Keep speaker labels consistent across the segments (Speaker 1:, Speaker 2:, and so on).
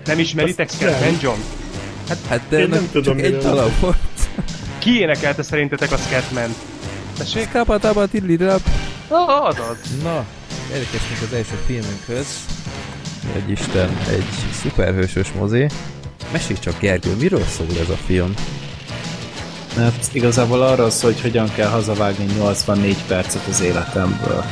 Speaker 1: Nem ismeritek Scatman John?
Speaker 2: Hát de nem tudom, csak egy dala volt.
Speaker 1: Ki énekelte szerintetek a Scatman-t? Tessék?
Speaker 2: Kapataba tidlidab.
Speaker 1: Azaz.
Speaker 2: Na, elérkeztünk az első filmünkhöz. Egy Isten, egy szuperhősös mozi. Mesélj csak, Gergő, miről szól ez a film?
Speaker 3: Hát igazából arról szól, hogy hogyan kell hazavágni 84 percet az életemből.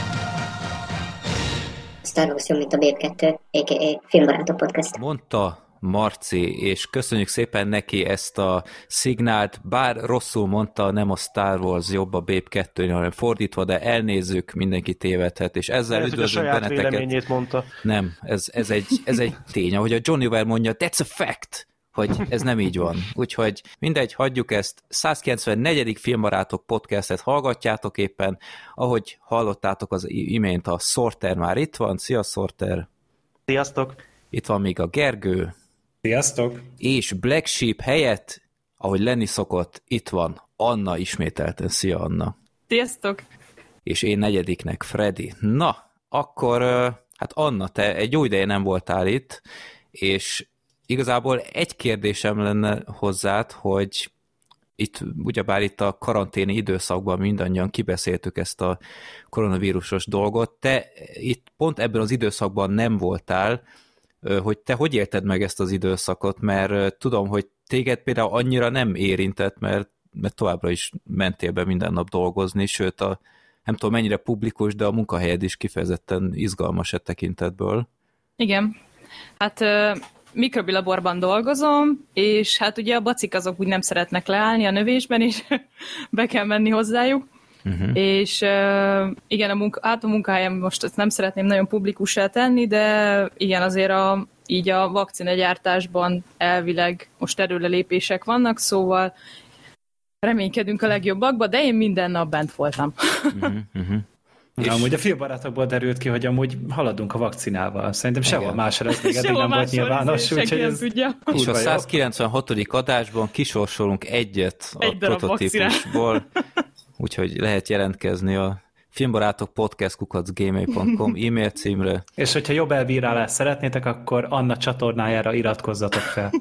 Speaker 4: Star Wars film, mint a Babe 2, a.k.a. Filmbarátok Podcast.
Speaker 2: Mondta Marci, és köszönjük szépen neki ezt a szignált, bár rosszul mondta, nem a Star Wars jobb a Babe 2, hanem fordítva, de elnézzük, mindenki tévedhet, és ezzel üdvözlünk benneteket.
Speaker 1: Véleményét mondta.
Speaker 2: Nem, ez egy tény, ahogy a Johnny Weir mondja, that's a fact, hogy ez nem így van. Úgyhogy mindegy, hagyjuk ezt. 194. Filmbarátok podcastet hallgatjátok éppen, ahogy hallottátok az imént, a Sorter már itt van. Szia, Sorter!
Speaker 1: Sziasztok!
Speaker 2: Itt van még a Gergő.
Speaker 3: Sziasztok!
Speaker 2: És Black Sheep helyett, ahogy lenni szokott, itt van Anna ismételten. Szia, Anna!
Speaker 5: Sziasztok!
Speaker 2: És én negyediknek Freddy. Na, akkor hát Anna, te egy jó ideje nem voltál itt, és igazából egy kérdésem lenne hozzád, hogy ugyebár itt a karanténi időszakban mindannyian kibeszéltük ezt a koronavírusos dolgot, te itt pont ebben az időszakban nem voltál, hogy te hogy élted meg ezt az időszakot, mert tudom, hogy téged például annyira nem érintett, mert továbbra is mentél be minden nap dolgozni, sőt nem tudom mennyire publikus, de a munkahelyed is kifejezetten izgalmas e tekintetből.
Speaker 5: Igen, hát mikrobilaborban dolgozom, és hát ugye a bacik azok úgy nem szeretnek leállni a növésben, és be kell menni hozzájuk. És igen, a munkahelyem most ezt nem szeretném nagyon publikussá tenni, de igen, azért így a vakcinagyártásban elvileg most erőlelépések vannak, szóval reménykedünk a legjobbakba, de én minden nap bent voltam.
Speaker 3: És amúgy a filmbarátokból derült ki, hogy amúgy haladunk a vakcinával. Szerintem sehol másra ez még eddig nem volt nyilvános.
Speaker 5: Úgyhogy ez tudja.
Speaker 2: És a 196. adásban kisorsolunk egyet a prototípusból, úgyhogy lehet jelentkezni a filmbarátok.podcast@gmail.com e-mail címre.
Speaker 3: És hogyha jobb elbírálást szeretnétek, akkor Anna csatornájára iratkozzatok fel.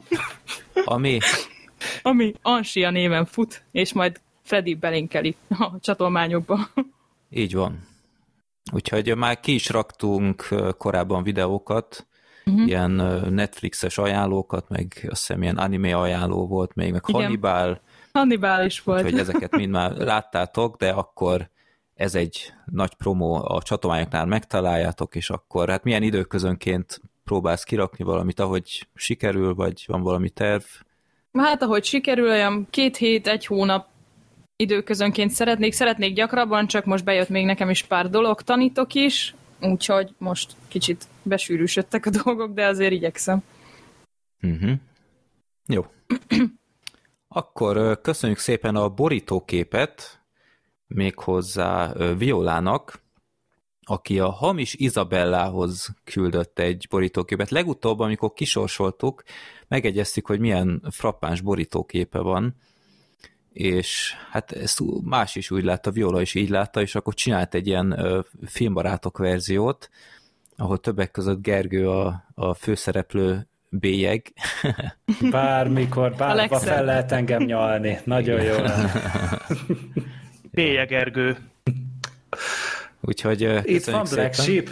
Speaker 5: Ami Ansia néven fut, és majd Freddy belinkeli a csatolmányokba.
Speaker 2: Így van. Úgyhogy már ki is raktunk korábban videókat, ilyen Netflixes ajánlókat, meg azt hiszem ilyen anime ajánló volt még, meg
Speaker 5: igen. Hannibal is volt.
Speaker 2: Úgyhogy ezeket mind már láttátok, de akkor ez egy nagy promó, a csatornáknál megtaláljátok, és akkor hát milyen időközönként próbálsz kirakni valamit, ahogy sikerül, vagy van valami terv?
Speaker 5: Hát ahogy sikerül, olyan 2 hét, 1 hónap időközönként szeretnék gyakrabban, csak most bejött még nekem is pár dolog, tanítok is, úgyhogy most kicsit besűrűsödtek a dolgok, de azért igyekszem.
Speaker 2: Jó. Akkor köszönjük szépen a borítóképet méghozzá Violának, aki a hamis Izabellához küldött egy borítóképet. Legutóbb, amikor kisorsoltuk, megegyeztük, hogy milyen frappáns borítóképe van, és hát ezt más is úgy látta, Viola is így látta, és akkor csinált egy ilyen filmbarátok verziót, ahol többek között Gergő a főszereplő bélyeg.
Speaker 3: Bármikor, bárba fel lehet engem nyalni. Nagyon jó.
Speaker 1: Bélyeg Gergő.
Speaker 2: Úgyhogy
Speaker 3: itt van Black Sheep.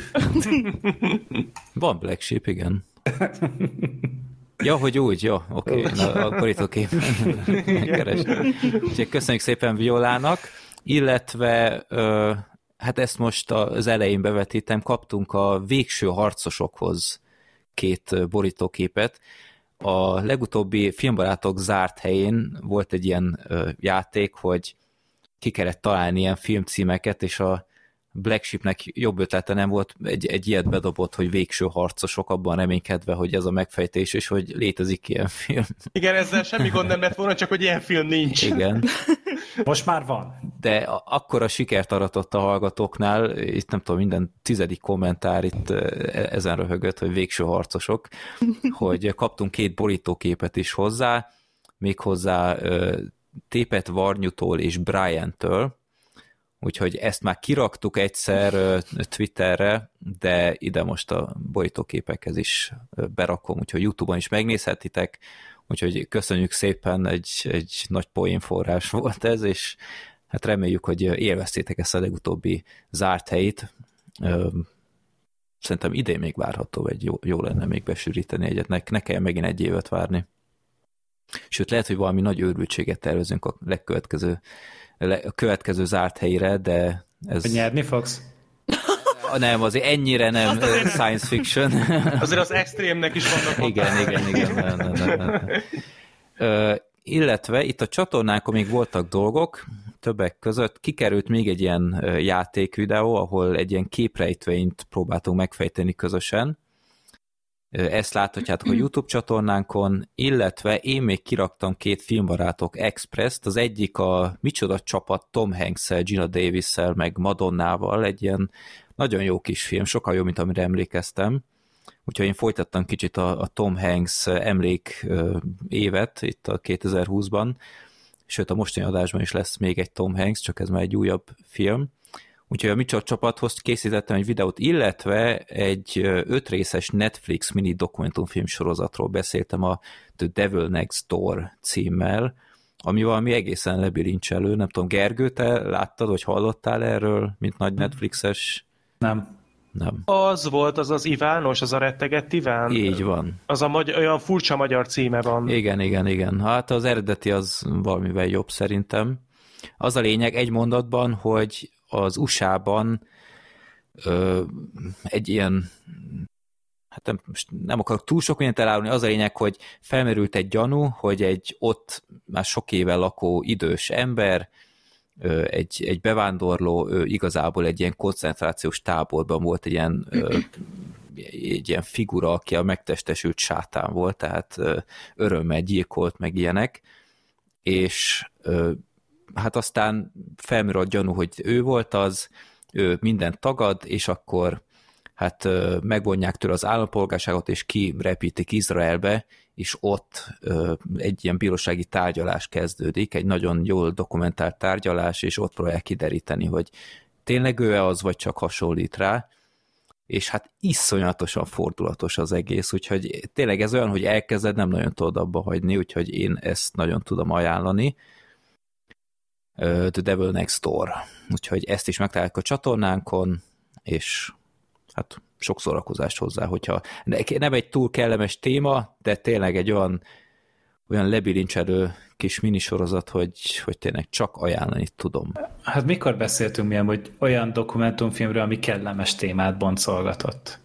Speaker 2: Van Black Sheep, igen. Ja, hogy úgy, jó, oké. Akkor itt oké. Úgyhogy köszönjük szépen Violának, illetve hát ezt most az elején bevetítem, kaptunk a Végső harcosokhoz 2 borítóképet. A legutóbbi Filmbarátok zárt helyén volt egy ilyen játék, hogy ki kellett találni ilyen filmcímeket, és a Black Sheepnek jobb ötlete nem volt, egy ilyet bedobott, hogy Végső harcosok, abban reménykedve, hogy ez a megfejtés, és hogy létezik ilyen film.
Speaker 1: Igen, ezzel semmi gond nem lett volna, csak hogy ilyen film nincs.
Speaker 2: Igen.
Speaker 3: Most már van.
Speaker 2: De akkora sikert aratott a hallgatóknál, itt nem tudom, minden 10. kommentár itt ezen röhögött, hogy Végső harcosok, hogy kaptunk 2 borítóképet is hozzá, méghozzá Tépet Varnyutól és Brian-től, úgyhogy ezt már kiraktuk egyszer Twitterre, de ide most a borítóképekhez is berakom, úgyhogy YouTube-on is megnézhetitek, úgyhogy köszönjük szépen, egy nagy poénforrás volt ez, és hát reméljük, hogy élveztétek ezt a legutóbbi zárt helyit. Szerintem idén még várható, vagy jó lenne még besűríteni egyet, ne kelljen megint egy évet várni. Sőt, lehet, hogy valami nagy őrültséget tervezünk a következő zárt helyre, de ez...
Speaker 3: Hogy nyerni fogsz?
Speaker 2: Nem, azért ennyire nem science fiction.
Speaker 1: Azért az extrémnek is vannak.
Speaker 2: Igen. Nem. Illetve itt a csatornákon még voltak dolgok, többek között kikerült még egy ilyen játékvideó, ahol egy ilyen képrejtvényt próbáltunk megfejteni közösen. Ezt láthatjátok a YouTube csatornánkon, illetve én még kiraktam 2 Filmbarátok Express-t, az egyik a micsoda csapat Tom Hanks-szel, Gina Davis-szel, meg Madonnával, egy ilyen nagyon jó kis film, sokkal jobb, mint amire emlékeztem. Úgyhogy én folytattam kicsit a Tom Hanks emlék évet itt a 2020-ban, sőt a mostani adásban is lesz még egy Tom Hanks, csak ez már egy újabb film. Úgyhogy a micsoda csapathoz készítettem egy videót, illetve egy 5 részes Netflix mini dokumentumfilm sorozatról beszéltem, a The Devil Next Door címmel, ami valami egészen lebilincselő. Nem tudom, Gergő, te láttad, vagy hallottál erről, mint nagy Netflixes?
Speaker 3: Nem.
Speaker 1: Az volt az Ivános, az a rettegett Iván?
Speaker 2: Így van.
Speaker 1: Az olyan furcsa magyar címe van.
Speaker 2: Igen. Hát az eredeti az valamivel jobb szerintem. Az a lényeg egy mondatban, hogy az USA-ban egy ilyen, hát nem akarok túl sok mindent elárulni, az a lényeg, hogy felmerült egy gyanú, hogy egy ott már sok éve lakó idős ember, egy bevándorló, igazából egy ilyen koncentrációs táborban volt egy ilyen figura, aki a megtestesült sátán volt, tehát örömmel gyilkolt, meg ilyenek, és hát aztán felmerül a gyanú, hogy ő volt az, ő mindent tagad, és akkor hát megvonják tőle az állampolgárságot, és kirepítik Izraelbe, és ott egy ilyen bírósági tárgyalás kezdődik, egy nagyon jól dokumentált tárgyalás, és ott próbálják kideríteni, hogy tényleg ő az, vagy csak hasonlít rá, és hát iszonyatosan fordulatos az egész, úgyhogy tényleg ez olyan, hogy elkezded, nem nagyon tudod abba hagyni, úgyhogy én ezt nagyon tudom ajánlani. The Devil Next Door. Úgyhogy ezt is megtaláljuk a csatornánkon, és hát sok szórakozást hozzá, hogyha nem egy túl kellemes téma, de tényleg egy olyan lebilincselő kis minisorozat, hogy tényleg csak ajánlani tudom.
Speaker 3: Hát mikor beszéltünk milyen, hogy olyan dokumentumfilmről, ami kellemes témát boncolgatott?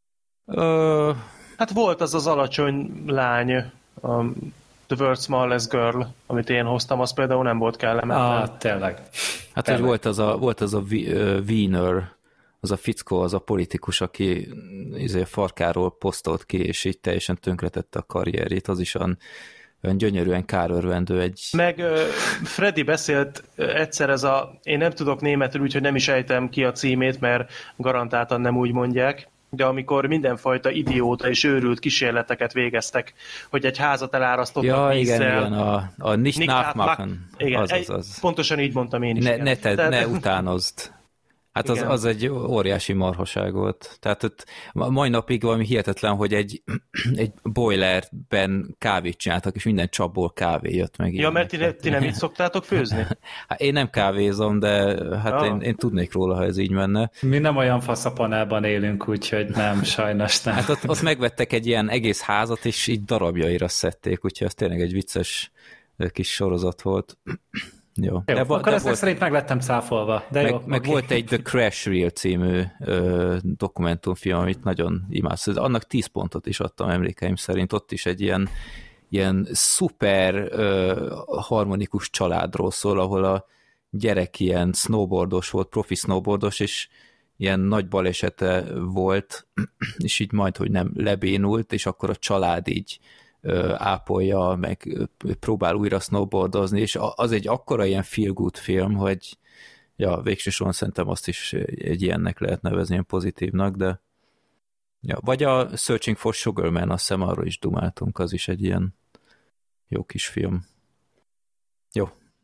Speaker 1: Hát volt az alacsony lány, The World's Smallest Girl, amit én hoztam, az például nem volt kellemetlen.
Speaker 3: Tényleg.
Speaker 2: Hát tényleg. Volt az a Wiener, az a fickó, az a politikus, aki a farkáról posztolt ki, és így teljesen tönkretette a karrierét, az is olyan gyönyörűen kárörvendő. Meg
Speaker 1: Freddy beszélt egyszer én nem tudok németül, úgyhogy nem is ejtem ki a címét, mert garantáltan nem úgy mondják, de amikor mindenfajta idióta és őrült kísérleteket végeztek, hogy egy házat elárasztottak vízzel.
Speaker 2: Igen, a Nicht nachmachen.
Speaker 1: Igen,
Speaker 2: az.
Speaker 1: Pontosan így mondtam én is.
Speaker 2: Ne utánozd. Hát az egy óriási marhaság volt. Tehát ott mai napig valami hihetetlen, hogy egy boilerben kávét csináltak, és minden csapból kávé jött meg.
Speaker 1: Ja, mert ti nem így szoktátok főzni?
Speaker 2: Hát én nem kávézom, de hát én tudnék róla, ha ez így menne.
Speaker 3: Mi nem olyan faszapanában élünk, úgyhogy nem, sajnos nem.
Speaker 2: Hát ott megvettek egy ilyen egész házat, és így darabjaira szedték, úgyhogy ez tényleg egy vicces kis sorozat volt. Jó.
Speaker 3: Akkor ezek szerint meg lettem cáfolva.
Speaker 2: Meg volt egy The Crash Reel című dokumentumfilm, amit nagyon imádsz. Annak 10 pontot is adtam emlékeim szerint. Ott is egy ilyen szuper harmonikus családról szól, ahol a gyerek ilyen snowboardos volt, profi snowboardos, és ilyen nagy balesete volt, és így majd, hogy nem lebénult, és akkor a család így ápolja, meg próbál újra snowboardozni, és az egy akkora ilyen feel-good film, hogy végső soron szerintem azt is egy ilyennek lehet nevezni, ilyen pozitívnak, de vagy a Searching for Sugar Man, azt hiszem arról is dumáltunk, az is egy ilyen jó kis film. Jó.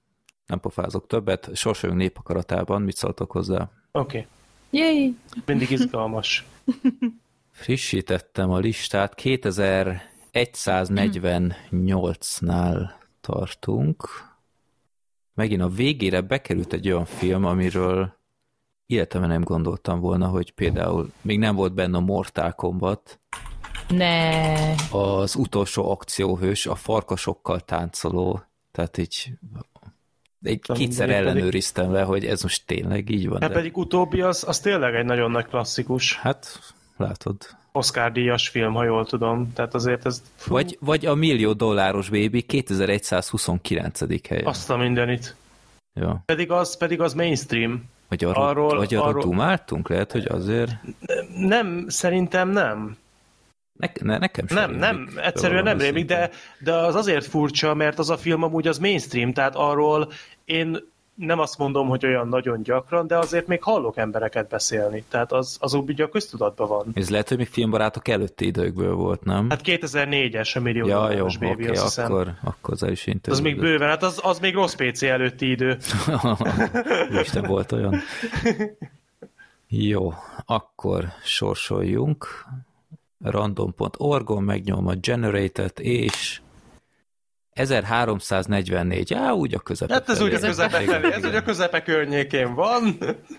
Speaker 2: nem pofázok többet, Sorsoljunk népakaratában, mit szóltok hozzá?
Speaker 1: Oké.
Speaker 5: Yay!
Speaker 1: Mindig izgalmas.
Speaker 2: Frissítettem a listát, 2148-nál tartunk. Megint a végére bekerült egy olyan film, amiről életemben nem gondoltam volna, hogy például még nem volt benne a Mortal Kombat.
Speaker 5: Ne.
Speaker 2: Az utolsó akcióhős, a farkasokkal táncoló, tehát így kétszer ellenőriztem le, hogy ez most tényleg így van.
Speaker 1: Hát pedig utóbbi az tényleg egy nagyon nagy klasszikus.
Speaker 2: Hát, látod.
Speaker 1: Oscar-díjas film, ha jól tudom. Tehát azért ez...
Speaker 2: Vagy a $1 millió Baby 2129. helyen.
Speaker 1: Azt a mindenit.
Speaker 2: Ja.
Speaker 1: Pedig az mainstream.
Speaker 2: Vagy arról dumáltunk? Lehet, hogy azért...
Speaker 1: Nem, szerintem nem.
Speaker 2: Nekem sem
Speaker 1: nem, egyszerűen nem rémlik, de az azért furcsa, mert az a film amúgy az mainstream, tehát arról én nem azt mondom, hogy olyan nagyon gyakran, de azért még hallok embereket beszélni, tehát az úgy a köztudatban van.
Speaker 2: Ez lehet, hogy még filmbarátok előtti időkből volt, nem?
Speaker 1: Hát 2004-es a $1 millió Baby,
Speaker 2: okay,
Speaker 1: azt hiszem.
Speaker 2: Akkor az el is intéződött.
Speaker 1: Az még bőven, hát az még rossz PC előtti idő.
Speaker 2: Isten volt olyan. Jó, akkor sorsoljunk. Random.org-on megnyom a Generated, és 1344. Úgy a közepe.
Speaker 1: Hát ez úgy a közepe felé, ez úgy a közepe környékén van.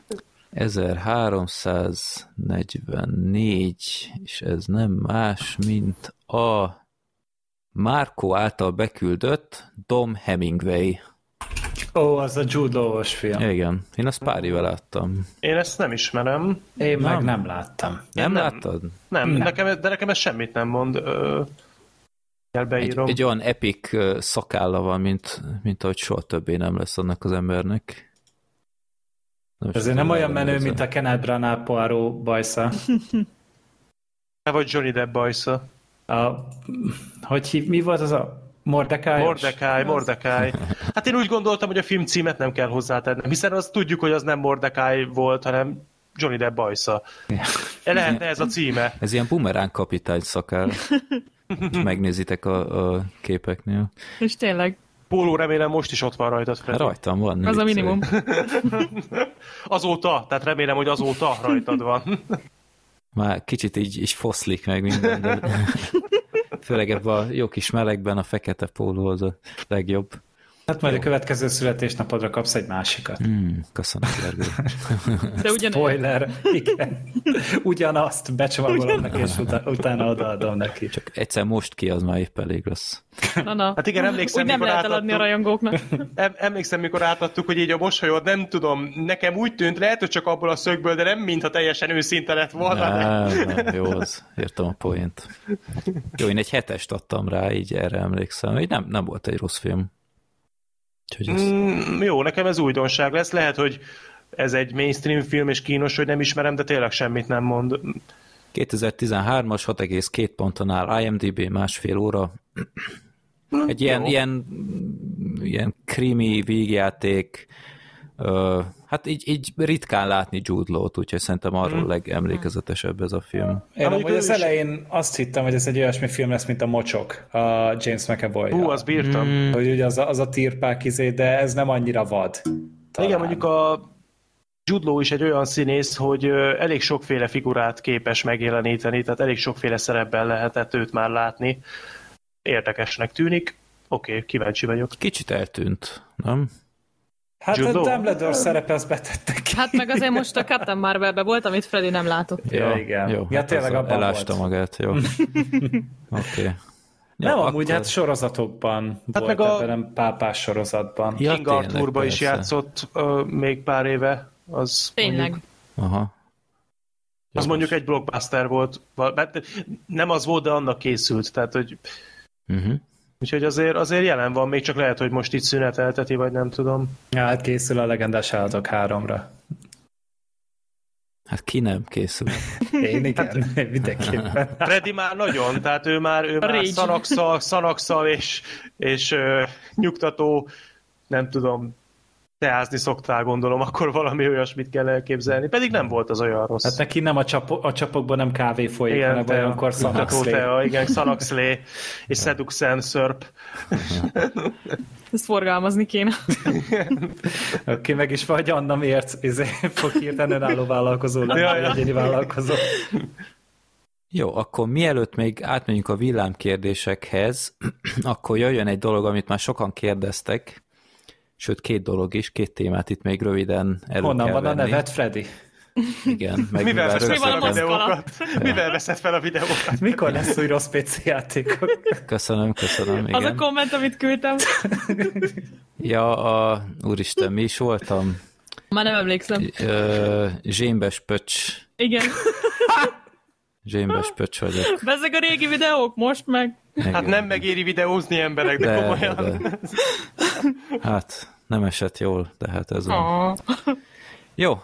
Speaker 2: 1344, és ez nem más, mint a Marco által beküldött Dom Hemingway.
Speaker 3: Az a Jude Law-os film.
Speaker 2: Igen, én azt pár éve láttam.
Speaker 1: Én ezt nem ismerem.
Speaker 3: Én meg nem láttam.
Speaker 2: Nem láttad?
Speaker 1: Nem. Nekem ez semmit nem mond.
Speaker 2: Egy olyan epic szakálla van, mint ahogy soha többé nem lesz annak az embernek.
Speaker 3: Ezért nem olyan menő, mint a Kenneth Branagh Poirot bajsza.
Speaker 1: Vagy Johnny Depp bajsza.
Speaker 3: Mi volt az a Mordecai?
Speaker 1: Mordecai. Hát én úgy gondoltam, hogy a film címet nem kell hozzátennem, hiszen azt tudjuk, hogy az nem Mordecai volt, hanem Johnny Depp bajsza. Lehetne ez a címe.
Speaker 2: Ez ilyen bumeráng kapitány szakál. Megnézitek a képeknél.
Speaker 5: És tényleg.
Speaker 1: Póló remélem most is ott van rajtad, Freddy.
Speaker 2: Rajtam van.
Speaker 5: Az a minimum.
Speaker 1: Azóta, tehát remélem, hogy azóta rajtad van.
Speaker 2: Már kicsit így foszlik meg minden, de főleg ebben a jó kis melegben a fekete póló az a legjobb.
Speaker 3: Hát majd a következő születésnapodra kapsz egy másikat.
Speaker 2: Köszönöm, Gergő.
Speaker 5: De
Speaker 3: Spoiler, igen. Ugyanazt becsomagolom neki, és utána odaadom neki.
Speaker 2: Csak egyszer most ki, az már épp elég lesz.
Speaker 5: Na.
Speaker 1: Hát igen, emlékszem,
Speaker 5: úgy nem lehet eladni a rajongóknak.
Speaker 1: Emlékszem, mikor átadtuk, hogy így a mosolyod, nem tudom, nekem úgy tűnt, lehet, hogy csak abból a szögből, de nem mintha teljesen őszinte lett volna.
Speaker 2: Nem, jó, az értem a poént. Jó, én egy 7-est adtam rá, így erre emlékszem. Így nem volt egy rossz film.
Speaker 1: Jó, nekem ez újdonság lesz. Lehet, hogy ez egy mainstream film, és kínos, hogy nem ismerem, de tényleg semmit nem mond.
Speaker 2: 2013-as 6,2 ponton áll IMDb, 1,5 óra. Egy ilyen krimi vígjáték. Hát így ritkán látni Jude Law-t, úgyhogy szerintem arról legemlékezetesebb ez a film.
Speaker 3: Én amúgy az elején azt hittem, hogy ez egy olyasmi film lesz, mint a Mocsok, a James McAvoy-jal.
Speaker 1: Azt bírtam.
Speaker 3: Hogy ugye az a tirpák de ez nem annyira vad. Talán.
Speaker 1: Igen, mondjuk a Jude Law is egy olyan színész, hogy elég sokféle figurát képes megjeleníteni, tehát elég sokféle szerepben lehetett őt már látni. Érdekesnek tűnik. Oké, kíváncsi vagyok.
Speaker 2: Kicsit eltűnt, nem?
Speaker 3: Hát Jude a Dumbledore szerepe azt betettek ki.
Speaker 5: Hát meg azért most a Captain Marvelben volt, amit Freddy nem látott.
Speaker 3: Ja, igen.
Speaker 2: Jó,
Speaker 3: ja, tényleg abban
Speaker 2: elásta
Speaker 3: volt.
Speaker 2: magát, jó. Oké.
Speaker 3: Nem, amúgy hát sorozatokban volt
Speaker 1: meg
Speaker 3: ebben pápás sorozatban.
Speaker 1: Ja, King Arthurban is játszott még pár éve. Az
Speaker 5: tényleg.
Speaker 1: Mondjuk,
Speaker 2: aha.
Speaker 1: Az mondjuk egy blockbuster volt. Nem az volt, de annak készült. Tehát, hogy... Úgyhogy azért jelen van, még csak lehet, hogy most itt szünetelteti, vagy nem tudom.
Speaker 3: Ja, hát készül a Legendás Állatok 3-ra.
Speaker 2: Hát ki nem készül?
Speaker 3: Én igen, mindenképpen.
Speaker 1: Freddy már nagyon, tehát ő már szanakszal és nyugtató, nem tudom, teázni szoktál, gondolom, akkor valami olyasmit kell elképzelni. Pedig nem volt az olyan rossz.
Speaker 3: Hát neki nem a csapokban nem kávé folyik, igen, hanem olyankor Szanaxlé.
Speaker 1: Igen, Szanaxlé és Seduxen szörp.
Speaker 5: Ezt forgalmazni kéne.
Speaker 3: Oké, meg is vagy Anna miért fog hirtelen önálló vállalkozó lenni, egyéni vállalkozó.
Speaker 2: Jó, akkor mielőtt még átmegyünk a villámkérdésekhez, akkor jöjjön egy dolog, amit már sokan kérdeztek, sőt 2 dolog is, 2 témát itt még röviden elő
Speaker 3: honnan
Speaker 2: kell
Speaker 3: van
Speaker 2: venni.
Speaker 3: a neved, Freddy?
Speaker 2: Igen. Meg
Speaker 1: mivel veszed fel a videókat?
Speaker 3: Mikor lesz új rossz PC játékok?
Speaker 2: Köszönöm, igen.
Speaker 5: Az a komment, amit küldtem.
Speaker 2: Ja, úristen, mi is voltam?
Speaker 5: Már nem emlékszem.
Speaker 2: Zsémbes pöcs.
Speaker 5: Igen.
Speaker 2: Zsémbes pöcs vagyok.
Speaker 5: Ezek a régi videók, most meg.
Speaker 2: Igen.
Speaker 1: Hát nem megéri videózni emberek, de komolyan.
Speaker 2: De. Hát, nem esett jól, de hát ez van. Jó,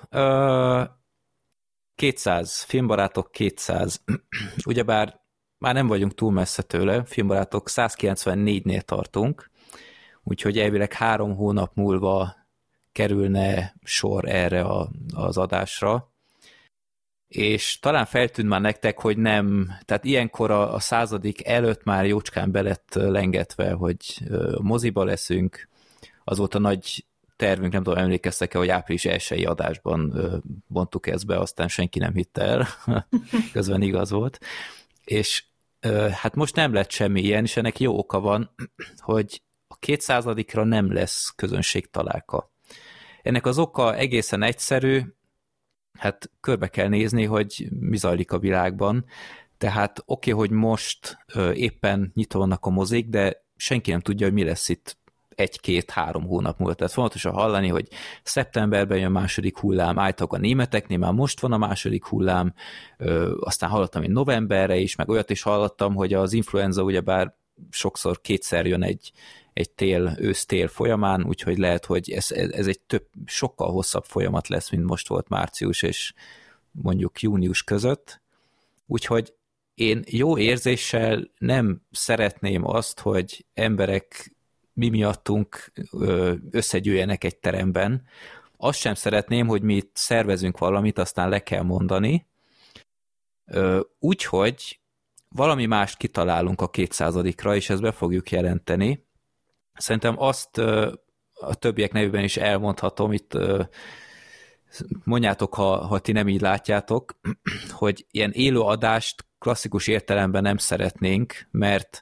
Speaker 2: 200, filmbarátok 200. Ugyebár már nem vagyunk túl messze tőle, filmbarátok 194-nél tartunk, úgyhogy elvileg 3 hónap múlva kerülne sor erre az adásra. És talán feltűnt már nektek, hogy nem, tehát ilyenkor a 100. előtt már jócskán belett lengetve, hogy moziba leszünk, az volt a nagy tervünk, nem tudom, emlékeztek-e, hogy április 1-i adásban bontuk ezt be, aztán senki nem hitte el, közben igaz volt. És hát most nem lett semmi ilyen, és ennek jó oka van, hogy a 200-ra nem lesz közönségtalálka. Ennek az oka egészen egyszerű, hát körbe kell nézni, hogy mi zajlik a világban. Tehát oké, hogy most éppen nyitva vannak a mozik, de senki nem tudja, hogy mi lesz itt 1-2-3 hónap múlva. Tehát fontosan hallani, hogy szeptemberben jön a második hullám, állítólag a németeknél már most van a második hullám, aztán hallottam én novemberre is, meg olyat is hallottam, hogy az influenza ugyebár sokszor 2-szer jön egy ősz-tél folyamán, úgyhogy lehet, hogy ez egy sokkal hosszabb folyamat lesz, mint most volt március és mondjuk június között. Úgyhogy én jó érzéssel nem szeretném azt, hogy emberek mi miattunk összegyűjjenek egy teremben. Azt sem szeretném, hogy mi itt szervezünk valamit, aztán le kell mondani. Úgyhogy valami mást kitalálunk a 200-ra, és ezt be fogjuk jelenteni. Szerintem azt a többiek nevében is elmondhatom, itt mondjátok, ha ti nem így látjátok, hogy ilyen élő adást klasszikus értelemben nem szeretnénk, mert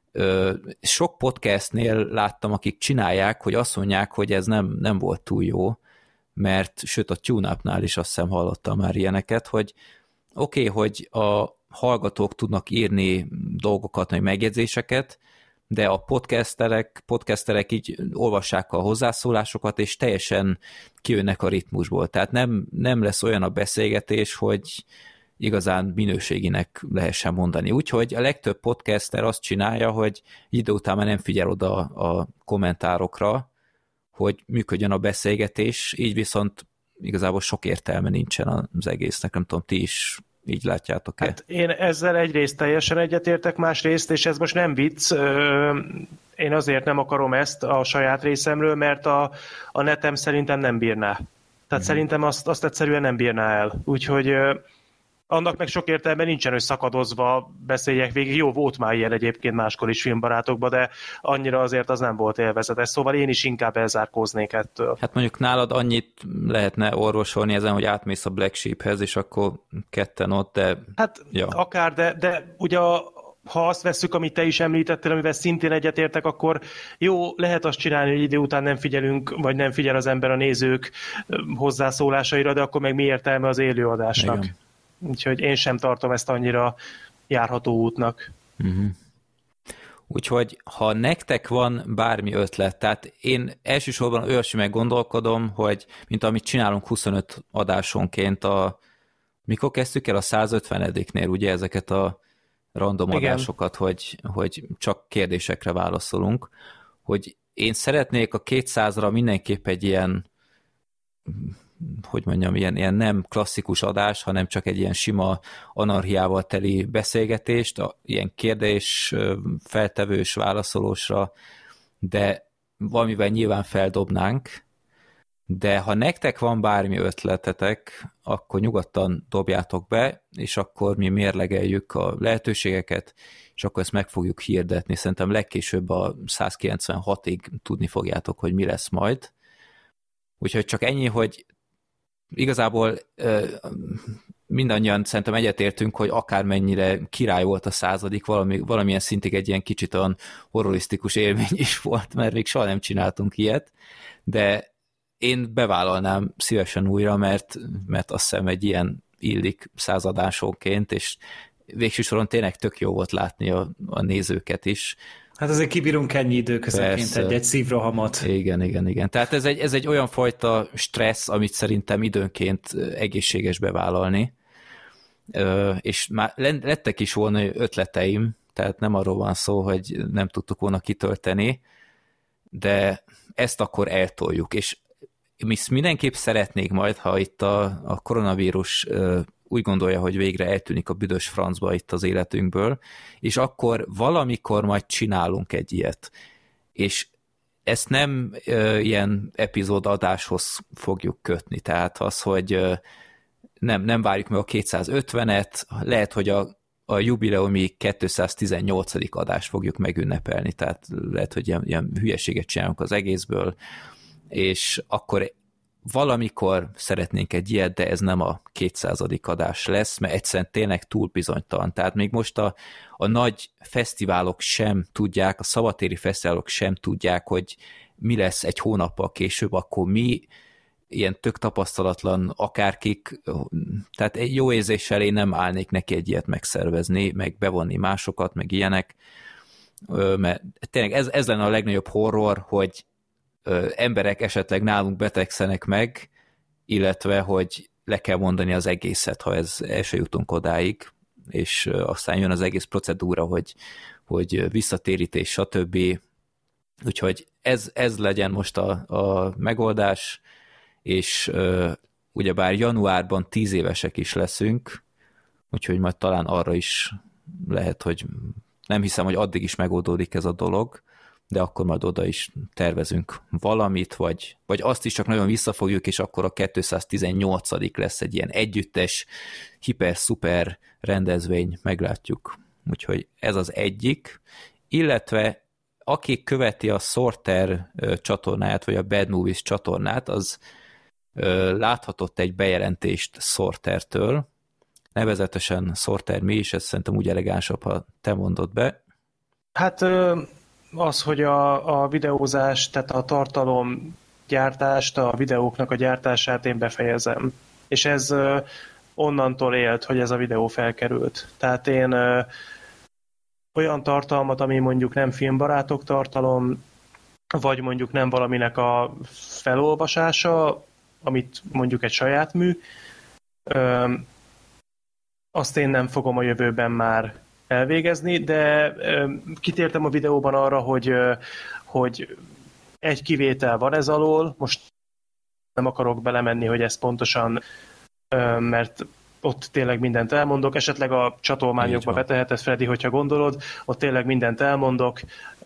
Speaker 2: sok podcastnél láttam, akik csinálják, hogy azt mondják, hogy ez nem volt túl jó, mert sőt a TuneUp-nál is azt hiszem hallottam már ilyeneket, hogy oké, hogy a hallgatók tudnak írni dolgokat, vagy megjegyzéseket, de a podcasterek így olvassák a hozzászólásokat, és teljesen kijönnek a ritmusból. Tehát nem lesz olyan a beszélgetés, hogy igazán minőséginek lehessen mondani. Úgyhogy a legtöbb podcaster azt csinálja, hogy idő után már nem figyel oda a kommentárokra, hogy működjön a beszélgetés, így viszont igazából sok értelme nincsen az egésznek. Nem tudom, ti is így látjátok-e?
Speaker 1: Hát én ezzel egyrészt teljesen egyetértek, másrészt, és ez most nem vicc, én azért nem akarom ezt a saját részemről, mert a netem szerintem nem bírná. Tehát szerintem azt egyszerűen nem bírná el. Úgyhogy annak meg sok értelme nincsen, hogy szakadozva beszéljek végig. Jó, volt már ilyen egyébként máskor is filmbarátokban, de annyira azért az nem volt élvezetes. Szóval én is inkább elzárkóznék ettől.
Speaker 2: Hát mondjuk nálad annyit lehetne orvosolni ezen, hogy átmész a Black Sheephez, és akkor ketten ott, de...
Speaker 1: Hát ja. Akár, de ugye ha azt vesszük, amit te is említettél, amivel szintén egyetértek, akkor jó, lehet azt csinálni, hogy idő után nem figyelünk, vagy nem figyel az ember a nézők hozzászólásaira, de akkor meg mi értelme az élőadásnak? Igen. Úgyhogy én sem tartom ezt annyira járható útnak.
Speaker 2: Uh-huh. Úgyhogy, ha nektek van bármi ötlet, tehát én elsősorban olyasmi gondolkodom, hogy mint amit csinálunk 25 adásonként, mikor kezdtük el a 150-nél, ugye ezeket a random adásokat, hogy csak kérdésekre válaszolunk, hogy én szeretnék a 200-ra mindenképp egy ilyen, hogy mondjam, ilyen nem klasszikus adás, hanem csak egy ilyen sima anarchiával teli beszélgetést, ilyen kérdés feltevős, válaszolósra, de valamivel nyilván feldobnánk, de ha nektek van bármi ötletetek, akkor nyugodtan dobjátok be, és akkor mi mérlegeljük a lehetőségeket, és akkor ezt meg fogjuk hirdetni. Szerintem legkésőbb a 196-ig tudni fogjátok, hogy mi lesz majd. Úgyhogy csak ennyi, hogy igazából mindannyian szerintem egyetértünk, hogy akármennyire király volt a 100. valamilyen szintig egy ilyen kicsit olyan horrorisztikus élmény is volt, mert még soha nem csináltunk ilyet, de én bevállalnám szívesen újra, mert azt hiszem egy ilyen illik 100 adásonként, és végső soron tényleg tök jó volt látni a nézőket is.
Speaker 3: Hát azért kibírunk ennyi időközönként egy szívrohamot.
Speaker 2: Igen. Tehát ez egy olyan fajta stressz, amit szerintem időnként egészséges bevállalni. És már lettek is volna ötleteim, tehát nem arról van szó, hogy nem tudtuk volna kitölteni, de ezt akkor eltoljuk. És mi mindenképp szeretnék majd, ha itt a koronavírus úgy gondolja, hogy végre eltűnik a büdös francba itt az életünkből, és akkor valamikor majd csinálunk egy ilyet. És ezt nem ilyen epizódadáshoz fogjuk kötni, tehát az, hogy nem várjuk meg a 250-et, lehet, hogy a jubileumi 218. adást fogjuk megünnepelni, tehát lehet, hogy ilyen hülyeséget csinálunk az egészből, és akkor valamikor szeretnénk egy ilyet, de ez nem a 200. adás lesz, mert egyszerűen tényleg túl bizonytalan. Tehát még most a nagy fesztiválok sem tudják, a szabadtéri fesztiválok sem tudják, hogy mi lesz egy hónappal később, akkor mi ilyen tök tapasztalatlan akárkik, tehát egy jó érzéssel én nem állnék neki egy ilyet megszervezni, meg bevonni másokat, meg ilyenek, mert tényleg ez lenne a legnagyobb horror, hogy emberek esetleg nálunk betegszenek meg, illetve, hogy le kell mondani az egészet, ha el se jutunk odáig, és aztán jön az egész procedúra, hogy visszatérítés, stb. Úgyhogy ez legyen most a megoldás, és ugyebár januárban 10 évesek is leszünk, úgyhogy majd talán arra is lehet, hogy nem hiszem, hogy addig is megoldódik ez a dolog, de akkor majd oda is tervezünk valamit, vagy azt is csak nagyon visszafogjuk, és akkor a 218. lesz egy ilyen együttes, hiper-szuper rendezvény, meglátjuk. Úgyhogy ez az egyik, illetve aki követi a Sorter csatornáját, vagy a Bad Movies csatornát, az láthatott egy bejelentést Sortertől, nevezetesen Sorter mi is, ez szerintem úgy elegánsabb, ha te mondod be.
Speaker 1: Hát az, hogy a videózás, tehát a tartalomgyártást, a videóknak a gyártását én befejezem. És ez onnantól élt, hogy ez a videó felkerült. Tehát én olyan tartalmat, ami mondjuk nem filmbarátok tartalom, vagy mondjuk nem valaminek a felolvasása, amit mondjuk egy saját mű, azt én nem fogom a jövőben már elvégezni, de kitértem a videóban arra, hogy egy kivétel van ez alól, most nem akarok belemenni, hogy ez pontosan, mert ott tényleg mindent elmondok, esetleg a csatolmányokba beteheted, Freddy, hogyha gondolod, ott tényleg mindent elmondok.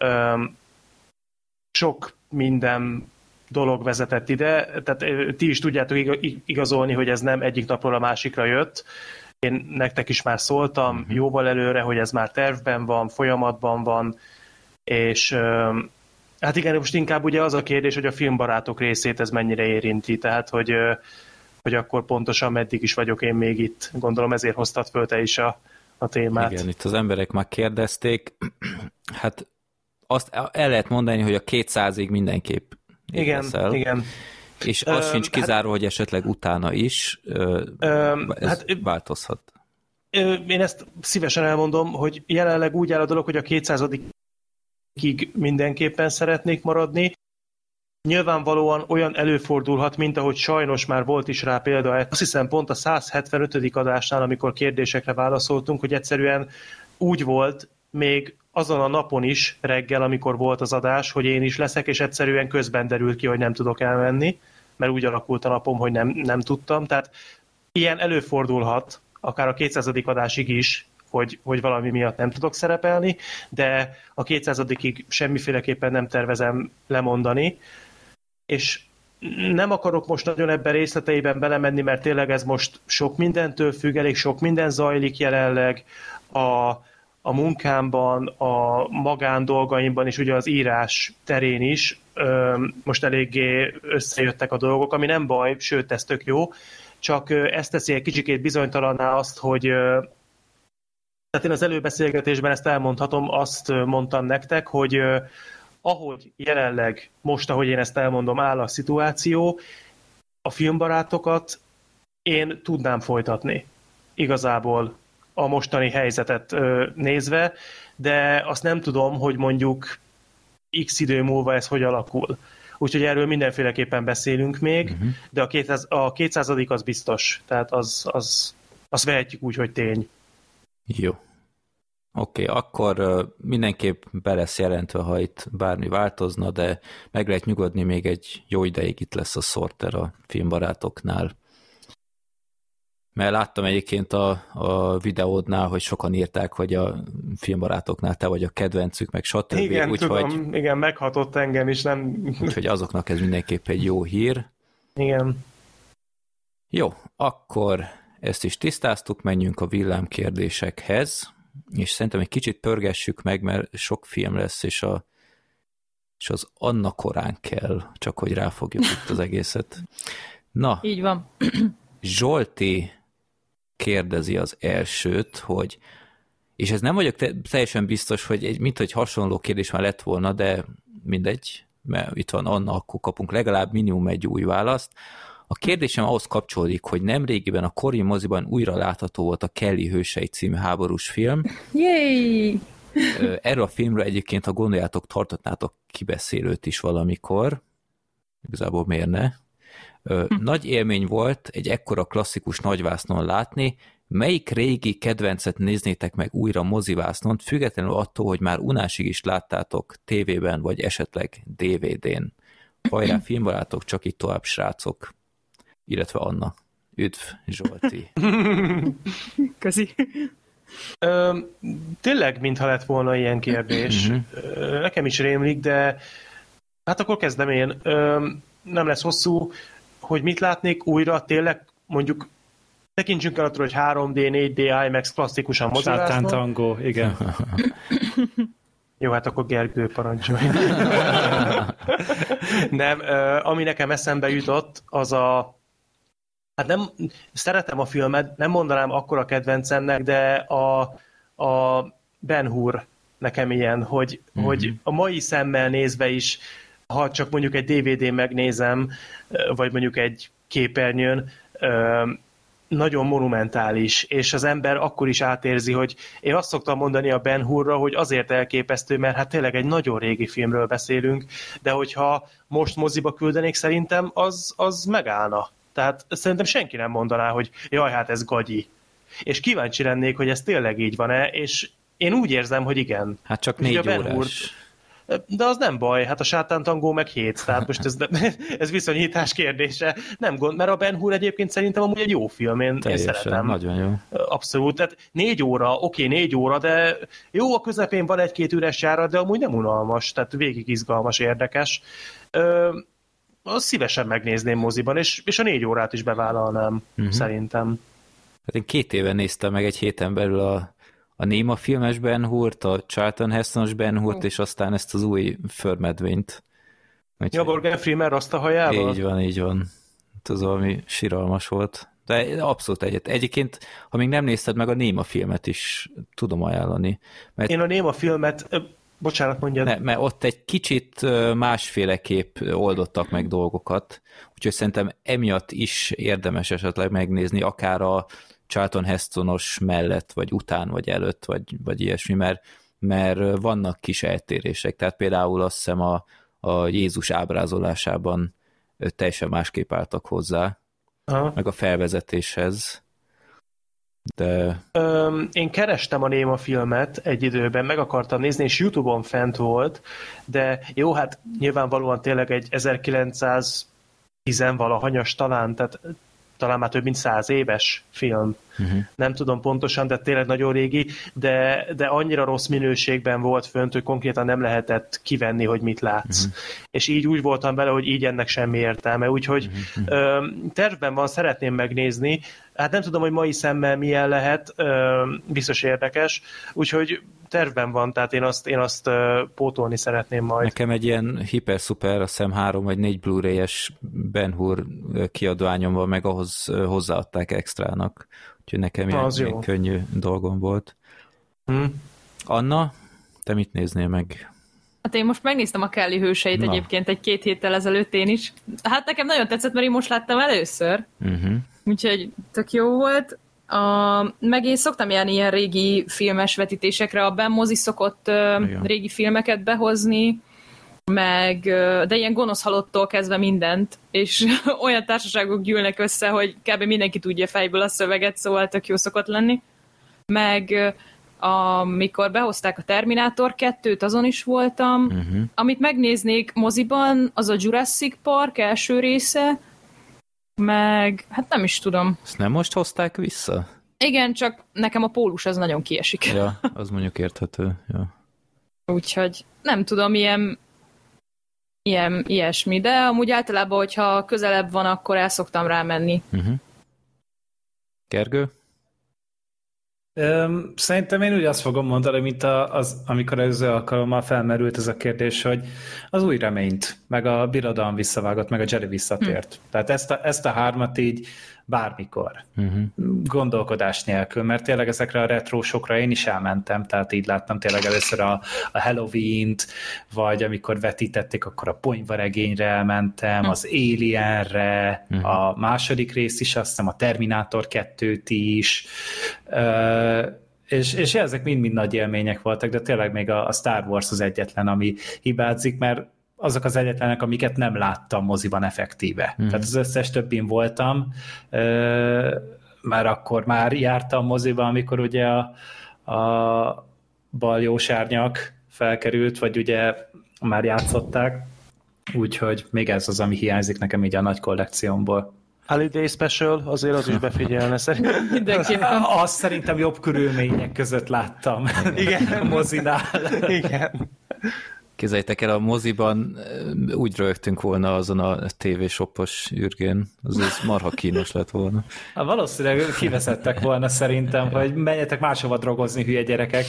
Speaker 1: Sok minden dolog vezetett ide, tehát ti is tudjátok igazolni, hogy ez nem egyik napról a másikra jött. Én nektek is már szóltam jóval előre, hogy ez már tervben van, folyamatban van, és hát igen, most inkább ugye az a kérdés, hogy a filmbarátok részét ez mennyire érinti, tehát hogy akkor pontosan meddig is vagyok én még itt. Gondolom ezért hoztad föl te is a témát.
Speaker 2: Igen, itt az emberek már kérdezték. Hát azt el lehet mondani, hogy a 200-ig mindenképp
Speaker 1: igen, igen.
Speaker 2: És az sincs kizáró, hogy esetleg utána is ez változhat.
Speaker 1: Én ezt szívesen elmondom, hogy jelenleg úgy áll a dolog, hogy a 200-ig mindenképpen szeretnék maradni. Nyilvánvalóan olyan előfordulhat, mint ahogy sajnos már volt is rá példa, azt hiszem pont a 175. adásnál, amikor kérdésekre válaszoltunk, hogy egyszerűen úgy volt, még azon a napon is reggel, amikor volt az adás, hogy én is leszek, és egyszerűen közben derült ki, hogy nem tudok elmenni, mert úgy alakult a napom, hogy nem tudtam. Tehát ilyen előfordulhat, akár a 200. adásig is, hogy valami miatt nem tudok szerepelni, de a 200-ig semmiféleképpen nem tervezem lemondani, és nem akarok most nagyon ebben részleteiben belemenni, mert tényleg ez most sok mindentől függ, elég sok minden zajlik jelenleg a munkámban, a magándolgaimban és ugye az írás terén is. Most eléggé összejöttek a dolgok, ami nem baj, sőt, ez tök jó, csak ezt teszi egy kicsikét bizonytalanná azt, hogy tehát én az előbeszélgetésben ezt elmondhatom, azt mondtam nektek, hogy ahogy jelenleg, most, ahogy én ezt elmondom, áll a szituáció, a filmbarátokat én tudnám folytatni. Igazából a mostani helyzetet nézve, de azt nem tudom, hogy mondjuk x idő múlva ez hogy alakul. Úgyhogy erről mindenféleképpen beszélünk még, de a 200. az biztos. Tehát azt vehetjük úgy, hogy tény.
Speaker 2: Jó. Oké, akkor mindenképp be lesz jelentve, ha itt bármi változna, de meg lehet nyugodni, még egy jó ideig itt lesz a Sorter a filmbarátoknál. Mert láttam egyébként a videódnál, hogy sokan írták, hogy a filmbarátoknál te vagy a kedvencük, meg stb.
Speaker 1: Igen, tudom, igen, meghatott engem is, nem...
Speaker 2: Úgyhogy azoknak ez mindenképp egy jó hír.
Speaker 1: Igen.
Speaker 2: Jó, akkor ezt is tisztáztuk, menjünk a villámkérdésekhez, és szerintem egy kicsit pörgessük meg, mert sok film lesz, és az Anna korán kell, csak hogy ráfogjuk itt az egészet. Na,
Speaker 5: így van.
Speaker 2: Zsolti kérdezi az elsőt, hogy, és ez nem vagyok teljesen biztos, hogy mint hasonló kérdés már lett volna, de mindegy, mert itt van Anna, akkor kapunk legalább minimum egy új választ. A kérdésem ahhoz kapcsolódik, hogy nemrégiben a Kori moziban újra látható volt a Kelly hősei című háborús film.
Speaker 5: Yay!
Speaker 2: Erről a filmről egyébként, ha gondoljátok, tartotnátok kibeszélőt is valamikor. Igazából miért ne? Nagy élmény volt egy ekkora klasszikus nagyvásznon látni. Melyik régi kedvencet néznétek meg újra mozivásznon, függetlenül attól, hogy már unásig is láttátok tévében, vagy esetleg DVD-n? Hajrá, filmbarátok, csak itt tovább, srácok. Illetve Anna. Üdv, Zsolti.
Speaker 5: Köszi.
Speaker 1: Tényleg, mintha lett volna ilyen kérdés. Nekem is rémlik, de hát akkor kezdem én. Nem lesz hosszú, hogy mit látnék újra, tényleg mondjuk tekintsünk el attól, hogy 3D, 4D, IMAX klasszikusan mozivásznon.
Speaker 3: Sátán tangó, igen.
Speaker 1: Jó, hát akkor Gergő parancsolj. Nem, ami nekem eszembe jutott, az hát nem, szeretem a filmet, nem mondanám akkora kedvencemnek, de a Ben-Hur nekem ilyen, hogy a mai szemmel nézve is, ha csak mondjuk egy DVD-n megnézem, vagy mondjuk egy képernyőn, nagyon monumentális, és az ember akkor is átérzi, hogy én azt szoktam mondani a Ben-Hurra, hogy azért elképesztő, mert hát tényleg egy nagyon régi filmről beszélünk, de hogyha most moziba küldenék, szerintem az megállna. Tehát szerintem senki nem mondaná, hogy jaj, hát ez gagyi. És kíváncsi lennék, hogy ez tényleg így van-e, és én úgy érzem, hogy igen.
Speaker 2: Hát csak 4 órás.
Speaker 1: De az nem baj, hát a sátántangó meg 7, tehát most ez viszonyítás kérdése. Nem gond, mert a Ben-Hur egyébként szerintem amúgy egy jó film, én szeretem.
Speaker 2: Nagyon jó.
Speaker 1: Abszolút, tehát 4 óra, oké, 4 óra, de jó, a közepén van egy-két üres járat, de amúgy nem unalmas, tehát végig izgalmas, érdekes. Azt szívesen megnézném moziban, és a 4 órát is bevállalnám, szerintem.
Speaker 2: Hát én 2 éve néztem meg egy héten belül a Néma filmes Ben-Hurt, a Charlton Hestonos Ben-Hurt, és aztán ezt az új Földmedvényt.
Speaker 1: Ja, Morgan Freeman rasztahajával?
Speaker 2: Így van. Ez valami siralmas volt. De abszolút egyet. Egyébként, ha még nem nézted meg, a Néma filmet is tudom ajánlani. Mert
Speaker 1: én a Néma filmet... Bocsánat, mondjad.
Speaker 2: Mert ott egy kicsit másféleképp oldottak meg dolgokat, úgyhogy szerintem emiatt is érdemes esetleg megnézni, akár a Charlton Hestonos mellett, vagy után, vagy előtt, vagy ilyesmi, mert vannak kis eltérések. Tehát például azt hiszem a Jézus ábrázolásában teljesen másképp álltak hozzá, meg a felvezetéshez. De...
Speaker 1: Én kerestem a Néma filmet egy időben, meg akartam nézni, és YouTube-on fent volt, de jó, hát nyilvánvalóan tényleg egy 1910-valahanyas talán, tehát talán már több mint 100 éves film. Nem tudom pontosan, de tényleg nagyon régi, de annyira rossz minőségben volt fönt, hogy konkrétan nem lehetett kivenni, hogy mit látsz. És így úgy voltam vele, hogy így ennek semmi értelme. Úgyhogy tervben van, szeretném megnézni. Hát nem tudom, hogy mai szemmel milyen lehet, biztos érdekes. Úgyhogy tervben van, tehát én azt pótolni szeretném majd.
Speaker 2: Nekem egy ilyen hiper-szuper, azt hiszem 3 vagy 4 Blu-ray-es Ben-Hur kiadványom van, meg ahhoz hozzáadták extrának. Úgyhogy nekem ilyen könnyű dolgom volt. Anna, te mit néznél meg?
Speaker 5: Hát én most megnéztem a Kelly hőseit egyébként 1-2 héttel ezelőtt én is. Hát nekem nagyon tetszett, mert én most láttam először. Úgyhogy tök jó volt. Meg én szoktam járni ilyen régi filmes vetítésekre, a Ben mozi szokott régi filmeket behozni, de ilyen gonosz halottól kezdve mindent, és olyan társaságok gyűlnek össze, hogy kb. Mindenki tudja fejből a szöveget, szóval tök jó szokott lenni. Meg amikor behozták a Terminátor 2-t, azon is voltam. Amit megnéznék moziban, az a Jurassic Park első része, meg hát nem is tudom.
Speaker 2: Ezt nem most hozták vissza?
Speaker 5: Igen, csak nekem a Pólus az nagyon kiesik.
Speaker 2: Ja, az mondjuk érthető. Ja.
Speaker 5: Úgyhogy nem tudom, ilyesmi, de amúgy általában, hogyha közelebb van, akkor el szoktam rámenni.
Speaker 2: Gergő?
Speaker 3: Szerintem én úgy azt fogom mondani, mint amikor az alkalommal felmerült ez a kérdés, hogy az új reményt, meg a birodalom visszavágott, meg a Jedi visszatért. Tehát ezt a 3-at így bármikor. Gondolkodás nélkül, mert tényleg ezekre a retrósokra én is elmentem, tehát így láttam tényleg először a Halloween-t, vagy amikor vetítették, akkor a Ponyvaregényre elmentem, az Alienre, a második részt is, azt hiszem a Terminátor 2-t is, és ezek mind-mind nagy élmények voltak, de tényleg még a Star Wars az egyetlen, ami hibázik, mert azok az egyetlenek, amiket nem láttam moziban effektíve. Tehát az összes többin voltam, már akkor már jártam moziban, amikor ugye a baljós árnyak felkerült, vagy ugye már játszották, úgyhogy még ez az, ami hiányzik nekem így a nagy kollekciómból.
Speaker 1: Holiday Special, azért az is befigyelne szerintem.
Speaker 5: Mindenképpen.
Speaker 3: Azt szerintem jobb körülmények között láttam.
Speaker 1: Igen.
Speaker 3: A mozinál.
Speaker 1: Igen.
Speaker 2: Képzeljétek el, a moziban úgy rögtünk volna azon a TV-shopos ürgén, az marha kínos lett volna.
Speaker 3: Valószínűleg kiveszettek volna szerintem, hogy menjetek máshova drogozni, hülye gyerekek.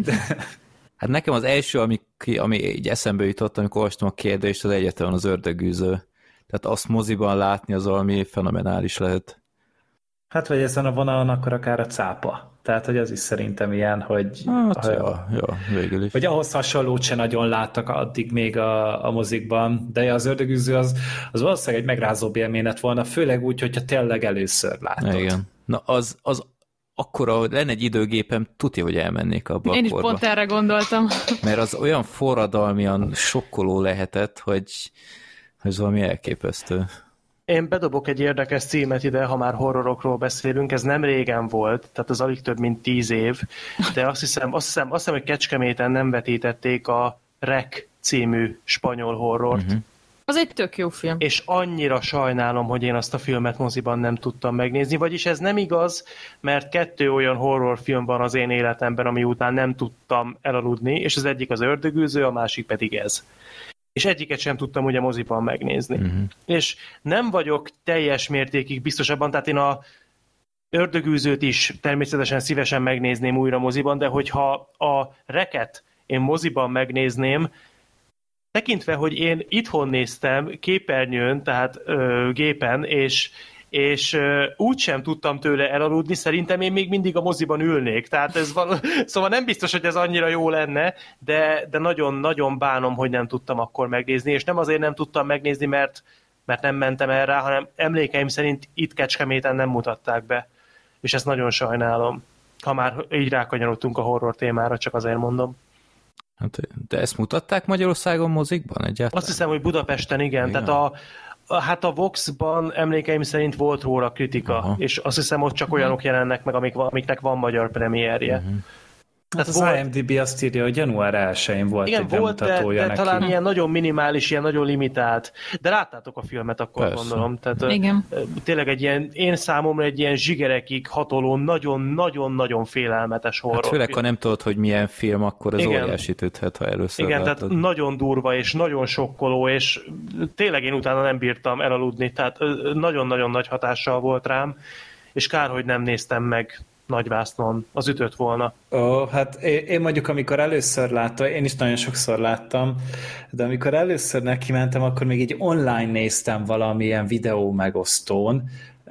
Speaker 2: Hát nekem az első, ami így eszembe jutott, amikor olvastam a kérdést, az egyetlen az Ördögűző. Tehát azt moziban látni az valami fenomenális lehet.
Speaker 3: Hát, vagy ezen a vonalon akkor akár a cápa. Tehát, hogy az is szerintem ilyen, hogy...
Speaker 2: Hát, ja, végül is.
Speaker 3: Hogy ahhoz hasonlót se nagyon láttak addig még a mozikban, de az Ördögűző az valószínűleg egy megrázóbb élmény lett volna, főleg úgy, hogyha tényleg először látod.
Speaker 2: Igen. Na, az akkora, hogy lenne egy időgépem, tudja, hogy elmennék abba
Speaker 5: Én
Speaker 2: a korba.
Speaker 5: Is pont erre gondoltam.
Speaker 2: Mert az olyan forradalmian sokkoló lehetett, hogy ez valami elképesztő.
Speaker 1: Én bedobok egy érdekes címet ide, ha már horrorokról beszélünk, ez nem régen volt, tehát az alig több mint 10 év, de azt hiszem, hogy Kecskeméten nem vetítették a Rek című spanyol horrort.
Speaker 5: Az egy tök jó film.
Speaker 1: És annyira sajnálom, hogy én azt a filmet moziban nem tudtam megnézni, vagyis ez nem igaz, mert 2 olyan horrorfilm van az én életemben, ami után nem tudtam elaludni, és az egyik az Ördögűző, a másik pedig ez. És egyiket sem tudtam ugye moziban megnézni. És nem vagyok teljes mértékig biztos abban, tehát én a Ördögűzőt is természetesen szívesen megnézném újra moziban, de hogyha a Reket én moziban megnézném, tekintve, hogy én itthon néztem képernyőn, tehát gépen, és úgysem tudtam tőle elaludni, szerintem én még mindig a moziban ülnék. Tehát szóval nem biztos, hogy ez annyira jó lenne, de nagyon-nagyon bánom, hogy nem tudtam akkor megnézni, és nem azért nem tudtam megnézni, mert nem mentem el rá, hanem emlékeim szerint itt Kecskeméten nem mutatták be. És ezt nagyon sajnálom. Ha már így rákanyarodtunk a horror témára, csak azért mondom.
Speaker 2: Hát, de ezt mutatták Magyarországon mozikban egyáltalán?
Speaker 1: Azt hiszem, hogy Budapesten igen. Tehát a Vox-ban emlékeim szerint volt róla kritika, és azt hiszem, ott csak olyanok jelennek meg, amiknek van magyar premierje.
Speaker 3: Hát az IMDb azt írja, hogy január 1-én volt
Speaker 1: igen,
Speaker 3: egy
Speaker 1: volt,
Speaker 3: bemutatója
Speaker 1: de
Speaker 3: neki.
Speaker 1: talán ilyen nagyon minimális, ilyen nagyon limitált. De láttátok a filmet akkor,
Speaker 2: persze.
Speaker 1: gondolom. Tehát
Speaker 5: Igen.
Speaker 1: tényleg egy ilyen, én számomra egy ilyen zsigerekig hatoló, nagyon-nagyon-nagyon félelmetes horror.
Speaker 2: Hát főleg, ha nem tudod, hogy milyen film, akkor az
Speaker 1: Igen.
Speaker 2: óriásit üthet, ha először
Speaker 1: Igen,
Speaker 2: látod.
Speaker 1: tehát nagyon durva és nagyon sokkoló, és tényleg én utána nem bírtam elaludni, tehát nagyon-nagyon nagy hatással volt rám, és kár, hogy nem néztem meg nagyvásznon, az ütött volna.
Speaker 3: Hát én mondjuk, amikor először láttam, én is nagyon sokszor láttam, de amikor először neki mentem, akkor még így online néztem valamilyen videó megosztón,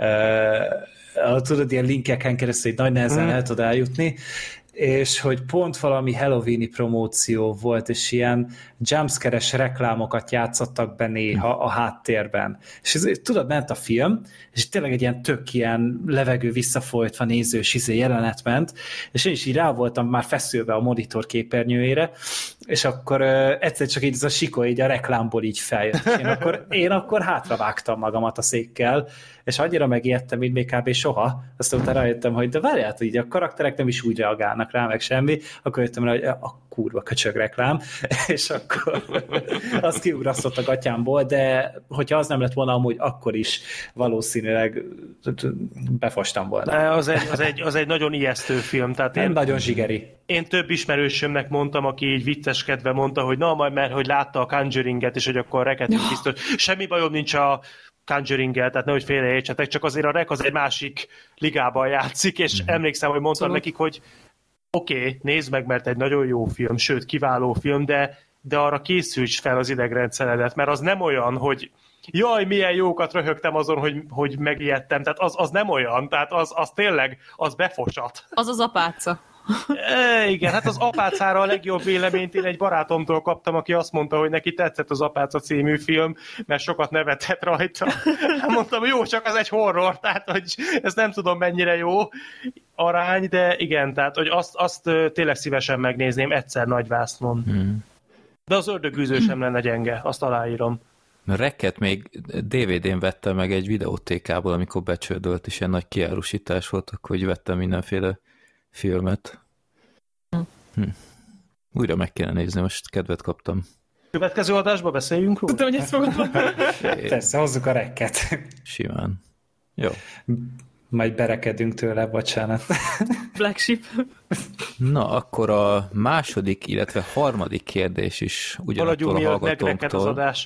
Speaker 3: tudod, ilyen linkeken keresztül, hogy nagy nehezen el tudod eljutni, és hogy pont valami Halloween-i promóció volt, és ilyen jumpscare-es reklámokat játszottak be néha a háttérben. És ez, tudod, ment a film, és tényleg egy ilyen tök ilyen levegő visszafolytva nézős jelenet ment, és én is így rá voltam már feszülve a monitor képernyőjére, és akkor egyszer csak így ez a sikoly így a reklámból így feljött. Én akkor hátravágtam magamat a székkel, és annyira megijedtem, így még kb. Soha. Aztán utána rájöttem, hogy de várjál, hogy így a karakterek nem is úgy reagálnak rá, meg semmi. Akkor jöttem rá, hogy a kurva köcsög reklám, és akkor az kiugrasztott a gatyámból, de hogyha az nem lett volna amúgy, akkor is valószínűleg befostam volna.
Speaker 1: Az egy nagyon ijesztő film. Tehát
Speaker 3: Nem nagyon zsigeri.
Speaker 1: Én több ismerősömnek mondtam, aki így vicceskedve mondta, hogy na majd, mert hogy látta a Conjuringet, és hogy akkor reket is biztos. Semmi bajom nincs a Conjuring-el, tehát nehogy félreértsetek, csak azért a Rek az egy másik ligában játszik, és emlékszem, hogy mondtam nekik, hogy oké, nézd meg, mert egy nagyon jó film, sőt, kiváló film, de arra készülj fel az idegrendszeredet, mert az nem olyan, hogy jaj, milyen jókat röhögtem azon, hogy megijedtem, tehát az nem olyan, tehát az tényleg, az befosat.
Speaker 5: Az az apáca.
Speaker 1: Igen, hát az Apácára a legjobb véleményt én egy barátomtól kaptam, aki azt mondta, hogy neki tetszett az Apáca című film, mert sokat nevetett rajta. Mondtam, jó, csak az egy horror, tehát hogy ez nem tudom mennyire jó arány, de igen, tehát hogy azt tényleg szívesen megnézném egyszer nagyvásznon. De az Ördögűző sem lenne gyenge, azt aláírom.
Speaker 2: Reket még DVD-n vettem meg egy videótékából, amikor becsődölt, és ilyen nagy kiárusítás volt, akkor hogy vettem mindenféle filmet. Újra meg kéne nézni, most kedvet kaptam.
Speaker 1: Következő adásba beszéljünk róla?
Speaker 5: Tudom, hogy ezt fogod mondani.
Speaker 3: Persze, hozzuk a rekket.
Speaker 2: Simán. Jó.
Speaker 3: Majd berekedünk tőle, bocsánat.
Speaker 5: Black Sheep.
Speaker 2: Na, akkor a második, illetve harmadik kérdés is ugyanattól a hallgatónktól.
Speaker 1: Az adás.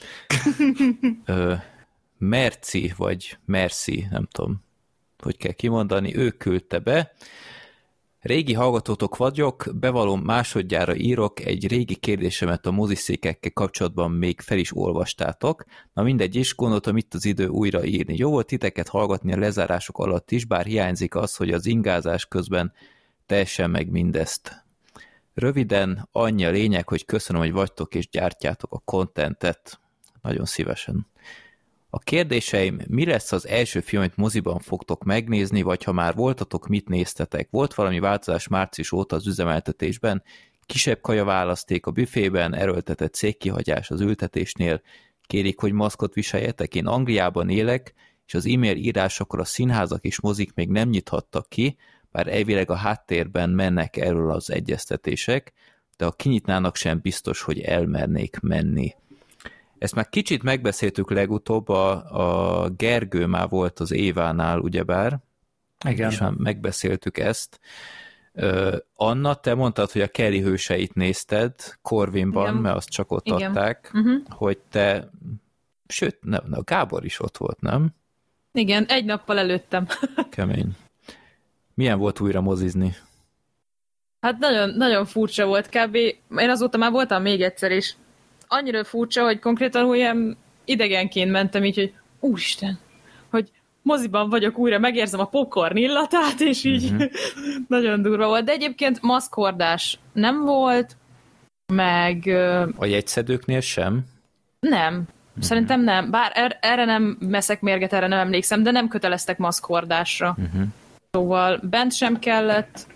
Speaker 2: Merci, vagy Merci, nem tudom, hogy kell kimondani, ő küldte be. Régi hallgatótok vagyok, bevallom, másodjára írok, egy régi kérdésemet a moziszékekkel kapcsolatban még fel is olvastátok. Na mindegy is, gondoltam itt az idő újra írni. Jó volt titeket hallgatni a lezárások alatt is, bár hiányzik az, hogy az ingázás közben teljesen meg mindezt. Röviden, annyi a lényeg, hogy köszönöm, hogy vagytok és gyártjátok a contentet. Nagyon szívesen. A kérdéseim, mi lesz az első film, amit moziban fogtok megnézni, vagy ha már voltatok, mit néztetek? Volt valami változás március óta az üzemeltetésben? Kisebb kaja választék a büfében, erőltetett székkihagyás az ültetésnél, kérik, hogy maszkot viseljetek? Én Angliában élek, és az e-mail írásokor a színházak és mozik még nem nyithattak ki, bár elvileg a háttérben mennek erről az egyeztetések, de ha kinyitnának sem biztos, hogy elmernék menni. Ezt már kicsit megbeszéltük legutóbb, a Gergő már volt az Évánál, ugyebár,
Speaker 3: Igen.
Speaker 2: És már megbeszéltük ezt. Anna, te mondtad, hogy a Kerry hőseit nézted Corvinban, igen. Mert azt csak ott igen. adták, hogy te, sőt, nem, a Gábor is ott volt, nem?
Speaker 5: Igen, egy nappal előttem.
Speaker 2: Kemény. Milyen volt újra mozizni?
Speaker 5: Hát nagyon, nagyon furcsa volt kb. Én azóta már voltam még egyszer, és annyira furcsa, hogy konkrétan olyan idegenként mentem így, hogy úristen, hogy moziban vagyok újra, megérzem a popcorn illatát, és így nagyon durva volt. De egyébként maszkhordás nem volt, meg...
Speaker 2: A jegyszedőknél sem?
Speaker 5: Nem. Szerintem nem. Bár erre nem veszek mérget, erre nem emlékszem, de nem köteleztek maszkhordásra. Szóval bent sem kellett.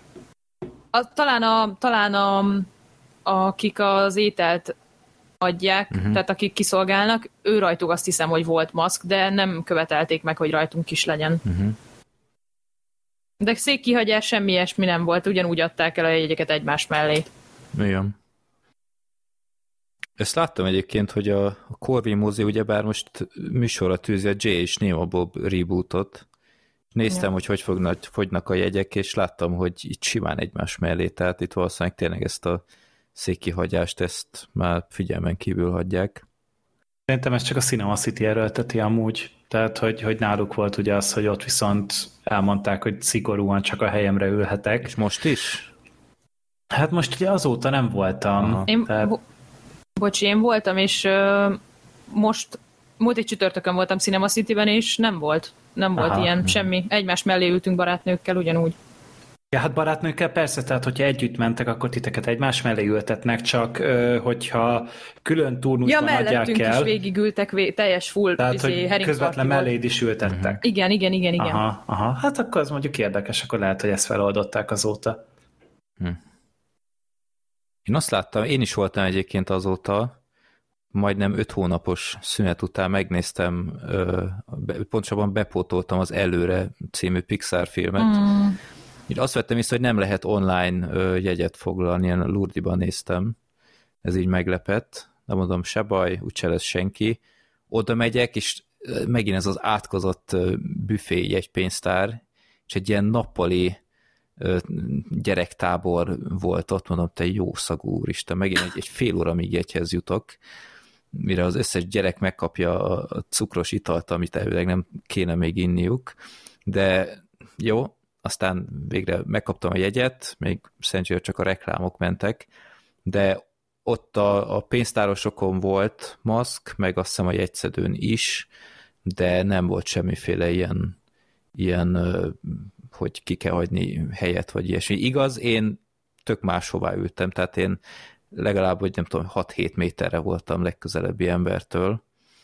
Speaker 5: Talán akik az ételt adják, tehát akik kiszolgálnak, ő rajtuk azt hiszem, hogy volt maszk, de nem követelték meg, hogy rajtunk is legyen. De székkihagyás semmi ilyesmi nem volt, ugyanúgy adták el a jegyeket egymás mellé.
Speaker 2: Igen. Ezt láttam egyébként, hogy a Corvin mozi ugyebár most műsorra tűzi a Jay és Néma Bob rebootot. Néztem, hogy fogynak a jegyek, és láttam, hogy itt simán egymás mellé, tehát itt valószínűleg tényleg ezt a székkihagyást, ezt már figyelmen kívül hagyják.
Speaker 3: Szerintem ez csak a Cinema City erőlteti amúgy. Tehát, hogy náluk volt ugye az, hogy ott viszont elmondták, hogy szigorúan csak a helyemre ülhetek.
Speaker 2: És most is?
Speaker 3: Hát most ugye azóta nem voltam.
Speaker 5: Én voltam, és most múlt egy csütörtökön voltam Cinema Cityben, és nem volt ilyen semmi. Egymás mellé ültünk barátnőkkel ugyanúgy.
Speaker 3: Ja, hát barátnőkkel persze, tehát hogyha együtt mentek, akkor titeket egymás mellé ültetnek, csak hogyha külön turnusban adják el. Ja, mellettünk
Speaker 5: is végigültek, teljes full
Speaker 3: tehát, közvetlen melléd is ültettek.
Speaker 5: Igen.
Speaker 3: Aha, hát akkor az mondjuk érdekes, akkor lehet, hogy ezt feloldották azóta.
Speaker 2: Én azt láttam, én is voltam egyébként azóta, majdnem 5 hónapos szünet után megnéztem, pontosabban bepótoltam az Előre című Pixar filmet. Így azt vettem észre, hogy nem lehet online jegyet foglalni, ilyen Lourdes-ban néztem. Ez így meglepett. De mondom, se baj, úgyse lesz senki. Oda megyek, és megint ez az átkozott büfé jegypénztár, és egy ilyen nappali gyerektábor volt ott, mondom, te jó szagú úristen, megint egy fél óra még jegyhez jutok, mire az összes gyerek megkapja a cukros italt, amit elvileg nem kéne még inniuk, de jó, aztán végre megkaptam a jegyet, még szerencsére csak a reklámok mentek, de ott a pénztárosokon volt maszk, meg azt hiszem a jegyszedőn is, de nem volt semmiféle ilyen hogy ki kell hagyni helyet, vagy ilyesmi. Igaz, én tök máshová ültem, tehát én legalább, hogy nem tudom, 6-7 méterre voltam legközelebbi embertől,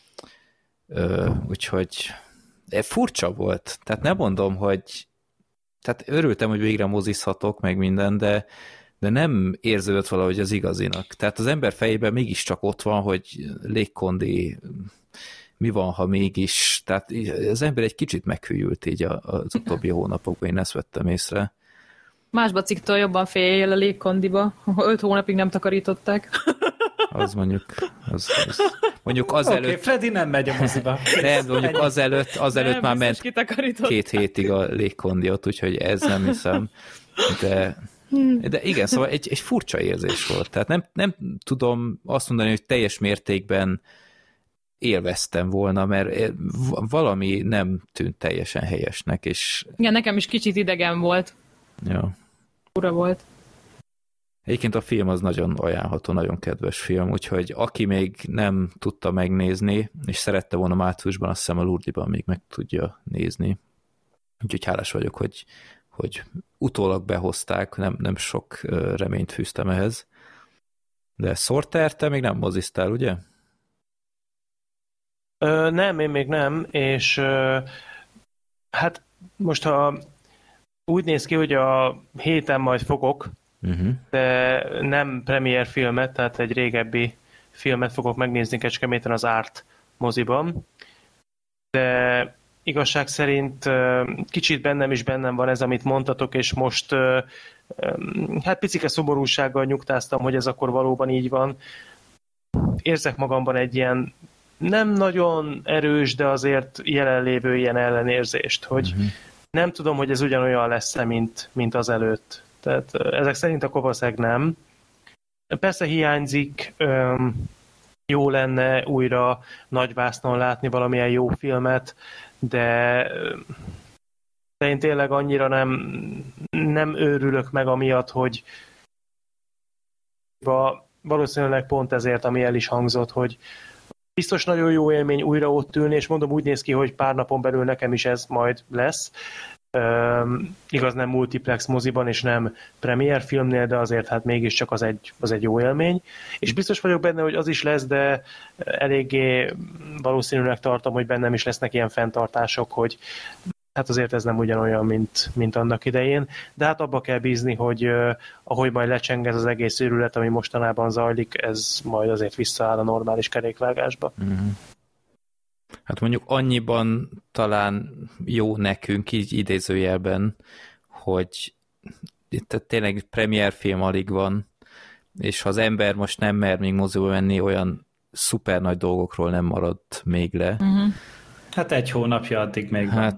Speaker 2: úgyhogy furcsa volt. Tehát nem mondom, hogy tehát örültem, hogy végre mozizhatok, meg minden, de nem érződött valahogy az igazinak. Tehát az ember fejében mégiscsak ott van, hogy légkondi, mi van, ha mégis, tehát az ember egy kicsit meghűült így az utóbbi hónapokban, én ezt vettem észre.
Speaker 5: Más baciktól jobban féljél a légkondiba, 5 hónapig nem takarították.
Speaker 2: Az mondjuk azelőtt...
Speaker 3: Oké, Freddy nem megy a moziba.
Speaker 2: Nem, mondjuk azelőtt
Speaker 5: nem,
Speaker 2: már ment 2 hétig a légkondiot, úgyhogy ez nem hiszem. De igen, szóval egy furcsa érzés volt. Tehát nem tudom azt mondani, hogy teljes mértékben élveztem volna, mert valami nem tűnt teljesen helyesnek, és...
Speaker 5: Igen, nekem is kicsit idegen volt.
Speaker 2: Ja.
Speaker 5: Ura volt.
Speaker 2: Egyébként a film az nagyon ajánlható, nagyon kedves film, úgyhogy aki még nem tudta megnézni, és szerette volna márciusban, azt hiszem a Lourdes-ban még meg tudja nézni. Úgyhogy hálás vagyok, hogy utólag behozták, nem sok reményt fűztem ehhez. De Sorter, te még nem moziztál, ugye?
Speaker 1: Nem, én még nem, és hát most ha úgy néz ki, hogy a héten majd fogok, de nem premier filmet, tehát egy régebbi filmet fogok megnézni Kecskeméten az Árt moziban, de igazság szerint kicsit bennem van ez, amit mondtatok, és most hát picike szomorúsággal nyugtáztam, hogy ez akkor valóban így van. Érzek magamban egy ilyen nem nagyon erős, de azért jelenlévő ilyen ellenérzést, hogy nem tudom, hogy ez ugyanolyan lesz-e, mint az előtt. Tehát ezek szerint akkor valószínűleg nem. Persze hiányzik, jó lenne újra nagyvásznon látni valamilyen jó filmet, de én tényleg annyira nem őrülök meg amiatt, hogy valószínűleg pont ezért, ami el is hangzott, hogy biztos nagyon jó élmény újra ott ülni, és mondom, úgy néz ki, hogy pár napon belül nekem is ez majd lesz. Igaz, nem multiplex moziban, és nem premier filmnél, de azért hát mégiscsak az egy jó élmény. És biztos vagyok benne, hogy az is lesz, de eléggé valószínűleg tartom, hogy bennem is lesznek ilyen fenntartások, hogy hát azért ez nem ugyanolyan, mint annak idején. De hát abba kell bízni, hogy ahogy majd lecseng ez az egész őrület, ami mostanában zajlik, ez majd azért visszaáll a normális kerékvágásba.
Speaker 2: Hát mondjuk annyiban talán jó nekünk, így idézőjelben, hogy itt tényleg premier film alig van, és ha az ember most nem mer még moziba menni, olyan szuper nagy dolgokról nem maradt még le.
Speaker 3: Hát 1 hónapja addig még
Speaker 2: van.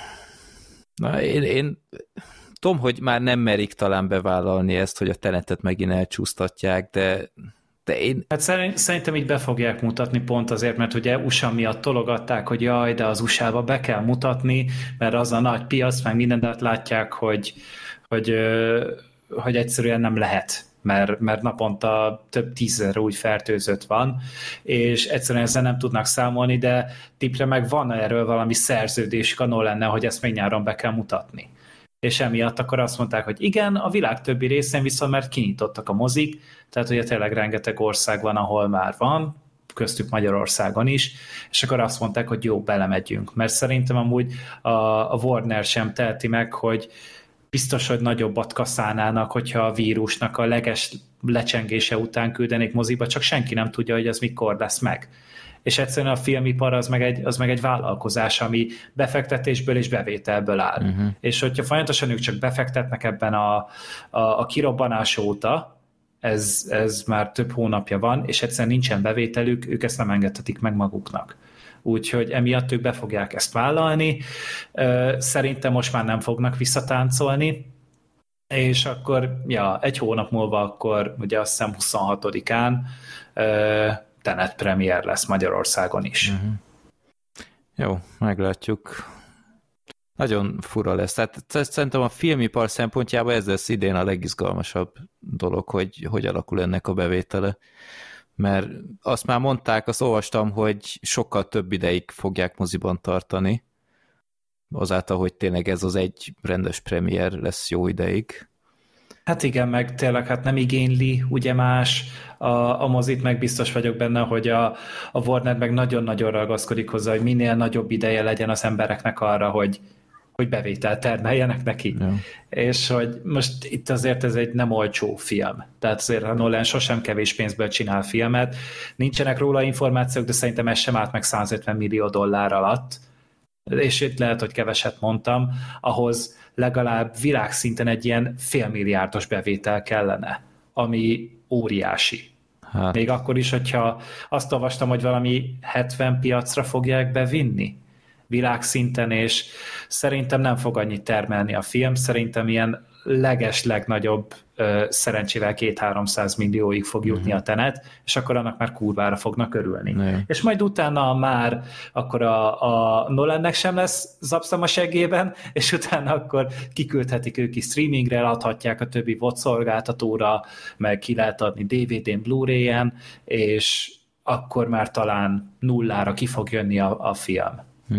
Speaker 2: Na, én tudom, hogy már nem merik talán bevállalni ezt, hogy a Tenetet megint elcsúsztatják, de én...
Speaker 3: Hát szerintem így be fogják mutatni pont azért, mert ugye USA miatt tologatták, hogy jaj, de az USA-ba be kell mutatni, mert az a nagy piac, meg mindent látják, hogy egyszerűen nem lehet, mert naponta több 10 000 új fertőzött van, és egyszerűen ezzel nem tudnak számolni, de tippre meg van erről valami szerződés kanó lenne, hogy ezt még nyáron be kell mutatni. És emiatt akkor azt mondták, hogy igen, a világ többi részén viszont mert kinyitottak a mozik, tehát ugye tényleg rengeteg ország van, ahol már van, köztük Magyarországon is, és akkor azt mondták, hogy jó, belemegyünk. Mert szerintem amúgy a Warner sem teheti meg, hogy biztos, hogy nagyobbat kaszálnának, hogyha a vírusnak a leges lecsengése után küldenék moziba, csak senki nem tudja, hogy ez mikor lesz meg. És egyszerűen a filmipar az meg egy vállalkozás, ami befektetésből és bevételből áll. És hogyha folyamatosan ők csak befektetnek ebben a kirobbanás óta, ez már több hónapja van, és egyszerűen nincsen bevételük, ők ezt nem engedhetik meg maguknak. Úgyhogy emiatt ők be fogják ezt vállalni. Szerintem most már nem fognak visszatáncolni, és akkor 1 hónap múlva akkor ugye azt hiszem 26-án Tenet premier lesz Magyarországon is.
Speaker 2: Jó, meglátjuk. Nagyon fura lesz. Tehát szerintem a filmipar szempontjában ez lesz idén a legizgalmasabb dolog, hogy alakul ennek a bevétele. Mert azt már mondták, azt olvastam, hogy sokkal több ideig fogják moziban tartani, azáltal, hogy tényleg ez az egy rendes premier lesz jó ideig.
Speaker 3: Hát igen, meg tényleg hát nem igényli ugye más a mozit, meg biztos vagyok benne, hogy a Warner meg nagyon-nagyon ragaszkodik hozzá, hogy minél nagyobb ideje legyen az embereknek arra, hogy bevételt termeljenek neki. Ja. És hogy most itt azért ez egy nem olcsó film. Tehát azért a Nolan sosem kevés pénzből csinál filmet. Nincsenek róla információk, de szerintem ez sem állt meg $150 millió alatt. És itt lehet, hogy keveset mondtam, ahhoz legalább világszinten egy ilyen $500 bevétel kellene, ami óriási. Hát. Még akkor is, hogyha azt olvastam, hogy valami 70 piacra fogják bevinni világszinten, és szerintem nem fog annyit termelni a film, szerintem ilyen legnagyobb szerencsével 200-300 millióig fog jutni a Tenet, és akkor annak már kurvára fognak örülni. És majd utána már akkor a Nolannek sem lesz zapszam a seggében, és utána akkor kiküldhetik ők is streamingre, adhatják a többi VOD szolgáltatóra, meg ki lehet adni DVD-n, Blu-ray-en, és akkor már talán nullára ki fog jönni a film.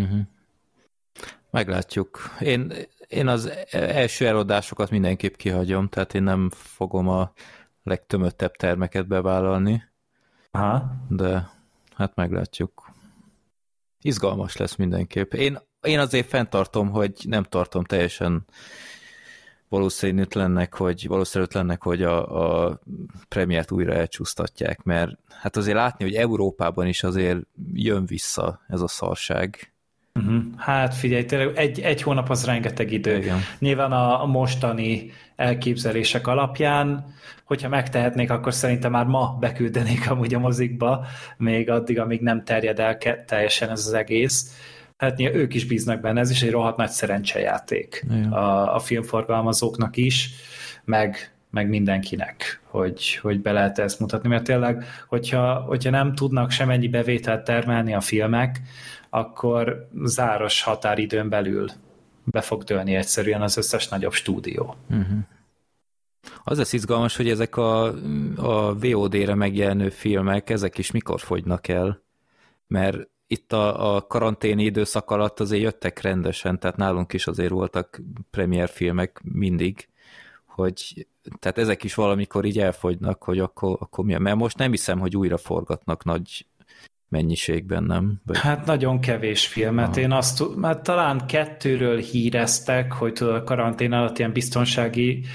Speaker 2: Meglátjuk. Én az első eladásokat mindenképp kihagyom, tehát én nem fogom a legtömöttebb termeket bevállalni. De hát meglátjuk. Izgalmas lesz mindenképp. Én azért fenntartom, hogy nem tartom teljesen valószínűtlennek, hogy a premiért újra elcsúsztatják, mert hát azért látni, hogy Európában is azért jön vissza ez a szarság.
Speaker 3: Hát figyelj, tényleg egy hónap az rengeteg idő. Igen. Nyilván a mostani elképzelések alapján, hogyha megtehetnék, akkor szerintem már ma beküldenék amúgy a mozikba, még addig, amíg nem terjed el teljesen ez az egész. Hát ők is bíznak benne, ez is egy rohadt nagy szerencsejáték a filmforgalmazóknak is, meg mindenkinek, hogy be lehet ezt mutatni, mert tényleg, hogyha nem tudnak semennyi bevételt termelni a filmek, akkor záros határidőn belül be fog dőlni egyszerűen az összes nagyobb stúdió.
Speaker 2: Az lesz izgalmas, hogy ezek a VOD-re megjelenő filmek, ezek is mikor fogynak el, mert itt a karanténi időszak alatt azért jöttek rendesen, tehát nálunk is azért voltak premier filmek mindig, hogy tehát ezek is valamikor így elfogynak, hogy akkor mi? Mert most nem hiszem, hogy újra forgatnak nagy mennyiségben, nem?
Speaker 3: Hát nagyon kevés filmet. Én talán 2-ről híreztek, hogy a karantén alatt ilyen biztonsági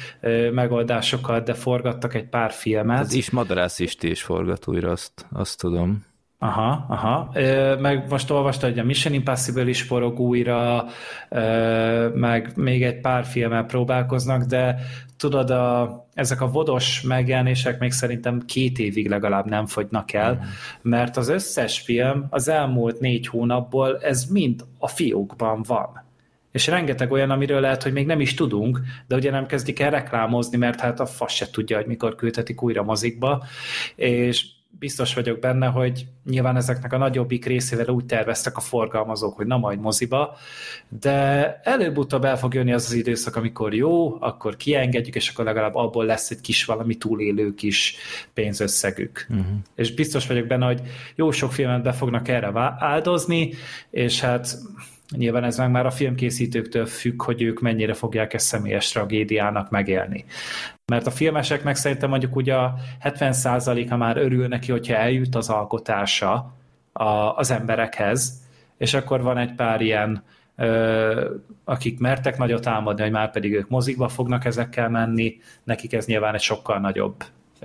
Speaker 3: megoldásokat, de forgattak egy pár filmet.
Speaker 2: Az is Madarász Isti is forgat újra, azt tudom.
Speaker 3: Aha. Meg most olvastad, hogy a Mission Impossible is forog újra, meg még egy pár filmmel próbálkoznak, de tudod, ezek a vodos megjelenések még szerintem 2 évig legalább nem fogynak el, mert az összes film az elmúlt 4 hónapból ez mind a fiókban van. És rengeteg olyan, amiről lehet, hogy még nem is tudunk, de ugye nem kezdik el reklámozni, mert hát a fasz se tudja, hogy mikor küldhetik újra mozikba, és biztos vagyok benne, hogy nyilván ezeknek a nagyobbik részével úgy terveztek a forgalmazók, hogy na majd moziba, de előbb-utóbb el fog jönni az időszak, amikor jó, akkor kiengedjük, és akkor legalább abból lesz egy kis valami túlélő kis pénzösszegük. És biztos vagyok benne, hogy jó sok filmet be fognak erre áldozni, és hát nyilván ez meg már a filmkészítőktől függ, hogy ők mennyire fogják ezt személyes tragédiának megélni. Mert a filmeseknek szerintem mondjuk ugye a 70%-a már örül neki, hogyha eljut az alkotása az emberekhez, és akkor van egy pár ilyen, akik mertek nagyot álmodni, hogy már pedig ők mozikba fognak ezekkel menni, nekik ez nyilván egy sokkal nagyobb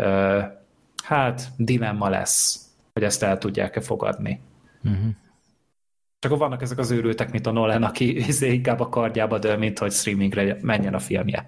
Speaker 3: dilemma lesz, hogy ezt el tudják-e fogadni. És akkor vannak ezek az őrültek, mint a Nolan, aki inkább a kardjába dől, mint hogy streamingre menjen a filmje.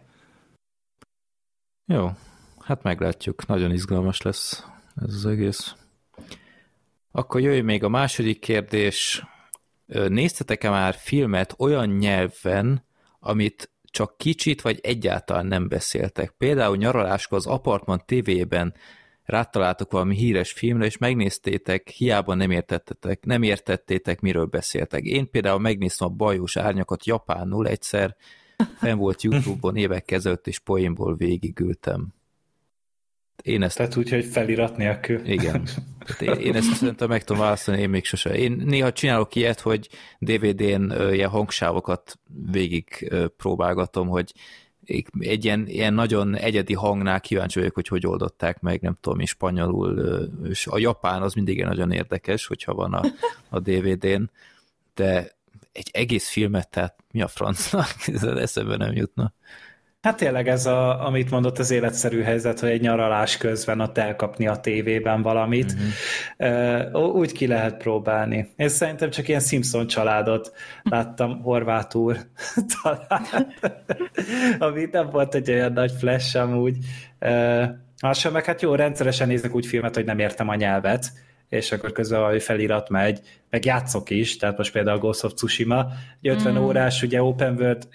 Speaker 2: Jó, hát meglátjuk. Nagyon izgalmas lesz ez az egész. Akkor jöjj még a második kérdés. Néztetek-e már filmet olyan nyelven, amit csak kicsit vagy egyáltalán nem beszéltek? Például nyaraláskor az Apartman TV-ben rátaláltok valami híres filmre, és megnéztétek, hiába nem értettétek, miről beszéltek. Én például megnéztem a Bajós árnyakat japánul egyszer, fenn volt YouTube-on évekkel ezelőtt, és poénból végigültem.
Speaker 3: Tehát úgy, hogy felirat nélkül.
Speaker 2: Igen. Én ezt szerintem meg tudom választani, én még sose. Én néha csinálok ilyet, hogy DVD-n ilyen hangsávokat végig próbálgatom, hogy egy ilyen nagyon egyedi hangnál kíváncsi vagyok, hogy oldották meg, nem tudom, és spanyolul, és a japán az mindig nagyon érdekes, hogyha van a DVD-n, de egy egész filmet, tehát mi a francnak? Ez eszembe nem jutna.
Speaker 3: Hát tényleg ez, amit mondott, az életszerű helyzet, hogy egy nyaralás közben ott elkapni a tévében valamit. Úgy ki lehet próbálni. Én szerintem csak ilyen Simpson családot láttam horvátul talán. Ami nem volt egy olyan nagy flash amúgy. Másra meg hát jó, rendszeresen néznek úgy filmet, hogy nem értem a nyelvet, és akkor közben valami felirat megy, meg játszok is, tehát most például Ghost of Tsushima, 50 órás, ugye open world,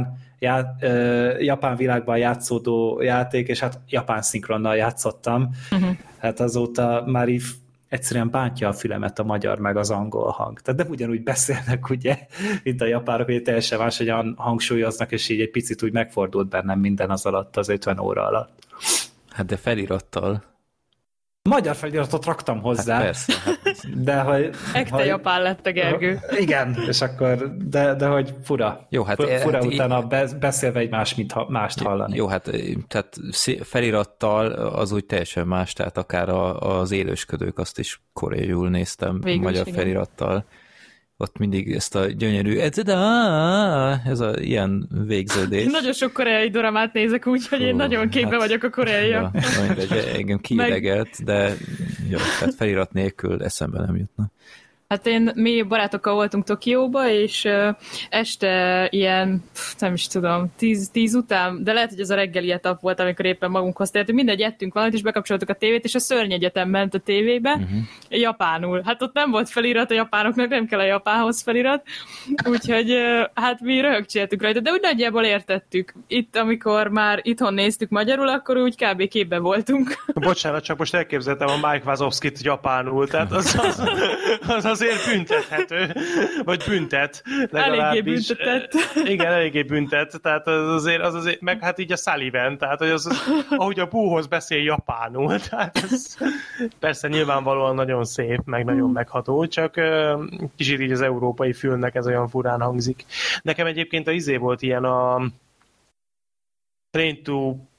Speaker 3: japán világban játszódó játék, és hát japán szinkronnal játszottam. Hát azóta már így egyszerűen bántja a fülemet a magyar meg az angol hang. Tehát nem ugyanúgy beszélnek, ugye, mint a japánok, hogy teljesen máshogyan hangsúlyoznak, és így egy picit úgy megfordult bennem minden az alatt, az 50 óra alatt.
Speaker 2: Hát de felirattal.
Speaker 3: Magyar feliratot raktam hozzá. Hát
Speaker 2: persze.
Speaker 3: De hogy...
Speaker 5: Ekte japán lett a Gergő.
Speaker 3: Igen, és akkor, de hogy fura.
Speaker 2: Jó, hát
Speaker 3: fura utána beszélve egy mást hallani.
Speaker 2: Jó, hát tehát felirattal az úgy teljesen más, tehát akár az élősködők, azt is koreaiul néztem végül magyar felirattal. Ott mindig ezt a gyönyörű ez a ilyen végződés.
Speaker 5: Nagyon sok koreai doramát nézek úgy, hogy én nagyon képbe vagyok a koreaiak.
Speaker 2: Ja, engem kiidegelt, de jó, tehát felirat nélkül eszembe nem jutna.
Speaker 5: Hát mi barátokkal voltunk Tokióba, és este ilyen, nem is tudom, 10 után, de lehet, hogy ez a reggeli etap volt, amikor éppen magunkhoz tértünk, mindegy, ettünk valamit, és bekapcsoltuk a tévét, és a Szörnyegyetem ment a tévébe, japánul. Hát ott nem volt felirat, a japánoknak nem kell a japánhoz felirat, úgyhogy hát mi röhögcséltük rajta, de úgy nagyjából értettük. Itt, amikor már itthon néztük magyarul, akkor úgy kb. Képbe voltunk.
Speaker 1: Bocsánat, csak most elképzeltem a Mike Wazowskit japánul, tehát az azért büntethető, vagy büntet.
Speaker 5: Eléggé büntetett.
Speaker 1: Igen, eléggé büntet, tehát az azért, meg hát így a Sullivan, tehát hogy ahogy a Búhoz beszél japánul, tehát ez persze nyilvánvalóan nagyon szép, meg nagyon megható, csak kicsit így az európai filmnek ez olyan furán hangzik. Nekem egyébként a volt ilyen a Train to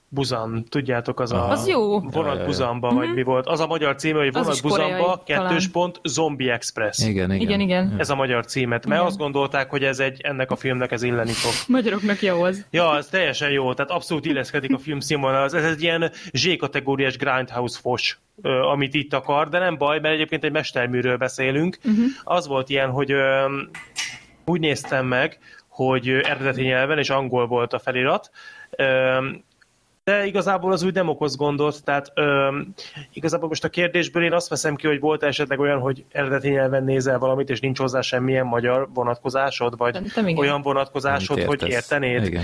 Speaker 1: Busan, tudjátok,
Speaker 5: Az jó.
Speaker 1: Vonat Busanba, vagy mi volt. Az a magyar címe, hogy Vonat Busanba, Zombie Express.
Speaker 5: Igen.
Speaker 1: Ez a magyar címet, mert azt gondolták, hogy ennek a filmnek ez illeni fog.
Speaker 5: Magyaroknak jó az.
Speaker 1: Ja, ez teljesen jó, tehát abszolút illeszkedik a film színvonalhoz. Ez egy ilyen Z-kategóriás Grindhouse fos, amit itt akar, de nem baj, mert egyébként egy mesterműről beszélünk. Az volt ilyen, hogy úgy néztem meg, hogy eredeti nyelven és angol volt a felirat, de igazából az úgy nem okoz gondot, tehát igazából most a kérdésből én azt veszem ki, hogy volt esetleg olyan, hogy eredeti nyelven nézel valamit, és nincs hozzá semmilyen magyar vonatkozásod, vagy olyan vonatkozásod, hogy értenéd. Igen.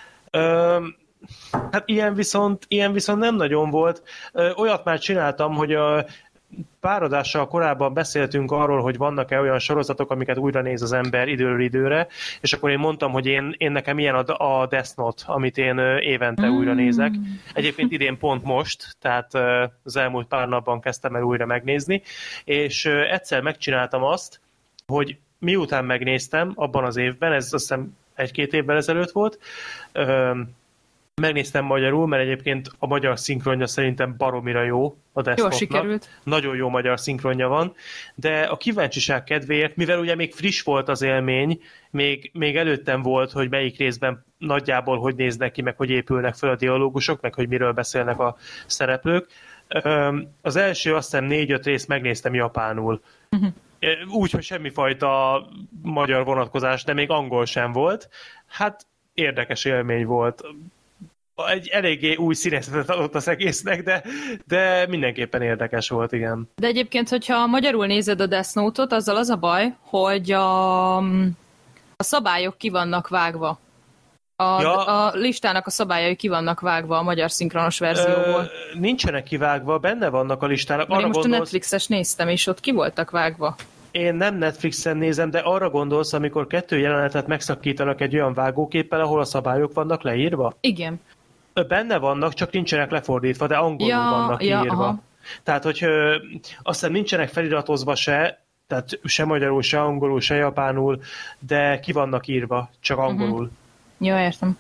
Speaker 1: Hát ilyen viszont nem nagyon volt. Olyat már csináltam, hogy pár adással korábban beszéltünk arról, hogy vannak-e olyan sorozatok, amiket újra néz az ember időről időre, és akkor én mondtam, hogy én nekem ilyen a Death Note, amit én évente újra nézek. Egyébként idén pont most, tehát az elmúlt pár napban kezdtem el újra megnézni, és egyszer megcsináltam azt, hogy miután megnéztem abban az évben, ez azt hiszem 1-2 évvel ezelőtt volt, megnéztem magyarul, mert egyébként a magyar szinkronja szerintem baromira jó a Death Note-nak.
Speaker 5: Jó sikerült.
Speaker 1: Nagyon jó magyar szinkronja van, de a kíváncsiság kedvéért, mivel ugye még friss volt az élmény, még előttem volt, hogy melyik részben nagyjából hogy néznek ki, meg hogy épülnek fel a dialógusok, meg hogy miről beszélnek a szereplők. Az első azt hiszem 4-5 részt megnéztem japánul. Úgy, hogy semmifajta magyar vonatkozás, de még angol sem volt. Hát érdekes élmény volt. Egy eléggé új színezetet adott az egésznek, de mindenképpen érdekes volt, igen.
Speaker 5: De egyébként, hogyha magyarul nézed a Death Note-ot, azzal az a baj, hogy a szabályok ki vannak vágva. A listának a szabályai ki vannak vágva a magyar szinkronos verzióból.
Speaker 1: Nincsenek kivágva, benne vannak a listának.
Speaker 5: Én most a Netflixes néztem, és ott ki voltak vágva.
Speaker 1: Én nem Netflixen nézem, de arra gondolsz, amikor 2 jelenetet megszakítanak egy olyan vágóképpel, ahol a szabályok vannak leírva?
Speaker 5: Igen.
Speaker 1: Benne vannak, csak nincsenek lefordítva, de angolul vannak írva. Aha. Tehát, hogy azt hiszem nincsenek feliratozva se, tehát se magyarul, se angolul, se japánul, de ki vannak írva, csak angolul.
Speaker 5: Jó, értem.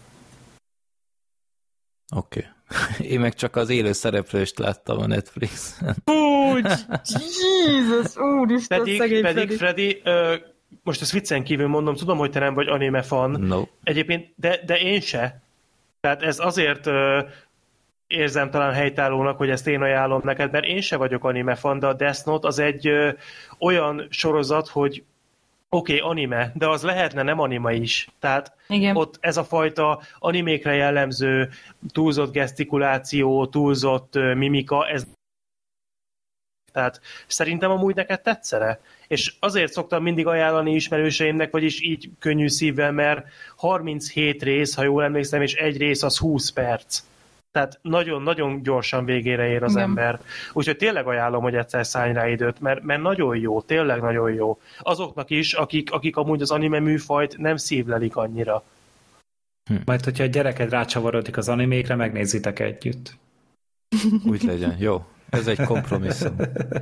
Speaker 2: Oké. Én meg csak az élő szereplőst láttam a Netflixen.
Speaker 5: Úgy! Jézus, úristen, szegény
Speaker 1: Pedig Freddy, most ezt viccen kívül mondom, tudom, hogy te nem vagy anime fan.
Speaker 2: No.
Speaker 1: Egyébként, de én se. Tehát ez azért érzem talán helytállónak, hogy ezt én ajánlom neked, mert én se vagyok anime fan, de a Death Note az egy olyan sorozat, hogy oké, anime, de az lehetne nem anime is. Tehát igen. Ott ez a fajta animékre jellemző túlzott gesztikuláció, túlzott mimika, ez tehát szerintem amúgy neked tetszene. És azért szoktam mindig ajánlani ismerőseimnek, vagyis így könnyű szívvel, mert 37 rész, ha jól emlékszem, és egy rész az 20 perc. Tehát nagyon-nagyon gyorsan végére ér az ember. Úgyhogy tényleg ajánlom, hogy egyszer szállj rá időt, mert nagyon jó, tényleg nagyon jó. Azoknak is, akik amúgy az anime műfajt nem szívlelik annyira.
Speaker 3: Majd, hogyha a gyereked rácsavarodik az animékre, megnézitek együtt.
Speaker 2: Úgy legyen, jó. Ez egy kompromisszum.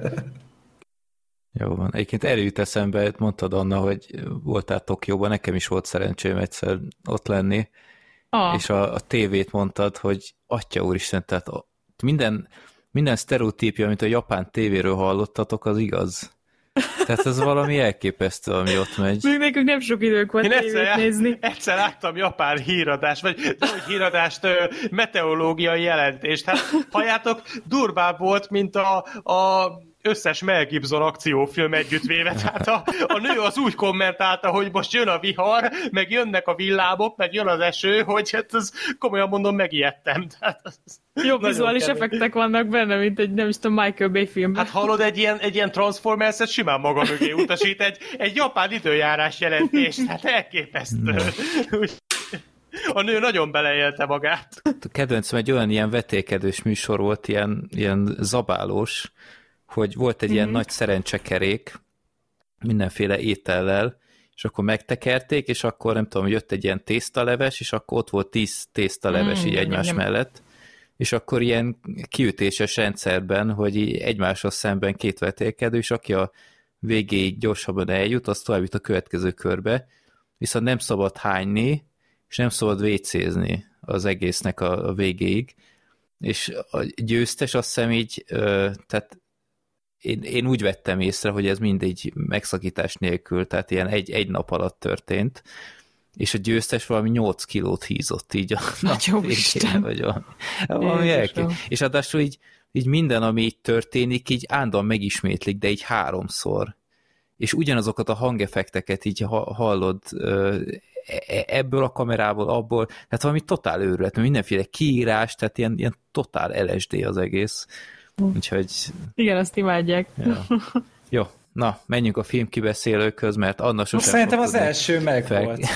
Speaker 2: Jó van. Egyébként erőt eszembe, mondtad Anna, hogy voltál Tokióban, nekem is volt szerencsém egyszer ott lenni, és a tévét mondtad, hogy atya úristen, tehát minden sztereotípia, amit a japán tévéről hallottatok, az igaz. Tehát ez valami elképesztő, ami ott megy.
Speaker 5: Még nekünk nem sok időnk volt tévét nézni.
Speaker 1: Egyszer láttam japán híradást, vagy híradást, meteorológiai jelentést. Hát halljátok, durvább volt, mint a összes Mel Gibson akciófilm együttvéve. Tehát a nő az úgy kommentálta, hogy most jön a vihar, meg jönnek a villámok, meg jön az eső, hogy hát ez komolyan mondom, megijedtem.
Speaker 5: Jobb vizuális effektek vannak benne, mint egy, nem is tudom, Michael Bay filmben.
Speaker 1: Hát hallod, egy ilyen Transformers-et simán maga mögé utasít, egy japán időjárás jelentést, hát elképesztő. A nő nagyon beleélte magát.
Speaker 2: A kedvencem egy olyan ilyen vetélkedős műsor volt, ilyen zabálós, hogy volt egy ilyen nagy szerencsekerék mindenféle étellel, és akkor megtekerték, és akkor nem tudom, jött egy ilyen tésztaleves, és akkor ott volt 10 tésztaleves így egymás mellett, és akkor ilyen kiütéses rendszerben, hogy így egymáshoz szemben 2 vetélkedő, és aki a végéig gyorsabban eljut, az tovább jut a következő körbe, viszont nem szabad hányni, és nem szabad vécézni az egésznek a végéig, és a győztes azt hiszem így, tehát én úgy vettem észre, hogy ez mindegy megszakítás nélkül, tehát ilyen egy nap alatt történt, és a győztes valami 8 kilót hízott így a nap végén, vagy valami és adásul így minden, ami így történik, így állandóan megismétlik, de így 3-szor. És ugyanazokat a hangeffekteket így hallod ebből a kamerából, abból, tehát valami totál őrület, mindenféle kiírás, tehát ilyen totál LSD az egész. Úgyhogy...
Speaker 5: Igen, azt imádják.
Speaker 2: Ja. Jó, na, menjünk a filmkibeszélőkhöz, mert Anna sosem...
Speaker 3: Szerintem az első megvolt.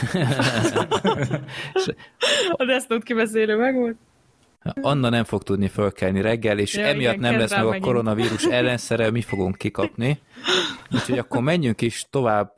Speaker 5: A Death Note kibeszélő megvolt?
Speaker 2: Anna nem fog tudni fölkelni reggel, és emiatt igen, nem lesz meg a koronavírus ellenszere, mi fogunk kikapni. Úgyhogy akkor menjünk is tovább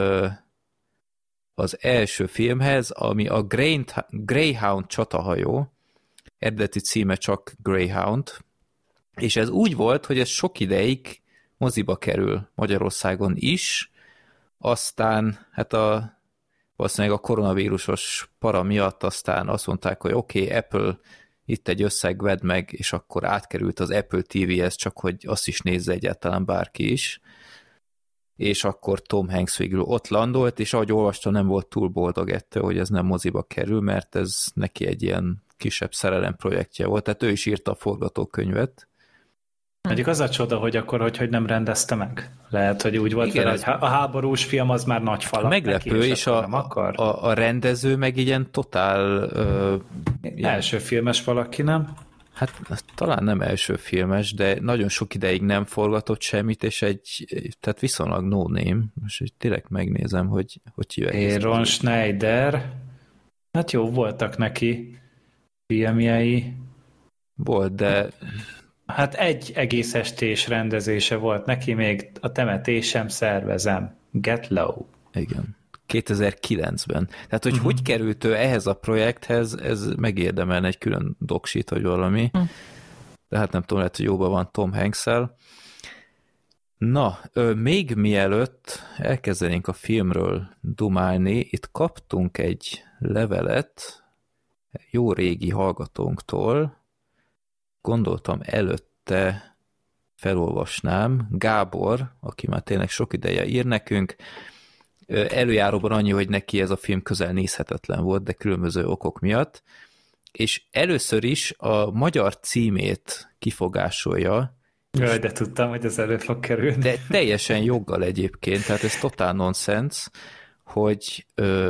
Speaker 2: az első filmhez, ami a Greyhound csatahajó, eredeti címe csak Greyhound, és ez úgy volt, hogy ez sok ideig moziba kerül Magyarországon is, aztán hát valószínűleg a koronavírusos para miatt aztán azt mondták, hogy oké, Apple itt egy összeg, vedd meg, és akkor átkerült az Apple TV-hez, csak hogy azt is nézze egyáltalán bárki is. És akkor Tom Hanks végül ott landolt, és ahogy olvastam, nem volt túl boldog ettől, hogy ez nem moziba kerül, mert ez neki egy ilyen kisebb szerelem projektje volt, tehát ő is írta a forgatókönyvet.
Speaker 3: Mondjuk az a csoda, hogy akkor hogy nem rendezte meg. Lehet, hogy úgy volt, igen, vele, hogy a háborús film az már nagy falat.
Speaker 2: Meglepő, neki, és a rendező meg ilyen totál...
Speaker 3: első filmes valaki, nem?
Speaker 2: Hát talán nem első filmes, de nagyon sok ideig nem forgatott semmit, és tehát viszonylag no name. Most direkt megnézem, hogy hívják.
Speaker 3: Aaron Schneider. Hát jó, voltak neki filmjei.
Speaker 2: Volt, de...
Speaker 3: Hát egy egész estés rendezése volt neki, még a temetésem szervezem. Get Low.
Speaker 2: Igen. 2009-ben. Tehát, hogy hogy került ő ehhez a projekthez, ez megérdemelne egy külön doksit, vagy valami. De hát nem tudom, lehet, hogy jóban van Tom Hanks-el. Na, még mielőtt elkezdenénk a filmről dumálni, itt kaptunk egy levelet jó régi hallgatónktól. Gondoltam előtte felolvasnám. Gábor, aki már tényleg sok ideje ír nekünk, előjáróban annyi, hogy neki ez a film közel nézhetetlen volt, de különböző okok miatt, és először is a magyar címét kifogásolja.
Speaker 3: Jaj, de tudtam, hogy ez elő fog kerülni.
Speaker 2: De teljesen joggal egyébként, tehát ez totál nonsens, hogy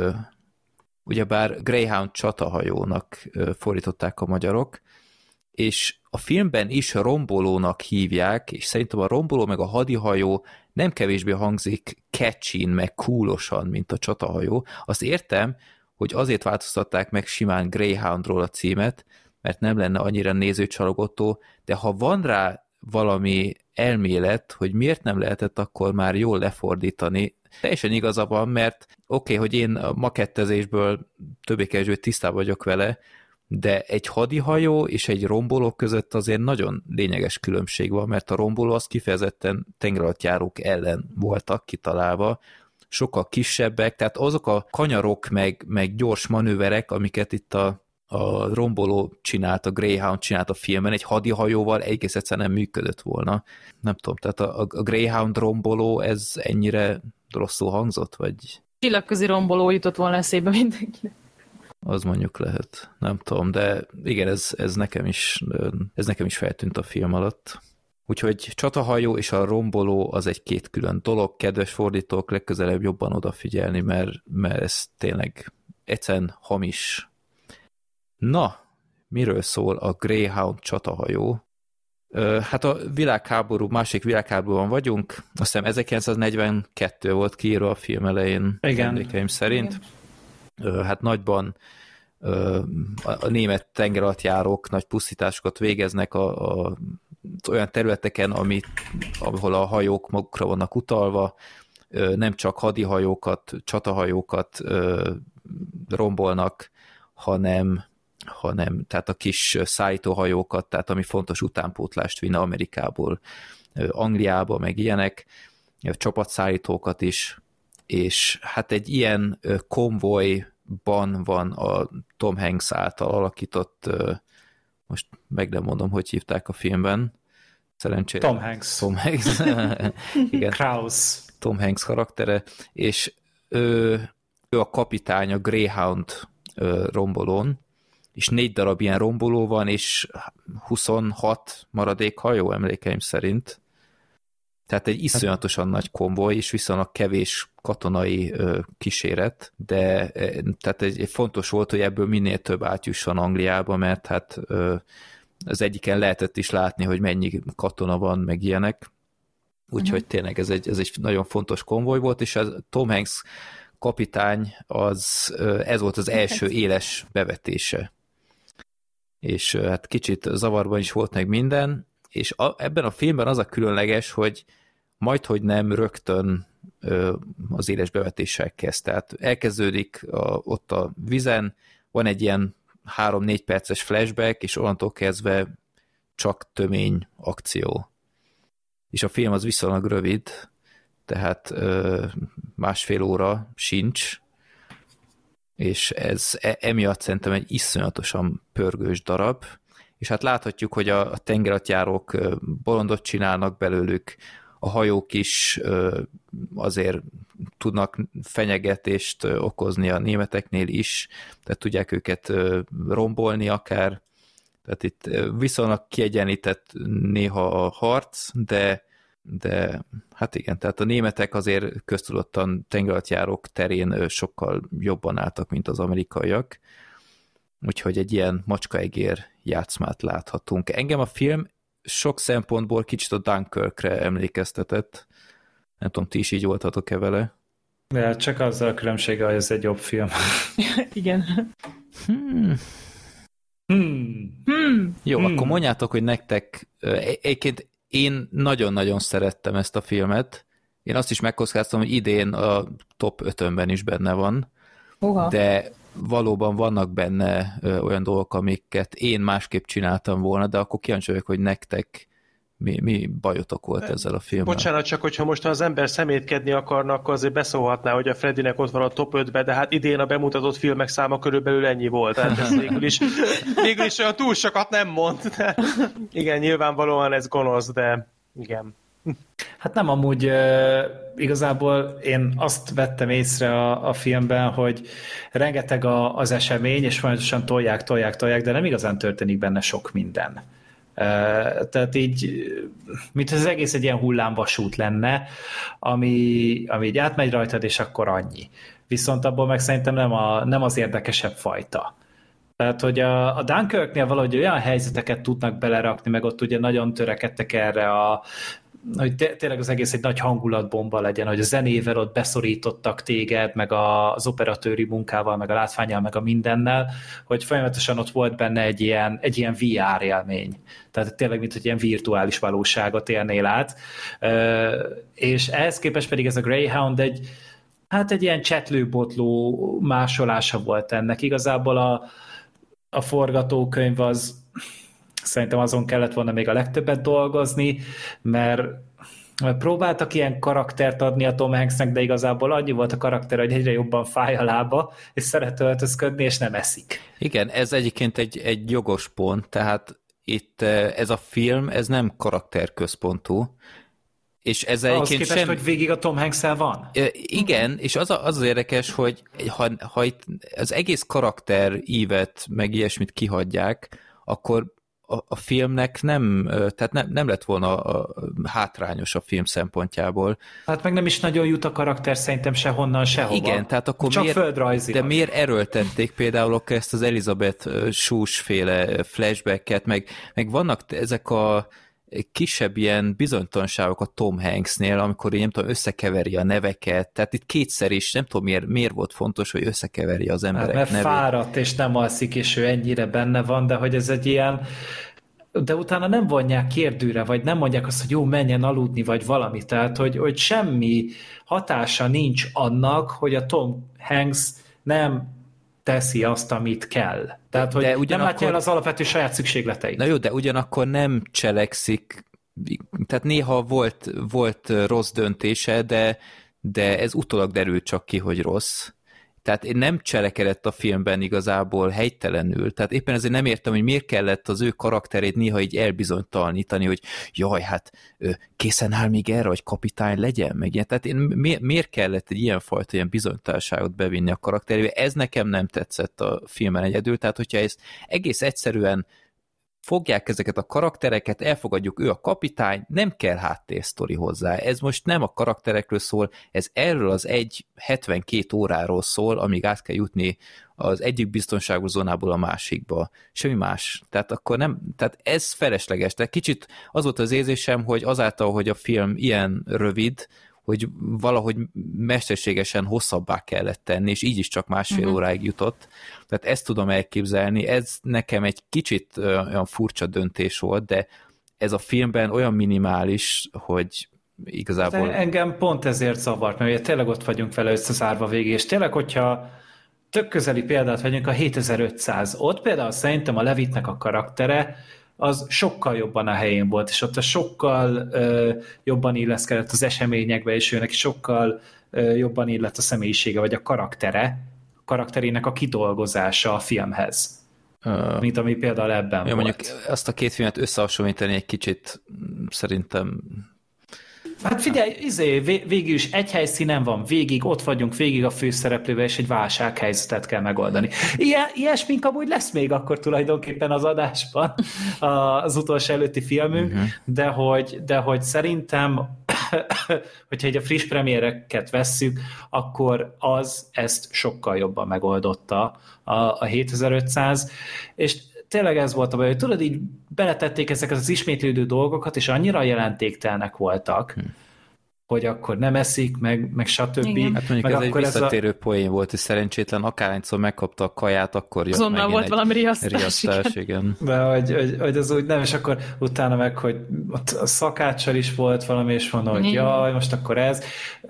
Speaker 2: ugyebár Greyhound csatahajónak fordították a magyarok, és a filmben is rombolónak hívják, és szerintem a romboló meg a hadihajó nem kevésbé hangzik catchin, meg coolosan, mint a csatahajó. Azt értem, hogy azért változtatták meg simán Greyhoundról a címet, mert nem lenne annyira nézőcsalogató, de ha van rá valami elmélet, hogy miért nem lehetett akkor már jól lefordítani, teljesen igaza van, mert oké, hogy én a makettezésből többé-kevésbé tisztában vagyok vele, de egy hadihajó és egy romboló között azért nagyon lényeges különbség van, mert a romboló az kifejezetten tengeralattjárók ellen voltak kitalálva, sokkal kisebbek, tehát azok a kanyarok meg gyors manőverek, amiket itt a romboló csinált, a Greyhound csinált a filmen, egy hadihajóval egész egyszerűen nem működött volna. Nem tudom, tehát a Greyhound romboló, ez ennyire rosszul hangzott, vagy...
Speaker 5: Csillagközi romboló jutott volna eszébe mindenkinek.
Speaker 2: Az mondjuk lehet, nem tudom, de igen, ez nekem is feltűnt a film alatt. Úgyhogy csatahajó és a romboló az egy két külön dolog, kedves fordítók, legközelebb jobban odafigyelni, mert ez tényleg egyszerűen hamis. Na, miről szól a Greyhound csatahajó? Hát a másik világháborúban vagyunk, azt hiszem 1942 volt kiírva a film elején, emlékeim szerint. Igen. Hát nagyban a német tengeralattjárók nagy pusztításokat végeznek olyan területeken, ahol a hajók magukra vannak utalva, nem csak hadihajókat, csatahajókat rombolnak, hanem tehát a kis szállítóhajókat, tehát ami fontos utánpótlást vinne Amerikából Angliába, meg ilyenek, csapatszállítókat is, és hát egy ilyen konvojban van a Tom Hanks által alakított most meg nem mondom, hogy hívták a filmben, szerencsére.
Speaker 3: Tom Hanks.
Speaker 2: Tom Hanks. Igen.
Speaker 3: Kraus.
Speaker 2: Tom Hanks karaktere, és ő a kapitány a Greyhound rombolón, és 4 darab ilyen romboló van, és 26 maradék hajó emlékeim szerint. Tehát egy iszonyatosan nagy konvoj, és viszonylag kevés katonai kíséret, de tehát egy fontos volt, hogy ebből minél több átjusson Angliába, mert hát az egyiken lehetett is látni, hogy mennyi katona van, meg ilyenek. Úgyhogy tényleg ez egy nagyon fontos konvoj volt, és az Tom Hanks kapitány, ez volt az első éles bevetése. És hát kicsit zavarban is volt meg minden, és ebben a filmben az a különleges, hogy majdhogy nem rögtön az éles bevetéssel kezd. Tehát elkezdődik ott a vizen, van egy ilyen 3-4 perces flashback, és onnantól kezdve csak tömény akció. És a film az viszonylag rövid, tehát 1,5 óra sincs, és ez emiatt szerintem egy iszonyatosan pörgős darab, és hát láthatjuk, hogy a tengeralattjárók bolondot csinálnak belőlük, a hajók is azért tudnak fenyegetést okozni a németeknél is, tehát tudják őket rombolni akár, tehát itt viszonylag kiegyenlített néha a harc, de hát igen, tehát a németek azért köztudottan tengeralattjárók terén sokkal jobban álltak, mint az amerikaiak, úgyhogy egy ilyen macskaegér játszmát láthatunk. Engem a film sok szempontból kicsit a Dunkirkre emlékeztetett. Nem tudom, ti is így voltatok-e vele?
Speaker 3: Ja, csak azzal a különbséggel, hogy ez egy jobb film.
Speaker 5: Igen.
Speaker 2: Jó, akkor mondjátok, hogy nektek egyébként én nagyon-nagyon szerettem ezt a filmet. Én azt is megkockáztam, hogy idén a top 5-ben is benne van. De valóban vannak benne olyan dolgok, amiket én másképp csináltam volna, de akkor kíváncsi vagyok, hogy nektek mi bajotok volt ezzel a filmmel.
Speaker 1: Bocsánat, csak hogyha most az ember szemétkedni akarna, akkor azért beszólhatná, hogy a Freddynek ott van a top 5-ben, de hát idén a bemutatott filmek száma körülbelül ennyi volt. Tehát ez végül is olyan túl sokat nem mond. De igen, nyilvánvalóan ez gonosz, de igen.
Speaker 3: Hát nem, amúgy igazából én azt vettem észre a filmben, hogy rengeteg az esemény, és folyamatosan tolják, de nem igazán történik benne sok minden. Tehát így, mint az egész egy ilyen hullámvasút lenne, ami így átmegy rajtad, és akkor annyi. Viszont abból meg szerintem nem az érdekesebb fajta. Tehát, hogy a Dunkirknél valahogy olyan helyzeteket tudnak belerakni, meg ott ugye nagyon törekedtek erre hogy tényleg az egész egy nagy hangulatbomba legyen, hogy a zenével ott beszorítottak téged, meg az operatőri munkával, meg a látvánnyal, meg a mindennel, hogy folyamatosan ott volt benne egy ilyen VR élmény. Tehát tényleg, mint hogy ilyen virtuális valóságot élnél át. És ehhez képest pedig ez a Greyhound egy ilyen csetlőbotló másolása volt ennek. Igazából a forgatókönyv az szerintem azon kellett volna még a legtöbbet dolgozni, mert próbáltak ilyen karaktert adni a Tom Hanksnek, de igazából annyi volt a karakter, hogy egyre jobban fáj a lába, és szeret öltözködni, és nem eszik.
Speaker 2: Igen, ez egyébként egy jogos pont, tehát itt ez a film, ez nem karakterközpontú, és ez
Speaker 3: ahhoz képest, hogy végig a Tom Hanks-el van?
Speaker 2: Igen, és az érdekes, hogy ha itt az egész karakter ívet, meg ilyesmit kihagyják, akkor a filmnek nem lett volna hátrányos a film szempontjából.
Speaker 3: Hát meg nem is nagyon jut a karakter szerintem sehonnan, sehova.
Speaker 2: Igen, tehát akkor
Speaker 3: csak földrajzilag.
Speaker 2: De miért erőltették például ezt az Elizabeth Shue-féle flashbacket, meg vannak ezek a kisebb ilyen bizonytalanságok a Tom Hanksnél, amikor így nem tudom, összekeveri a neveket, tehát itt kétszer is, nem tudom miért volt fontos, hogy összekeveri az emberek
Speaker 3: nevét. Mert fáradt és nem alszik, és ő ennyire benne van, de hogy ez egy ilyen, de utána nem vonják kérdőre, vagy nem mondják azt, hogy jó, menjen aludni, vagy valami, tehát hogy semmi hatása nincs annak, hogy a Tom Hanks nem teszi azt, amit kell. Tehát, hogy nem látja el az alapvető saját szükségleteit.
Speaker 2: Na jó, de ugyanakkor nem cselekszik, tehát néha volt rossz döntése, de ez utólag derült csak ki, hogy rossz. Tehát nem cselekedett a filmben igazából helytelenül. Tehát éppen ezért nem értem, hogy miért kellett az ő karakterét néha így elbizonytalanítani, hogy jaj, hát készen áll még erre, hogy kapitány legyen, meg ilyen. Tehát miért kellett egy ilyenfajta ilyen bizonytalanságot bevinni a karakterébe? Ez nekem nem tetszett a filmen egyedül. Tehát hogyha ezt egész egyszerűen fogják ezeket a karaktereket, elfogadjuk, ő a kapitány, nem kell háttérsztori hozzá. Ez most nem a karakterekről szól, ez erről az 72 óráról szól, amíg át kell jutni az egyik biztonságos zónából a másikba. Semmi más. Tehát akkor nem, tehát ez felesleges. Tehát kicsit az volt az érzésem, hogy azáltal, hogy a film ilyen rövid, hogy valahogy mesterségesen hosszabbá kellett tenni, és így is csak másfél óráig jutott. Tehát ezt tudom elképzelni, ez nekem egy kicsit olyan furcsa döntés volt, de ez a filmben olyan minimális, hogy igazából...
Speaker 3: De engem pont ezért zavart, mert ugye tényleg ott vagyunk vele összezárva végig, és tényleg, hogyha tök közeli példát vegyünk, a 7500, ott például szerintem a Levitnek a karaktere az sokkal jobban a helyén volt, és ott a sokkal jobban illeszkedett az eseményekbe, és őnek sokkal jobban illett a személyisége, vagy a karakterének a kidolgozása a filmhez, mint ami például ebben volt.
Speaker 2: Mondjuk azt a két filmet összehasonlítani egy kicsit szerintem...
Speaker 3: Hát figyelj, végül is egy helyszínen van végig, ott vagyunk végig a főszereplővel, és egy válsághelyzetet kell megoldani. Ilyesmink amúgy lesz még akkor tulajdonképpen az adásban, az utolsó előtti filmünk, de hogy szerintem, hogyha egy a friss premiereket vesszük, akkor ezt sokkal jobban megoldotta a 7500, és tényleg ez volt a baj, hogy tudod, így beletették ezeket az ismétlődő dolgokat, és annyira jelentéktelnek voltak, hogy akkor nem eszik, meg stb.
Speaker 5: Igen.
Speaker 2: Hát mondjuk meg ez egy visszatérő poén volt, és szerencsétlen akárhányszor megkapta a kaját, akkor jött
Speaker 5: azonnal
Speaker 2: megint
Speaker 5: volt valami riasztás,
Speaker 2: igen.
Speaker 3: De hogy az úgy nem, és akkor utána meg, hogy ott a szakáccsal is volt valami, és mondom, hogy jaj, most akkor ez.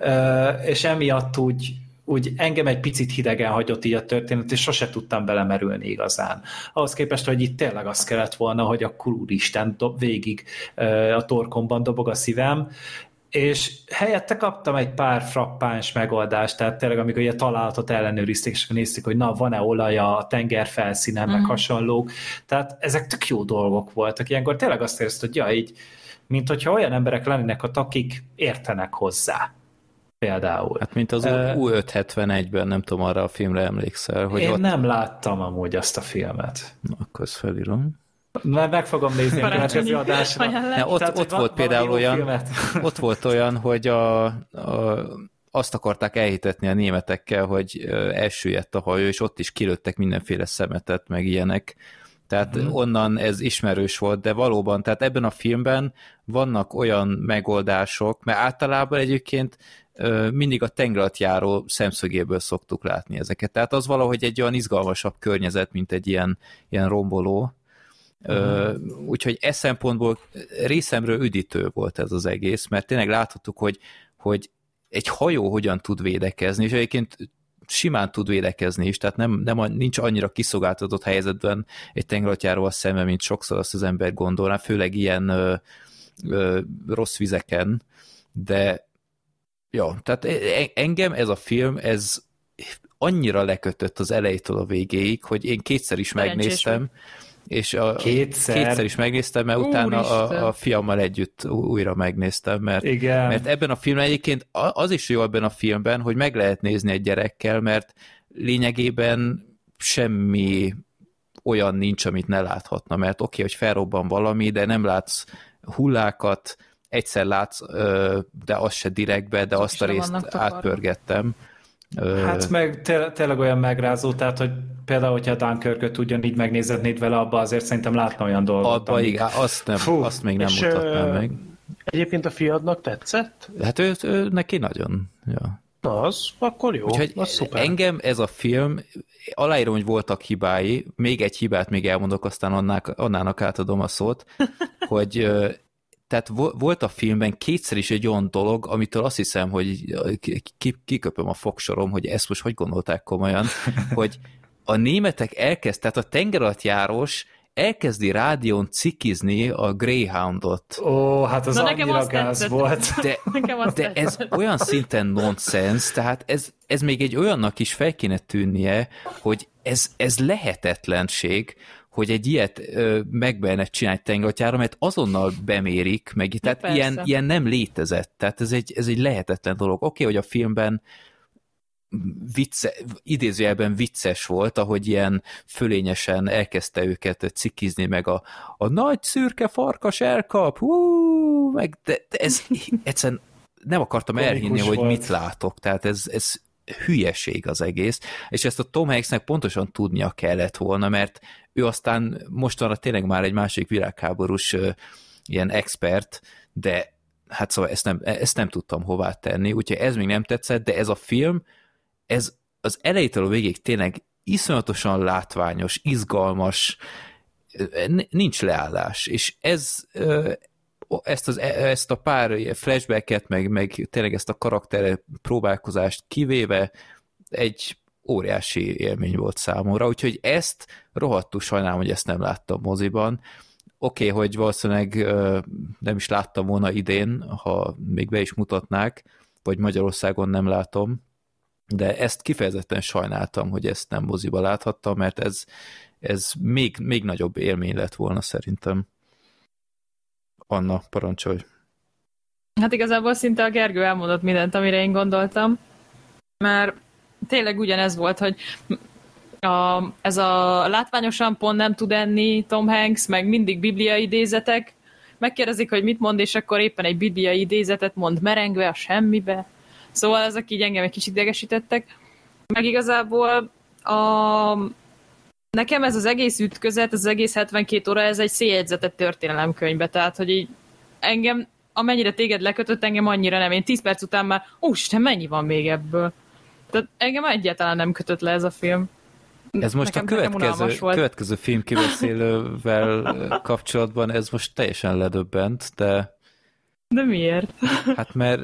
Speaker 3: És emiatt úgy engem egy picit hidegen hagyott így a történet, és sose tudtam belemerülni igazán. Ahhoz képest, hogy itt tényleg az kellett volna, hogy akkor úristen végig a torkomban dobog a szívem, és helyette kaptam egy pár frappáns megoldást, tehát tényleg amikor a találatot ellenőrizték, és nézték, hogy na, van-e olaja a tenger felszínen, meg hasonlók. Tehát ezek tök jó dolgok voltak. Ilyenkor tényleg azt érzed, hogy ja, így, mint hogyha olyan emberek lennének, akik értenek hozzá. Például.
Speaker 2: Hát mint az U571-ben, nem tudom, arra a filmre emlékszel. Hogy
Speaker 3: én nem láttam amúgy azt a filmet.
Speaker 2: Na, akkor ezt felírom.
Speaker 3: Meg fogom nézni a következő adásra.
Speaker 2: Ott volt például olyan, hogy azt akarták elhitetni a németekkel, hogy elsüllyedt a hajó, és ott is kilőttek mindenféle szemetet, meg ilyenek. Tehát onnan ez ismerős volt, de valóban, tehát ebben a filmben vannak olyan megoldások, mert általában egyébként mindig a tengeralattjáró szemszögéből szoktuk látni ezeket. Tehát az valahogy egy olyan izgalmasabb környezet, mint egy ilyen romboló. Úgyhogy e szempontból részemről üdítő volt ez az egész, mert tényleg láthattuk, hogy egy hajó hogyan tud védekezni, és egyébként simán tud védekezni is, tehát nincs annyira kiszolgáltatott helyzetben egy tengeralattjáróval szemben, mint sokszor azt az ember gondolná, főleg ilyen rossz vizeken, de ja, tehát engem ez a film, ez annyira lekötött az elejétől a végéig, hogy én kétszer is megnéztem, és kétszer is megnéztem, mert utána a fiammal együtt újra megnéztem, mert ebben a filmben egyébként az is jó ebben a filmben, hogy meg lehet nézni egy gyerekkel, mert lényegében semmi olyan nincs, amit ne láthatna, mert oké, hogy felrobban valami, de nem látsz hullákat, egyszer látsz, de az se direktbe, de azt a részt átpörgettem.
Speaker 3: Hát meg tényleg olyan megrázó, tehát, hogy például, hogyha a Dunkirköt ugyanígy megnézetnéd vele, abba azért szerintem látna olyan dolgot.
Speaker 2: Abba igen, azt még nem mutatnám meg.
Speaker 1: Egyébként a fiadnak tetszett?
Speaker 2: Hát ő neki nagyon. Ja.
Speaker 1: Na, az akkor jó,
Speaker 2: úgyhogy
Speaker 1: az szuper.
Speaker 2: Engem ez a film, aláírom, hogy voltak hibái, még egy hibát még elmondok, aztán Annának átadom a szót, hogy tehát volt a filmben kétszer is egy olyan dolog, amitől azt hiszem, hogy kiköpöm a fogsorom, hogy ezt most hogy gondolták komolyan, hogy a németek tehát a tengeralattjárós elkezdi rádión cikizni a Greyhoundot.
Speaker 3: Ó, hát az annyira gáz volt.
Speaker 2: De ez olyan szinten nonsens, tehát ez még egy olyannak is fel kéne tűnnie, hogy ez lehetetlenség, hogy egy ilyet megbenek csinálni tengertyára, mert azonnal bemérik, meg tehát ilyen nem létezett. Tehát ez egy lehetetlen dolog. Oké, hogy a filmben idézőjelben vicces volt, ahogy ilyen fölényesen elkezdte őket cikizni, meg a nagy szürke farkas elkap, de ez egyszerűen nem akartam elhinni, hogy mit látok, tehát ez hülyeség az egész, és ezt a Tom Hanksnek pontosan tudnia kellett volna, mert ő aztán mostanra tényleg már egy másik világháborús ilyen expert, de hát szóval ezt nem tudtam hová tenni, úgyhogy ez még nem tetszett, de ez a film, ez az elejétől a végig tényleg iszonyatosan látványos, izgalmas, nincs leállás, és ezt a pár flashbacket, meg tényleg ezt a karakter próbálkozást kivéve egy óriási élmény volt számomra, úgyhogy ezt rohadtul sajnálom, hogy ezt nem láttam moziban. Oké, hogy valószínűleg nem is láttam volna idén, ha még be is mutatnák, vagy Magyarországon nem látom, de ezt kifejezetten sajnáltam, hogy ezt nem moziba láthattam, mert ez még nagyobb élmény lett volna szerintem. Anna, parancsolj!
Speaker 5: Hát igazából szinte a Gergő elmondott mindent, amire én gondoltam, mert tényleg ugyanez volt, hogy ez a látványosan pont nem tud enni Tom Hanks, meg mindig bibliai idézetek, megkérdezik, hogy mit mond, és akkor éppen egy bibliai idézetet mond merengve a semmibe. Szóval ezek így engem egy kicsit idegesítettek. Meg igazából nekem ez az egész ütközet, ez az egész 72 óra, ez egy széljegyzetett történelemkönyvbe, tehát hogy így engem, amennyire téged lekötött, engem annyira nem. Én 10 perc után már, úristen, mennyi van még ebből? Tehát engem egyáltalán nem kötött le ez a film.
Speaker 2: Ez most nekem a következő film kibeszélővel kapcsolatban, ez most teljesen ledöbbent, de...
Speaker 5: De miért?
Speaker 2: Hát mert...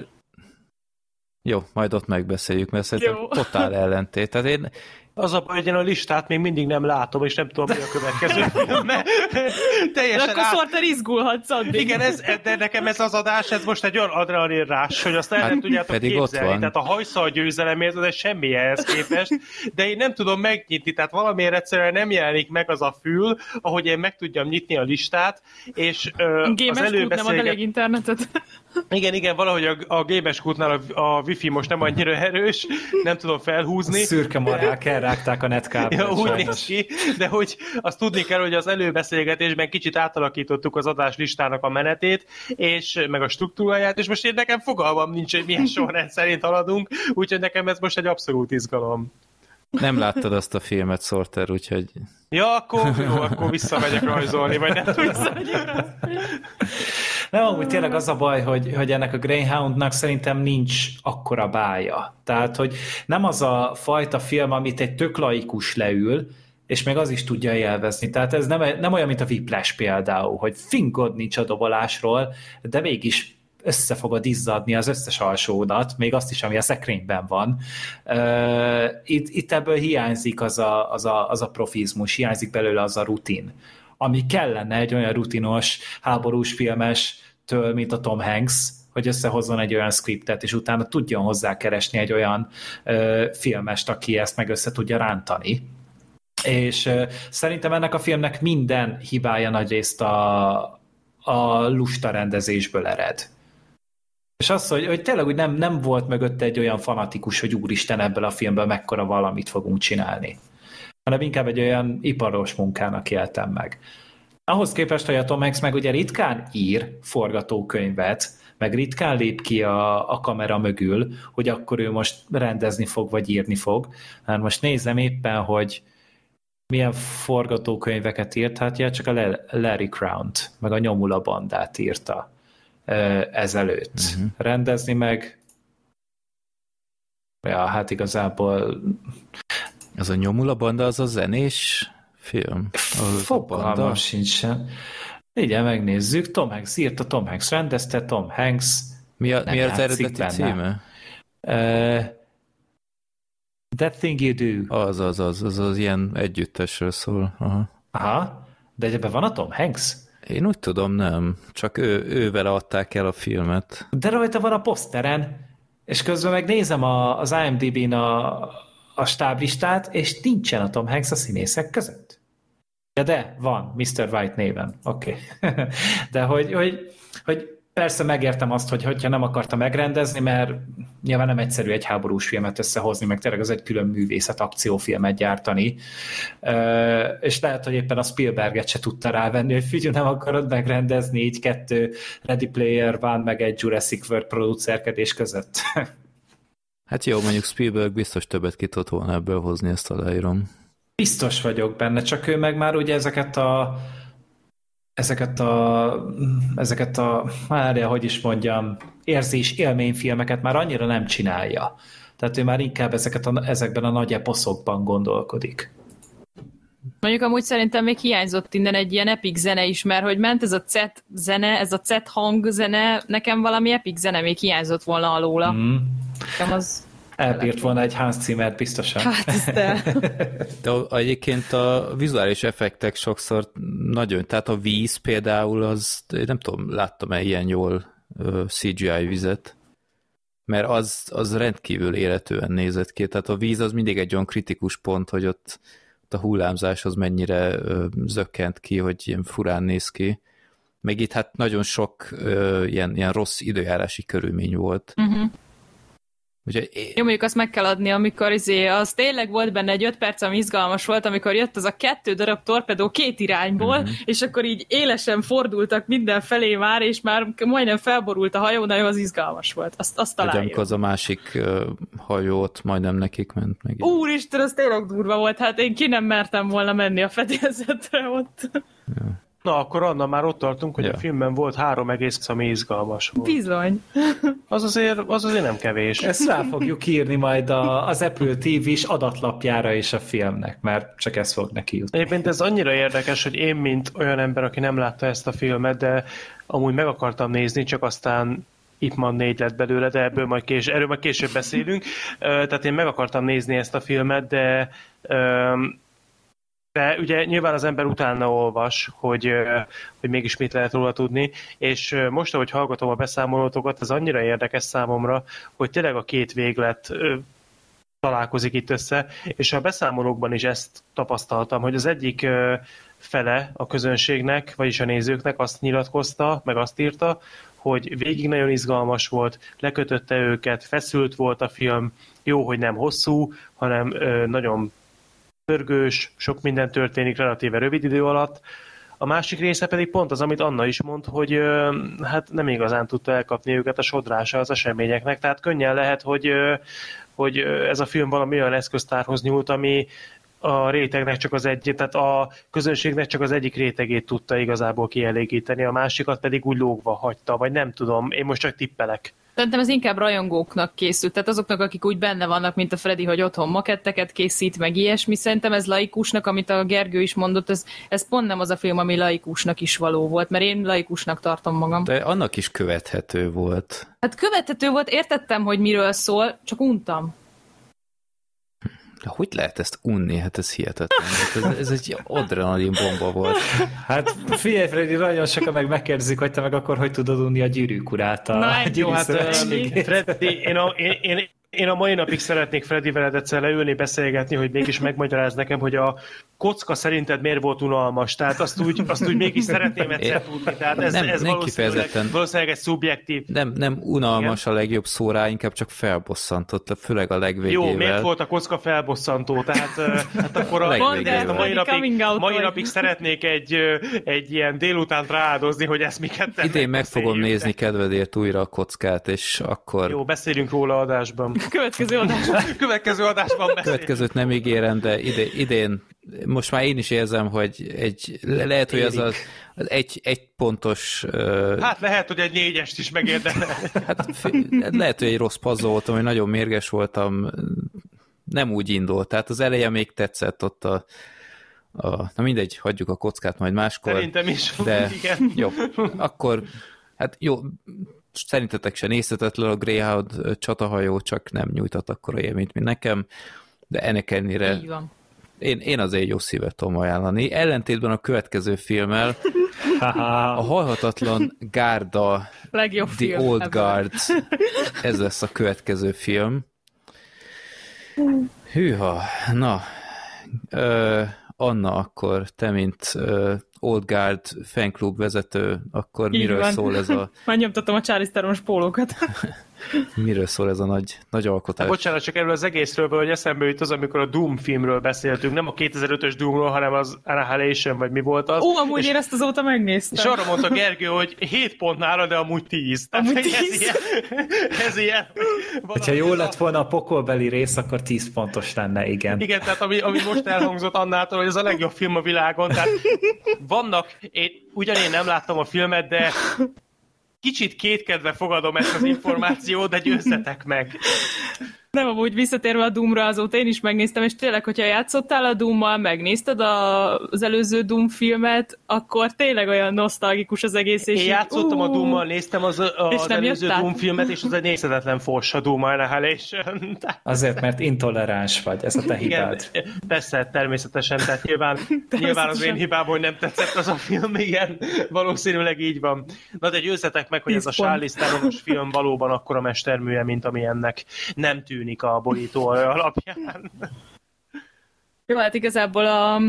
Speaker 2: Jó, majd ott megbeszéljük, mert szerintem totál ellentét. Tehát én...
Speaker 1: Az a baj, hogy én a listát még mindig nem látom, és nem tudom, mi a következő film, mert teljesen
Speaker 5: akkor Sorter izgulhatsz addig.
Speaker 1: Igen, de nekem ez az adás, ez most egy olyan adrenalinrás, hogy azt el nem tudjátok képzelni. Tehát a hajszal győzelemért, ez semmi ehhez képest, de én nem tudom megnyitni, tehát valamiért egyszerűen nem jelenik meg az a fül, ahogy én meg tudjam nyitni a listát, és az előbeszélget... nem ad elég internetet. Igen, valahogy a Gémes kútnál a wifi most nem annyira erős, nem tudom felhúzni.
Speaker 3: Szürke marhák elrágták a netkábelt.
Speaker 1: Ja, úgy néz ki, de hogy azt tudni kell, hogy az előbeszélgetésben kicsit átalakítottuk az adás listának a menetét, és meg a struktúráját, és most én nekem fogalmam nincs, hogy milyen sorrend szerint haladunk, úgyhogy nekem ez most egy abszolút izgalom.
Speaker 2: Nem láttad azt a filmet, Sorter, úgyhogy...
Speaker 1: Ja, akkor visszamegyek rajzolni, vagy nem visszamegyek rajzolni.
Speaker 3: Nem, amúgy tényleg az a baj, hogy ennek a Greyhoundnak szerintem nincs akkora bája. Tehát, hogy nem az a fajta film, amit egy tök laikus leül, és még az is tudja élvezni. Tehát ez nem olyan, mint a Whiplash például, hogy fingod nincs a dobolásról, de mégis össze fogod izzadni az összes alsódat, még azt is, ami a szekrényben van. Itt ebből hiányzik az a profizmus, hiányzik belőle az a rutin, ami kellene egy olyan rutinos háborús filmestől, mint a Tom Hanks, hogy összehozzon egy olyan scriptet, és utána tudjon hozzákeresni egy olyan filmest, aki ezt meg össze tudja rántani. És szerintem ennek a filmnek minden hibája nagyrészt a lusta rendezésből ered. És az, hogy tényleg úgy nem volt mögötte egy olyan fanatikus, hogy úristen, ebből a filmből mekkora valamit fogunk csinálni, hanem inkább egy olyan iparos munkának éltem meg. Ahhoz képest, hogy a Tom Hanks meg ugye ritkán ír forgatókönyvet, meg ritkán lép ki a kamera mögül, hogy akkor ő most rendezni fog, vagy írni fog. Hát most nézem éppen, hogy milyen forgatókönyveket írt, hát csak a Larry Crown-t, meg a Nyomula bandát írta ezelőtt. Uh-huh. Rendezni meg ja, hát igazából
Speaker 2: az a Nyomula banda, az a zenés film?
Speaker 3: Fogalmam sincsen. Igen, megnézzük. Tom Hanks írta, Tom Hanks rendezte, Tom Hanks
Speaker 2: mi az eredeti címe?
Speaker 3: That Thing You Do.
Speaker 2: Az ilyen együttesről szól. Aha.
Speaker 3: De ebben van a Tom Hanks?
Speaker 2: Én úgy tudom, nem. Csak ővele adták el a filmet.
Speaker 3: De rajta van a poszteren, és közben megnézem az IMDb-n a stáblistát, és nincsen a Tom Hanks a színészek között. De van, Mr. White néven. Oké. Okay. De hogy persze megértem azt, hogyha nem akarta megrendezni, mert nyilván nem egyszerű egy háborús filmet összehozni, meg tényleg az egy külön művészet akciófilmet gyártani. És lehet, hogy éppen a Spielberget se tudta rávenni, hogy figyelj, nem akarod megrendezni így 2 Ready Player One, meg egy Jurassic World producerkedés között. Hát
Speaker 2: jó, mondjuk Spielberg biztos többet ki tudott volna ebből hozni, ezt aláírom.
Speaker 3: Biztos vagyok benne, csak ő meg már ugye ezeket a várja, hogy is mondjam, élményfilmeket már annyira nem csinálja. Tehát ő már inkább ezekben a nagy eposzokban gondolkodik.
Speaker 5: Mondjuk amúgy szerintem még hiányzott innen egy ilyen epic zene is, mert hogy ment ez a Z zene, ez a Z hang zene, nekem valami epic zene még hiányzott volna alóla. Nekem az...
Speaker 3: Elbírt volna egy Hans Zimmert biztosan.
Speaker 5: Hát ezt el.
Speaker 2: De egyébként a vizuális effektek sokszor nagyon, tehát a víz például, az nem tudom, láttam-e ilyen jól CGI vizet, mert az rendkívül életűen nézett ki, tehát a víz az mindig egy olyan kritikus pont, hogy ott a hullámzás az mennyire zökkent ki, hogy ilyen furán néz ki. Meg itt hát nagyon sok ilyen rossz időjárási körülmény volt.
Speaker 5: Jó, mondjuk azt meg kell adni, amikor az tényleg volt benne egy 5 perc, ami izgalmas volt, amikor jött az a 2 darab torpedó 2 irányból, és akkor így élesen fordultak mindenfelé már, és már majdnem felborult a hajó, nagyon az izgalmas volt. Azt találjuk.
Speaker 2: Amikor az a másik hajót majdnem nekik ment meg.
Speaker 5: Úristen, az tényleg durva volt, hát én ki nem mertem volna menni a fedélzetre ott.
Speaker 2: Ja.
Speaker 1: Na, akkor Anna, már ott tartunk, hogy a filmben volt 3 egész, ami izgalmas volt.
Speaker 5: Bizony.
Speaker 1: Az azért nem kevés.
Speaker 3: Ezt rá fogjuk írni majd az Apple TV-s adatlapjára is a filmnek, mert csak ez fog neki jutni.
Speaker 1: Egyébként ez annyira érdekes, hogy én, mint olyan ember, aki nem látta ezt a filmet, de amúgy meg akartam nézni, csak aztán Ip Man 4 lett belőle, de erről majd később beszélünk. Tehát én meg akartam nézni ezt a filmet, de ugye nyilván az ember utána olvas, hogy mégis mit lehet róla tudni, és most, ahogy hallgatom a beszámolótokat, ez annyira érdekes számomra, hogy tényleg a 2 véglet találkozik itt össze, és a beszámolókban is ezt tapasztaltam, hogy az egyik fele a közönségnek, vagyis a nézőknek azt nyilatkozta, meg azt írta, hogy végig nagyon izgalmas volt, lekötötte őket, feszült volt a film, jó, hogy nem hosszú, hanem nagyon pörgős, sok minden történik relatíve rövid idő alatt. A másik része pedig pont az, amit Anna is mond, hogy hát nem igazán tudta elkapni őket a sodrása az eseményeknek, tehát könnyen lehet, hogy ez a film valami olyan eszköztárhoz nyúlt, ami a rétegnek csak tehát a közönségnek csak az egyik rétegét tudta igazából kielégíteni, a másikat pedig úgy lógva hagyta, vagy nem tudom, én most csak tippelek.
Speaker 5: Szerintem ez inkább rajongóknak készült, tehát azoknak, akik úgy benne vannak, mint a Freddy, hogy otthon maketteket készít, meg ilyesmi. Szerintem ez laikusnak, amit a Gergő is mondott, ez pont nem az a film, ami laikusnak is való volt, mert én laikusnak tartom magam.
Speaker 2: De annak is követhető volt.
Speaker 5: Hát követhető volt, értettem, hogy miről szól, csak untam.
Speaker 2: De hogy lehet ezt unni? Hát ez hihetetlen. Ez egy adrenalin bomba volt.
Speaker 3: Hát figyelj, Freddy, nagyon sokan megkérdezik, hogy te meg akkor hogy tudod unni a Gyűrűk urát.
Speaker 1: Jó, hát Freddy, én a mai napig szeretnék Freddy veled egyszer leülni, beszélgetni, hogy mégis megmagyaráz nekem, hogy a kocka szerinted miért volt unalmas. Tehát azt úgy mégis szeretném egyszer tudni. Tehát ez valószínűleg egy szubjektív.
Speaker 2: Nem unalmas igen? A legjobb szó rá, inkább csak felbosszantott, főleg a legvégével.
Speaker 1: Jó, miért volt a kocka felbosszantó? Tehát hát akkor a mai napig szeretnék egy ilyen délutánt rááldozni, hogy ezt miket
Speaker 2: idén meg fogom nézni kedvedért újra a kockát, és akkor...
Speaker 1: Jó, beszélünk róla adásban.
Speaker 5: Következő
Speaker 1: adásban beszélünk.
Speaker 2: Következőt nem ígérem, de idén most már én is érzem, hogy lehet, hogy az egy pontos...
Speaker 1: Hát lehet, hogy egy 4-est is megérdemel.
Speaker 2: Hát lehet, hogy egy rossz puzzle voltam, hogy nagyon mérges voltam, nem úgy indult. Tehát az eleje még tetszett ott na mindegy, hagyjuk a kockát majd máskor.
Speaker 1: Szerintem is.
Speaker 2: De
Speaker 1: igen.
Speaker 2: Jó, akkor hát jó, szerintetek se nézhetetlen a Greyhound csatahajó, csak nem nyújtott akkora élményt, mint nekem, de ennek ellenére Én azért jó szívet tudom ajánlani. Ellentétben a következő filmmel, a Halhatatlan Gárda,
Speaker 5: Legjobb
Speaker 2: The
Speaker 5: film
Speaker 2: Old
Speaker 5: ever.
Speaker 2: Guard, ez lesz a következő film. Hűha, na, Anna, akkor te, mint Old Guard fanklub vezető, akkor
Speaker 5: Így
Speaker 2: miről
Speaker 5: van.
Speaker 2: szól ez a...
Speaker 5: Már nyomtatom a Charlize Theron-os pólókat.
Speaker 2: Miről szól ez a nagy alkotás?
Speaker 1: Bocsánat, csak erről az egészről, hogy eszembe jut az, amikor a Doom filmről beszéltünk, nem a 2005-ös Doomról, hanem az Annihilation, vagy mi volt az.
Speaker 5: Ó, amúgy én ezt azóta megnéztem.
Speaker 1: És arra mondta Gergő, hogy 7 pont nála, de amúgy 10. Tehát,
Speaker 5: Amúgy
Speaker 1: hogy
Speaker 5: 10.
Speaker 1: ez ilyen.
Speaker 3: Ha jó lett volna a pokolbeli rész, akkor 10 pontos lenne, igen.
Speaker 1: Igen, tehát ami most elhangzott Annától, hogy ez a legjobb film a világon. Tehát vannak, ugyanén nem láttam a filmet, de kicsit kétkedve fogadom ezt az információt, de győzzetek meg.
Speaker 5: Nem, amúgy visszatérve a Doomra, azóta én is megnéztem, és tényleg, hogyha játszottál a Doommal, megnézted az előző Doom filmet, akkor tényleg olyan nosztalgikus az egész. És
Speaker 1: én játszottam a Doommal, néztem az előző Doom filmet, és az egy nézhetetlen fors a Doom Annihilation.
Speaker 3: Azért, mert intoleráns vagy, ez a te hibád.
Speaker 1: Igen, persze, természetesen, tehát nyilván az én hibám, hogy nem tetszett az a film, igen, valószínűleg így van. Na de győzzetek meg, hogy ez a Charlize Theron-os film valóban akkora mesterműje, mint ami ennek nem tűnik a borító alapján.
Speaker 5: Jó, hát igazából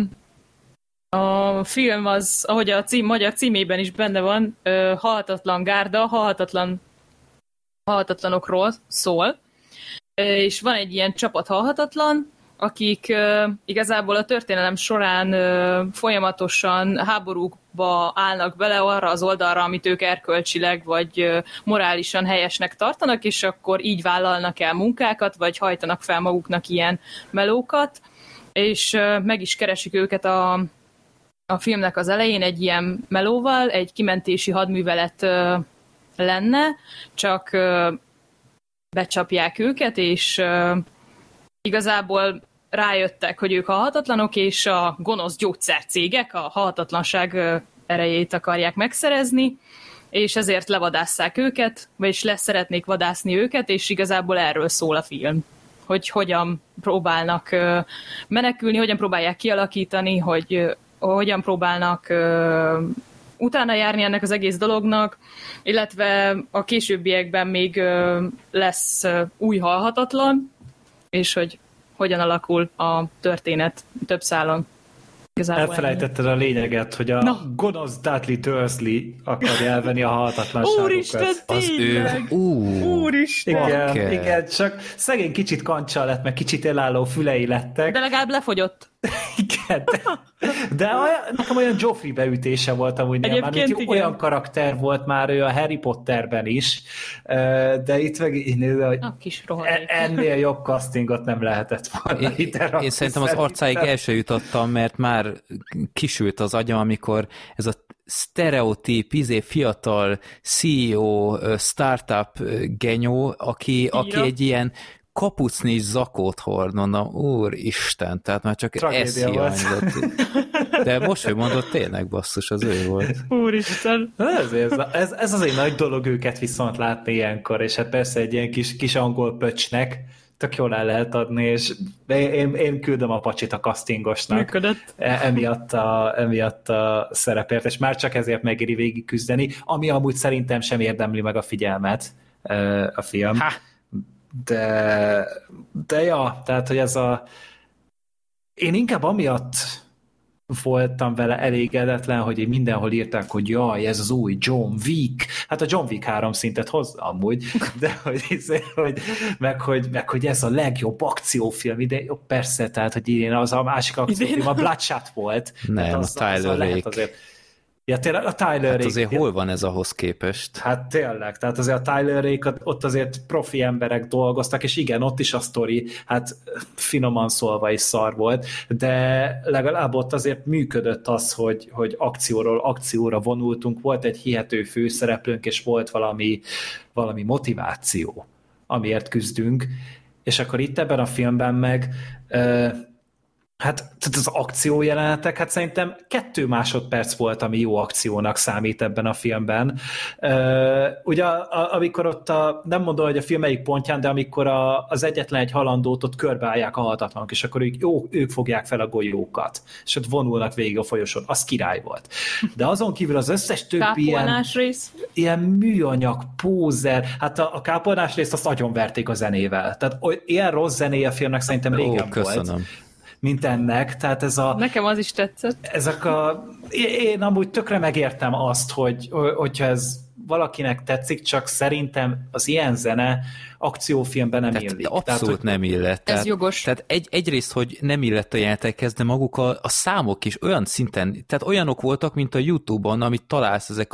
Speaker 5: a film az, ahogy a magyar címében is benne van, Halhatatlan Gárda, halhatatlanokról szól, és van egy ilyen csapat halhatatlan, akik igazából a történelem során folyamatosan háborúkba állnak bele arra az oldalra, amit ők erkölcsileg vagy morálisan helyesnek tartanak, és akkor így vállalnak el munkákat, vagy hajtanak fel maguknak ilyen melókat, és meg is keresik őket a filmnek az elején egy ilyen melóval, egy kimentési hadművelet lenne, csak becsapják őket, és igazából rájöttek, hogy ők halhatatlanok, és a gonosz gyógyszercégek a halhatatlanság erejét akarják megszerezni, és ezért levadásszák őket, vagyis szeretnék vadászni őket, és igazából erről szól a film. Hogy hogyan próbálnak menekülni, hogyan próbálják kialakítani, hogy hogyan próbálnak utána járni ennek az egész dolognak, illetve a későbbiekben még lesz új halhatatlan, és hogy hogyan alakul a történet több szálon. Igazából
Speaker 3: elfelejtetted a lényeget, hogy a gonosz Dudley Dursley akarja elvenni a halhatatlanságokat.
Speaker 5: Úristen, tényleg! Úristen!
Speaker 3: Igen, csak szegény kicsit kancsal lett, meg kicsit elálló fülei lettek.
Speaker 5: De legalább lefogyott.
Speaker 3: Igen, de nekem olyan Joffrey beütése volt amúgy, olyan karakter volt már ő a Harry Potterben is, de itt meg így nézve, hogy ennél jobb castingot nem lehetett volna ide.
Speaker 2: Én szerintem az arcáig el se jutottam, mert már kisült az agyam, amikor ez a sztereotíp, fiatal CEO, startup genyó, aki egy ilyen kapucnis zakót hord, mondom, úristen, tehát már csak ez hiányzott. De most, hogy mondod, tényleg basszus, az ő volt.
Speaker 5: Úristen.
Speaker 3: Ez azért nagy dolog őket viszont látni ilyenkor, és hát persze egy ilyen kis angol pöcsnek tök jól el lehet adni, és én küldöm a pacsit a castingosnak.
Speaker 5: Működött.
Speaker 3: Emiatt a szerepért, és már csak ezért megéri végig küzdeni, ami amúgy szerintem sem érdemli meg a figyelmet a film. De ja, tehát, hogy ez én inkább amiatt voltam vele elégedetlen, hogy mindenhol írták, hogy jaj, ez az új John Wick. Hát a John Wick 3 szintet hoz amúgy, de hogy ez a legjobb akciófilm ide. Jó, persze, tehát, hogy én az a másik akciófilm a Bloodshot volt.
Speaker 2: Nem, a Tyler Rake.
Speaker 3: Ja, tényleg a Tyler Rake.
Speaker 2: Hát azért hol van ez ahhoz képest?
Speaker 3: Hát tényleg, tehát azért a Tyler Rake, ott azért profi emberek dolgoztak, és igen, ott is a sztori, hát finoman szólva is szar volt, de legalább ott azért működött az, hogy akcióról akcióra vonultunk, volt egy hihető főszereplőnk, és volt valami motiváció, amiért küzdünk, és akkor itt ebben a filmben meg Hát tehát az akciójelenetek, hát szerintem 2 másodperc volt, ami jó akciónak számít ebben a filmben. Ugye amikor ott nem mondom, hogy a film melyik pontján, de amikor az egyetlen egy halandót ott körbeállják a halhatatlanok, és akkor ők fogják fel a golyókat, és ott vonulnak végig a folyosón. Az király volt. De azon kívül az összes többi ilyen műanyag, pózer, hát a kápolnás részt azt agyonverték a zenével. Tehát ilyen rossz zenéje a filmnek szerintem régen volt, mint ennek, tehát
Speaker 5: Nekem az is tetszett.
Speaker 3: Én amúgy tökre megértem azt, hogyha ez valakinek tetszik, csak szerintem az ilyen zene akciófilmben nem illik.
Speaker 2: Abszolút nem illett.
Speaker 5: Ez jogos.
Speaker 2: Tehát egyrészt, hogy nem illett a jelenetekhez, de maguk a számok is olyan szinten, tehát olyanok voltak, mint a YouTube-on, amit találsz ezek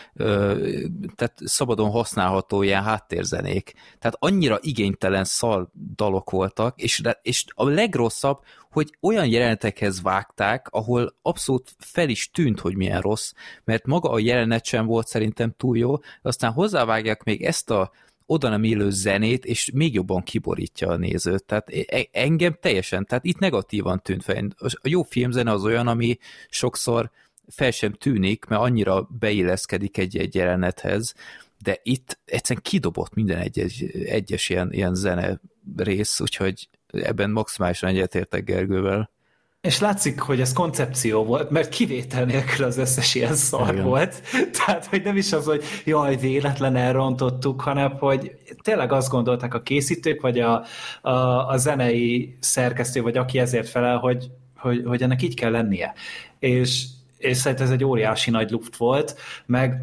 Speaker 2: tehát szabadon használható ilyen háttérzenék. Tehát annyira igénytelen szal dalok voltak, és a legrosszabb, hogy olyan jelenetekhez vágták, ahol abszolút fel is tűnt, hogy milyen rossz, mert maga a jelenet sem volt szerintem túl jó, aztán hozzávágják még ezt a oda nem illő zenét, és még jobban kiborítja a nézőt. Tehát engem teljesen, tehát itt negatívan tűnt fel. A jó filmzene az olyan, ami sokszor fel sem tűnik, mert annyira beilleszkedik egy jelenethez, de itt egyszerűen kidobott minden egyes ilyen zene rész, úgyhogy ebben maximálisan egyetértek Gergővel.
Speaker 3: És látszik, hogy ez koncepció volt, mert kivétel nélkül az összes ilyen szar volt. Tehát, hogy nem is az, hogy jaj, véletlen elrontottuk, hanem, hogy tényleg azt gondolták a készítők, vagy a zenei szerkesztő, vagy aki ezért felel, hogy ennek így kell lennie. És szerintem ez egy óriási nagy luft volt, meg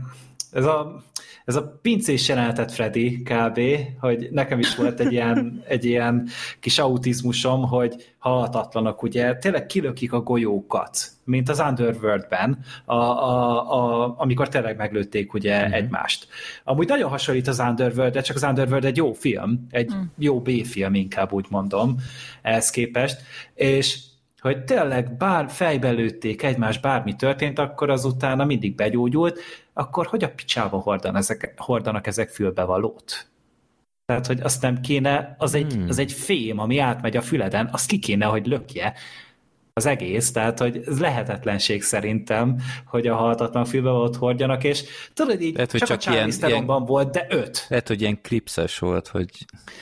Speaker 3: ez a pincés jelenetet, Freddy, kb., hogy nekem is volt egy ilyen kis autizmusom, hogy halhatatlanok, ugye, tényleg kilökik a golyókat, mint az Underworldben, amikor tényleg meglőtték ugye egymást. Amúgy nagyon hasonlít az Underworld, csak az Underworld egy jó film, egy jó B-film inkább úgy mondom, ehhez képest, és hogy tényleg bár fejbe lőtték egymást, bármi történt, akkor azutána mindig begyógyult, akkor hogy a picsába hordanak ezek fülbevalót? Tehát, hogy azt nem kéne, az egy fém, ami átmegy a füleden, azt ki kéne, hogy lökje az egész, tehát, hogy ez lehetetlenség szerintem, hogy a halhatatlan fülbevalót hordjanak, és tudod, így lehet, csak a Charlize Theronban volt, de 5.
Speaker 2: Lehet, hogy ilyen klipszes volt, hogy...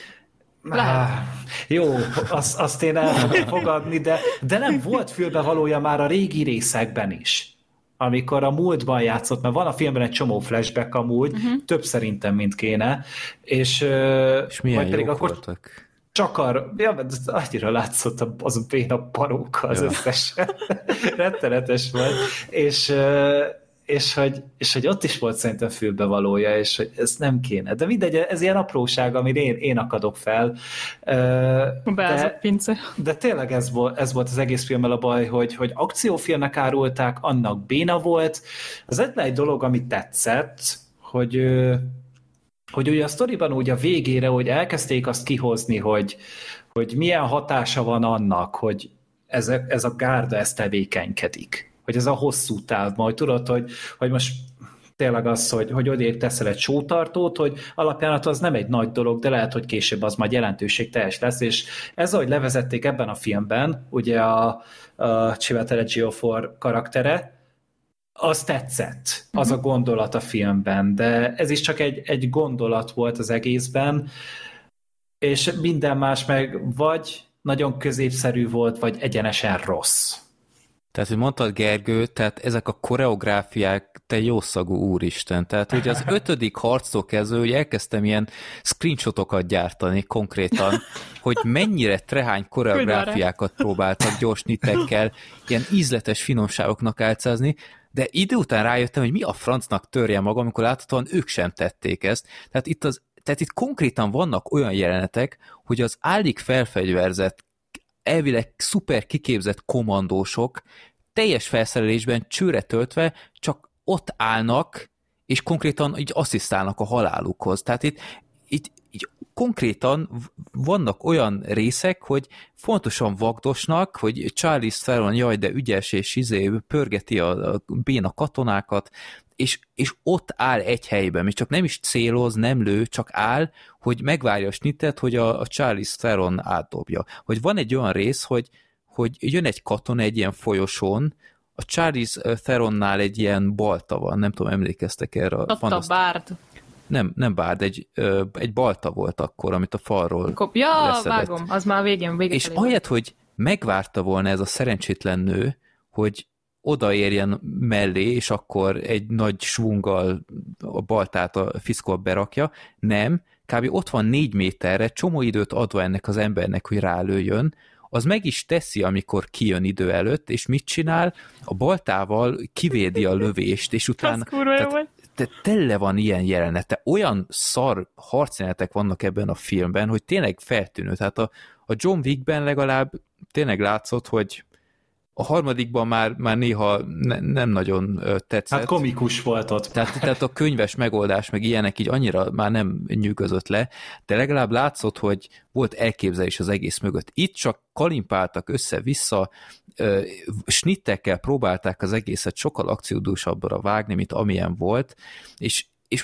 Speaker 3: Jó, azt én el tudom fogadni, de nem volt fülbevalója már a régi részekben is, amikor a múltban játszott, mert van a filmben egy csomó flashback amúgy, több szerintem, mint kéne, és
Speaker 2: milyen jók akkor voltak?
Speaker 3: Csak annyira látszott az a béna paróka az összes. Rettenetes volt, és hogy ott is volt szerintem fülbevalója, és hogy ez nem kéne. De mindegy, ez ilyen apróság, amit én akadok fel. De tényleg ez volt az egész filmmel a baj, hogy akciófilmnek árulták, annak béna volt. Az egyetlen egy dolog, amit tetszett, hogy ugye a sztoriban úgy a végére, hogy elkezdték azt kihozni, hogy milyen hatása van annak, hogy ez a gárda ez tevékenykedik. Hogy ez a hosszú táv, majd tudod, hogy most tényleg az, hogy odébb teszel egy sótartót, hogy alapján az nem egy nagy dolog, de lehet, hogy később az majd jelentőségteljes lesz, és ez, ahogy levezették ebben a filmben, ugye a Chiwetel Ejiofor karaktere, az tetszett, az a gondolat a filmben, de ez is csak egy gondolat volt az egészben, és minden más meg vagy nagyon középszerű volt, vagy egyenesen rossz.
Speaker 2: Tehát, hogy mondtad, Gergő, tehát ezek a koreográfiák, te jószagú úristen. Tehát, hogy az 5. harctól kezdve, hogy elkezdtem ilyen screenshotokat gyártani konkrétan, hogy mennyire trehány koreográfiákat próbáltak gyors nitekkel, ilyen ízletes finomságoknak álcázni, de idő után rájöttem, hogy mi a francnak törje maga, amikor láthatóan ők sem tették ezt. Tehát itt konkrétan vannak olyan jelenetek, hogy az állig felfegyverzett, elvileg szuper kiképzett kommandósok teljes felszerelésben csőre töltve csak ott állnak, és konkrétan így asszisztálnak a halálukhoz. Tehát itt konkrétan vannak olyan részek, hogy fontosan vagdosnak, hogy Charlize Theron, jaj, de ügyes, és pörgeti a béna katonákat, és ott áll egy helyben, még csak nem is céloz, nem lő, csak áll, hogy megvárja a snittet, hogy a Charlize Theron átdobja. Hogy van egy olyan rész, hogy hogy jön egy katona egy ilyen folyosón, a Charlize Theronnál egy ilyen balta van, nem tudom, emlékeztek erre?
Speaker 5: A bárd.
Speaker 2: Nem bárd, egy balta volt akkor, amit a falról leszedett.
Speaker 5: Vágom, az már végén.
Speaker 2: És ahelyett, hogy megvárta volna ez a szerencsétlen nő, hogy odaérjen mellé, és akkor egy nagy svunggal a baltát a fiszkol berakja, nem, kb. Ott van 4 méterre, csomó időt adva ennek az embernek, hogy rálőjön, az meg is teszi, amikor kijön idő előtt, és mit csinál? A baltával kivédi a lövést, és utána tele van ilyen jelenete. Olyan szar harcjelenetek vannak ebben a filmben, hogy tényleg feltűnő. Tehát a John Wickben legalább tényleg látszott, hogy a harmadikban már néha nem nagyon tetszett.
Speaker 3: Hát komikus volt ott.
Speaker 2: Tehát a könyves megoldás, meg ilyenek így annyira már nem nyűgözött le, de legalább látszott, hogy volt elképzelés az egész mögött. Itt csak kalimpáltak össze-vissza, snittekkel próbálták az egészet sokkal akciódúsabbra vágni, mint amilyen volt, és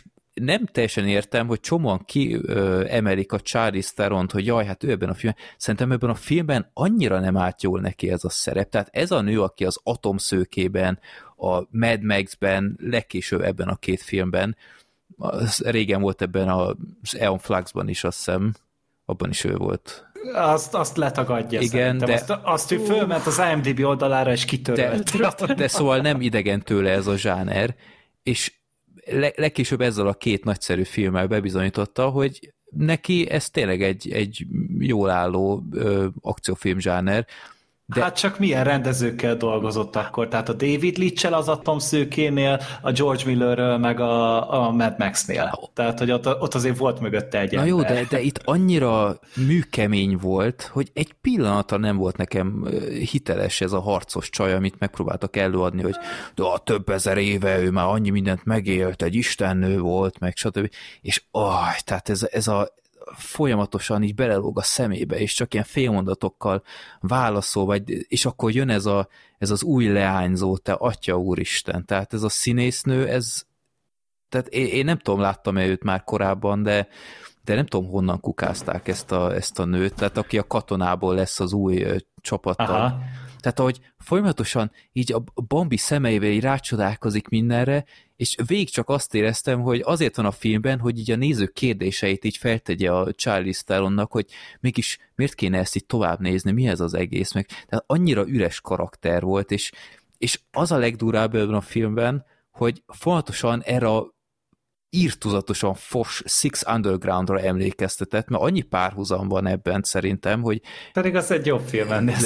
Speaker 2: nem teljesen értem, hogy csomóan kiemelik a Charlize Theront, hogy jaj, hát ő ebben a filmben. Szerintem ebben a filmben annyira nem állt jól neki ez a szerep. Tehát ez a nő, aki az Atomszőkében, a Mad Max-ben, legkésőbb ebben a 2 filmben, régen volt ebben az Aeon Fluxban is, azt hiszem, abban is ő volt.
Speaker 3: Azt letagadja.
Speaker 2: Igen, de...
Speaker 3: Azt ő fölment az IMDb oldalára, és kitörölt.
Speaker 2: De szóval nem idegen tőle ez a zsáner, és legkésőbb ezzel a 2 nagyszerű filmmel bebizonyította, hogy neki ez tényleg egy jól álló akciófilm zsáner.
Speaker 3: De... Hát csak milyen rendezőkkel dolgozott akkor? Tehát a David Leitch-el az Atomszőkénél, a George Millerről, meg a Mad Max-nél. Tehát, hogy ott azért volt mögötte egy ember.
Speaker 2: Jó, de itt annyira műkemény volt, hogy egy pillanatra nem volt nekem hiteles ez a harcos csaj, amit megpróbáltak előadni, hogy több ezer éve ő már annyi mindent megélt, egy istennő volt, meg stb. És tehát ez a folyamatosan így belelóg a szemébe, és csak ilyen félmondatokkal válaszol, és akkor jön ez az új leányzó, te atya úristen, tehát ez a színésznő, tehát én nem tudom, láttam-e őt már korábban, de nem tudom, honnan kukázták ezt a nőt, tehát aki a katonából lesz az új csapattal. Aha. Tehát ahogy folyamatosan így a Bambi szemeivel így rácsodálkozik mindenre, és végig csak azt éreztem, hogy azért van a filmben, hogy így a nézők kérdéseit így feltegye a Charlize Theronnak, hogy mégis miért kéne ezt így tovább nézni, mi ez az egész, meg tehát annyira üres karakter volt, és az a legdurább ebben a filmben, hogy folyamatosan erre a írtuzatosan fos Six Underground-ra emlékeztetett, mert annyi párhuzam van ebben szerintem, hogy...
Speaker 3: Pedig az egy jobb film ennél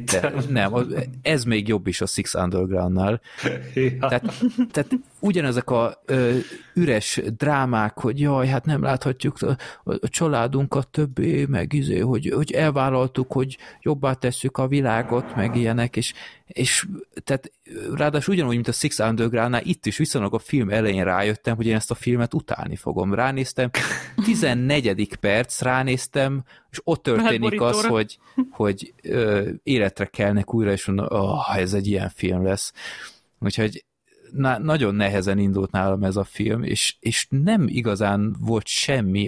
Speaker 2: nem, ez még jobb is a Six Underground-nál. Ja. Tehát ugyanezek a üres drámák, hogy jaj, hát nem láthatjuk a családunkat többé, meg hogy elvállaltuk, hogy jobbá tesszük a világot, meg ilyenek, és tehát ráadásul ugyanúgy, mint a Six Underground-nál, itt is viszonylag a film elején rájöttem, hogy én ezt a filmet utálni fogom. Ránéztem, 14. perc, ránéztem, és ott történik az, hogy életre kelnek újra, és mondom, ez egy ilyen film lesz. Úgyhogy nagyon nehezen indult nálam ez a film, és nem igazán volt semmi,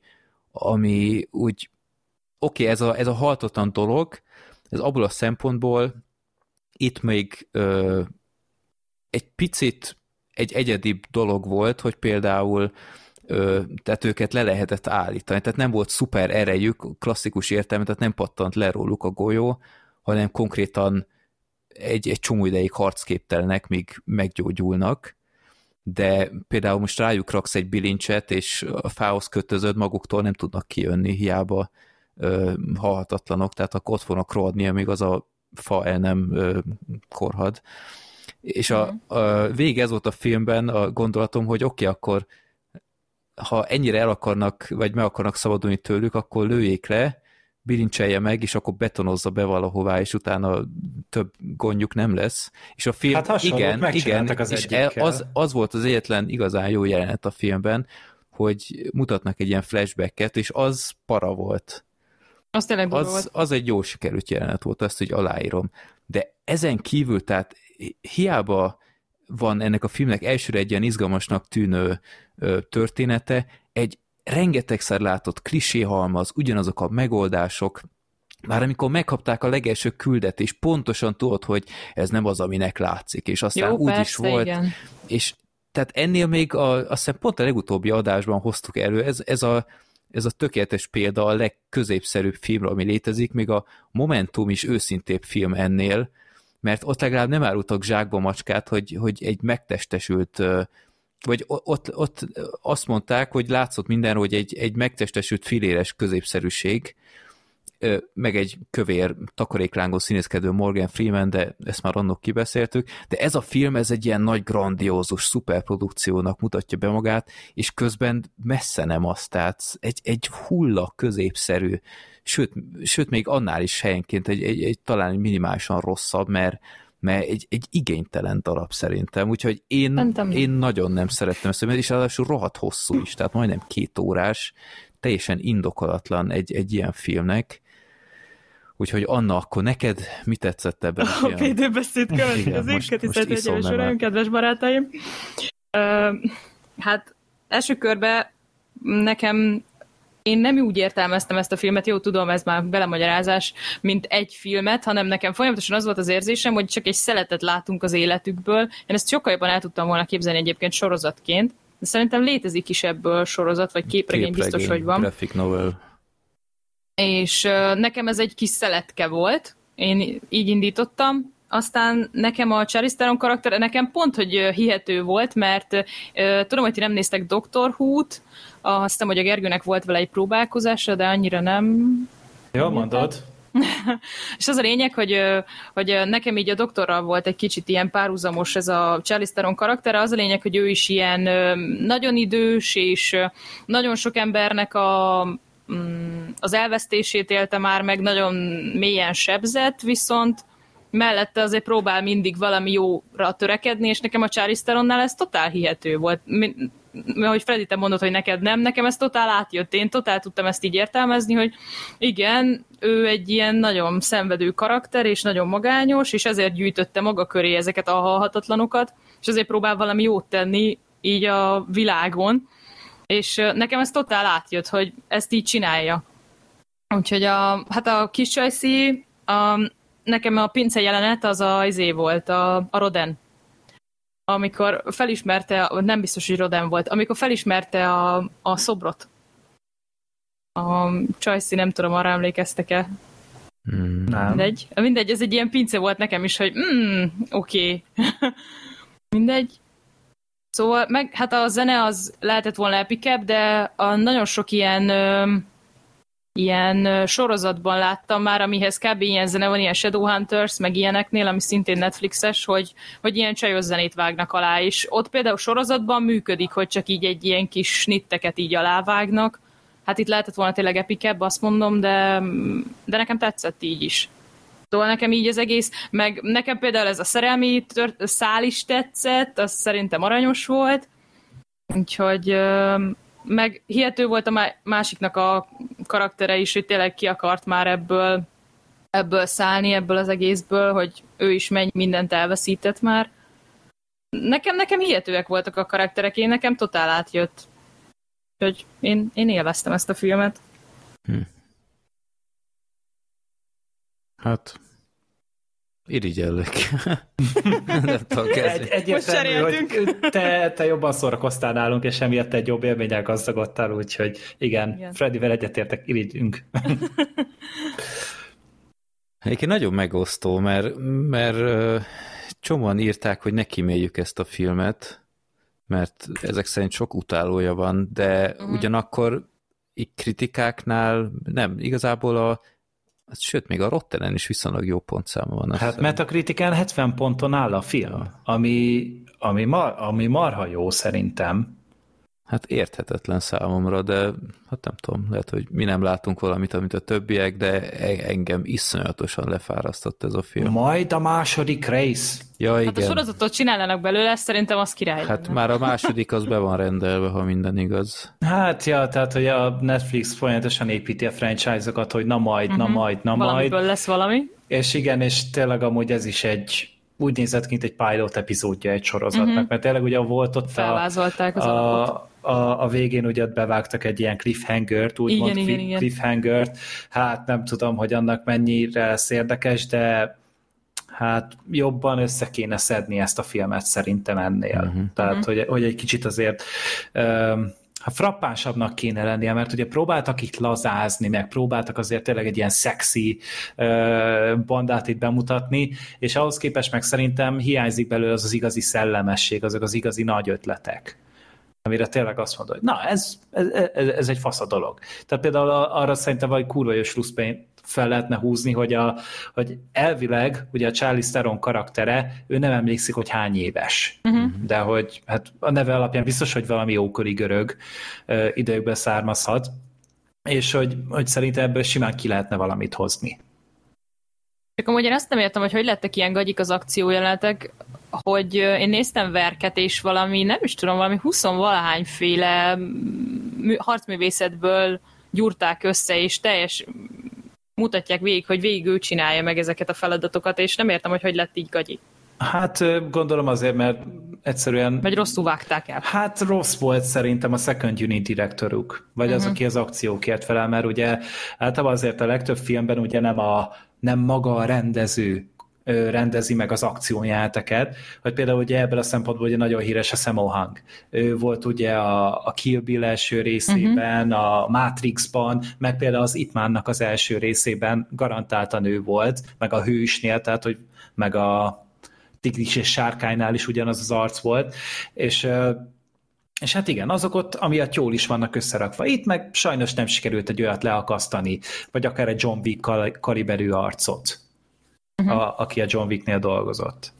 Speaker 2: ami úgy oké, ez a haltatlan dolog, ez abból a szempontból itt még egy picit egy egyedibb dolog volt, hogy például tehát őket le lehetett állítani, tehát nem volt szuper erejük, klasszikus értelme, tehát nem pattant le róluk a golyó, hanem konkrétan egy csomó ideig harcképtelenek, míg meggyógyulnak, de például most rájuk raksz egy bilincset, és a fához kötözöd, maguktól nem tudnak kijönni, hiába halhatatlanok, tehát akkor ott fognak rohadni, amíg az a fa el nem korhad. És végig ez volt a filmben a gondolatom, hogy oké, akkor ha ennyire el akarnak, vagy meg akarnak szabadulni tőlük, akkor lőjék le, bilincselje meg, és akkor betonozza be valahová, és utána több gondjuk nem lesz. És a film,
Speaker 3: hát
Speaker 2: igen,
Speaker 3: az
Speaker 2: és az volt az egyetlen igazán jó jelenet a filmben, hogy mutatnak egy ilyen flashbacket, és az para volt.
Speaker 5: Az tényleg volt.
Speaker 2: Az egy jó sikerült jelenet volt, azt, hogy aláírom. De ezen kívül, tehát hiába van ennek a filmnek elsőre egy ilyen izgalmasnak tűnő története, egy rengetegszer látott kliséhalmaz, ugyanazok a megoldások, már amikor megkapták a legelső küldetést, pontosan tudod, hogy ez nem az, aminek látszik, és aztán úgy is volt, igen. És tehát ennél még azt hiszem pont a legutóbbi adásban hoztuk elő, ez a tökéletes példa a legközépszerűbb filmre, ami létezik, még a Momentum is őszintébb film ennél, mert ott legalább nem árultak zsákba macskát, hogy egy megtestesült, vagy ott azt mondták, hogy látszott mindenről, hogy egy megtestesült filéres középszerűség, meg egy kövér takaréklángos színészkedő Morgan Freeman, de ezt már annak kibeszéltük, de ez a film, ez egy ilyen nagy, grandiózus szuperprodukciónak mutatja be magát, és közben messze nem az, tehát egy hulla középszerű, sőt még annál is helyenként egy talán minimálisan rosszabb, mert egy igénytelen darab szerintem, úgyhogy én nagyon nem szerettem ezt, és ráadásul rohadt hosszú is, tehát majdnem 2 órás, teljesen indokolatlan egy ilyen filmnek. Úgyhogy Anna, akkor neked mi tetszett ebben a filmben?
Speaker 5: A védőbeszéd következik, tisztelt Egyenes Uraim, kedves barátaim. Hát első körben nekem én nem úgy értelmeztem ezt a filmet, jó, tudom, ez már belemagyarázás, mint egy filmet, hanem nekem folyamatosan az volt az érzésem, hogy csak egy szeletet látunk az életükből. Én ezt sokkal jobban el tudtam volna képzelni egyébként sorozatként, de szerintem létezik is ebből sorozat, vagy képregény biztos, hogy van.
Speaker 2: Graphic novel.
Speaker 5: És nekem ez egy kis szeletke volt, én így indítottam, aztán nekem a Charlize Theron karakter, nekem pont, hogy hihető volt, mert tudom, hogy ti nem néztek Doctor Who-t, azt hiszem, hogy a Gergőnek volt vele egy próbálkozása, de annyira nem...
Speaker 3: Jó, mondod.
Speaker 5: És az a lényeg, hogy nekem így a doktorral volt egy kicsit ilyen párhuzamos ez a Charlize Theron karaktere, az a lényeg, hogy ő is ilyen nagyon idős, és nagyon sok embernek az elvesztését élte már meg, nagyon mélyen sebzett, viszont mellette azért próbál mindig valami jóra törekedni, és nekem a Charlize Theronnál ez totál hihető volt. Ahogy Freddy, te mondod, hogy neked nem, nekem ez totál átjött. Én totál tudtam ezt így értelmezni, hogy igen, ő egy ilyen nagyon szenvedő karakter, és nagyon magányos, és ezért gyűjtötte maga köré ezeket a halhatatlanokat, és azért próbál valami jót tenni így a világon, és nekem ez totál átjött, hogy ezt így csinálja. Úgyhogy a kis csajszi, nekem a pince jelenet az izé volt, a Roden. Amikor felismerte, nem biztos, hogy Roden volt, amikor felismerte a szobrot. A csajszi, nem tudom, arra emlékeztek-e?
Speaker 3: Nem.
Speaker 5: Mindegy, ez egy ilyen pince volt nekem is, hogy oké. Mindegy. Szóval, hát a zene az lehetett volna epikebb, de nagyon sok ilyen sorozatban láttam már, amihez kb. Ilyen zene van, ilyen Shadowhunters, meg ilyeneknél, ami szintén Netflixes, hogy ilyen csajos zenét vágnak alá, és ott például sorozatban működik, hogy csak így egy ilyen kis snitteket így alávágnak. Hát itt lehetett volna tényleg epikebb, azt mondom, de nekem tetszett így is. Szóval nekem így az egész, meg nekem például ez a szerelmi szál is tetszett, az szerintem aranyos volt, úgyhogy meg hihető volt a másiknak a karaktere is, hogy tényleg ki akart már ebből szállni, ebből az egészből, hogy ő is mindent elveszített már. Nekem hihetőek voltak a karakterek, nekem totál átjött. Úgyhogy én élveztem ezt a filmet.
Speaker 2: Hát, irigyellek.
Speaker 3: Egyértelmű, hogy te jobban szórakoztál nálunk, és emiatt egy jobb élménnyel gazdagodtál, úgyhogy igen. Freddyvel egyetértek, irigyünk.
Speaker 2: Egyébként nagyon megosztó, mert csomóan írták, hogy ne kíméljük ezt a filmet, mert ezek szerint sok utálója van, de ugyanakkor így kritikáknál nem, igazából sőt, még a Rottenen is viszonylag jó pontszáma van.
Speaker 3: Hát Metacritiken 70 ponton áll a film, ami marha jó szerintem.
Speaker 2: Hát érthetetlen számomra, de hát nem tudom, lehet, hogy mi nem látunk valamit, amit a többiek, de engem iszonyatosan lefárasztott ez a film.
Speaker 3: Majd a második rész.
Speaker 2: Ja,
Speaker 5: hát
Speaker 2: igen.
Speaker 5: a sorozatot csinálnának belőle, szerintem az király.
Speaker 2: Hát lenne. Már a második az be van rendelve, ha minden igaz.
Speaker 3: Hát ja, tehát hogy a Netflix folyamatosan építi a franchise-okat, hogy na majd.
Speaker 5: Valamiből lesz valami.
Speaker 3: És igen, és tényleg amúgy ez is egy úgy nézett ki, mint egy pilot epizódja egy sorozatnak, mert tényleg ugye volt ott
Speaker 5: felvázolták az alapot.
Speaker 3: A végén ugye beváltak egy ilyen cliffhangert, úgymond cliffhangert, hát nem tudom, hogy annak mennyire lesz érdekes, de hát jobban össze kéne szedni ezt a filmet szerintem ennél. Tehát, hogy egy kicsit azért frappánsabbnak kéne lennie, mert ugye próbáltak itt lazázni, meg próbáltak azért tényleg egy ilyen szexi bandát itt bemutatni, és ahhoz képest meg szerintem hiányzik belőle az igazi szellemesség, azok az igazi nagy ötletek, amire tényleg azt mondod, hogy na, ez egy fasz a dolog. Tehát például arra szerintem vagy kurva jó slusszpényt fel lehetne húzni, hogy elvileg ugye a Charlize Theron karaktere, ő nem emlékszik, hogy hány éves. De hogy hát a neve alapján biztos, hogy valami ókori görög időkből származhat, és hogy szerintem ebből simán ki lehetne valamit hozni.
Speaker 5: Csak amúgy én azt nem értem, hogy lettek ilyen gagyik az akciójelenetek, hogy én néztem verket, és valami, nem is tudom, valami 20-valahányféle harcművészetből gyúrták össze, és mutatják végig, hogy végig ő csinálja meg ezeket a feladatokat, és nem értem, hogy lett így gagyi.
Speaker 3: Hát gondolom azért, mert egyszerűen...
Speaker 5: Vagy rosszul vágták el.
Speaker 3: Hát rossz volt szerintem a second unit direktoruk, vagy az, aki az akciókért felel, mert ugye általában azért a legtöbb filmben ugye nem maga a rendező rendezi meg az akciójáteket, hogy például ugye ebből a szempontból ugye nagyon híres a Sammo Hung. Ő volt ugye a Kill Bill első részében, a Matrixban, meg például az Ip Man-nak az első részében garantáltan ő volt, meg a Hősnél, tehát hogy meg a Tigris és Sárkánynál is ugyanaz az arc volt, és hát igen, azok ott amiatt jól is vannak összerakva. Itt meg sajnos nem sikerült egy olyat leakasztani, vagy akár egy John Wick kaliberű arcot, aki a John Wicknél dolgozott.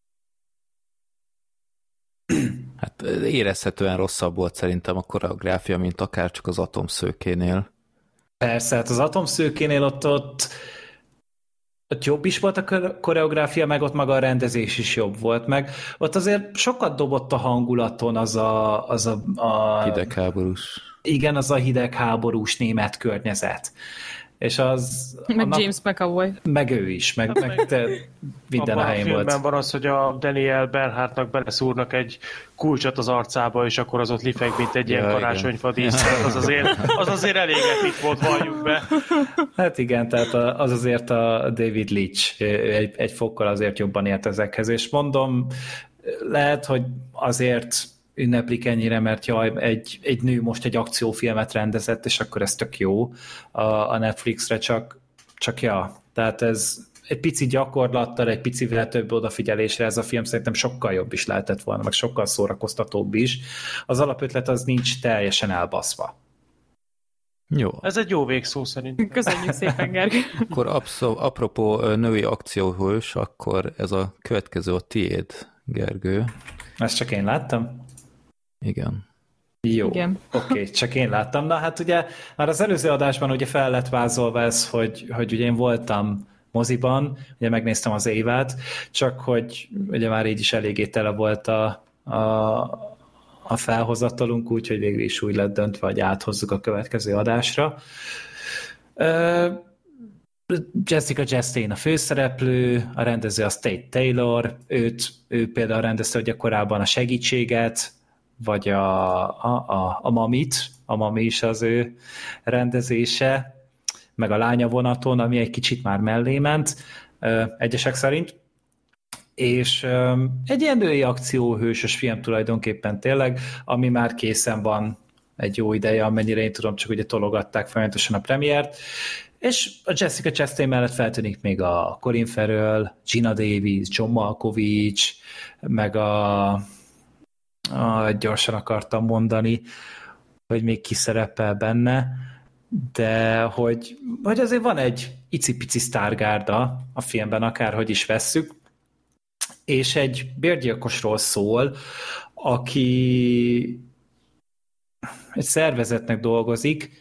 Speaker 2: Hát érezhetően rosszabb volt szerintem a koreográfia, mint akár csak az Atomszőkénél.
Speaker 3: Persze, hát az Atomszőkénél ott jobb is volt a koreográfia, meg ott maga a rendezés is jobb volt, meg ott azért sokat dobott a hangulaton az a
Speaker 2: hidegháborús.
Speaker 3: Igen, az a hidegháborús német környezet. És az...
Speaker 5: Meg James McAvoy.
Speaker 3: Meg ő is, meg minden a helyén volt.
Speaker 1: Abban van az, hogy a Daniel Bernhardtnak beleszúrnak egy kulcsot az arcába, és akkor az ott lifeg, mint egy ilyen karácsonyfa dísz. Az azért elég epik volt, valljuk be.
Speaker 3: Hát igen, tehát az azért a David Leitch egy fokkal azért jobban ért ezekhez, és mondom, lehet, hogy azért ünneplik ennyire, mert jaj, egy nő most egy akciófilmet rendezett, és akkor ez tök jó a Netflixre, csak ja, tehát ez egy pici gyakorlattal, egy picivel több odafigyelésre ez a film szerintem sokkal jobb is lehetett volna, meg sokkal szórakoztatóbb is. Az alapötlet az nincs teljesen elbaszva.
Speaker 2: Jó.
Speaker 1: Ez egy jó végszó szerintem.
Speaker 5: Köszönjük szépen, Gergő.
Speaker 2: Akkor apropó női akcióhős, akkor ez a következő a tiéd, Gergő.
Speaker 3: Ezt csak én láttam?
Speaker 2: Igen.
Speaker 3: Jó, oké, csak én láttam. Na hát ugye már az előző adásban ugye fel lett vázolva ez, hogy ugye én voltam moziban, ugye megnéztem az Évát, csak hogy ugye már így is eléggé tele volt a felhozatalunk, úgyhogy végül is úgy lett döntve, hogy áthozzuk a következő adásra. Jessica Chastain a főszereplő, a rendező a Tate Taylor, ő például rendezte ugye korábban a Segítséget, vagy a Mamit, a Mami is az ő rendezése, meg a Lánya vonaton, ami egy kicsit már mellé ment, egyesek szerint. És egy ilyen női akcióhősös film tulajdonképpen tényleg, ami már készen van egy jó ideje, amennyire én tudom, csak ugye tologatták folyamatosan a premiért. És a Jessica Chastain mellett feltűnik még a Colin Farrell, Gina Davis, John Malkovich, meg gyorsan akartam mondani, hogy még ki szerepel benne, de hogy azért van egy icipici sztárgárda a filmben, akárhogy is vesszük, és egy bérgyilkosról szól, aki egy szervezetnek dolgozik,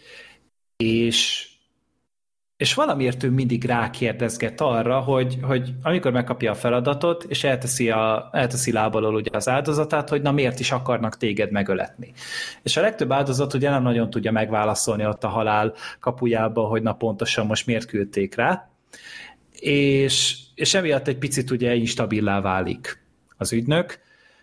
Speaker 3: és valamiért ő mindig rákérdezget arra, hogy amikor megkapja a feladatot, és elteszi lábalól ugye az áldozatát, hogy na miért is akarnak téged megöletni. És a legtöbb áldozat ugye nem nagyon tudja megválaszolni ott a halál kapujába, hogy na pontosan most miért küldték rá. és emiatt egy picit ugye instabilá válik az ügynök,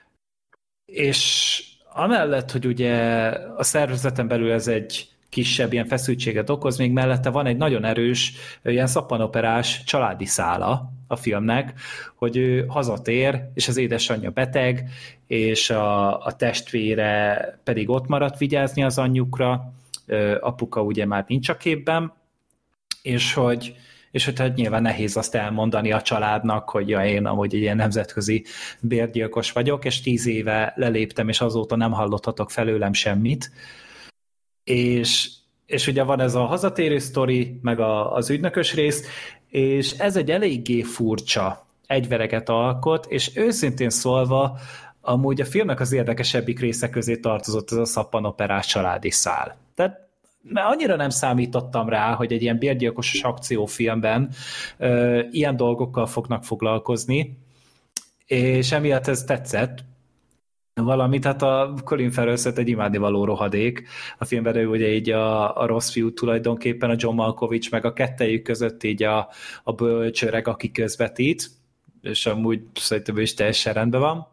Speaker 3: és amellett, hogy ugye a szervezeten belül ez egy kisebb ilyen feszültséget okoz, még mellette van egy nagyon erős, ilyen szappanoperás családi szála a filmnek, hogy ő hazatér, és az édesanyja beteg, és a testvére pedig ott maradt vigyázni az anyjukra, apuka ugye már nincs a képben, és hogy hát nyilván nehéz azt elmondani a családnak, hogy ja, én amúgy egy ilyen nemzetközi bérgyilkos vagyok, és 10 éve leléptem, és azóta nem hallottatok felőlem semmit. És ugye van ez a hazatérő sztori, meg az ügynökös rész, és ez egy eléggé furcsa egyvereget alkot, és őszintén szólva, amúgy a filmnek az érdekesebbik része közé tartozott ez a szappanoperás családi szál. Tehát mert annyira nem számítottam rá, hogy egy ilyen bérgyilkosos akciófilmben ilyen dolgokkal fognak foglalkozni, és emiatt ez tetszett. Valamint, hát a Colin Farrell egy imádnivaló rohadék. A filmben ő ugye így a rossz fiú tulajdonképpen, a John Malkovich, meg a kettejük között így a bölcsöreg, aki közvetít, és amúgy szerintem ő is teljesen rendben van.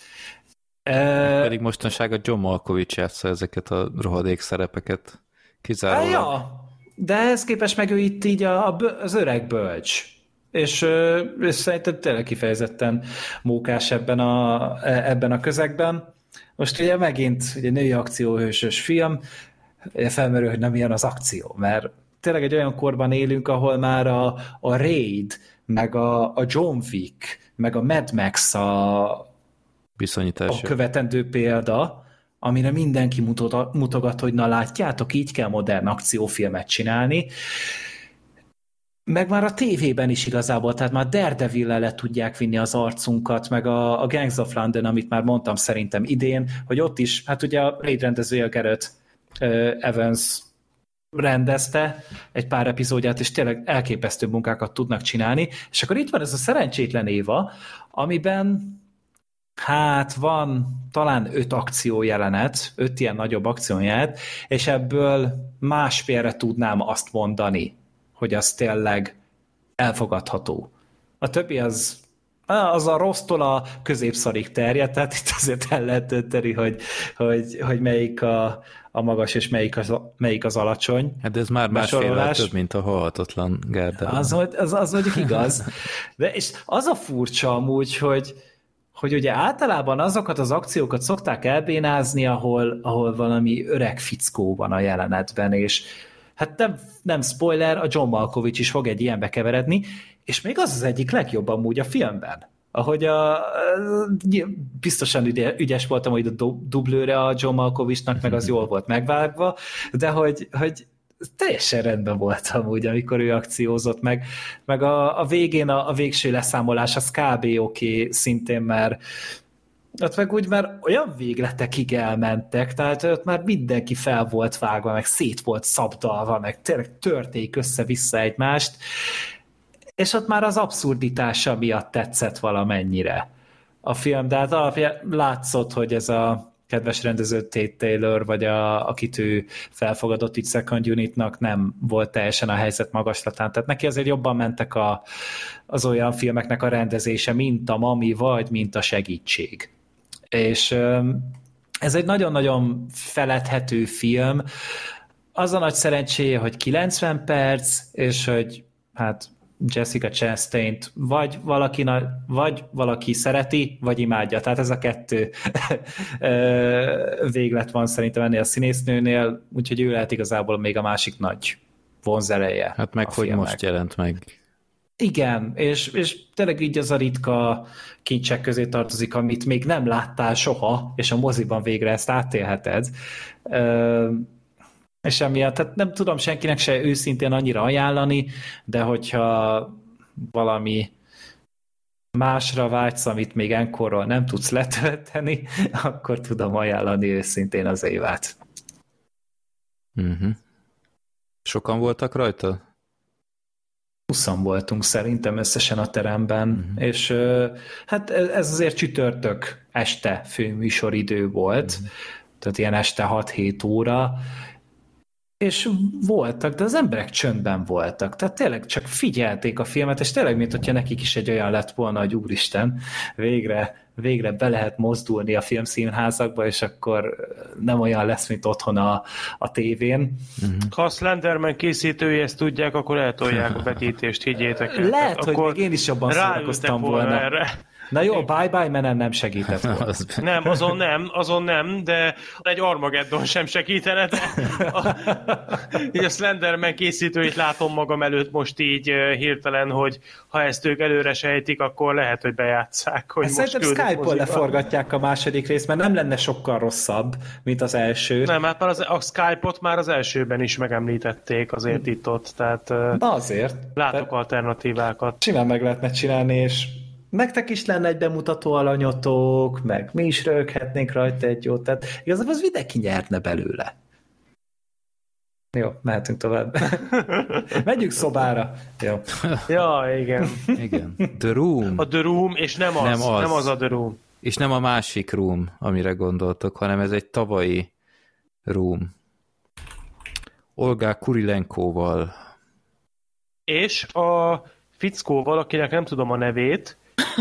Speaker 2: Pedig mostanság a John Malkovich játsza ezeket a rohadék szerepeket. Kizárólag.
Speaker 3: Ja, de ehhez képest meg ő itt így az öreg bölcs. És szerintem tényleg kifejezetten mókás ebben a közegben. Most ugye megint ugye női akcióhősös film, felmerül, hogy nem ilyen az akció, mert tényleg egy olyan korban élünk, ahol már a Raid, meg a John Wick, meg a Mad Max a követendő példa, amire mindenki mutogat, hogy na látjátok, így kell modern akciófilmet csinálni. Meg már a tévében is igazából, tehát már Daredevil-lel le tudják vinni az arcunkat, meg a Gangs of London, amit már mondtam szerintem idén, hogy ott is, hát ugye a Raid rendezője Gareth Evans rendezte egy pár epizódját, és tényleg elképesztő munkákat tudnak csinálni, és akkor itt van ez a Szerencsétlen Éva, amiben hát van talán 5 akciójelenet, 5 ilyen nagyobb akciójelenet, és ebből másfélre tudnám azt mondani, hogy az tényleg elfogadható. A többi az a rossztól a középszarig terjed, tehát itt azért el lehet dönteni, hogy melyik a magas, és melyik az alacsony.
Speaker 2: Hát ez már másféle több, mint a halhatatlan Gárdában.
Speaker 3: Az mondjuk igaz. De és az a furcsa amúgy, hogy ugye általában azokat az akciókat szokták elbénázni, ahol valami öreg fickó van a jelenetben, és hát nem spoiler, a John Malkovich is fog egy ilyenbe keveredni, és még az egyik legjobb amúgy a filmben. Ahogy biztosan ügyes voltam, hogy a dublőre a John Malkovichnak, meg az jól volt megvágva, de hogy teljesen rendben volt amúgy, amikor ő akciózott, meg a végén a végső leszámolás az kb. Oké, szintén, mert ott meg úgy már olyan végletekig elmentek, tehát ott már mindenki fel volt vágva, meg szét volt szabdalva, meg tényleg törték össze-vissza egymást, és ott már az abszurditása miatt tetszett valamennyire a film, de hát alapján látszott, hogy ez a kedves rendező Tate Taylor, vagy akit ő felfogadott itt Second Unitnak, nem volt teljesen a helyzet magaslatán. Tehát neki azért jobban mentek az olyan filmeknek a rendezése, mint a Mami, vagy mint a Segítség. És ez egy nagyon-nagyon feledhető film. Az a nagy szerencséje, hogy 90 perc, és hogy hát Jessica Chastain-t vagy valaki szereti, vagy imádja. Tehát ez a 2 véglet van szerintem ennél a színésznőnél, úgyhogy ő lehet igazából még a másik nagy vonzereje.
Speaker 2: Hát meg hogy most jelent meg.
Speaker 3: Igen, és tényleg így az a ritka kincsek közé tartozik, amit még nem láttál soha, és a moziban végre ezt átélheted. És emiatt, tehát nem tudom senkinek se őszintén annyira ajánlani, de hogyha valami másra vágysz, amit még enkorról nem tudsz letölteni, akkor tudom ajánlani őszintén az Évát.
Speaker 2: Sokan voltak rajta?
Speaker 3: 20 voltunk szerintem összesen a teremben, és hát ez azért csütörtök este főműsoridő volt, tehát ilyen este 6-7 óra, és voltak, de az emberek csöndben voltak. Tehát tényleg csak figyelték a filmet, és tényleg, mint hogyha nekik is egy olyan lett volna, hogy úristen, végre be lehet mozdulni a filmszínházakba, és akkor nem olyan lesz, mint otthon a tévén.
Speaker 1: Ha a Slenderman készítői ezt tudják, akkor eltolják a vetítést, higgyétek el.
Speaker 3: Lehet, hogy még én is jobban szórakoztam volna.
Speaker 1: Erre.
Speaker 3: Na jó, bye-bye, menem nem segített volna.
Speaker 1: Nem, azon nem, de egy Armageddon sem segítene, de a Slenderman készítőit látom magam előtt most így hirtelen, hogy ha ezt ők előre sejtik, akkor lehet, hogy bejátsszák. Hogy
Speaker 3: szerintem Skype-on leforgatják a második részt, mert nem lenne sokkal rosszabb, mint az első.
Speaker 1: Nem, hát már a Skype-ot már az elsőben is megemlítették azért itt-ott, tehát
Speaker 3: na azért.
Speaker 1: látok alternatívákat.
Speaker 3: Simán meg lehetne csinálni, és nektek is lenne egy bemutató alanyotok, meg mi is röghetnénk rajta egy jót, tehát igazából az mindenki nyerne belőle. Jó, mehetünk tovább. Megyünk szobára. Jó.
Speaker 1: Ja, igen.
Speaker 2: Igen. The Room.
Speaker 1: A The Room, és nem az a The Room.
Speaker 2: És nem a másik Room, amire gondoltok, hanem ez egy tavalyi Room. Olga Kurilenkóval.
Speaker 1: És a fickóval, akinek nem tudom a nevét,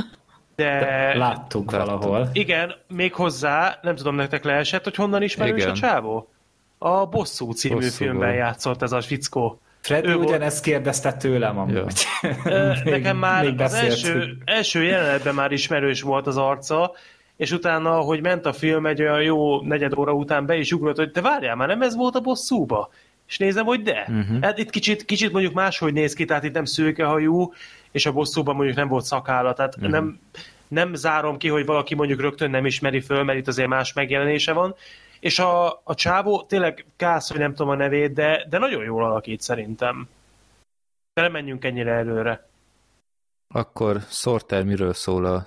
Speaker 1: de
Speaker 3: láttuk valahol.
Speaker 1: Igen, még hozzá, nem tudom, nektek leesett, hogy honnan ismerős a csávó? A Bosszú című filmben játszott ez a fickó.
Speaker 3: Freddy ugyanezt kérdezte tőlem amúgy.
Speaker 1: Nekem már az első jelenetben már ismerős volt az arca, és utána, hogy ment a film, egy olyan jó negyed óra után be is ugrott, hogy te várjál, már nem ez volt a Bosszúba? És nézem, hogy de. Hát itt kicsit mondjuk máshogy néz ki, tehát itt nem szőkehajú, és a Bosszúban mondjuk nem volt szakállat, tehát nem zárom ki, hogy valaki mondjuk rögtön nem ismeri föl, mert itt azért más megjelenése van, és a csávó tényleg kász, hogy nem tudom a nevét, de nagyon jól alakít szerintem. De nem menjünk ennyire előre.
Speaker 2: Akkor Sorter miről szól a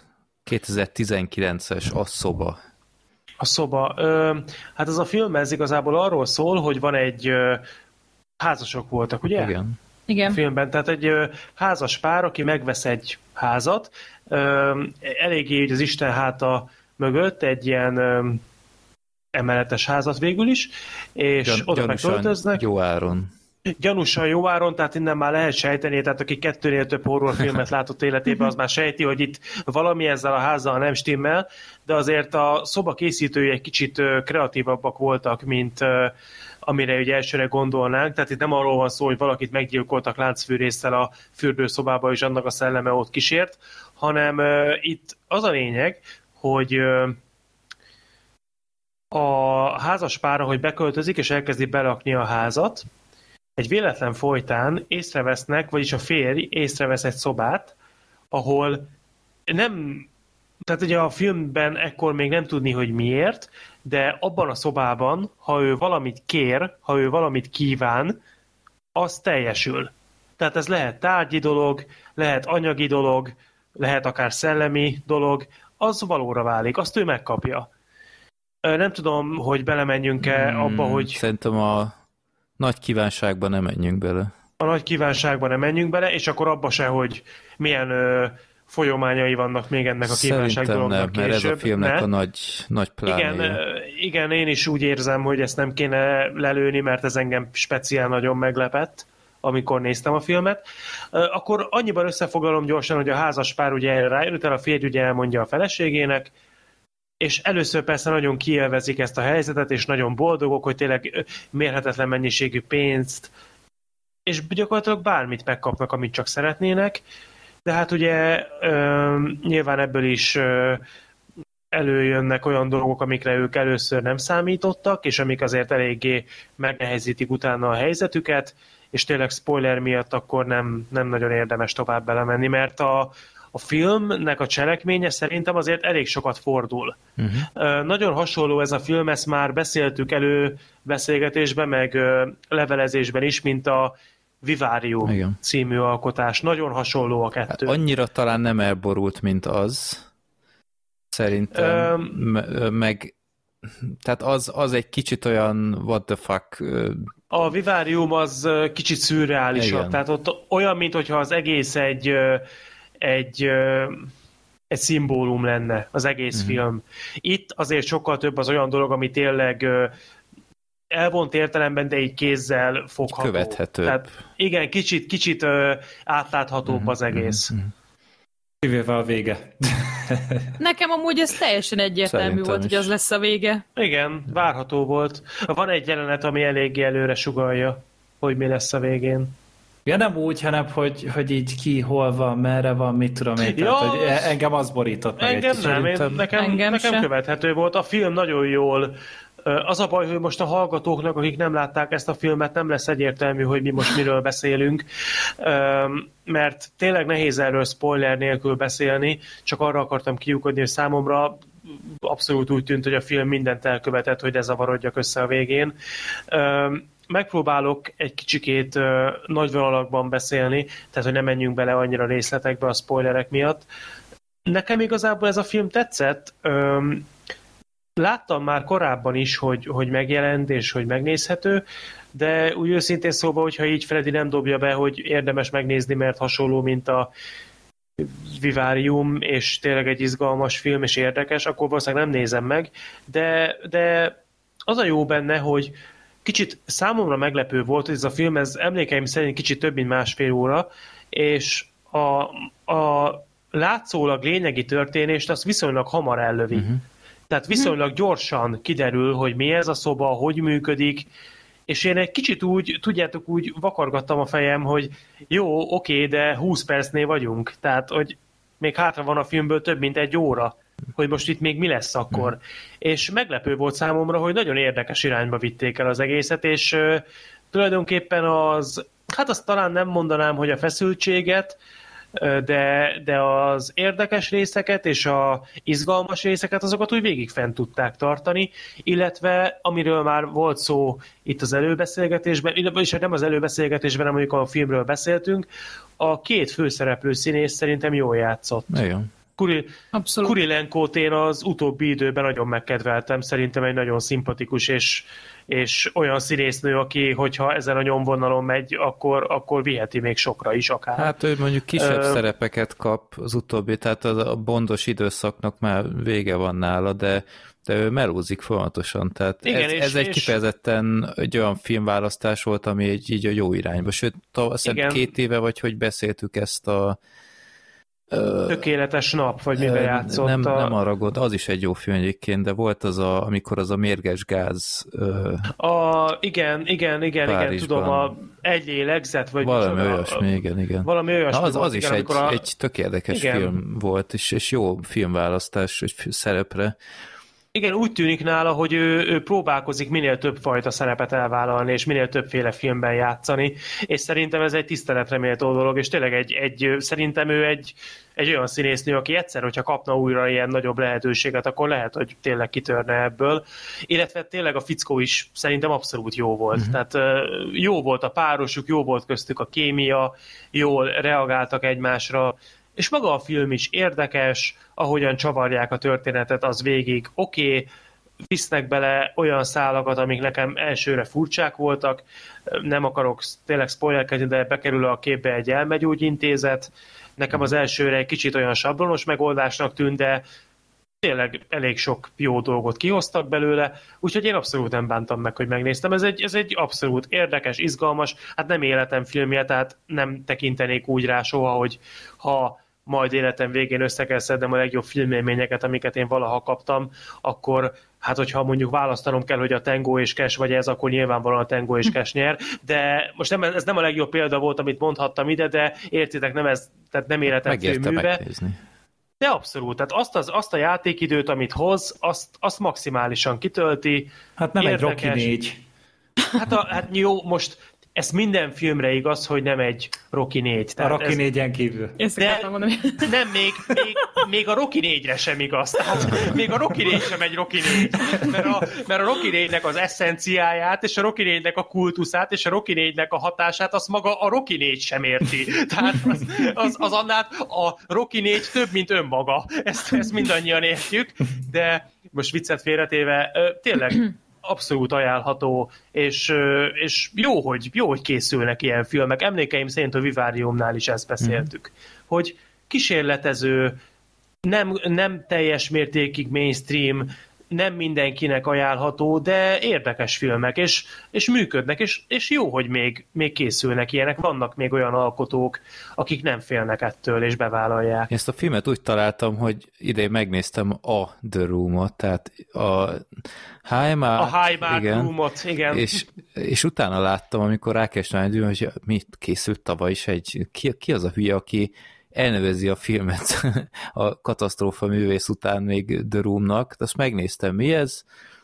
Speaker 2: 2019-es A szoba?
Speaker 1: A szoba. Hát ez a film ez igazából arról szól, hogy van egy házasok voltak, ugye?
Speaker 5: Igen.
Speaker 1: A filmben. Tehát egy házas pár, aki megvesz egy házat, eléggé így az Isten háta mögött egy ilyen emeletes házat végül is, és oda megköltöznek.
Speaker 2: Jó áron.
Speaker 1: Gyanúsan jó áron, tehát innen már lehet sejteni, tehát aki 2-nél több horrorfilmet látott életében, az már sejti, hogy itt valami ezzel a házzal nem stimmel, de azért a szoba készítői egy kicsit kreatívabbak voltak, mint amire ugye elsőre gondolnánk, tehát itt nem arról van szó, hogy valakit meggyilkoltak láncfűrésszel a fürdőszobába, és annak a szelleme ott kísért, hanem itt az a lényeg, hogy a házas pára, hogy beköltözik, és elkezdi berakni a házat, egy véletlen folytán észrevesznek, vagyis a férj észrevesz egy szobát, ahol nem, tehát ugye a filmben ekkor még nem tudni, hogy miért, de abban a szobában, ha ő valamit kér, ha ő valamit kíván, az teljesül. Tehát ez lehet tárgyi dolog, lehet anyagi dolog, lehet akár szellemi dolog, az valóra válik, azt ő megkapja. Nem tudom, hogy belemenjünk-e abba, hogy...
Speaker 2: Szerintem a nagy kívánságban nem menjünk bele.
Speaker 1: A nagy kívánságban nem menjünk bele, és akkor abba se, hogy milyen folyamányai vannak még ennek a kívánság dolognak
Speaker 2: később. Mert ez a filmnek a nagy plánja.
Speaker 1: Igen, én is úgy érzem, hogy ezt nem kéne lelőni, mert ez engem speciál nagyon meglepett, amikor néztem a filmet. Akkor annyiban összefoglalom gyorsan, hogy a házas pár ugye rájön, utána a férj ugye elmondja a feleségének, és először persze nagyon kielvezik ezt a helyzetet, és nagyon boldogok, hogy tényleg mérhetetlen mennyiségű pénzt, és gyakorlatilag bármit megkapnak, amit csak szeretnének, de hát ugye nyilván ebből is előjönnek olyan dolgok, amikre ők először nem számítottak, és amik azért eléggé megnehezítik utána a helyzetüket, és tényleg spoiler miatt akkor nem nagyon érdemes tovább belemenni, mert a filmnek a cselekménye szerintem azért elég sokat fordul. Nagyon hasonló ez a film, ezt már beszéltük előbeszélgetésben, meg levelezésben is, mint a Vivarium című alkotás. Nagyon hasonló a kettő.
Speaker 2: Hát annyira talán nem elborult, mint az. Szerintem. Meg tehát az egy kicsit olyan what the fuck.
Speaker 1: A Vivarium az kicsit szürreálisabb. Tehát ott olyan, mintha az egész egy szimbólum lenne, az egész film. Itt azért sokkal több az olyan dolog, ami tényleg elvont értelemben, de így kézzel fogható.
Speaker 2: Követhető.
Speaker 1: Tehát igen, kicsit átláthatóbb az egész.
Speaker 3: Kivéve a vége.
Speaker 5: Nekem amúgy ez teljesen egyértelmű
Speaker 2: Szerintem
Speaker 5: volt,
Speaker 2: is.
Speaker 5: hogy az lesz a vége.
Speaker 1: Igen, várható volt. Van egy jelenet, ami eléggé előre sugallja, hogy mi lesz a végén.
Speaker 3: Ja, nem úgy, hanem hogy így ki, hol van, merre van, mit tudom én.
Speaker 1: Ja,
Speaker 3: Tehát, hogy engem az borított meg
Speaker 1: Engem
Speaker 3: egy kicsit.
Speaker 1: nem, nekem
Speaker 5: se.
Speaker 1: követhető volt. A film nagyon jól. Az a baj, hogy most a hallgatóknak, akik nem látták ezt a filmet, nem lesz egyértelmű, hogy mi most miről beszélünk, mert tényleg nehéz erről spoiler nélkül beszélni, csak arra akartam kiukadni, hogy számomra abszolút úgy tűnt, hogy a film mindent elkövetett, hogy ne zavarodjak össze a végén. Megpróbálok egy kicsikét nagy vonalakban beszélni, tehát hogy ne menjünk bele annyira részletekbe a spoilerek miatt. Nekem igazából ez a film tetszett. Láttam már korábban is, hogy megjelent és hogy megnézhető, de úgy őszintén szóval, hogyha így Freddy nem dobja be, hogy érdemes megnézni, mert hasonló, mint a Vivarium, és tényleg egy izgalmas film, és érdekes, akkor valószínűleg nem nézem meg, de az a jó benne, hogy kicsit számomra meglepő volt, hogy ez a film, ez emlékeim szerint kicsit több, mint másfél óra, és a látszólag lényegi történést azt viszonylag hamar ellövi. Tehát viszonylag gyorsan kiderül, hogy mi ez a szoba, hogy működik, és én egy kicsit úgy, tudjátok, úgy vakargattam a fejem, hogy jó, oké, de 20 percnél vagyunk, tehát hogy még hátra van a filmből több, mint egy óra, hogy most itt még mi lesz akkor. És meglepő volt számomra, hogy nagyon érdekes irányba vitték el az egészet, és tulajdonképpen azt talán nem mondanám, hogy a feszültséget, de az érdekes részeket és a izgalmas részeket, azokat úgy végig fent tudták tartani, illetve amiről már volt szó itt az előbeszélgetésben, vagyis nem az előbeszélgetésben, hanem amikor a filmről beszéltünk, a két főszereplő színész szerintem jól játszott.
Speaker 2: Nagyon.
Speaker 1: Kurilenkót én az utóbbi időben nagyon megkedveltem, szerintem egy nagyon szimpatikus és olyan színésznő, aki, hogyha ezen a nyomvonalon megy, akkor viheti még sokra is akár.
Speaker 2: Hát ő mondjuk kisebb szerepeket kap az utóbbi, tehát a bondos időszaknak már vége van nála, de ő melózik folyamatosan, tehát igen, ez egy kifejezetten egy olyan filmválasztás volt, ami így a jó irányba. Sőt, azt hiszem 2 éve vagy, hogy beszéltük ezt a
Speaker 1: Tökéletes nap, vagy miben játszott.
Speaker 2: Nem arra gond, az is egy jó film egyébként, de volt amikor az a mérges gáz
Speaker 1: igen, tudom, egy lélegzet, vagy
Speaker 2: valami olyasmi, igen.
Speaker 1: Valami olyasmi
Speaker 2: az
Speaker 1: volt,
Speaker 2: is egy tökéletes film volt, és jó filmválasztás egy szerepre.
Speaker 1: Igen, úgy tűnik nála, hogy ő próbálkozik minél több fajta szerepet elvállalni, és minél többféle filmben játszani, és szerintem ez egy tiszteletre méltó dolog, és tényleg szerintem ő egy olyan színésznő, aki egyszer, hogyha kapna újra ilyen nagyobb lehetőséget, akkor lehet, hogy tényleg kitörne ebből. Illetve tényleg a fickó is szerintem abszolút jó volt. Tehát jó volt a párosuk, jó volt köztük a kémia, jól reagáltak egymásra, és maga a film is érdekes, ahogyan csavarják a történetet, az végig oké, visznek bele olyan szálakat, amik nekem elsőre furcsák voltak, nem akarok tényleg spoilerkedni, de bekerül a képbe egy elmegyógyintézet, nekem az elsőre egy kicsit olyan sablonos megoldásnak tűnt, de tényleg elég sok jó dolgot kihoztak belőle, úgyhogy én abszolút nem bántam meg, hogy megnéztem. Ez egy abszolút érdekes, izgalmas, hát nem életem filmje, tehát nem tekintenék úgy rá soha, hogy ha majd életem végén össze kell szednem a legjobb filmélményeket, amiket én valaha kaptam, akkor hát hogyha mondjuk választanom kell, hogy a Tango és Cash vagy ez, akkor nyilvánvalóan a Tango és Cash nyer, de most ez nem a legjobb példa volt, amit mondhattam ide, de értitek, tehát nem életem filmműve. De abszolút, tehát azt a játékidőt, amit hoz, azt maximálisan kitölti.
Speaker 3: Hát nem érdekes. Egy Rocky 4.
Speaker 1: Hát jó, most ez minden filmre igaz, hogy nem egy Rocky 4.
Speaker 3: A Rocky 4-en kívül.
Speaker 1: Nem, még a Rocky 4-re sem igaz. Tehát még a Rocky 4 sem egy Rocky 4. Mert a Rocky 4-nek az eszenciáját, és a Rocky 4-nek a kultuszát, és a Rocky 4-nek a hatását, azt maga a Rocky 4 sem érti. Tehát az annál a Rocky 4 több, mint önmaga. Ezt mindannyian értjük, de most viccet félretéve, tényleg abszolút ajánlható, és jó, hogy készülnek ilyen filmek. Emlékeim szerint a Vivariumnál is ezt beszéltük, hogy kísérletező, nem teljes mértékig mainstream, nem mindenkinek ajánlható, de érdekes filmek, és működnek, és jó, hogy még készülnek ilyenek. Vannak még olyan alkotók, akik nem félnek ettől, és bevállalják.
Speaker 2: Ezt a filmet úgy találtam, hogy idén megnéztem a The Room-ot, tehát a
Speaker 1: Highmark Room-ot, igen.
Speaker 2: És utána láttam, amikor rákerestem egy hogy mit készült tavaly is ki az a hülye, aki elnevezi a filmet a katasztrófa művész után még The Room-nak, azt megnéztem, mi ez,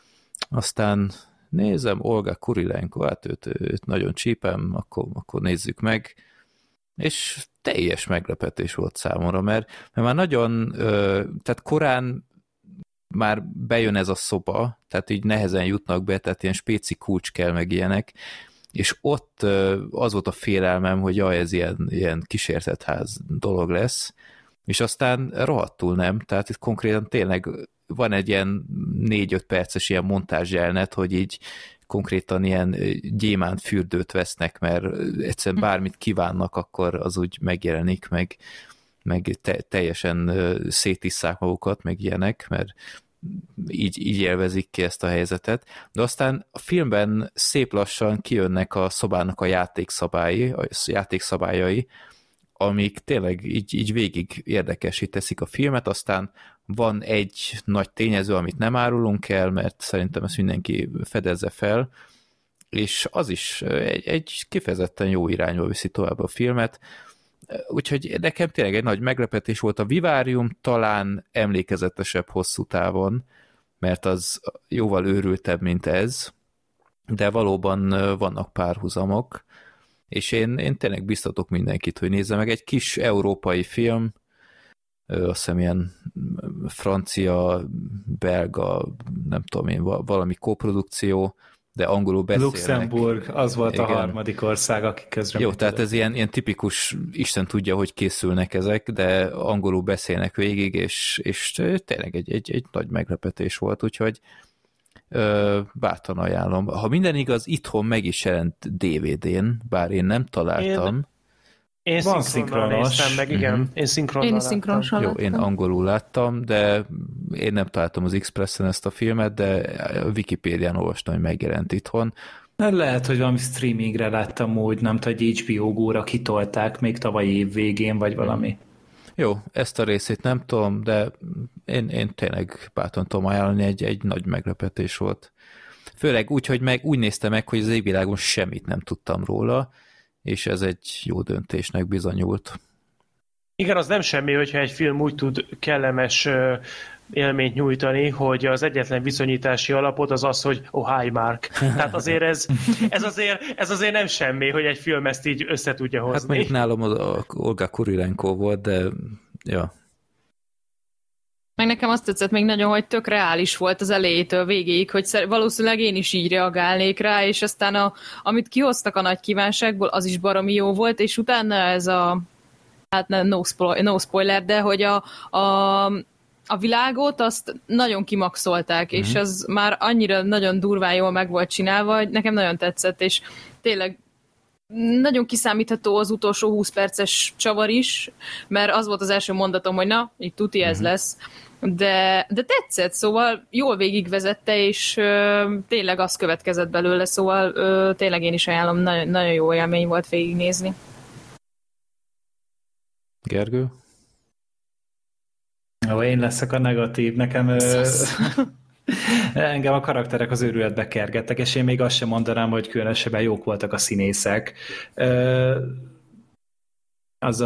Speaker 2: aztán nézem, Olga Kurilenko, hát őt nagyon csípem, akkor nézzük meg, és teljes meglepetés volt számomra, mert már nagyon, tehát korán már bejön ez a szoba, tehát így nehezen jutnak be, tehát ilyen spéci kulcs kell meg ilyenek, és ott az volt a félelmem, hogy jaj, ez ilyen kísértetház dolog lesz, és aztán rohadtul nem, tehát itt konkrétan tényleg van egy ilyen 4-5 perces ilyen montázsjelnet, hogy így konkrétan ilyen gyémánt fürdőt vesznek, mert egyszerűen bármit kívánnak, akkor az úgy megjelenik, meg teljesen szétisszák magukat, meg ilyenek, mert így élvezik ki ezt a helyzetet. De aztán a filmben szép lassan kijönnek a szobának a játékszabályai, amik tényleg így végig érdekesít a filmet, aztán van egy nagy tényező, amit nem árulunk el, mert szerintem ezt mindenki fedezze fel, és az is egy kifejezetten jó irányba viszi tovább a filmet, úgyhogy nekem tényleg egy nagy meglepetés volt. A Vivarium talán emlékezetesebb hosszú távon, mert az jóval őrültebb, mint ez, de valóban vannak párhuzamok, és én tényleg biztatok mindenkit, hogy nézze meg egy kis európai film, azt hiszem ilyen francia, belga, nem tudom én, valami koprodukció, de angolul beszélnek.
Speaker 3: Luxemburg, az volt igen. A harmadik ország, aki közre.
Speaker 2: Jó, tehát ez ilyen tipikus, Isten tudja, hogy készülnek ezek, de angolul beszélnek végig, és tényleg egy nagy meglepetés volt, úgyhogy bátran ajánlom. Ha minden igaz, itthon meg is jelent DVD-n, bár én nem találtam.
Speaker 1: Én szinkronnal néztem meg, igen. Én szinkronnal
Speaker 2: Jó, én angolul láttam, de én nem találtam az Expressen ezt a filmet, de a Wikipédián olvastam, hogy megjelent itthon.
Speaker 3: Lehet, hogy valami streamingre láttam úgy, nem tudom, hogy HBO Go-ra kitolták még tavaly év végén, vagy valami.
Speaker 2: Jó, ezt a részét nem tudom, de én tényleg bátran tudom ajánlani, egy nagy meglepetés volt. Főleg úgy, hogy úgy néztem meg, hogy az égvilágon semmit nem tudtam róla, és ez egy jó döntésnek bizonyult.
Speaker 1: Igen, az nem semmi, hogyha egy film úgy tud kellemes élményt nyújtani, hogy az egyetlen viszonyítási alapot az, hogy Highmark. Tehát azért ez azért nem semmi, hogy egy film ezt így össze tudja hozni.
Speaker 2: Hát mondjuk nálam az Olga Kurilenko volt, de ja.
Speaker 5: Meg nekem azt tetszett még nagyon, hogy tök reális volt az elejétől végéig, hogy valószínűleg én is így reagálnék rá, és aztán amit kihoztak a nagy kívánságból, az is baromi jó volt, és utána ez hát no spoiler, de hogy a világot azt nagyon kimaxolták, és az már annyira nagyon durván jól meg volt csinálva, hogy nekem nagyon tetszett, és tényleg nagyon kiszámítható az utolsó 20 perces csavar is, mert az volt az első mondatom, hogy na, itt tuti ez lesz. De tetszett, szóval jól végigvezette, és tényleg az következett belőle, szóval tényleg én is ajánlom, nagyon, nagyon jó élmény volt végignézni.
Speaker 2: Gergő?
Speaker 3: Ó, én leszek a negatív, nekem engem a karakterek az őrületbe kergettek, és én még azt sem mondanám, hogy különösebben jók voltak a színészek. Az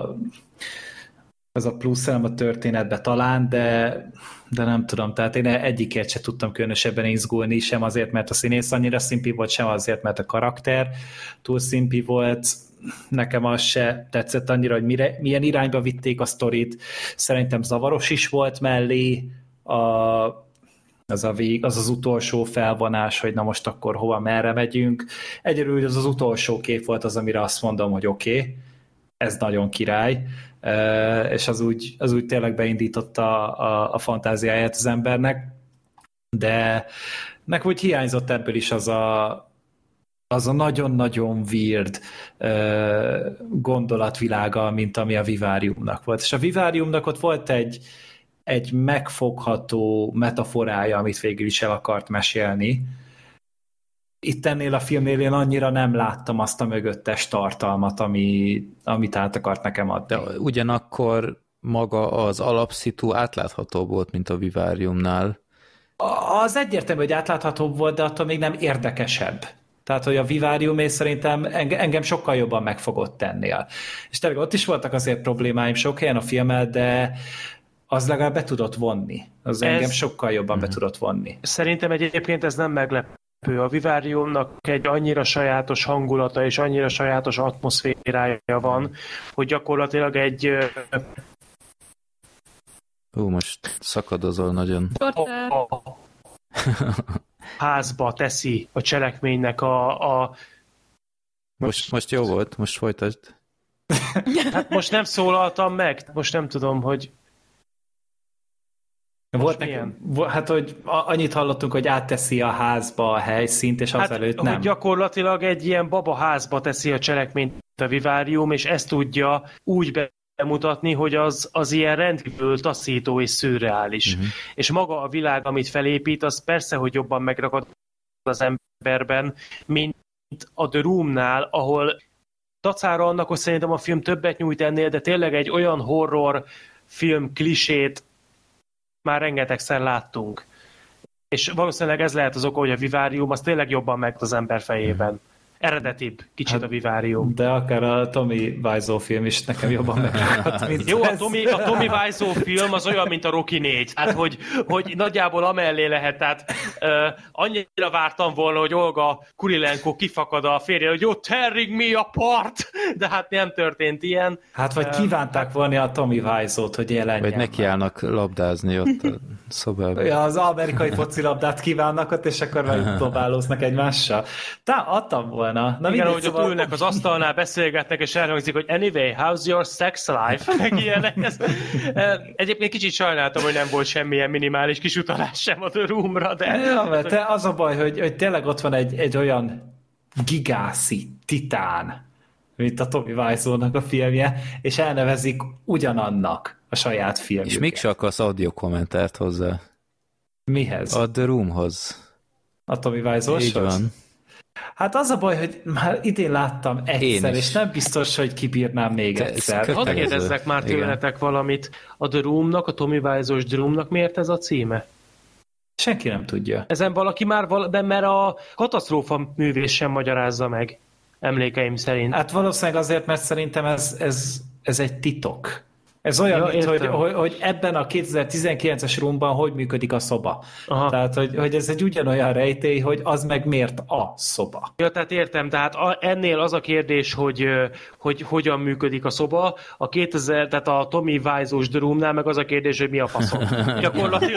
Speaker 3: a plusz elem a történetbe talán, de nem tudom, tehát én egyikért se tudtam különösebben izgulni, sem azért, mert a színész annyira szimpi volt, sem azért, mert a karakter túl szimpi volt. Nekem az se tetszett annyira, hogy milyen irányba vitték a sztorit. Szerintem zavaros is volt mellé az utolsó felvonás, hogy na most akkor hova, merre megyünk. Egyelőre az utolsó kép volt az, amire azt mondom, hogy oké, ez nagyon király, és az úgy tényleg beindította a fantáziáját az embernek, de nekem úgy hiányzott ebből is az a nagyon-nagyon weird gondolatvilága, mint ami a Vivariumnak volt. És a Vivariumnak ott volt egy egy megfogható metaforája, amit végül is el akart mesélni. Itt ennél a filmnél én annyira nem láttam azt a mögöttes tartalmat, amit át akart nekem adni.
Speaker 2: De ugyanakkor maga az alapszitu átlátható volt, mint a Vivariumnál.
Speaker 3: Az egyértelmű, hogy átláthatóbb volt, de attól még nem érdekesebb. Tehát, hogy a Vivarium szerintem engem sokkal jobban megfogott ennél. És tényleg ott is voltak azért problémáim sok helyen a filmmel, de az legalább be tudott vonni. Engem sokkal jobban be tudott vonni.
Speaker 1: Szerintem egyébként ez nem meglepő. A Vivariumnak egy annyira sajátos hangulata és annyira sajátos atmoszférája van, hogy gyakorlatilag egy...
Speaker 2: most szakadozol nagyon.
Speaker 1: Házba teszi a cselekménynek a...
Speaker 2: Most jó volt, most folytasd.
Speaker 1: Hát most nem szólaltam meg, most nem tudom, hogy...
Speaker 3: Hát, hogy annyit hallottunk, hogy átteszi a házba a helyszínt, és azelőtt nem.
Speaker 1: Hogy gyakorlatilag egy ilyen babaházba teszi a cselekményt a Vivarium, és ezt tudja úgy bemutatni, hogy az ilyen rendkívül taszító és szürreális. És maga a világ, amit felépít, az persze, hogy jobban megragad az emberben, mint a The Room-nál, ahol tacára annak, hogy szerintem a film többet nyújt ennél, de tényleg egy olyan horror film klisét már rengetegszer láttunk. És valószínűleg ez lehet az oka, hogy a Vivarium az tényleg jobban meg az ember fejében. Eredetibb, kicsit a Vivarium.
Speaker 3: De akár a Tommy Wiseau film is nekem jobban megragadt, mint
Speaker 1: jó, a Tommy Wiseau film az olyan, mint a Rocky 4. Hát, hogy nagyjából amellé lehet. Tehát annyira vártam volna, hogy Olga Kurilenko kifakad a férje, hogy jó, tearing me apart, de hát nem történt ilyen.
Speaker 3: Hát, vagy kívánták volna a Tommy Wiseau-t, hogy jelenjen.
Speaker 2: Vagy nekiállnak labdázni ott a szobában.
Speaker 3: Ja, az amerikai focilabdát kívánnak ott, és akkor majd dobálóznak egymással. Adtam volna. Na,
Speaker 1: igen, hogy ott ülnek az asztalnál, beszélgetnek, és elhangzik, hogy anyway, how's your sex life? Meg ilyenek. Egyébként kicsit sajnáltam, hogy nem volt semmilyen minimális kis utalás sem a The Room-ra, de...
Speaker 3: Ja, mert az a baj, hogy tényleg ott van egy olyan gigászi titán, mint a Tommy Wiseau-nak a filmje, és elnevezik ugyanannak a saját filmjüket.
Speaker 2: És mégse akarsz audio kommentárt hozzá?
Speaker 3: Mihez?
Speaker 2: A The Roomhoz.
Speaker 3: A Tommy Wiseau-hoz?
Speaker 2: Így van.
Speaker 3: Hát az a baj, hogy már idén láttam egyszer, és nem biztos, hogy kibírnám még egyszer.
Speaker 1: Hadd kérdezzek már tőletek valamit. A The Room-nak, a Tommy Wiseau-s The Room-nak miért ez a címe?
Speaker 3: Senki nem tudja.
Speaker 1: Ezen valaki már, mert a katasztrófa művész sem magyarázza meg, emlékeim szerint.
Speaker 3: Hát valószínűleg azért, mert szerintem ez egy titok. Ez olyan, mint hogy ebben a 2019-es Roomban hogy működik a szoba. Aha. Tehát, hogy ez egy ugyanolyan rejtély, hogy az meg miért a szoba.
Speaker 1: Ja, tehát értem, tehát ennél az a kérdés, hogy hogyan működik a szoba, tehát a Tommy Wiseau-s The Roomnál meg az a kérdés, hogy mi a faszom. Gyakorlatilag,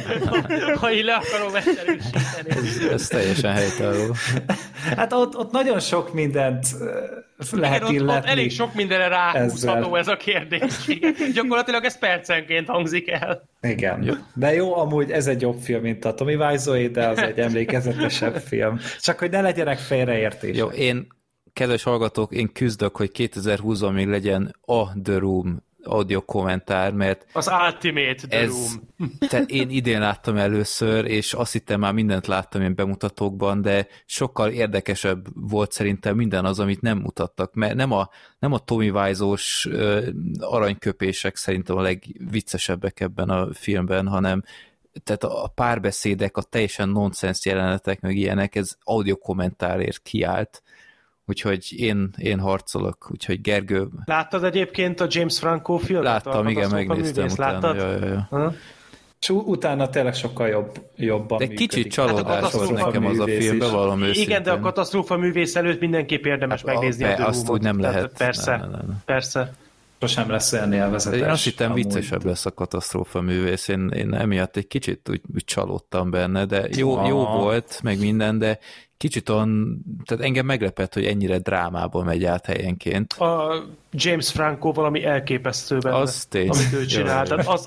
Speaker 1: ha így le akarom egyszerűsíteni.
Speaker 2: Ez teljesen helytálló.
Speaker 3: Hát ott nagyon sok mindent lehet illetni. Ott
Speaker 1: elég sok mindenre ráhúzható ez a kérdés. Gyakorlatilag ez percenként hangzik el.
Speaker 3: Igen. Jó. De jó, amúgy ez egy jobb film, mint a Tommy Wiseau, de az egy emlékezetesebb film. Csak hogy ne legyenek félreértések.
Speaker 2: Jó, kedves hallgatók, én küzdök, hogy 2020-ban még legyen a The Room audio kommentár, mert
Speaker 1: az Ultimate The Room.
Speaker 2: Tehát én idén láttam először, és azt hittem már mindent láttam ilyen bemutatókban, de sokkal érdekesebb volt szerintem minden az, amit nem mutattak, mert nem a Tommy Wiseau-s aranyköpések szerintem a legviccesebbek ebben a filmben, hanem tehát a párbeszédek, a teljesen nonsens jelenetek, meg ilyenek, ez audio kommentárért kiállt. Úgyhogy én harcolok, úgyhogy Gergő...
Speaker 1: Láttad egyébként a James Franco filmet?
Speaker 2: Láttam, igen, megnéztem utána.
Speaker 1: Ja.
Speaker 3: És utána tényleg sokkal jobban
Speaker 2: de
Speaker 3: működik.
Speaker 2: kicsit csalódás volt nekem az a film, bevallom őszintén.
Speaker 1: Igen, de a katasztrófa művész előtt mindenképp érdemes megnézni a The
Speaker 2: Roomot. Azt úgy nem lehet.
Speaker 1: Persze, persze.
Speaker 3: Sosem lesz olyan élvezetes.
Speaker 2: Én azt hittem viccesebb lesz a katasztrófa művész. Én emiatt egy kicsit úgy csalódtam benne, de jó volt, meg minden, de kicsit olyan, tehát engem meglepett, hogy ennyire drámába megy át helyenként.
Speaker 1: A James Franco valami elképesztő benne, amit ő csinál.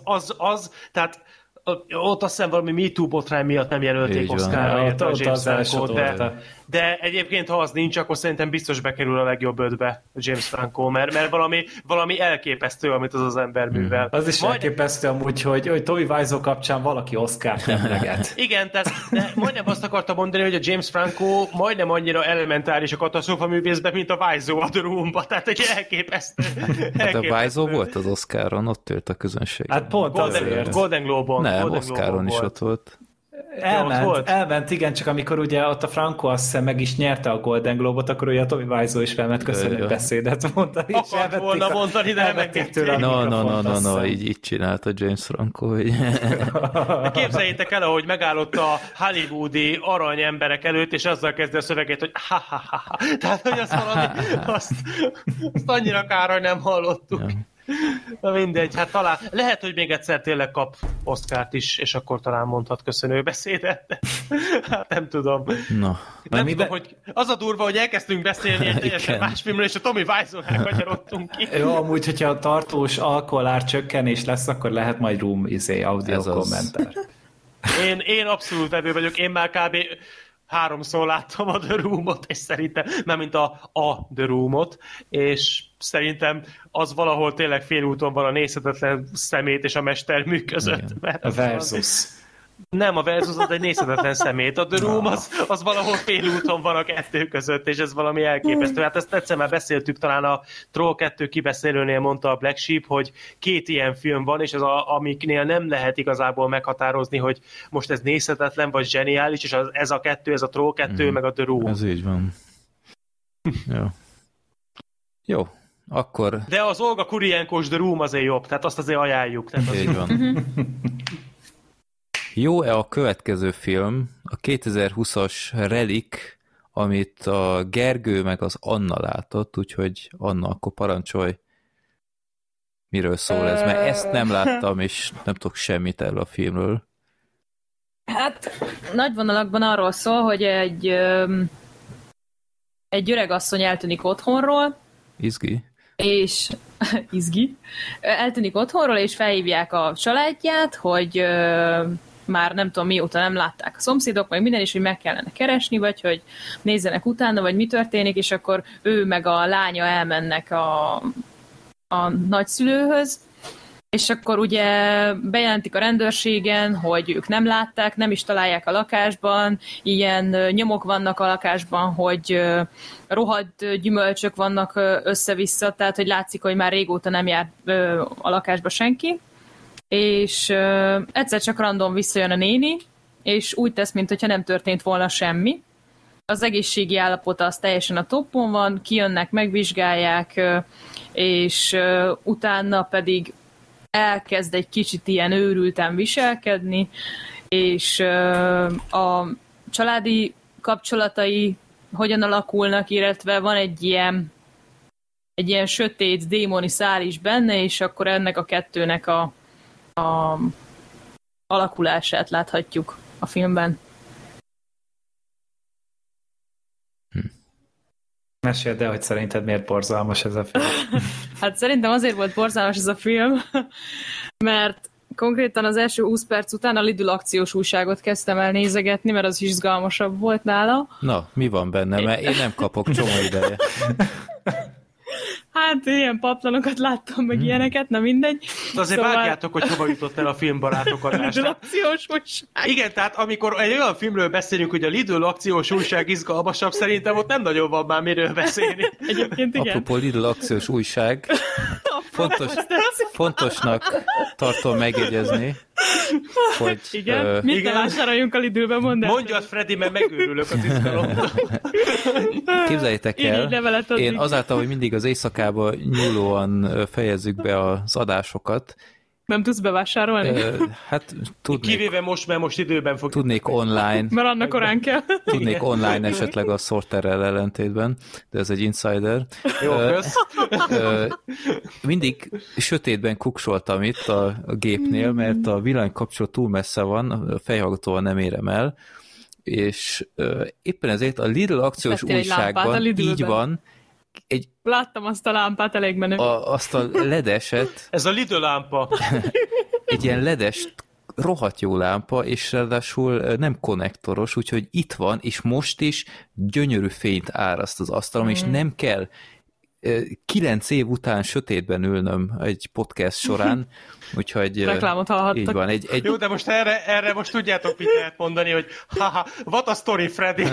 Speaker 1: Tehát ott azt hiszem valami MeToo botrány miatt nem jelölték Oscarra a James Franco, De egyébként, ha az nincs, akkor szerintem biztos bekerül a legjobb 5-be James Franco, mert valami elképesztő, amit az ember művel.
Speaker 3: Az is elképesztő amúgy, hogy Tommy Wiseau kapcsán valaki Oscart emleget.
Speaker 1: Igen, tehát de majdnem azt akartam mondani, hogy a James Franco majdnem annyira elementáris a katasztrófa művészben, mint a Wiseau a The Room-ba, tehát egy elképesztő.
Speaker 2: Hát a Wiseau volt az Oscaron, ott ült a közönség.
Speaker 3: Hát pont azért.
Speaker 1: Golden Globe-on.
Speaker 2: Nem, Oscaron is ott volt.
Speaker 3: Elment, igen, csak amikor ugye ott a Franco azt hiszem meg is nyerte a Golden Globe-ot, akkor ugye a Tommy Wiseau is felment köszönő beszédet mondani.
Speaker 1: Akart volna mondani, de elvették tőle.
Speaker 2: No, így csinálta James Franco. Hogy...
Speaker 1: Képzeljétek el, ahogy megállott a hollywoodi arany emberek előtt, és azzal kezdte a szöveget, hogy ha-ha-ha. Tehát, hogy azt valami, azt annyira kár, hogy nem hallottuk. Ja. Na mindegy, hát talán lehet, hogy még egyszer tényleg kap Oscart is, és akkor talán mondhat köszönő beszédet, de hát nem tudom.
Speaker 2: No.
Speaker 1: Nem tudom, hogy az a durva, hogy elkezdtünk beszélni egy teljesen más filmről, és a Tommy Wiseau-nál kanyarodtunk ki.
Speaker 3: Jó, amúgy, hogyha a tartós alkoholár csökkenés lesz, akkor lehet majd Room audio kommentár.
Speaker 1: Én abszolút vevő vagyok, én már kb. 3-szor láttam a The Room-ot, és szerintem, nem mint a The Room-ot, és szerintem az valahol tényleg félúton van a nézhetetlen szemét és a mestermű között.
Speaker 3: A Versus.
Speaker 1: Nem, a Versus az egy nézhetetlen szemét. A The Room az valahol félúton van a kettő között, és ez valami elképesztő. Hát ezt egyszer már beszéltük, talán a Troll 2 kibeszélőnél mondta a Black Sheep, hogy 2 ilyen film van, és amiknél nem lehet igazából meghatározni, hogy most ez nézhetetlen vagy zseniális, és ez a kettő, ez a Troll 2, meg a The Room.
Speaker 2: Ez így van. Jó. Akkor...
Speaker 1: De az Olga Kurienkos The Room azért jobb, tehát azt azért ajánljuk. Tehát az
Speaker 2: így van. Jó-e a következő film, a 2020-as Relic, amit a Gergő meg az Anna látott, úgyhogy Anna, akkor parancsolj, miről szól ez, mert ezt nem láttam, és nem tudok semmit erről a filmről.
Speaker 5: Hát nagy vonalakban arról szól, hogy egy öreg asszony eltűnik otthonról.
Speaker 2: Izgi.
Speaker 5: És eltűnik otthonról, és felhívják a családját, hogy már nem tudom mióta nem látták a szomszédok, meg minden is, hogy meg kellene keresni, vagy hogy nézzenek utána, vagy mi történik, és akkor ő meg a lánya elmennek a nagyszülőhöz, és akkor ugye bejelentik a rendőrségen, hogy ők nem látták, nem is találják a lakásban, ilyen nyomok vannak a lakásban, hogy rohadt gyümölcsök vannak össze-vissza, tehát hogy látszik, hogy már régóta nem jár a lakásba senki, és egyszer csak random visszajön a néni, és úgy tesz, mintha nem történt volna semmi. Az egészségi állapota az teljesen a toppon van, kijönnek, megvizsgálják, és utána pedig elkezd egy kicsit ilyen őrülten viselkedni, és a családi kapcsolatai hogyan alakulnak, illetve van egy ilyen sötét démoni szál is benne, és akkor ennek a kettőnek a alakulását láthatjuk a filmben.
Speaker 3: Meséld el, hogy szerinted miért borzalmas ez a film.
Speaker 5: Hát szerintem azért volt borzalmas ez a film, mert konkrétan az első 20 perc után a Lidl akciós újságot kezdtem el nézegetni, mert az is izgalmasabb volt nála.
Speaker 2: Na, mi van benne? Mert én nem kapok csomó ideje.
Speaker 5: Hát ilyen paplanokat láttam, meg ilyeneket, na mindegy.
Speaker 1: De azért vágjátok, hogy hova jutott el a filmbarátok adás.
Speaker 5: Lidl akciós újság.
Speaker 1: Igen, tehát amikor egy olyan filmről beszélünk, hogy a Lidl akciós újság izgalmasabb, szerintem ott nem nagyon van már miről beszélni.
Speaker 5: Egyébként igen.
Speaker 2: Apropó Lidl akciós újság, fontosnak tartom megjegyezni, hogy...
Speaker 5: Igen? Mit ne vásároljunk a Lidlben, mondd el.
Speaker 1: Mondjad, Freddy, mert megőrülök az izgalomtól.
Speaker 2: Képzeljétek el, én azáltal, hogy mindig az éjszakában nyúlóan fejezzük be az adásokat.
Speaker 5: Nem tudsz bevásárolni?
Speaker 2: Hát tudnék.
Speaker 1: Kivéve most, mert most időben fog.
Speaker 2: Tudnék online.
Speaker 5: Mert annak korán kell.
Speaker 2: Tudnék online esetleg a Sorterrel ellentétben, de ez egy insider.
Speaker 1: Jó, kösz.
Speaker 2: Mindig sötétben kuksoltam itt a gépnél, mert a villanykapcsoló túl messze van, a fejhallgatóval nem érem el, és éppen ezért a Lidl akciós újságban így van,
Speaker 5: láttam azt a lámpát, elég menő.
Speaker 2: Azt a ledeset.
Speaker 1: Ez a Lidl lámpa.
Speaker 2: Egy ilyen ledes rohadt jó lámpa, és ráadásul nem konnektoros, úgyhogy itt van, és most is gyönyörű fényt áraszt az asztalom, és nem kell 9 év után sötétben ülnöm egy podcast során, úgyhogy
Speaker 5: reklámot hallhattak.
Speaker 2: Így van.
Speaker 1: Jó, de most erre most tudjátok, mit lehet mondani, hogy haha, what a story, Freddy!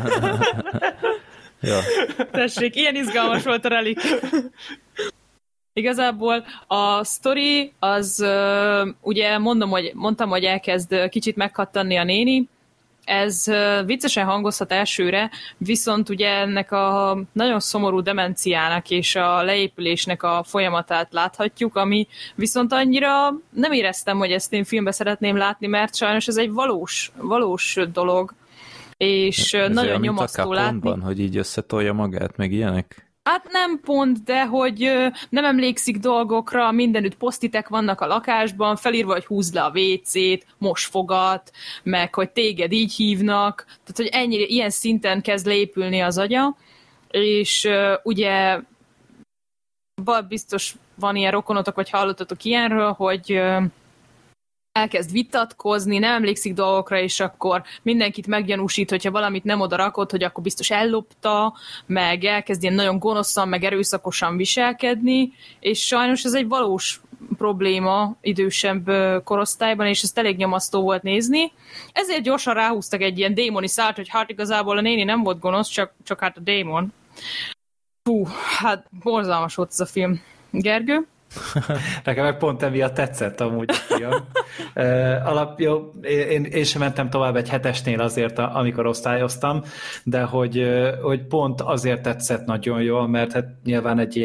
Speaker 2: Ja.
Speaker 5: Tessék, ilyen izgalmas volt a relik. Igazából a sztori az, ugye mondtam, hogy elkezd kicsit megkattanni a néni. Ez viccesen hangozhat elsőre, viszont ugye ennek a nagyon szomorú demenciának és a leépülésnek a folyamatát láthatjuk, ami viszont annyira nem éreztem, hogy ezt én filmbe szeretném látni, mert sajnos ez egy valós dolog, és ez nagyon nyomasztó látni.
Speaker 2: Hogy így összetolja magát, meg ilyenek?
Speaker 5: Hát nem pont, de hogy nem emlékszik dolgokra, mindenütt posztitek vannak a lakásban, felírva, hogy húzd le a WC-t, mos fogat, meg hogy téged így hívnak, tehát hogy ennyire, ilyen szinten kezd leépülni az agya, és ugye biztos van ilyen rokonotok, vagy hallottatok ilyenről, hogy elkezd vitatkozni, nem emlékszik dolgokra, és akkor mindenkit meggyanúsít, hogyha valamit nem oda rakott, hogy akkor biztos ellopta, meg elkezd ilyen nagyon gonoszan, meg erőszakosan viselkedni, és sajnos ez egy valós probléma idősebb korosztályban, és ezt elég nyomasztó volt nézni. Ezért gyorsan ráhúztak egy ilyen démoni szárt, hogy hát igazából a néni nem volt gonosz, csak hát a démon. Fú, hát borzalmas volt ez a film. Gergő?
Speaker 3: Nekem meg pont emiatt tetszett amúgy a film. Jó, én sem mentem tovább egy 7-esnél azért, amikor osztályoztam, de hogy pont azért tetszett nagyon jól, mert hát nyilván egy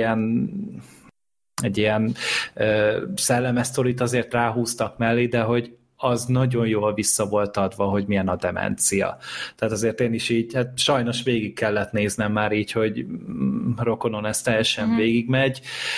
Speaker 3: ilyen szellemes sztorit azért ráhúztak mellé, de hogy az nagyon jól vissza volt adva, hogy milyen a demencia. Tehát azért én is így, hát sajnos végig kellett néznem már így, hogy rokonon ez teljesen végigmegy,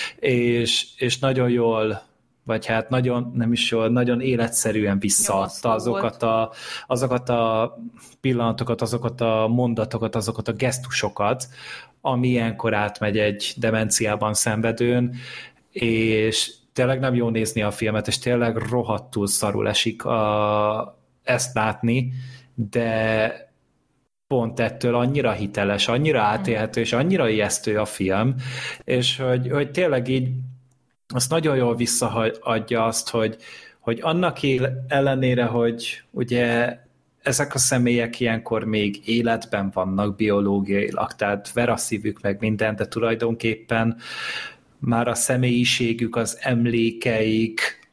Speaker 3: és nagyon jól, vagy hát nagyon, nem is jól, nagyon életszerűen visszaadta azokat a pillanatokat, azokat a mondatokat, azokat a gesztusokat, ami ilyenkor átmegy egy demenciában szenvedőn, és tényleg nem jó nézni a filmet, és tényleg rohadtul szarul esik ezt látni, de pont ettől annyira hiteles, annyira átélhető, és annyira ijesztő a film, és hogy tényleg így azt nagyon jól visszaadja azt, hogy annak ellenére, hogy ugye ezek a személyek ilyenkor még életben vannak biológiailag, tehát veraszívük meg minden, de tulajdonképpen már a személyiségük, az emlékeik,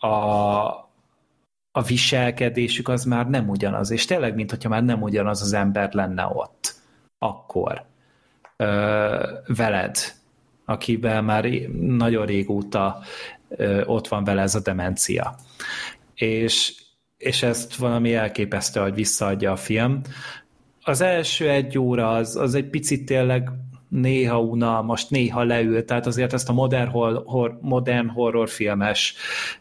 Speaker 3: a viselkedésük az már nem ugyanaz, és tényleg, mintha már nem ugyanaz az ember lenne ott, akkor veled, akiben már nagyon régóta ott van vele ez a demencia. És ezt valami elképesztő, hogy visszaadja a film. Az első 1 óra az egy picit tényleg néha unalmas, néha leül, tehát azért ezt a modern horrorfilmes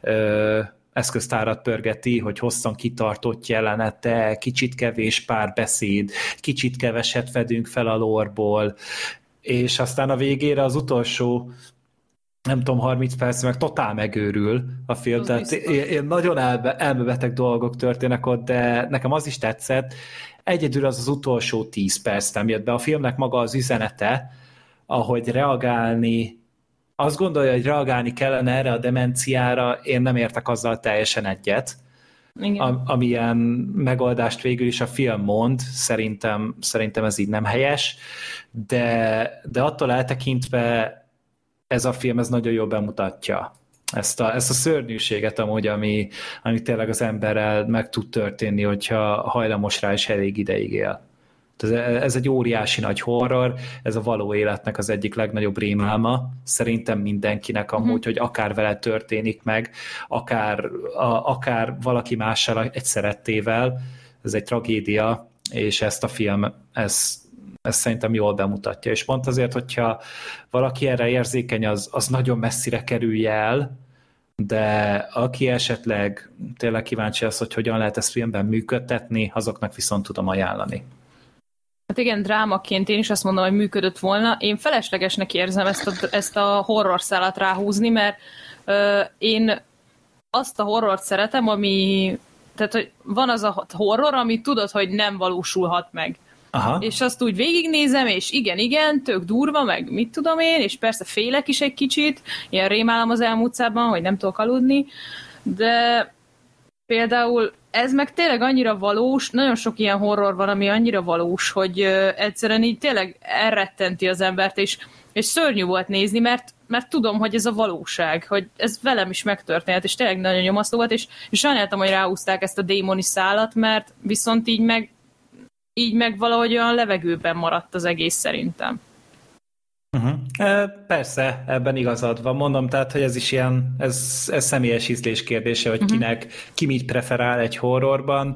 Speaker 3: eszköztárat pörgeti, hogy hosszan kitartott jelenete, kicsit kevés párbeszéd, kicsit keveset vedünk fel a lore-ból, és aztán a végére az utolsó nem tudom, 30 perc, meg totál megőrül a film, az tehát én nagyon elmebeteg dolgok történnek ott, de nekem az is tetszett. Egyedül az utolsó 10 perc nem jött be. A filmnek maga az üzenete, ahogy reagálni, azt gondolja, hogy reagálni kellene erre a demenciára, én nem értek azzal teljesen egyet. Amilyen megoldást végül is a film mond, szerintem ez így nem helyes, de attól eltekintve ez a film, ez nagyon jól bemutatja ezt a szörnyűséget amúgy, ami tényleg az emberrel meg tud történni, hogyha hajlamos rá és elég ideig él. Ez egy óriási nagy horror, ez a való életnek az egyik legnagyobb rémálma, szerintem mindenkinek amúgy, hogy akár vele történik meg, akár valaki mással, egy szerettével, ez egy tragédia, és ezt a film, ezt szerintem jól bemutatja, és pont azért, hogyha valaki erre érzékeny, az nagyon messzire kerülje el, de aki esetleg tényleg kíváncsi az, hogy hogyan lehet ezt filmben működtetni, azoknak viszont tudom ajánlani.
Speaker 5: Hát igen, drámaként én is azt mondom, hogy működött volna. Én feleslegesnek érzem ezt a horror szálat ráhúzni, mert én azt a horrort szeretem, ami tehát, hogy van az a horror, amit tudod, hogy nem valósulhat meg.
Speaker 3: Aha.
Speaker 5: És azt úgy végignézem, és igen, tök durva, meg mit tudom én, és persze félek is egy kicsit, ilyen rémálom az elmúltszában, hogy nem tudok aludni, de például ez meg tényleg annyira valós, nagyon sok ilyen horror van, ami annyira valós, hogy egyszerűen így tényleg elrettenti az embert, és szörnyű volt nézni, mert tudom, hogy ez a valóság, hogy ez velem is megtörtént, és tényleg nagyon nyomasztó volt, és sajnáltam, hogy ráhúzták ezt a démoni szálat, mert viszont így meg valahogy olyan levegőben maradt az egész szerintem.
Speaker 3: Persze, ebben igazad van. Mondom, tehát, hogy ez is ilyen, ez személyes ízlés kérdése, hogy ki mit preferál egy horrorban.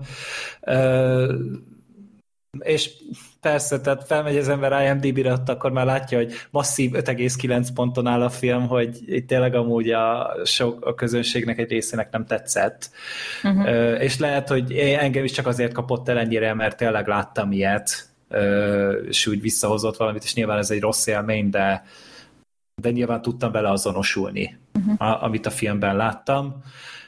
Speaker 3: És persze, tehát felmegy az ember IMDb-re, akkor már látja, hogy masszív 5,9 ponton áll a film, hogy itt tényleg amúgy a közönségnek egy részének nem tetszett. És lehet, hogy engem is csak azért kapott el ennyire, mert tényleg láttam ilyet, és úgy visszahozott valamit, és nyilván ez egy rossz élmény, de nyilván tudtam vele azonosulni, amit a filmben láttam.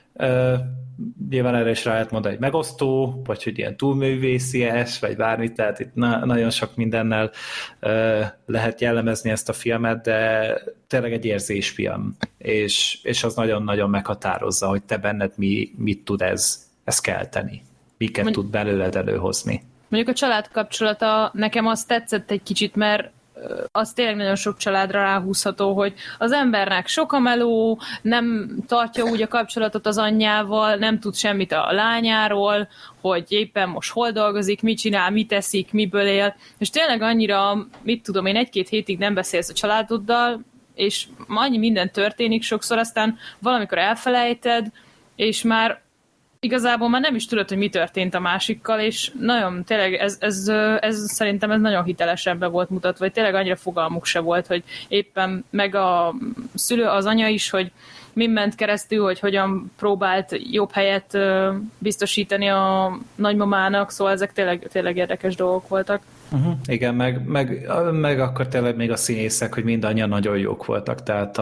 Speaker 3: Nyilván erre is rá lehet mondani, hogy megosztó, vagy hogy ilyen túlművészies, vagy bármit, tehát itt nagyon sok mindennel lehet jellemezni ezt a filmet, de tényleg egy érzésfilm, és az nagyon-nagyon meghatározza, hogy te benned mit tud ez kelteni, miket tud belőled előhozni.
Speaker 5: Mondjuk a család kapcsolata nekem azt tetszett egy kicsit, mert az tényleg nagyon sok családra ráhúzható, hogy az embernek sok a meló, nem tartja úgy a kapcsolatot az anyjával, nem tud semmit a lányáról, hogy éppen most hol dolgozik, mit csinál, mit eszik, miből él, és tényleg annyira, mit tudom én, 1-2 hétig nem beszélsz a családoddal, és annyi minden történik sokszor, aztán valamikor elfelejted, és már igazából már nem is tudod, hogy mi történt a másikkal, és nagyon tényleg ez szerintem ez nagyon hitelesen be volt mutatva, vagy tényleg annyira fogalmuk se volt, hogy éppen meg a szülő, az anya is, hogy min ment keresztül, hogy hogyan próbált jobb helyet biztosítani a nagymamának, szóval ezek tényleg érdekes dolgok voltak.
Speaker 3: Igen, meg akkor tényleg még a színészek, hogy mindannyian nagyon jók voltak, tehát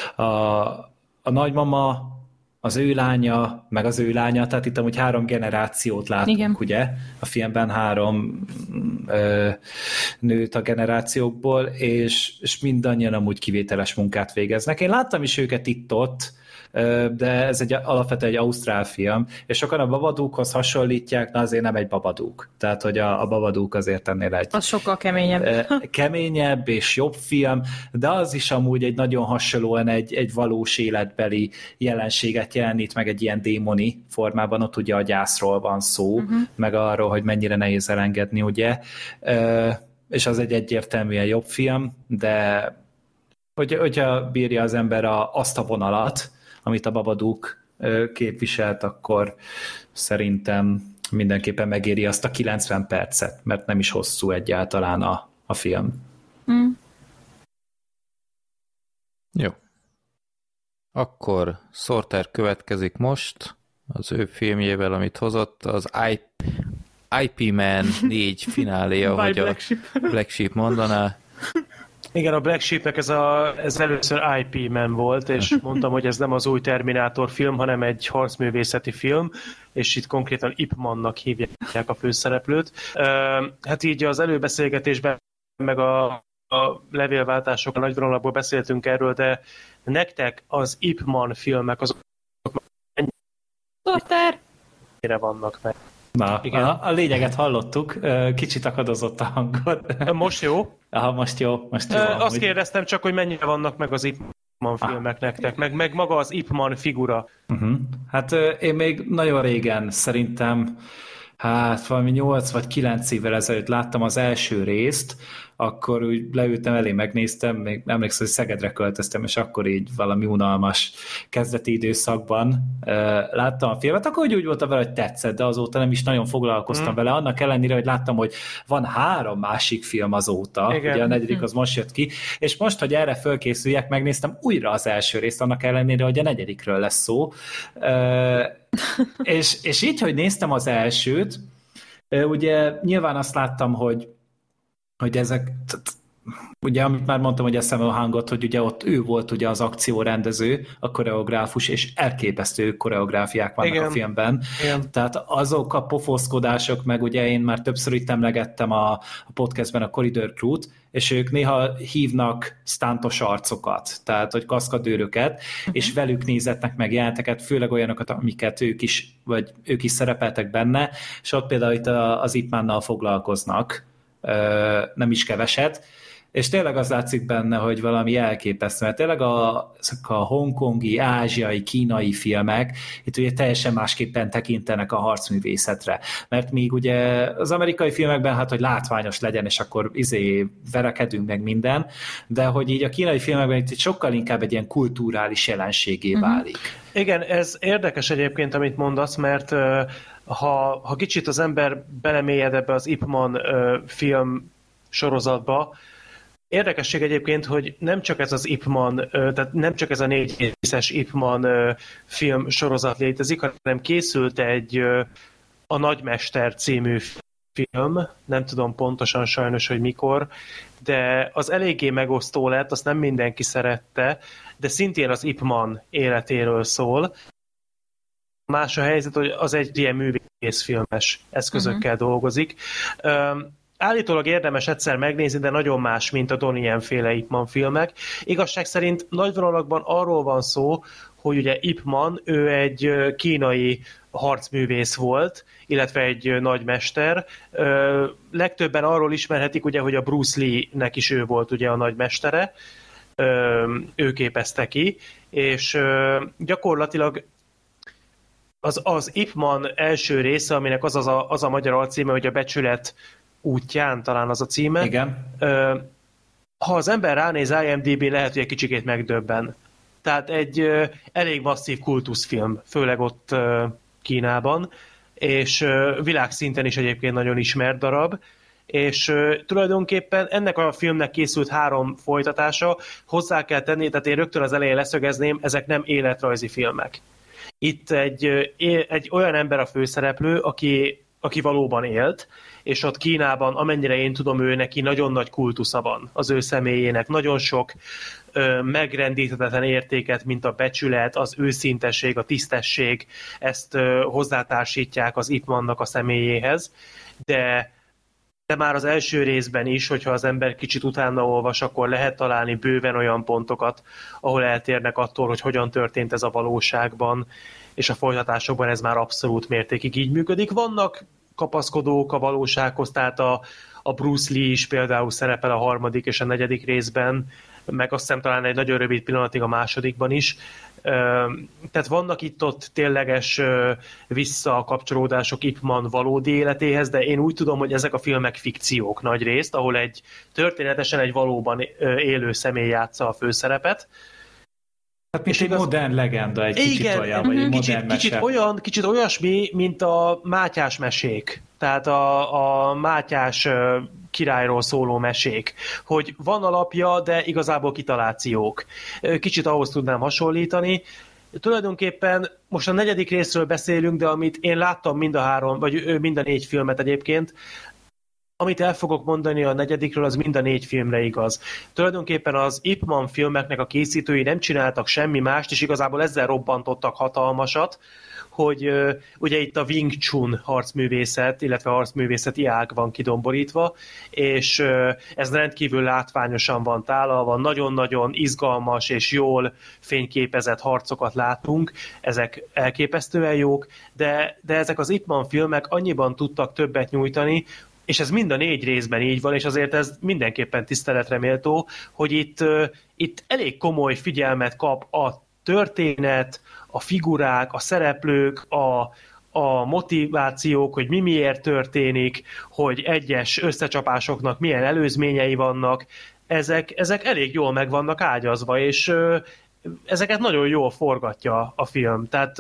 Speaker 3: a nagymama, az ő lánya, meg az ő lánya, tehát itt amúgy 3 generációt látunk, igen. Ugye? A filmben 3 nőt a generációkból, és mindannyian amúgy kivételes munkát végeznek. Én láttam is őket itt-ott, de ez alapvetően egy ausztrál film, és sokan a Babadookhoz hasonlítják, na azért nem egy Babadook. Tehát, hogy a Babadook azért ennél egy...
Speaker 5: Az sokkal keményebb.
Speaker 3: Keményebb és jobb film, de az is amúgy egy nagyon hasonlóan egy valós életbeli jelenséget jelenít, meg egy ilyen démoni formában, ott ugye a gyászról van szó, meg arról, hogy mennyire nehéz elengedni, ugye? És az egy egyértelműen jobb film, de hogyha bírja az ember azt a vonalat, amit a Babadook képviselt, akkor szerintem mindenképpen megéri azt a 90 percet, mert nem is hosszú egyáltalán a film.
Speaker 2: Jó. Akkor Sorter következik most, az ő filmjével, amit hozott, az IP Man 4 fináléja, hogy a Black Sheep mondaná.
Speaker 1: Igen, a Black Sheepnek ez először IP Man volt, és mondtam, hogy ez nem az új Terminátor film, hanem egy harcművészeti film, és itt konkrétan Ip Mannak hívják a főszereplőt. Hát így az előbeszélgetésben, meg a levélváltásokon nagy vonalakból beszéltünk erről, de nektek az Ip Man filmek azok mennyire vannak meg?
Speaker 3: Na, igen. A lényeget hallottuk, kicsit akadozott a hangod.
Speaker 1: Most jó?
Speaker 3: Aha, most jó.
Speaker 1: Azt kérdeztem csak, hogy mennyire vannak meg az Ip Man filmek nektek, meg maga az Ip Man figura.
Speaker 3: Hát én még nagyon régen szerintem, valami 8 vagy 9 évvel ezelőtt láttam az első részt, akkor úgy leültem elé, megnéztem, még emlékszem, hogy Szegedre költöztem, és akkor így valami unalmas kezdeti időszakban láttam a filmet, akkor úgy voltam vele, hogy tetszett, de azóta nem is nagyon foglalkoztam vele, annak ellenére, hogy láttam, hogy van 3 másik film azóta, igen. Ugye a 4. az most jött ki, és most, hogy erre fölkészüljek, megnéztem újra az első részt, annak ellenére, hogy a 4-ről lesz szó, és így, hogy néztem az elsőt, ugye nyilván azt láttam, hogy ezek ugye, amit már mondtam, hogy eszembe a hangot, hogy ugye ott ő volt ugye az akciórendező, a koreográfus, és elképesztő koreográfiák vannak a filmben.
Speaker 1: Igen.
Speaker 3: Tehát azok a pofoszkodások, meg ugye én már többször itt emlegettem a podcastben a Corridor Crew-t, és ők néha hívnak sztántos arcokat, tehát hogy kaszkadőröket, és velük nézetnek meg jelenteket, főleg olyanokat, amiket ők is szerepeltek benne, és ott például itt az Ip Man-nal foglalkoznak, nem is keveset, és tényleg az látszik benne, hogy valami elképesztő, mert tényleg ezek a hongkongi, ázsiai, kínai filmek itt ugye teljesen másképpen tekintenek a harcművészetre, mert míg ugye az amerikai filmekben hát, hogy látványos legyen, és akkor verekedünk meg minden, de hogy így a kínai filmekben itt sokkal inkább egy ilyen kulturális jelenségé válik.
Speaker 1: Igen, ez érdekes egyébként, amit mondasz, mert ha kicsit az ember belemélyed ebbe az Ip Man film sorozatba, érdekesség egyébként, hogy nem csak ez az Ip Man, tehát nem csak ez a 4 részes Ip Man film sorozat létezik, hanem készült egy A Nagymester című film, nem tudom pontosan sajnos, hogy mikor, de az eléggé megosztó lett, azt nem mindenki szerette, de szintén az Ip Man életéről szól. Más a helyzet, hogy az egy ilyen művészfilmes eszközökkel dolgozik. Állítólag érdemes egyszer megnézni, de nagyon más, mint a Donnie Yen-féle Ip Man filmek. Igazság szerint nagy vonalakban arról van szó, hogy ugye Ip Man, ő egy kínai harcművész volt, illetve egy nagymester. Legtöbben arról ismerhetik, ugye, hogy a Bruce Lee-nek is ő volt ugye a nagymestere, ő képezte ki, és gyakorlatilag az Ip Man első része, aminek az a magyar alcíme, hogy a Becsület útján, talán az a címe.
Speaker 3: Igen.
Speaker 1: Ha az ember ránéz IMDb-n, lehet, hogy egy kicsikét megdöbben. Tehát egy elég masszív kultuszfilm, főleg ott Kínában, és világszinten is egyébként nagyon ismert darab, és tulajdonképpen ennek a filmnek készült 3 folytatása, hozzá kell tenni, tehát én rögtön az elején leszögezném, ezek nem életrajzi filmek. Itt egy olyan ember a főszereplő, aki valóban élt, és ott Kínában, amennyire én tudom, ő neki nagyon nagy kultusza van az ő személyének, nagyon sok megrendíthetetlen értéket, mint a becsület, az őszintesség, a tisztesség, ezt hozzátársítják az Ip Mannak a személyéhez, de már az első részben is, hogyha az ember kicsit utána olvas, akkor lehet találni bőven olyan pontokat, ahol eltérnek attól, hogy hogyan történt ez a valóságban, és a folytatásokban ez már abszolút mértékig így működik. Vannak kapaszkodók a valósághoz, tehát a Bruce Lee is például szerepel a 3. és a 4. részben, meg azt hiszem talán egy nagyon rövid pillanatig a 2. is. Tehát vannak itt-ott tényleges visszakapcsolódások Ip Man valódi életéhez, de én úgy tudom, hogy ezek a filmek fikciók nagy részt, ahol történetesen egy valóban élő személy játsza a főszerepet.
Speaker 3: Hát mint egy modern legenda, egy kicsit olyan, vagy egy modern mese.
Speaker 1: Kicsit olyasmi, mint a Mátyás mesék. Tehát a Mátyás királyról szóló mesék. Hogy van alapja, de igazából kitalációk. Kicsit ahhoz tudnám hasonlítani. Tulajdonképpen most a 4. részről beszélünk, de amit én láttam mind a 4 filmet egyébként, amit el fogok mondani a 4. az mind a 4 filmre igaz. Tulajdonképpen az Ip Man filmeknek a készítői nem csináltak semmi mást, és igazából ezzel robbantottak hatalmasat, hogy ugye itt a Wing Chun harcművészet, illetve harcművészeti ág van kidomborítva, és ez rendkívül látványosan van tálalva, nagyon-nagyon izgalmas és jól fényképezett harcokat látunk, ezek elképesztően jók, de ezek az Ip Man filmek annyiban tudtak többet nyújtani, és ez mind a 4 részben így van, és azért ez mindenképpen tiszteletre méltó, hogy itt elég komoly figyelmet kap a történet, a figurák, a szereplők, a motivációk, hogy miért történik, hogy egyes összecsapásoknak milyen előzményei vannak, ezek elég jól meg vannak ágyazva, és ezeket nagyon jól forgatja a film. Tehát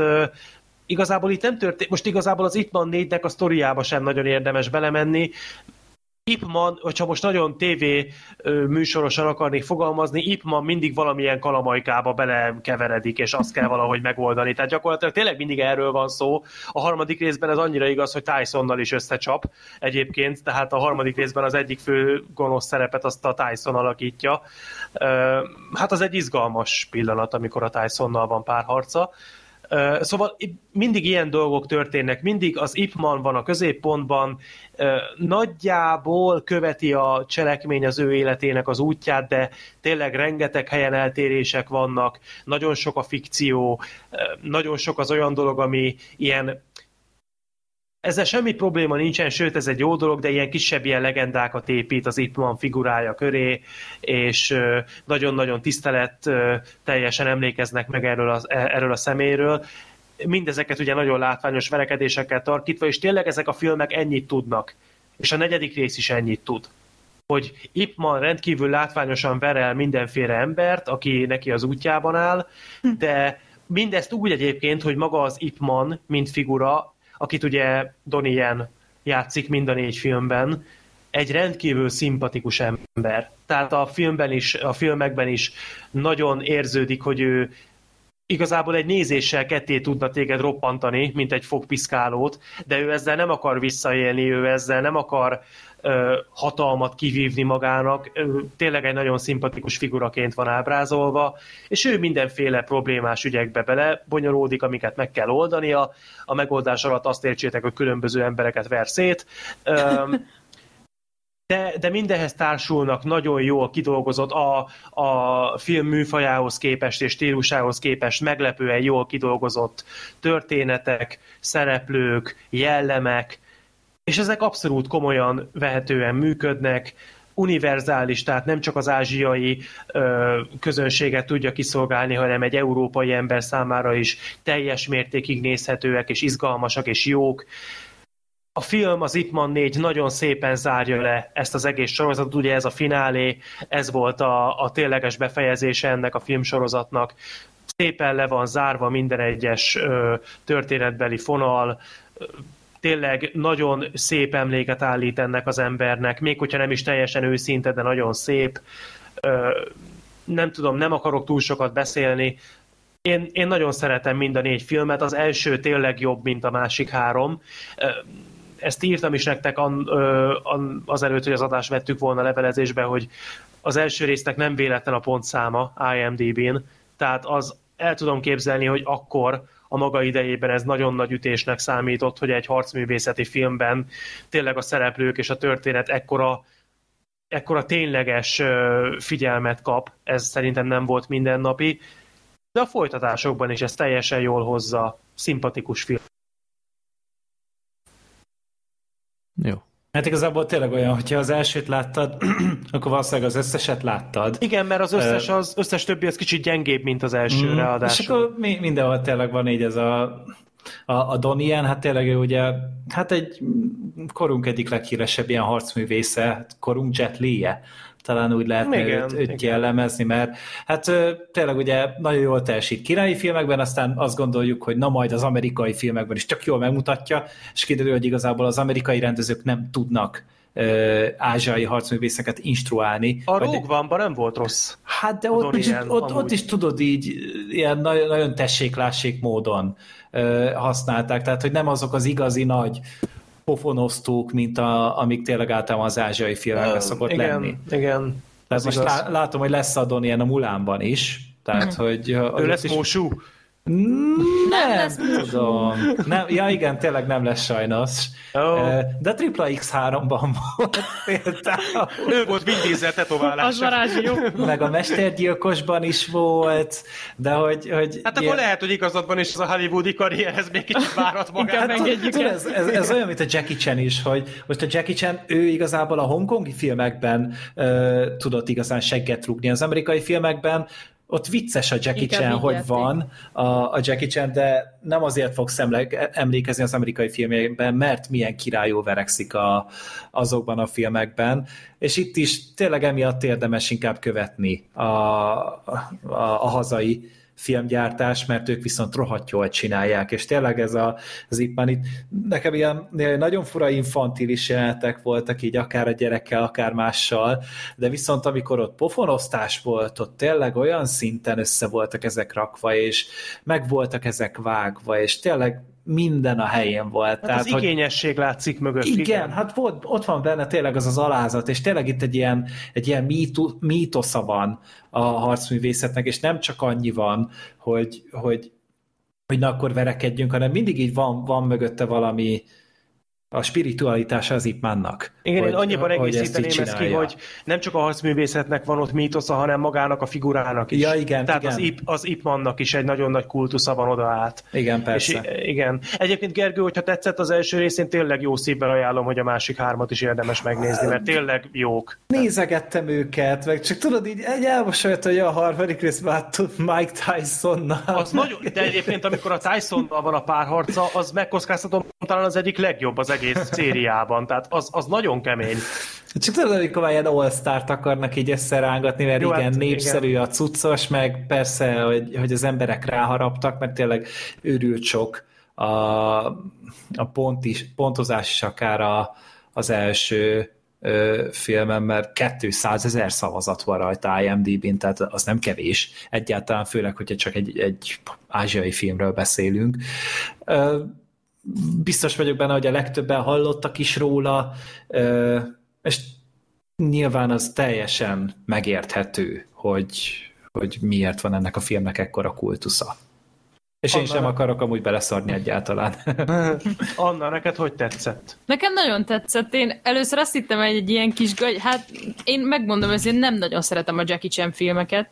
Speaker 1: igazából itt nem történt, most igazából az Ip Man 4-nek a sztoriába sem nagyon érdemes belemenni, Ip Man, hogyha most nagyon tévé műsorosan akarnék fogalmazni, Ip Man mindig valamilyen kalamajkába belekeveredik, és azt kell valahogy megoldani. Tehát gyakorlatilag tényleg mindig erről van szó. A harmadik részben ez annyira igaz, hogy Tysonnal is összecsap egyébként, tehát a harmadik részben az egyik fő gonosz szerepet azt a Tyson alakítja. Hát az egy izgalmas pillanat, amikor a Tysonnal van párharca. Szóval mindig ilyen dolgok történnek, mindig az Ip Man van a középpontban, nagyjából követi a cselekmény az ő életének az útját, de tényleg rengeteg helyen eltérések vannak, nagyon sok a fikció, nagyon sok az olyan dolog, ami ilyen... Ezzel semmi probléma nincsen, sőt ez egy jó dolog, de ilyen kisebb ilyen legendákat épít az Ip Man figurája köré, és nagyon-nagyon tisztelet teljesen emlékeznek meg erről a személyről. Mindezeket ugye nagyon látványos verekedésekkel tarkítva, és tényleg ezek a filmek ennyit tudnak. És a negyedik rész is ennyit tud. Hogy Ip Man rendkívül látványosan verel mindenféle embert, aki neki az útjában áll, de mindezt úgy egyébként, hogy maga az Ip Man, mint figura, akit ugye Donnie Yen játszik mind a 4 filmben, egy rendkívül szimpatikus ember. Tehát a filmekben is nagyon érződik, hogy ő igazából egy nézéssel ketté tudna téged roppantani, mint egy fogpiszkálót, de ő ezzel nem akar visszaélni, ő ezzel nem akar hatalmat kivívni magának, tényleg egy nagyon szimpatikus figuraként van ábrázolva, és ő mindenféle problémás ügyekbe belebonyolódik, amiket meg kell oldania. A megoldás alatt azt értsétek, hogy különböző embereket ver szét. De mindenhez társulnak nagyon jól kidolgozott, a film műfajához képest és stílusához képest meglepően jól kidolgozott történetek, szereplők, jellemek, és ezek abszolút komolyan vehetően működnek, univerzális, tehát nem csak az ázsiai közönséget tudja kiszolgálni, hanem egy európai ember számára is teljes mértékig nézhetőek, és izgalmasak, és jók. A film, az Ip Man 4 nagyon szépen zárja le ezt az egész sorozatot, ugye ez a finálé, ez volt a tényleges befejezése ennek a filmsorozatnak. Szépen le van zárva minden egyes történetbeli fonal, tényleg nagyon szép emléket állít ennek az embernek, még hogyha nem is teljesen őszinte, de nagyon szép. Nem tudom, nem akarok túl sokat beszélni. Én nagyon szeretem mind a 4 filmet, az első tényleg jobb, mint a másik 3. Ezt írtam is nektek azelőtt, hogy az adást vettük volna levelezésbe, hogy az első résznek nem véletlen a pontszáma IMDb-n, tehát az el tudom képzelni, hogy akkor a maga idejében ez nagyon nagy ütésnek számított, hogy egy harcművészeti filmben tényleg a szereplők és a történet ekkora tényleges figyelmet kap. Ez szerintem nem volt mindennapi, de a folytatásokban is ez teljesen jól hozza. Szimpatikus film.
Speaker 2: Jó.
Speaker 3: Hát igazából tényleg olyan, hogyha az elsőt láttad, akkor valószínűleg az összeset láttad.
Speaker 1: Igen, mert az összes többi az kicsit gyengébb, mint az első ráadásul.
Speaker 3: És akkor mindenhol tényleg van így ez a Donnie Yen, hát tényleg ő ugye, hát egy korunk egyik leghíresebb ilyen harcművésze, korunk Jet Li-je. Talán úgy lehetne őt jellemezni, mert hát tényleg ugye nagyon jól teljesít királyi filmekben, aztán azt gondoljuk, hogy na majd az amerikai filmekben is csak jól megmutatja, és kiderül, hogy igazából az amerikai rendezők nem tudnak ázsiai harcművészeket instruálni.
Speaker 1: A Rogue One-ban nem volt rossz.
Speaker 3: Hát de ott is tudod így ilyen nagyon tessék-lássék módon használták, tehát hogy nem azok az igazi nagy pofonosztók, mint amik tényleg általában az ázsiai filmekben szokott lenni.
Speaker 1: Igen.
Speaker 3: Tehát most látom, hogy lesz a Donnie Yen a Mulánban is. Tehát, hogy
Speaker 1: ő lesz Mósú?
Speaker 3: Nem tudom. Nem, ja igen, tényleg nem lesz sajnos. De a X3-ban volt például.
Speaker 1: Ő volt Vin Diesel tetoválása.
Speaker 5: Az varázsi jó.
Speaker 3: Meg a Mestergyilkosban is volt, de hogy
Speaker 1: hát akkor lehet, hogy igazad van, és az a hollywoodi karrierhez még kicsit várat magát.
Speaker 3: Ez olyan, mint a Jackie Chan is, hogy most a Jackie Chan, ő igazából a hongkongi filmekben tudott igazán segget rúgni. Az amerikai filmekben ott vicces a Jackie Chan, hogy van a Jackie Chan, de nem azért fogsz emlékezni az amerikai filmekben, mert milyen királyul verekszik azokban a filmekben, és itt is tényleg emiatt érdemes inkább követni a hazai filmgyártás, mert ők viszont rohadt jól csinálják, és tényleg ez az Ip Man itt, nekem ilyen nagyon fura infantilis jelenetek voltak így akár a gyerekkel, akár mással, de viszont amikor ott pofonosztás volt, ott tényleg olyan szinten össze voltak ezek rakva, és meg voltak ezek vágva, és tényleg minden a helyén volt.
Speaker 1: Hát tehát, az igényesség látszik mögött.
Speaker 3: Igen, hát ott van benne tényleg az alázat, és tényleg itt egy ilyen mítosza van a harcművészetnek, és nem csak annyi van, hogy na akkor verekedjünk, hanem mindig így van mögötte valami a spiritualitása az Ip Mannak.
Speaker 1: Igen, én annyiban egészíteném ezt ki, hogy nem csak a harcművészetnek van ott mítosza, hanem magának a figurának is.
Speaker 3: Ja, igen,
Speaker 1: tehát
Speaker 3: igen.
Speaker 1: Az Ip Mannak is egy nagyon nagy kultusza van oda át.
Speaker 3: Igen, persze.
Speaker 1: És igen. Egyébként Gergő, hogyha tetszett az első rész, én tényleg jó szívvel ajánlom, hogy a másik 3-at is érdemes megnézni, mert tényleg jók.
Speaker 3: Nézegettem őket, meg csak tudod, így elmosolyott, hogy a harmadik részben láttuk Mike Tysonnal.
Speaker 1: Az nagyon, de egyébként amikor a Tysonnal van a párharca, az megkockáztatom talán az egyik legjobb az egész szériában, tehát az nagyon kemény.
Speaker 3: Csak tudod, amikor már ilyen All-Start akarnak így összerángatni, mert jó, igen, hát, népszerű igen. A cuccos, meg persze, hogy az emberek ráharaptak, mert tényleg őrült sok a pontozás is akár az első filmen, mert 200 000 szavazat van rajta IMDb-n, tehát az nem kevés. Egyáltalán főleg, hogyha csak egy ázsiai filmről beszélünk. Biztos vagyok benne, hogy a legtöbben hallottak is róla, és nyilván az teljesen megérthető, hogy miért van ennek a filmnek ekkora kultusza. És Anna, én sem akarok amúgy beleszarni egyáltalán.
Speaker 1: Anna, neked hogy tetszett?
Speaker 5: Nekem nagyon tetszett. Én először azt hittem, hogy egy ilyen kis hát én megmondom, hogy én nem nagyon szeretem a Jackie Chan filmeket.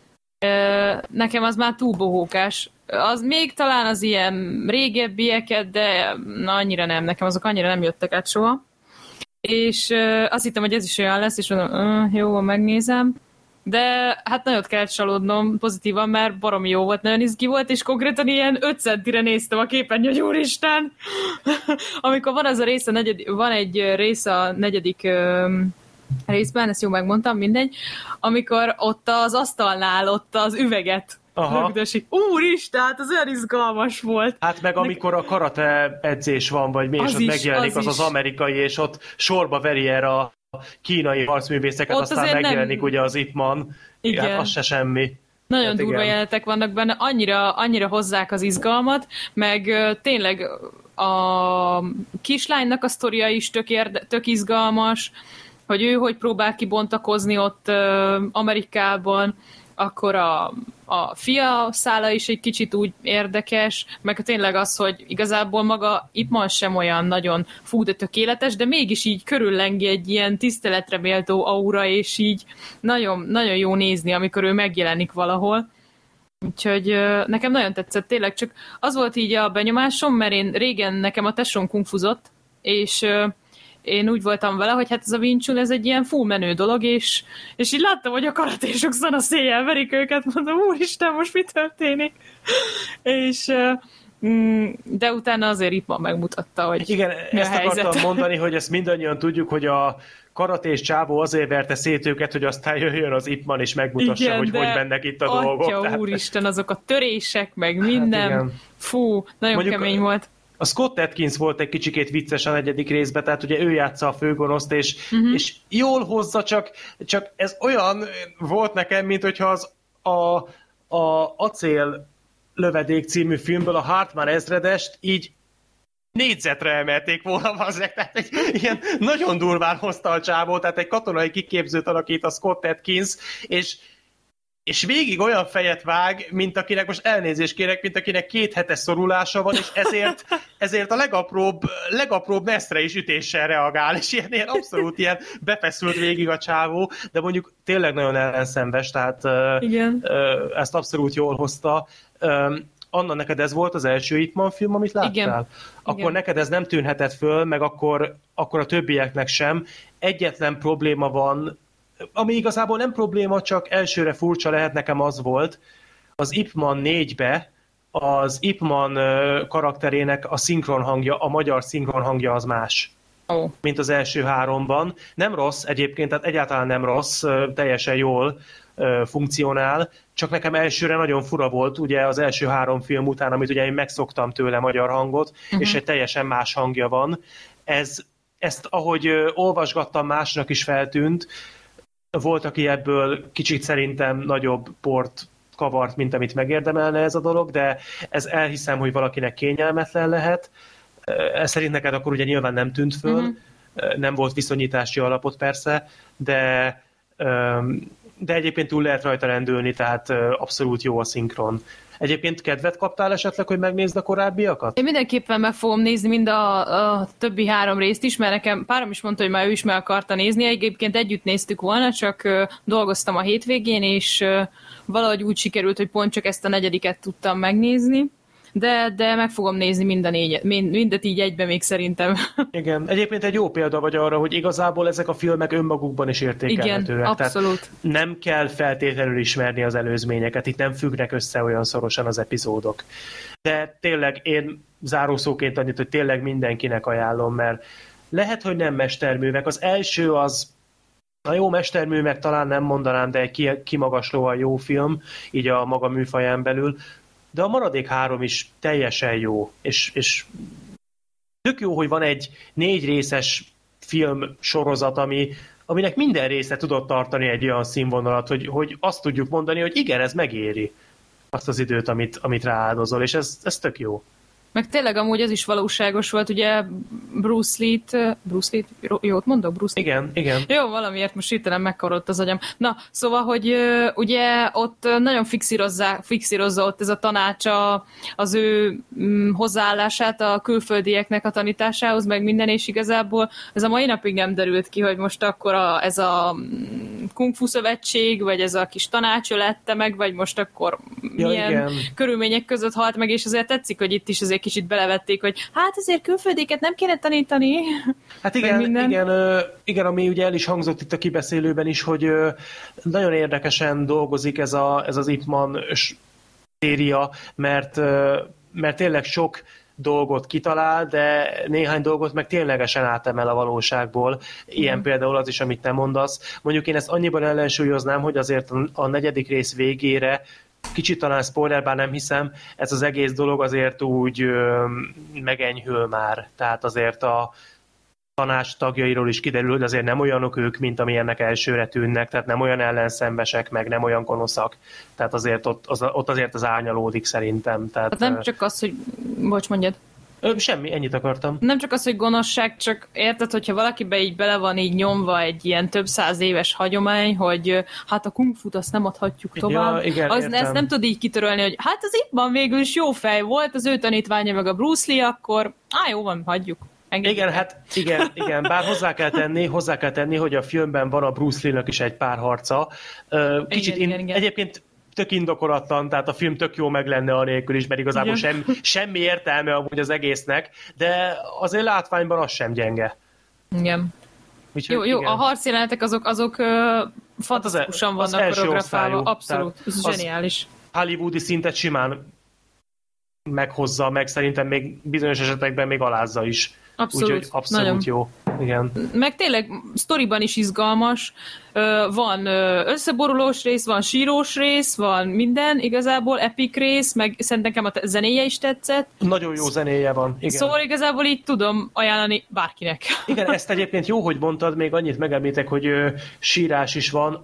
Speaker 5: Nekem az már túl bohókás. Az még talán az ilyen régebbieket, de annyira nem. Nekem azok annyira nem jöttek át soha. És azt hittem, hogy ez is olyan lesz, és mondom, jó, megnézem. De hát nagyot kellett csalódnom pozitívan, mert baromi jó volt, nagyon izgi volt, és konkrétan ilyen 5 centire néztem a képernyőn, hogy úristen! Amikor van az a rész, van egy rész a negyedik részben, ezt jó megmondtam, mindegy, amikor ott az asztalnál ott az üveget lögdösik. Úristen, hát az olyan izgalmas volt.
Speaker 1: Hát meg amikor a karate edzés van, vagy mi, és ott megjelenik az amerikai, és ott sorba veri erre a kínai harcművészeket, ott aztán megjelenik ugye az Ip Man. Igen. Hát az se semmi.
Speaker 5: Nagyon
Speaker 1: hát
Speaker 5: durva jelenetek vannak benne, annyira hozzák az izgalmat, meg tényleg a kislánynak a sztoria is tök izgalmas, hogy ő hogy próbál kibontakozni ott Amerikában, akkor a fia szála is egy kicsit úgy érdekes, meg tényleg az, hogy igazából maga Ip Man sem olyan nagyon de tökéletes, de mégis így körüllengi egy ilyen tiszteletre méltó aura, és így nagyon, nagyon jó nézni, amikor ő megjelenik valahol. Úgyhogy nekem nagyon tetszett tényleg, csak az volt így a benyomásom, mert én régen nekem a tesóm kungfuzott, és én úgy voltam vele, hogy hát ez a Wing Chun, ez egy ilyen full menő dolog, és így láttam, hogy a karatésok szana széjjel verik őket, mondom, úristen, most mi történik? És de utána azért Ip Man megmutatta, hogy
Speaker 1: igen,
Speaker 5: mi
Speaker 1: ezt
Speaker 5: a helyzet.
Speaker 1: akartam mondani, hogy ezt mindannyian tudjuk, hogy a karatés csávó azért verte szét őket, hogy aztán jöjjön az Ip Man, és megmutassa, igen, hogy mennek itt a dolgok.
Speaker 5: Atya úristen, azok a törések, meg minden. Hát fú, nagyon mondjuk kemény volt.
Speaker 1: A Scott Atkins volt egy kicsikét vicces a negyedik részben, tehát ugye ő játsza a főgonoszt, és jól hozza, csak ez olyan volt nekem, mint hogyha az a Acél lövedék című filmből a Hartman ezredest így négyzetre emelték volna azért, tehát egy ilyen nagyon durván hozta a csávó, tehát egy katonai kiképzőt alakít a Scott Atkins, és végig olyan fejet vág, mint akinek, most elnézést kérek, mint akinek 2 hetes szorulása van, és ezért a legapróbb neszre is ütéssel reagál, és ilyen abszolút ilyen befeszült végig a csávó, de mondjuk tényleg nagyon ellenszenves, tehát ezt abszolút jól hozta. Anna, neked ez volt az első Ip Man film, amit láttál?
Speaker 5: Igen.
Speaker 1: Akkor
Speaker 5: igen.
Speaker 1: Neked ez nem tűnhetett föl, meg akkor a többieknek sem. Egyetlen probléma van, ami igazából nem probléma, csak elsőre furcsa lehet, nekem az volt, az Ip Man 4-be az Ip Man karakterének a szinkronhangja, a magyar szinkronhangja az más, mint az első 3-ban. Nem rossz egyébként, tehát egyáltalán nem rossz, teljesen jól funkcionál, csak nekem elsőre nagyon fura volt, ugye az első 3 film után, amit ugye én megszoktam tőle magyar hangot, és egy teljesen más hangja van. Ezt ahogy olvasgattam, másnak is feltűnt, volt, aki ebből kicsit szerintem nagyobb port kavart, mint amit megérdemelne ez a dolog, de ez elhiszem, hogy valakinek kényelmetlen lehet. Ez szerint neked akkor ugye nyilván nem tűnt föl, nem volt viszonyítási alapot persze, de egyébként túl lehet rajta rendülni, tehát abszolút jó a szinkron. Egyébként kedvet kaptál esetleg, hogy megnézd a korábbiakat?
Speaker 5: Én mindenképpen meg fogom nézni mind a többi 3 részt is, mert nekem párom is mondta, hogy már ő is meg akarta nézni. Egyébként együtt néztük volna, csak dolgoztam a hétvégén, és valahogy úgy sikerült, hogy pont csak ezt a 4. tudtam megnézni. De meg fogom nézni mindet így egybe még szerintem.
Speaker 1: Igen, egyébként egy jó példa vagy arra, hogy igazából ezek a filmek önmagukban is értékelhetőek.
Speaker 5: Igen, abszolút.
Speaker 1: Tehát nem kell feltétlenül ismerni az előzményeket, itt nem függnek össze olyan szorosan az epizódok. De tényleg én zárószóként annyit, hogy tényleg mindenkinek ajánlom, mert lehet, hogy nem mesterművek. Az első az a jó mesterművek talán nem mondanám, de egy kimagaslóan jó film, így a maga műfaján belül. De a maradék 3 is teljesen jó, és tök jó, hogy van egy 4 részes film sorozat, aminek minden része tudott tartani egy olyan színvonalat, hogy azt tudjuk mondani, hogy igen, ez megéri azt az időt, amit rááldozol, és ez tök jó.
Speaker 5: Meg tényleg amúgy az is valóságos volt, ugye Bruce Lee-t, jót mondok? Bruce Lee?
Speaker 1: Igen.
Speaker 5: Jó, valamiért most hirtelen megkarolt az agyam. Na, szóval, hogy ugye ott nagyon fixírozza ott ez a tanács az ő hozzáállását a külföldieknek a tanításához, meg minden, és igazából ez a mai napig nem derült ki, hogy most akkor ez a Kung Fu szövetség, vagy ez a kis tanácső lette meg, vagy most akkor milyen körülmények között halt meg, és azért tetszik, hogy itt is azért kicsit belevették, hogy hát azért külföldieket nem kéne tanítani.
Speaker 1: Hát igen, ami ugye el is hangzott itt a kibeszélőben is, hogy nagyon érdekesen dolgozik ez az Ip Man széria, mert tényleg sok dolgot kitalál, de néhány dolgot meg ténylegesen átemel a valóságból. Ilyen például az is, amit te mondasz. Mondjuk én ezt annyiban ellensúlyoznám, hogy azért a 4. rész végére kicsit talán spoiler, bár nem hiszem, ez az egész dolog azért úgy megenyhül már. Tehát azért a tanács tagjairól is kiderül, hogy azért nem olyanok ők, mint amilyennek elsőre tűnnek, tehát nem olyan ellenszembesek, meg nem olyan gonoszak. Tehát azért ott azért az árnyalódik szerintem. Tehát
Speaker 5: nem csak az, hogy... Bocs, mondjad.
Speaker 1: Semmi, ennyit akartam.
Speaker 5: Nem csak az, hogy gonoszság, csak érted, hogyha valakibe így bele van így nyomva egy ilyen több 100 éves hagyomány, hogy hát a kung fut azt nem adhatjuk tovább. Ja, igen, ezt nem tud így kitörölni, hogy hát az Ip Man végül is jó fej volt, az ő tanítványa meg a Bruce Lee, akkor jó van, hagyjuk.
Speaker 1: Igen, hát igen, bár hozzá kell tenni, hogy a filmben van a Bruce Lee-nak is egy pár harca. Kicsit igen. Egyébként tök indokolatlan, tehát a film tök jó meg lenne anélkül is, mert igazából semmi értelme amúgy az egésznek, de azért látványban az sem gyenge.
Speaker 5: Igen. Úgyhogy, jó, igen. A harcjelenetek azok fantasztikusan vannak koreografálva. Abszolút, ez zseniális.
Speaker 1: Hollywoodi szintet simán meghozza, meg szerintem még bizonyos esetekben még alázza is. Úgyhogy abszolút nagyon jó. Igen.
Speaker 5: Meg tényleg sztoriban is izgalmas. Van összeborulós rész, van sírós rész, van minden igazából, epic rész, meg szerintem nekem a zenéje is tetszett.
Speaker 1: Nagyon jó zenéje van. Igen.
Speaker 5: Szóval igazából így tudom ajánlani bárkinek.
Speaker 1: Igen, ezt egyébként jó, hogy mondtad, még annyit megemlítek, hogy sírás is van.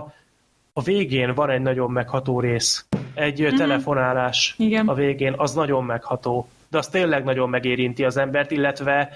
Speaker 1: A végén van egy nagyon megható rész. Egy telefonálás a végén, az nagyon megható. De az tényleg nagyon megérinti az embert, illetve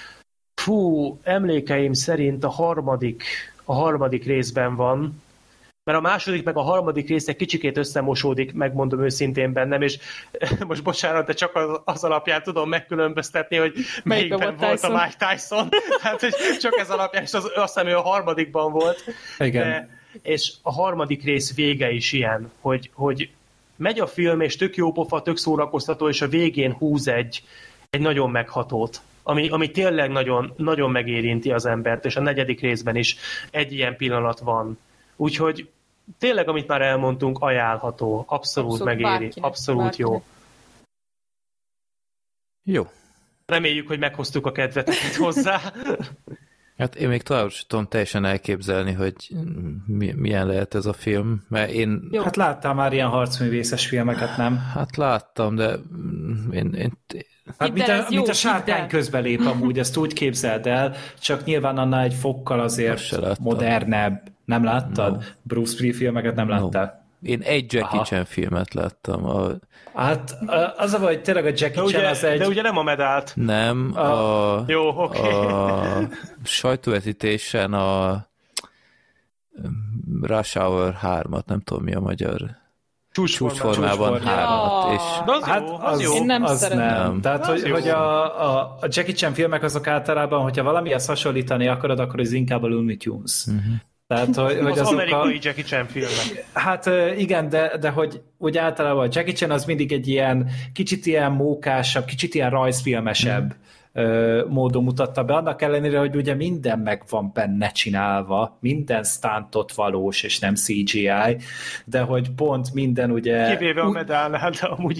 Speaker 1: emlékeim szerint a harmadik részben van, mert a második meg a harmadik rész egy kicsikét összemosódik, megmondom őszintén bennem, és most bocsánat, de csak az alapján tudom megkülönböztetni, hogy melyikben volt a Mike Tyson. Hát, hogy csak ez alapján, és azt hiszem, ő a harmadikban volt.
Speaker 3: Igen.
Speaker 1: És a harmadik rész vége is ilyen, hogy megy a film, és tök jó pofa, tök szórakoztató, és a végén húz egy nagyon meghatót, ami tényleg nagyon, nagyon megérinti az embert, és a 4. részben is egy ilyen pillanat van. Úgyhogy tényleg, amit már elmondtunk, ajánlható, abszolút megéri, bárkinek. Abszolút jó.
Speaker 2: Jó.
Speaker 1: Reméljük, hogy meghoztuk a kedveteket hozzá.
Speaker 2: Hát én még tovább sem tudom teljesen elképzelni, hogy milyen lehet ez a film, mert én...
Speaker 3: Jó. Hát láttál már ilyen harcművészes filmeket, nem?
Speaker 2: Hát láttam, de
Speaker 3: Hát mint a sárkány közbelép amúgy, ezt úgy képzeld el, csak nyilván annál egy fokkal azért modernebb. Nem láttad? No. Bruce Lee filmeket nem láttál? No.
Speaker 2: Én egy Jackie Chan filmet láttam.
Speaker 3: Hát az a baj, hogy tényleg a Jackie Chan az egy...
Speaker 1: De ugye nem a medált.
Speaker 2: Nem,
Speaker 1: Jó, oké.
Speaker 2: A sajtóvetítésen a Rush Hour 3-at, nem tudom mi a magyar... Csúcsformában 3-at. És...
Speaker 1: Az jó.
Speaker 5: Én nem szeretem.
Speaker 3: Nem. Tehát, hogy a Jackie Chan filmek azok általában, hogyha valamihez hasonlítani akarod, akkor ez inkább a Looney Tunes. Tehát, hogy
Speaker 1: az amerikai Jackie Chan filmek.
Speaker 3: Hát igen, de hogy úgy általában a Jackie Chan az mindig egy ilyen kicsit ilyen mókásabb, kicsit ilyen rajzfilmesebb módon mutatta be, annak ellenére, hogy ugye minden meg van benne csinálva, minden stuntot valós, és nem CGI, de hogy pont minden ugye...
Speaker 1: Kivéve a medálnál, de amúgy...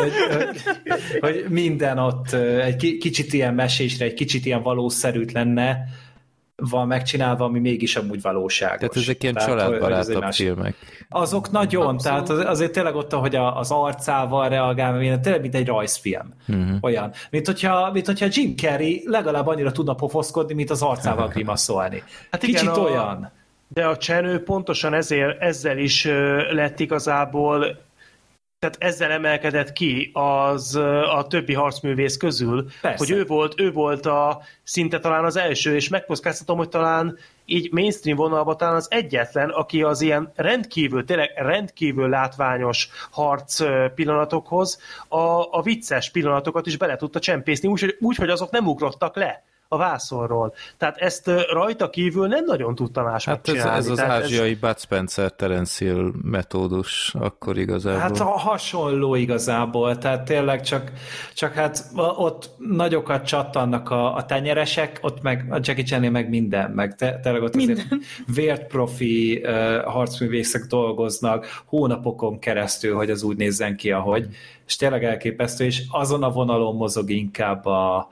Speaker 3: hogy minden ott egy kicsit ilyen mesésre, egy kicsit ilyen valószerűt lenne, van megcsinálva, ami mégis amúgy valóságos.
Speaker 2: Tehát ezek ilyen családbarátabb filmek.
Speaker 3: Azok nagyon, abszolút. Tehát azért tényleg ott, hogy az arcával reagál, tényleg mint egy rajzfilm. Olyan. Mint hogyha Jim Carrey legalább annyira tudna pofoszkodni, mint az arcával grimaszolni.
Speaker 1: Hát
Speaker 3: kicsit
Speaker 1: igen,
Speaker 3: olyan.
Speaker 1: De a Csenő pontosan ezzel is lett igazából, tehát ezzel emelkedett ki a többi harcművész közül, persze. Hogy ő volt szinte talán az első, és megkockáztatom, hogy talán így mainstream vonalban talán az egyetlen, aki az ilyen tényleg rendkívül látványos harc pillanatokhoz a vicces pillanatokat is bele tudta csempészni, úgyhogy azok nem ugrottak le a vászonról. Tehát ezt rajta kívül nem nagyon tudta más megcsinálni.
Speaker 2: Ez az ázsiai Bud Spencer, Terence Hill metódus akkor igazából.
Speaker 3: Hát hasonló igazából, tehát tényleg csak hát ott nagyokat csattannak a tenyeresek, ott meg a Jackie Chan-nél meg minden, meg tényleg ott azért vért profi harcművészek dolgoznak hónapokon keresztül, hogy az úgy nézzen ki, ahogy, és tényleg elképesztő, és azon a vonalon mozog inkább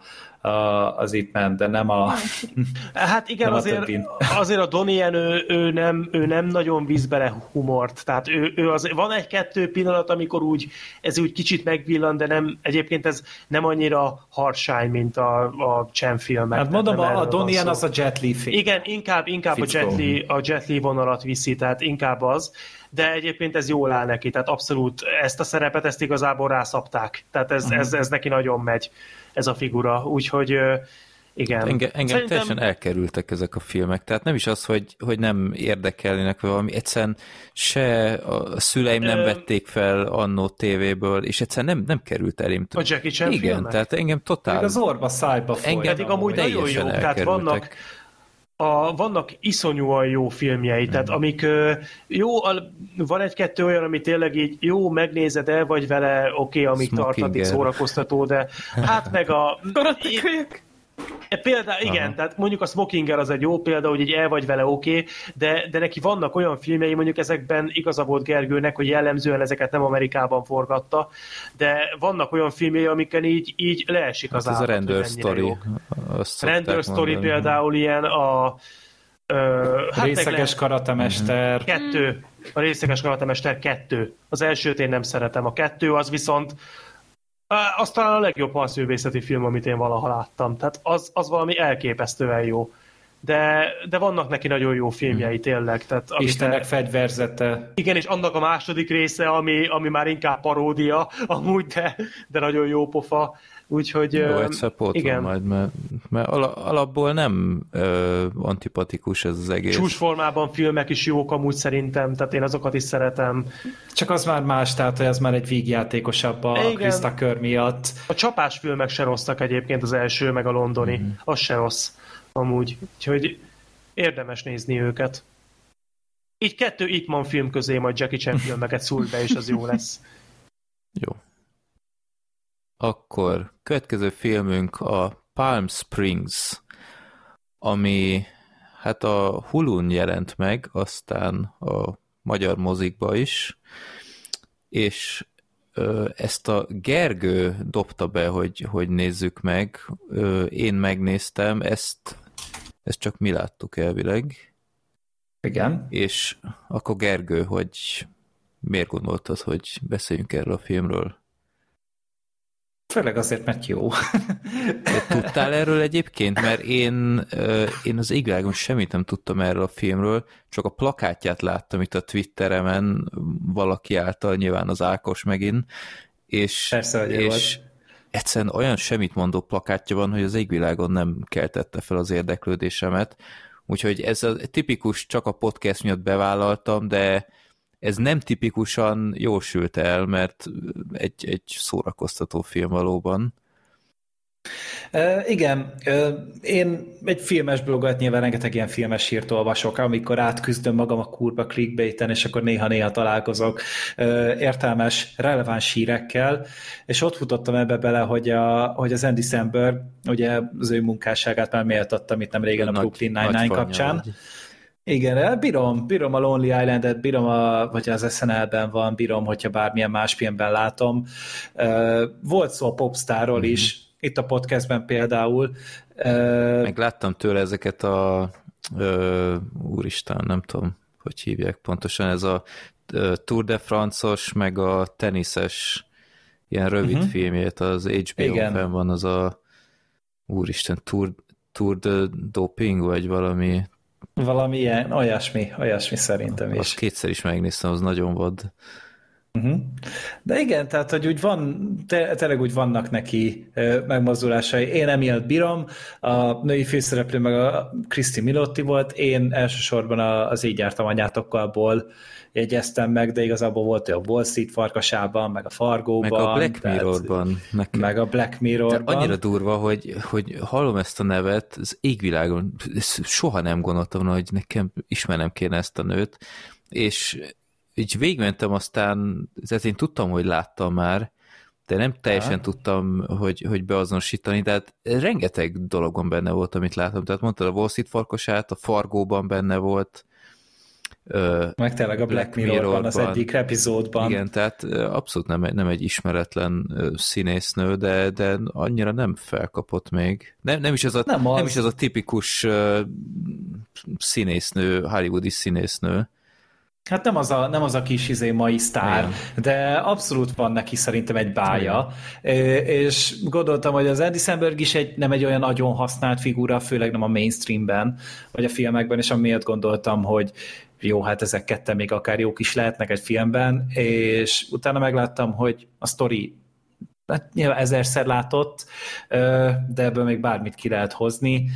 Speaker 3: az Ip Man, de nem a...
Speaker 1: Hát igen, azért a Donnie Yen, ő nem nagyon visz bele humort, tehát van egy-kettő pillanat, amikor ez úgy kicsit megvillan, de egyébként ez nem annyira harsány, mint a Chan filmek.
Speaker 3: Hát mondom, a Donnie Yen az a Jet Li film.
Speaker 1: Igen, inkább a Jet Li vonalat viszi, tehát inkább az, de egyébként ez jól áll neki, tehát abszolút ezt a szerepet, ezt igazából rászapták, tehát ez neki nagyon megy, ez a figura, úgyhogy igen.
Speaker 2: Engem teljesen elkerültek ezek a filmek, tehát nem is az, hogy nem érdekelnének valami, egyszerűen se a szüleim nem vették fel annó tévéből, és egyszerűen nem került elém.
Speaker 1: A Jackie Chan
Speaker 2: igen,
Speaker 1: filmek?
Speaker 2: Tehát engem totál...
Speaker 3: Még az orba szájba folyt.
Speaker 1: Pedig amúgy nagyon jó, tehát vannak iszonyúan jó filmjei, tehát amik jó, van egy-kettő olyan, ami tényleg így jó, megnézed el, vagy vele oké, amíg tartatik szórakoztató, de hát meg a... Például, igen, tehát mondjuk a Smokinger az egy jó példa, hogy így el vagy vele oké, de neki vannak olyan filmjei, mondjuk ezekben igaza volt Gergőnek, hogy jellemzően ezeket nem Amerikában forgatta, de vannak olyan filmjei, amiken így leesik az állat.
Speaker 2: Ez a Rendőr Story.
Speaker 1: Rendőr Story például ilyen
Speaker 3: Részeges karatemester.
Speaker 1: 2. A Részeges karatemester 2. Az elsőt én nem szeretem. A 2 az viszont az talán a legjobb harcművészeti film, amit én valaha láttam. Tehát az valami elképesztően jó. De vannak neki nagyon jó filmjei tényleg. Tehát,
Speaker 3: Istenek fegyverzete.
Speaker 1: Igen, és annak a második része, ami már inkább paródia, amúgy, de nagyon jó pofa. Úgyhogy
Speaker 2: jó, egyszer pótlom majd, mert alapból nem antipatikus ez az egész.
Speaker 1: Csúcsformában filmek is jók amúgy szerintem, tehát én azokat is szeretem.
Speaker 3: Csak az már más, tehát ez már egy vígjátékosabb a Chris Tucker miatt.
Speaker 1: A csapás filmek se rosszak egyébként, az első, meg a londoni. Az se rossz amúgy. Úgyhogy érdemes nézni őket. Így 2 Ip Man film közé majd Jackie Chan filmeket szúr be, és az jó lesz.
Speaker 2: Jó. Akkor következő filmünk a Palm Springs, ami hát a Hulun jelent meg, aztán a magyar mozikba is, és ezt a Gergő dobta be, hogy nézzük meg. Én megnéztem, ezt ezt csak mi láttuk elvileg.
Speaker 3: Igen.
Speaker 2: És akkor Gergő, hogy miért gondoltad, hogy beszéljünk erről a filmről?
Speaker 3: Főleg azért, mert jó.
Speaker 2: De tudtál erről egyébként? Mert én az égvilágon semmit nem tudtam erről a filmről, csak a plakátját láttam itt a Twitteremen valaki által, nyilván az Ákos megint, és,
Speaker 3: Persze, hogy
Speaker 2: és egyszerűen olyan semmit mondó plakátja van, hogy az égvilágon nem keltette fel az érdeklődésemet. Úgyhogy ez a tipikus, csak a podcast miatt bevállaltam, de ez nem tipikusan jól sült el, mert egy szórakoztató film valóban.
Speaker 3: Igen, én egy filmes blogot nyilván rengeteg ilyen filmes hírt olvasok, amikor átküzdöm magam a kurva clickbaiten, és akkor néha-néha találkozok értelmes, releváns hírekkel, és ott futottam ebbe bele, hogy az Andy Samberg, ugye az ő munkásságát már méltattam itt nem régen a Brooklyn Nine-Nine kapcsán. Vagy. Igen, bírom a Lonely Island-et, vagy az SNL-ben van, bírom, hogyha bármilyen más filmben látom. Volt szó a Popstarról is, itt a podcastben például.
Speaker 2: Meg láttam tőle ezeket úristen, nem tudom, hogy hívják pontosan, ez a Tour de France-os, meg a teniszes ilyen rövid filmjét, az HBO-n fenn van, az a úristen, Tour de Doping, vagy valami.
Speaker 3: Valami ilyen, olyasmi szerintem is.
Speaker 2: Azt kétszer is megnéztem, az nagyon vad.
Speaker 3: De igen, tehát, hogy úgy van, tényleg úgy vannak neki megmozdulásai. Én emiatt bírom, a női főszereplő meg a Kriszti Milotti volt, én elsősorban az Így jártam anyátokkalból jegyeztem meg, de igazából volt a Wall Street Farkasában, meg a Fargóban.
Speaker 2: Meg a Black Mirrorban.
Speaker 3: Meg a Black Mirrorban.
Speaker 2: De annyira durva, hogy hallom ezt a nevet, az égvilágon, soha nem gondoltam, hogy nekem ismernem kéne ezt a nőt, és így végigmentem, aztán én tudtam, hogy láttam már, de nem teljesen tudtam, hogy beazonosítani, tehát rengeteg dologon benne volt, amit láttam. Tehát mondtad a Wall Street Farkasát, a Fargóban benne volt.
Speaker 3: Meg tényleg a Black Mirrorban, az egyik epizódban.
Speaker 2: Igen, tehát abszolút nem egy ismeretlen színésznő, de annyira nem felkapott még. Nem is az a tipikus színésznő, hollywoodi színésznő.
Speaker 3: Hát nem az a kis mai sztár, igen. De abszolút van neki szerintem egy bája, és gondoltam, hogy az Andy Samberg is nem egy olyan nagyon használt figura, főleg nem a mainstreamben, vagy a filmekben, és amiatt gondoltam, hogy jó, hát ezek ketten még akár jók is lehetnek egy filmben, és utána megláttam, hogy a sztori hát nyilván ezerszer látott, de ebből még bármit ki lehet hozni,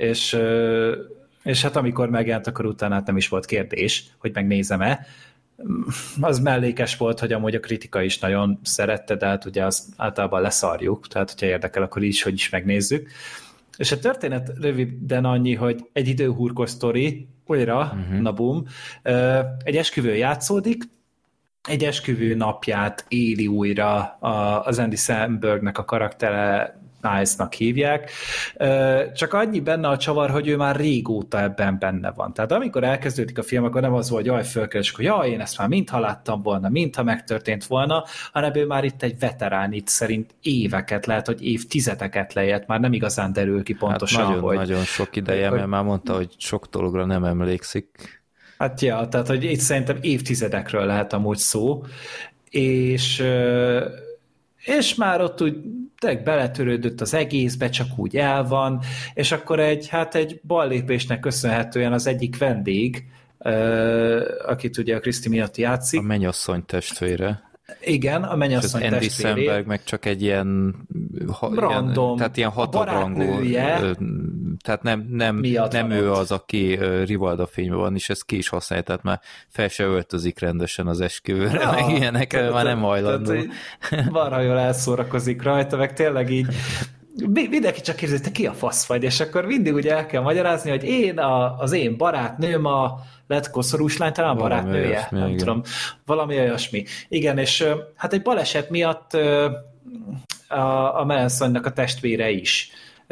Speaker 3: és hát amikor megjelent, akkor utána hát nem is volt kérdés, hogy megnézem-e. Az mellékes volt, hogy amúgy a kritika is nagyon szerette, de hát ugye azt általában leszarjuk, tehát hogyha érdekel, akkor is, hogy is megnézzük. És a történet röviden annyi, hogy egy időhurkos sztori, újra, na bum, egy esküvő játszódik, egy esküvő napját éli újra az Andy Sambergnek a karaktere, Nice-nak hívják, csak annyi benne a csavar, hogy ő már régóta ebben benne van. Tehát amikor elkezdődik a film, akkor nem az volt, hogy jaj, fölkeres, hogy jaj, én ezt már mintha láttam volna, mintha megtörtént volna, hanem ő már itt egy veterán, itt szerint éveket, lehet, hogy évtizedeket lejött, már nem igazán derül ki pontosan,
Speaker 2: hát nagyon sok ideje, mert már mondta, hogy sok dologra nem emlékszik.
Speaker 3: Hát ja, tehát hogy itt szerintem évtizedekről lehet amúgy szó, és már ott úgy beletörődött az egészbe, csak úgy el van, és akkor egy ballépésnek köszönhetően az egyik vendég, akit ugye a Kriszti Milotti játszik.
Speaker 2: A mennyasszony testvére.
Speaker 3: Igen, a mennyasszony testvére.
Speaker 2: És Andy Samberg meg csak egy ilyen
Speaker 3: random,
Speaker 2: tehát ilyen hatodrangú, tehát nem ő az, aki Rivalda fényben van, és ezt ki is használja, tehát már fel se öltözik rendesen az esküvőre, meg ilyenek, már nem hajlandó.
Speaker 3: Marha jól elszórakozik rajta, meg tényleg így mindenki csak kérdezi, te ki a fasz vagy, és akkor mindig ugye el kell magyarázni, hogy az én barátnőm a lett koszorús lány, talán a barátnője, nem igen. Tudom, valami olyasmi. Igen, és hát egy baleset miatt a Melansonnak a testvére is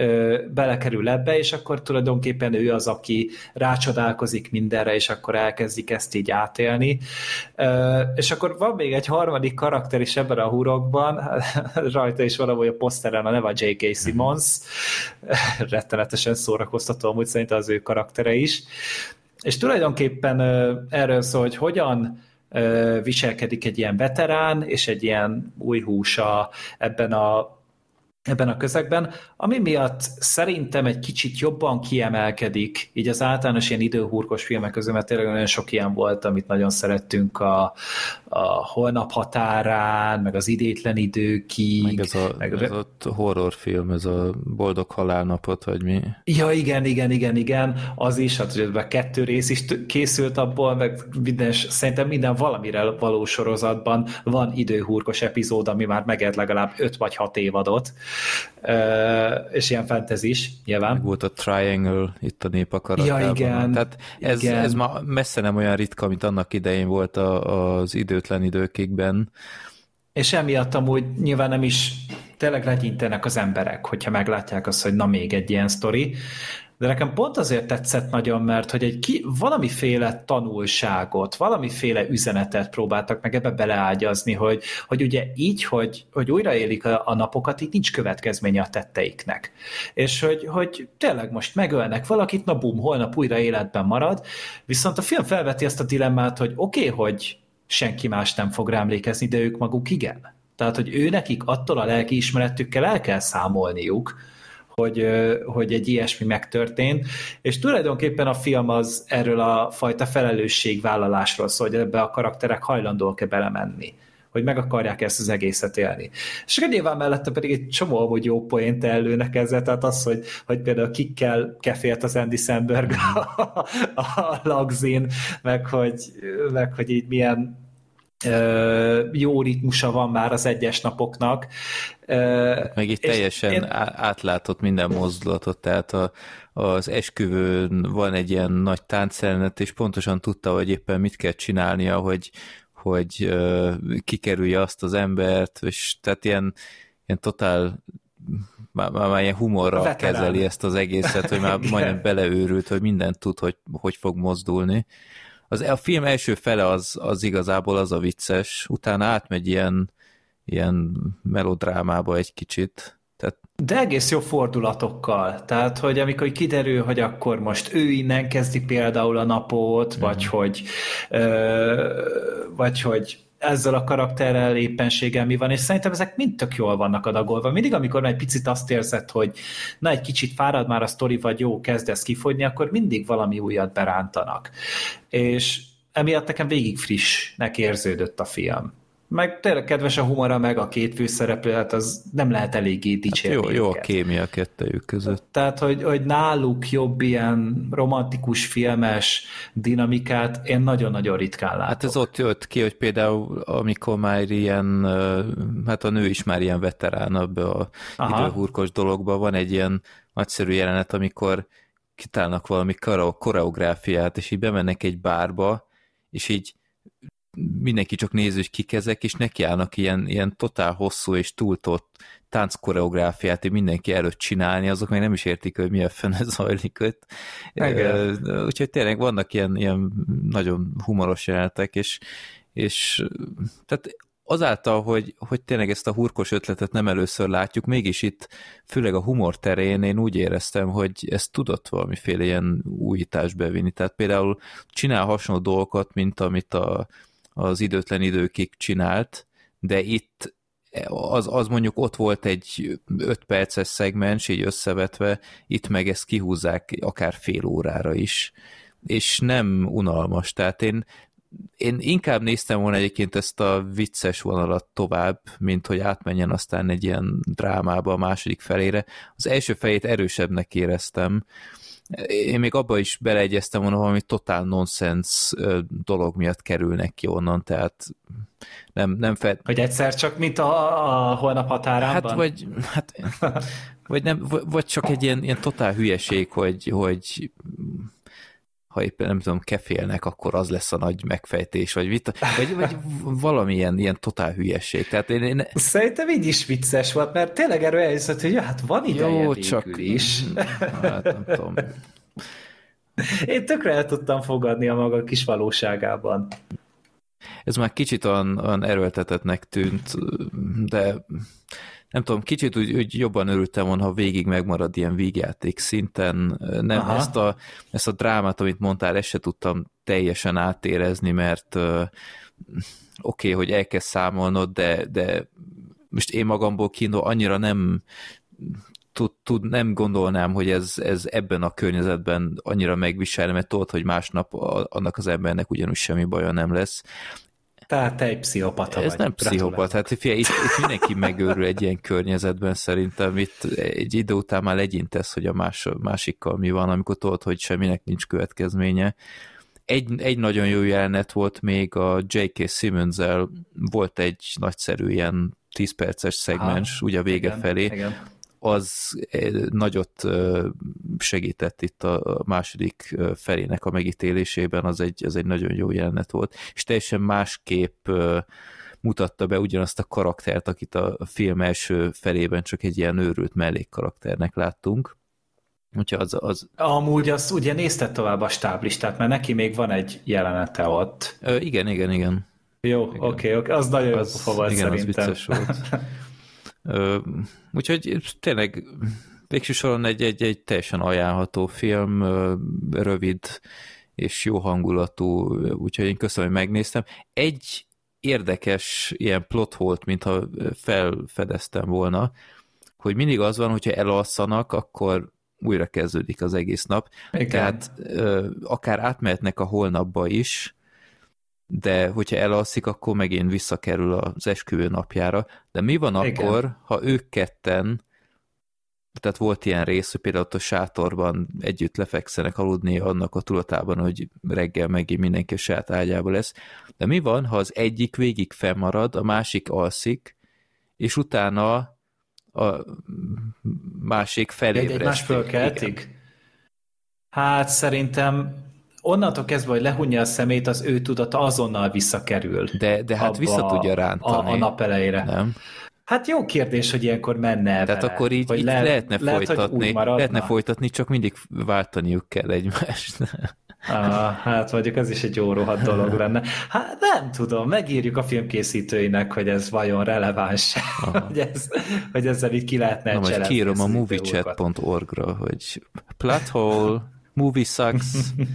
Speaker 3: belekerül ebbe, és akkor tulajdonképpen ő az, aki rácsodálkozik mindenre, és akkor elkezdik ezt így átélni. És akkor van még egy harmadik karakter is ebben a hurokban, rajta is valahogy a poszteren a neve J.K. Simmons, rettenetesen szórakoztató amúgy szerint az ő karaktere is, és tulajdonképpen erről szól, hogy hogyan viselkedik egy ilyen veterán, és egy ilyen új húsa ebben a közegben, ami miatt szerintem egy kicsit jobban kiemelkedik, így az általános ilyen időhurkos filmek közül, mert tényleg nagyon sok ilyen volt, amit nagyon szerettünk, a Holnap határán, meg az Idétlen időkig.
Speaker 2: Meg ez a horrorfilm, ez a Boldog halálnapot, vagy mi?
Speaker 3: Ja, igen, az is, hát ugye 2 rész is készült abból, meg szerintem minden valamire való sorozatban van időhurkos epizód, ami már megért legalább 5 vagy 6 évadot, és ilyen fantasy is, nyilván.
Speaker 2: Meg volt a Triangle itt a Népakaratában.
Speaker 3: Ja, igen.
Speaker 2: Tehát ez ma messze nem olyan ritka, mint annak idején volt az Időtlen időkigben.
Speaker 3: És emiatt amúgy nyilván nem is tényleg legyintenek az emberek, hogyha meglátják azt, hogy na még egy ilyen sztori. De nekem pont azért tetszett nagyon, mert hogy valamiféle tanulságot, valamiféle üzenetet próbáltak meg ebbe beleágyazni, hogy ugye így, hogy újraélik a napokat, így nincs következménye a tetteiknek. És hogy tényleg most megölnek valakit, na bum, holnap újra életben marad, viszont a film felveti ezt a dilemmát, hogy oké, hogy senki más nem fog rá emlékezni, de ők maguk igen. Tehát, hogy ő nekik attól a lelkiismeretükkel el kell számolniuk, hogy egy ilyesmi megtörtént, és tulajdonképpen a film az erről a fajta felelősségvállalásról szól, hogy ebbe a karakterek hajlandóak-e belemenni, hogy meg akarják ezt az egészet élni. És akkor nyilván mellette pedig egy csomó amúgy jó poént előnek ezzel, tehát az, hogy például kikkel kefélt az Andy Samberg a Lagzin, meg hogy így milyen jó ritmusa van már az egyes napoknak.
Speaker 2: Meg itt teljesen átlátott minden mozdulatot, tehát az esküvőn van egy ilyen nagy táncjelenet, és pontosan tudta, hogy éppen mit kell csinálnia, hogy kikerülje azt az embert, és tehát ilyen totál már ilyen humorral kezeli ezt az egészet, hogy már majdnem beleőrült, hogy mindent tud, hogy fog mozdulni. A film első fele az igazából az a vicces, utána átmegy ilyen melodrámába egy kicsit.
Speaker 3: De egész jó fordulatokkal. Tehát, hogy amikor kiderül, hogy akkor most ő innen kezdi például a napot, vagy hogy ezzel a karakterrel éppenséggel mi van, és szerintem ezek mind tök jól vannak adagolva. Mindig, amikor egy picit azt érzed, hogy na, egy kicsit fárad már a sztori, vagy jó, kezdesz kifogyni, akkor mindig valami újat berántanak. És emiatt nekem végig frissnek érződött a film. Meg tényleg kedves a humora, meg a 2 főszereplő, hát az nem lehet eléggé dicsérni.
Speaker 2: Hát jó a kémia kettejük között.
Speaker 3: Tehát, hogy náluk jobb ilyen romantikus, filmes dinamikát én nagyon-nagyon ritkán látok.
Speaker 2: Hát ez ott jött ki, hogy például amikor már ilyen, hát a nő is már ilyen veterán abban a időhurkos dologban, van egy ilyen nagyszerű jelenet, amikor kitálnak valami koreográfiát, és így bemennek egy bárba, és így mindenki csak néz, hogy kik ezek, és nekiállnak ilyen totál hosszú és túltott tánckoreográfiát, hogy mindenki előtt csinálni, azok meg nem is értik, hogy mi a fene zajlik ott. Úgyhogy tényleg vannak ilyen nagyon humoros jelenetek, és tehát azáltal, hogy tényleg ezt a hurkos ötletet nem először látjuk, mégis itt, főleg a humor terén én úgy éreztem, hogy ezt tudott valamiféle ilyen újítást bevinni. Tehát például csinál hasonló dolgokat, mint amit az Időtlen időkig csinált, de itt az mondjuk ott volt egy 5 perces szegmens, így összevetve, itt meg ezt kihúzzák akár fél órára is, és nem unalmas. Tehát én inkább néztem volna egyébként ezt a vicces vonalat tovább, mint hogy átmenjen aztán egy ilyen drámába a második felére. Az első felét erősebbnek éreztem. Én még abba is beleegyeztem volna, valami totál nonsens dolog miatt kerülnek ki onnan, tehát nem
Speaker 3: Hogy egyszer csak, mint a Holnap határában?
Speaker 2: Vagy csak egy ilyen totál hülyeség, hogy ha éppen nem tudom, kefélnek, akkor az lesz a nagy megfejtés, vagy vita, vagy valamilyen ilyen totál hülyesség. Tehát én...
Speaker 3: Szerintem így is vicces volt, mert tényleg erről elhiszett, hogy hát van ideje
Speaker 2: jó, csak
Speaker 3: is.
Speaker 2: Hát nem tudom.
Speaker 3: Én tökre el tudtam fogadni a maga kis valóságában.
Speaker 2: Ez már kicsit olyan erőltetettnek tűnt, de nem tudom, kicsit úgy jobban örültem volna, ha végig megmarad ilyen vígjáték szinten. Nem, ezt a drámát, amit mondtál, ezt se tudtam teljesen átérezni, mert oké, hogy el kell számolnod, de most én magamból kiindul annyira nem gondolnám, hogy ez ebben a környezetben annyira megviselne, mert tudod, hogy másnap annak az embernek ugyanúgy semmi baja nem lesz.
Speaker 3: Tehát te egy pszichopata
Speaker 2: ez
Speaker 3: vagy.
Speaker 2: Nem pszichopat, hát figyelj, itt mindenki megőrül egy ilyen környezetben szerintem, itt egy idő után már legyintesz, hogy a másikkal mi van, amikor tudod, hogy semminek nincs következménye. Egy nagyon jó jelenet volt még a J.K. Simmons-el, volt egy nagyszerű ilyen 10 perces szegmens, ugye a vége felé. Igen. Az nagyot segített itt a második felének a megítélésében, az egy nagyon jó jelenet volt, és teljesen másképp mutatta be ugyanazt a karaktert, akit a film első felében csak egy ilyen őrült mellékkarakternek láttunk. Úgyhogy az...
Speaker 3: Amúgy azt ugye nézted tovább a stáblistát, mert neki még van egy jelenete ott.
Speaker 2: Igen.
Speaker 3: Jó, oké, az nagyon jó pofa volt
Speaker 2: igen,
Speaker 3: szerintem.
Speaker 2: Az vicces volt. Úgyhogy tényleg végső soron egy teljesen ajánlható film, rövid és jó hangulatú, úgyhogy én köszönöm, hogy megnéztem. Egy érdekes ilyen plot volt, mintha felfedeztem volna, hogy mindig az van, hogyha elalszanak, akkor újra kezdődik az egész nap. Igen. Tehát akár átmehetnek a holnapba is, de hogyha elalszik, akkor megint visszakerül az esküvő napjára. De mi van akkor, ha ők ketten, tehát volt ilyen rész, hogy például ott a sátorban együtt lefekszenek aludni annak a tudatában, hogy reggel megint mindenki a saját ágyába lesz. De mi van, ha az egyik végig fennmarad, a másik alszik, és utána a másik felébreszik?
Speaker 3: Egymás fölkeltik? Hát szerintem onnantól kezdve, hogy lehunja a szemét, az ő tudata azonnal visszakerül.
Speaker 2: De hát vissza tudja rántani.
Speaker 3: A nap elejére.
Speaker 2: Nem?
Speaker 3: Hát jó kérdés, hogy ilyenkor menne.
Speaker 2: Tehát vele. Akkor így lehetne folytatni, csak mindig váltaniuk kell egymást.
Speaker 3: Hát mondjuk ez is egy jó rohadt dolog lenne. Hát nem tudom, megírjuk a filmkészítőinek, hogy ez vajon releváns, hogy ezzel így ki lehetne
Speaker 2: cselezni. Majd kiírom a moviechat.org-ra, hogy plot hole, movie sucks.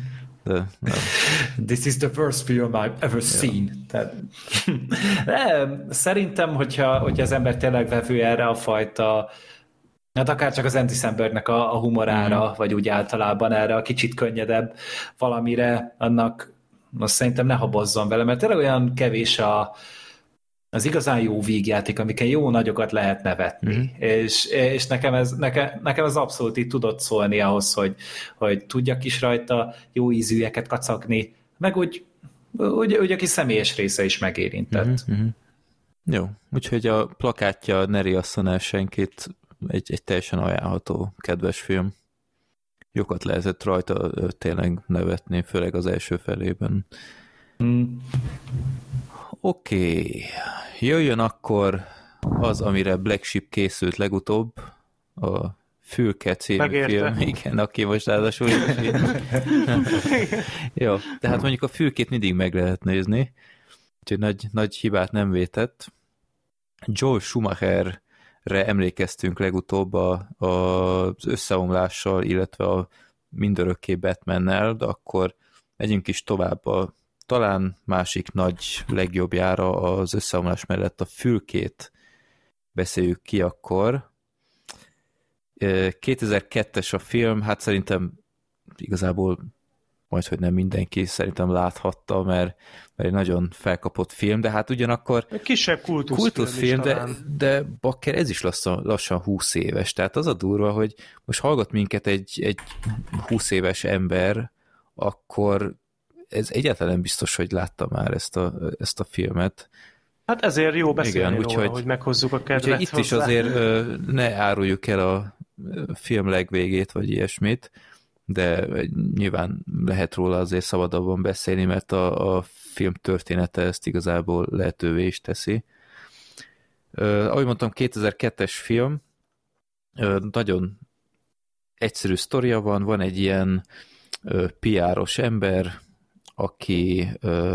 Speaker 3: This is the worst film I've ever seen. Tehát, szerintem, hogyha az ember tényleg vevő erre a fajta, hát akár csak az Andy Sambergnek a humorára, vagy úgy általában erre a kicsit könnyedebb valamire, annak azt szerintem ne habozzon vele, mert tényleg olyan kevés az igazán jó vígjáték, amiken jó nagyokat lehet nevetni. És nekem ez abszolút így tudott szólni ahhoz, hogy tudjak is rajta jó ízűeket kacagni, meg úgy aki személyes része is megérintett.
Speaker 2: Jó, úgyhogy a plakátja ne riasszon el senkit, egy teljesen ajánlható, kedves film. Jókat lehetett rajta tényleg nevetni, főleg az első felében. Oké. Jöjjön akkor az, amire Black Sheep készült legutóbb, a Fülke című film. Igen, aki most ráadásul jó, tehát mondjuk a Fülkét mindig meg lehet nézni, úgyhogy nagy hibát nem vétett. Joel Schumacherre emlékeztünk legutóbb az összeomlással, illetve a mindörökké Batmannel, de akkor megyünk is tovább talán másik nagy legjobbjára, az összeomlás mellett a Fülkét beszéljük ki akkor. 2002-es a film, hát szerintem igazából majdhogy nem mindenki szerintem láthatta, mert egy nagyon felkapott film, de hát ugyanakkor
Speaker 1: kisebb kultuszfilm
Speaker 2: de bakker, ez is lassan 20 éves, tehát az a durva, hogy most hallgat minket egy 20 éves ember, akkor ez egyáltalán nem biztos, hogy látta már ezt a filmet.
Speaker 1: Hát ezért jó beszélni róla, hogy meghozzuk a kedvet.
Speaker 2: Itt is azért ne áruljuk el a film legvégét, vagy ilyesmit, de nyilván lehet róla azért szabadabban beszélni, mert a film története ezt igazából lehetővé is teszi. Ahogy mondtam, 2002-es film, nagyon egyszerű sztoria van egy ilyen PR-os ember, aki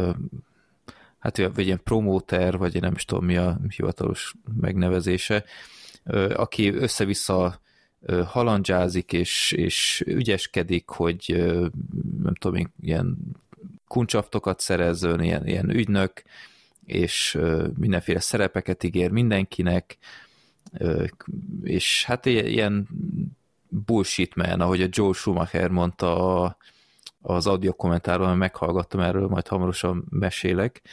Speaker 2: vagy ilyen promóter, vagy én nem is tudom mi a hivatalos megnevezése, aki össze-vissza halandzsázik és ügyeskedik, hogy nem tudom, ilyen kuncsaftokat szerezzön, ilyen ügynök, és mindenféle szerepeket ígér mindenkinek, és hát ilyen bullshit man, ahogy a Joe Schumacher mondta az audio kommentáron, meghallgattam erről, majd hamarosan mesélek.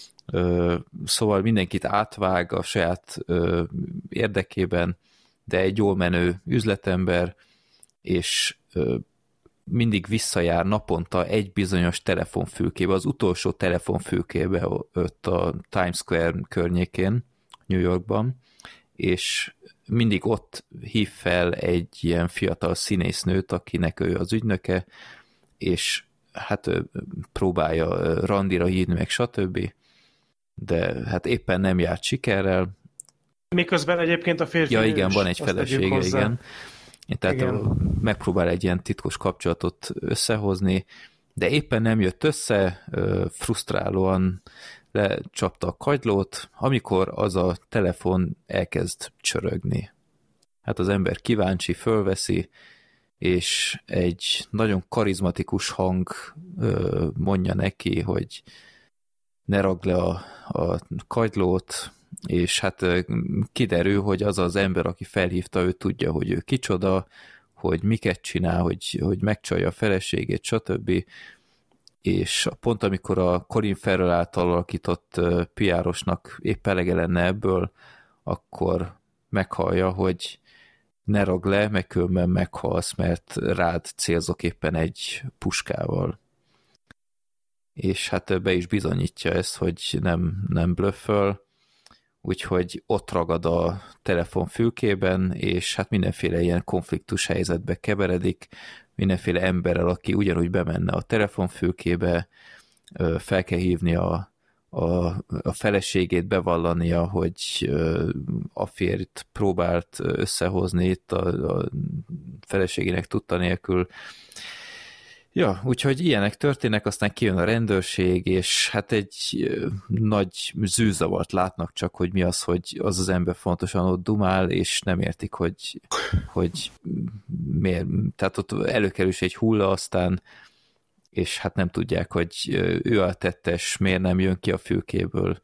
Speaker 2: Szóval mindenkit átvág a saját érdekében, de egy jól menő üzletember, és mindig visszajár naponta egy bizonyos telefonfülkébe, az utolsó telefonfülkébe ott a Times Square környékén, New Yorkban, és mindig ott hív fel egy ilyen fiatal színésznőt, akinek ő az ügynöke, és hát próbálja randira hívni, meg stb. De hát éppen nem járt sikerrel.
Speaker 1: Miközben egyébként a férfi...
Speaker 2: Ja, igen, van egy felesége, igen. Tehát igen. Megpróbál egy ilyen titkos kapcsolatot összehozni, de éppen nem jött össze, frusztrálóan lecsapta a kagylót, amikor az a telefon elkezd csörögni. Hát az ember kíváncsi, fölveszi, és egy nagyon karizmatikus hang mondja neki, hogy ne ragd le a kagylót, és hát kiderül, hogy az az ember, aki felhívta, ő tudja, hogy ő kicsoda, hogy miket csinál, hogy megcsalja a feleségét, stb. És pont amikor a Colin Farrell által alakított PR-osnak épp elege lenne ebből, akkor meghallja, hogy ne ragd le, meg különben meghalsz, mert rád célzok éppen egy puskával. És hát be is bizonyítja ezt, hogy nem blöfföl, úgyhogy ott ragad a telefonfülkében, és hát mindenféle ilyen konfliktus helyzetbe keveredik, mindenféle emberrel, aki ugyanúgy bemenne a telefonfülkébe, fel kell hívni a feleségét, bevallania, hogy a férjt próbált összehozni itt a feleségének tudta nélkül. Ja, úgyhogy ilyenek történnek, aztán kijön a rendőrség, és hát egy nagy zűrzavart látnak csak, hogy mi az, hogy az ember fontosan ott dumál, és nem értik, hogy miért. Tehát ott előkerül is egy hulla, aztán és hát nem tudják, hogy ő a tettes, miért nem jön ki a fülkéből.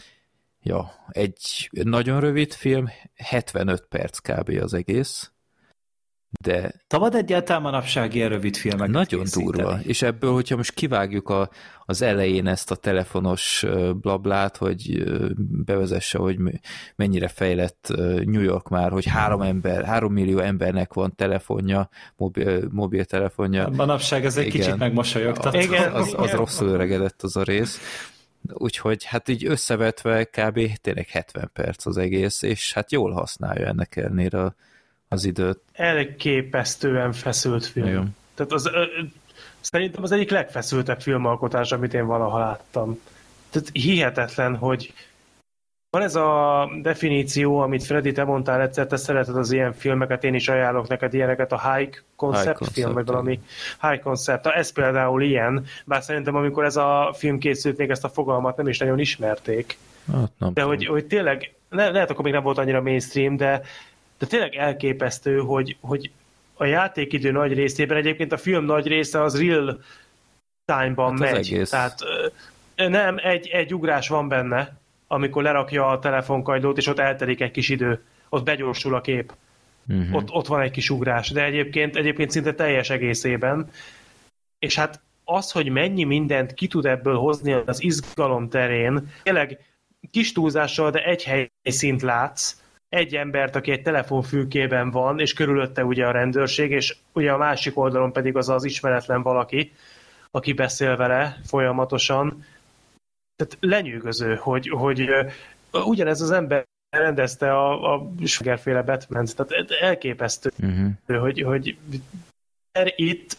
Speaker 2: Ja, egy nagyon rövid film, 75 perc kb. Az egész, de...
Speaker 3: Szabad egyáltalán manapság ilyen rövid filmek.
Speaker 2: Nagyon durva, és ebből, hogyha most kivágjuk az elején ezt a telefonos blablát, hogy bevezesse, hogy mennyire fejlett New York már, hogy 3 millió embernek van telefonja, mobiltelefonja.
Speaker 3: Manapság ez egy kicsit megmosolyogtat.
Speaker 2: Az rosszul öregedett az a rész. Úgyhogy hát így összevetve kb. Tényleg 70 perc az egész, és hát jól használja ennek ellenére az időt.
Speaker 1: Elképesztően feszült film. Igen. Tehát szerintem az egyik legfeszültebb filmalkotás, amit én valaha láttam. Tehát hihetetlen, hogy van ez a definíció, amit Freddy, te mondtál egyszer, te szereted az ilyen filmeket, én is ajánlok neked ilyeneket, a high concept film, vagy valami high concept. Ez például ilyen, bár szerintem amikor ez a film készült, még ezt a fogalmat nem is nagyon ismerték.
Speaker 2: Hát, nem
Speaker 1: de hogy tényleg, lehet akkor még nem volt annyira mainstream, de tényleg elképesztő, hogy a játékidő nagy részében, egyébként a film nagy része az real time-ban megy.
Speaker 2: Egész.
Speaker 1: Tehát nem, egy ugrás van benne, amikor lerakja a telefonkagylót, és ott eltelik egy kis idő. Ott begyorsul a kép. Uh-huh. Ott van egy kis ugrás, de egyébként szinte teljes egészében. És hát az, hogy mennyi mindent ki tud ebből hozni az izgalom terén, tényleg kis túlzással, de egy helyszínt látsz, egy embert, aki egy telefonfülkében van, és körülötte ugye a rendőrség, és ugye a másik oldalon pedig az ismeretlen valaki, aki beszél vele folyamatosan. Tehát lenyűgöző, hogy ugyanez az ember rendezte a Schwarzenegger-féle Batman-t, tehát elképesztő, hogy itt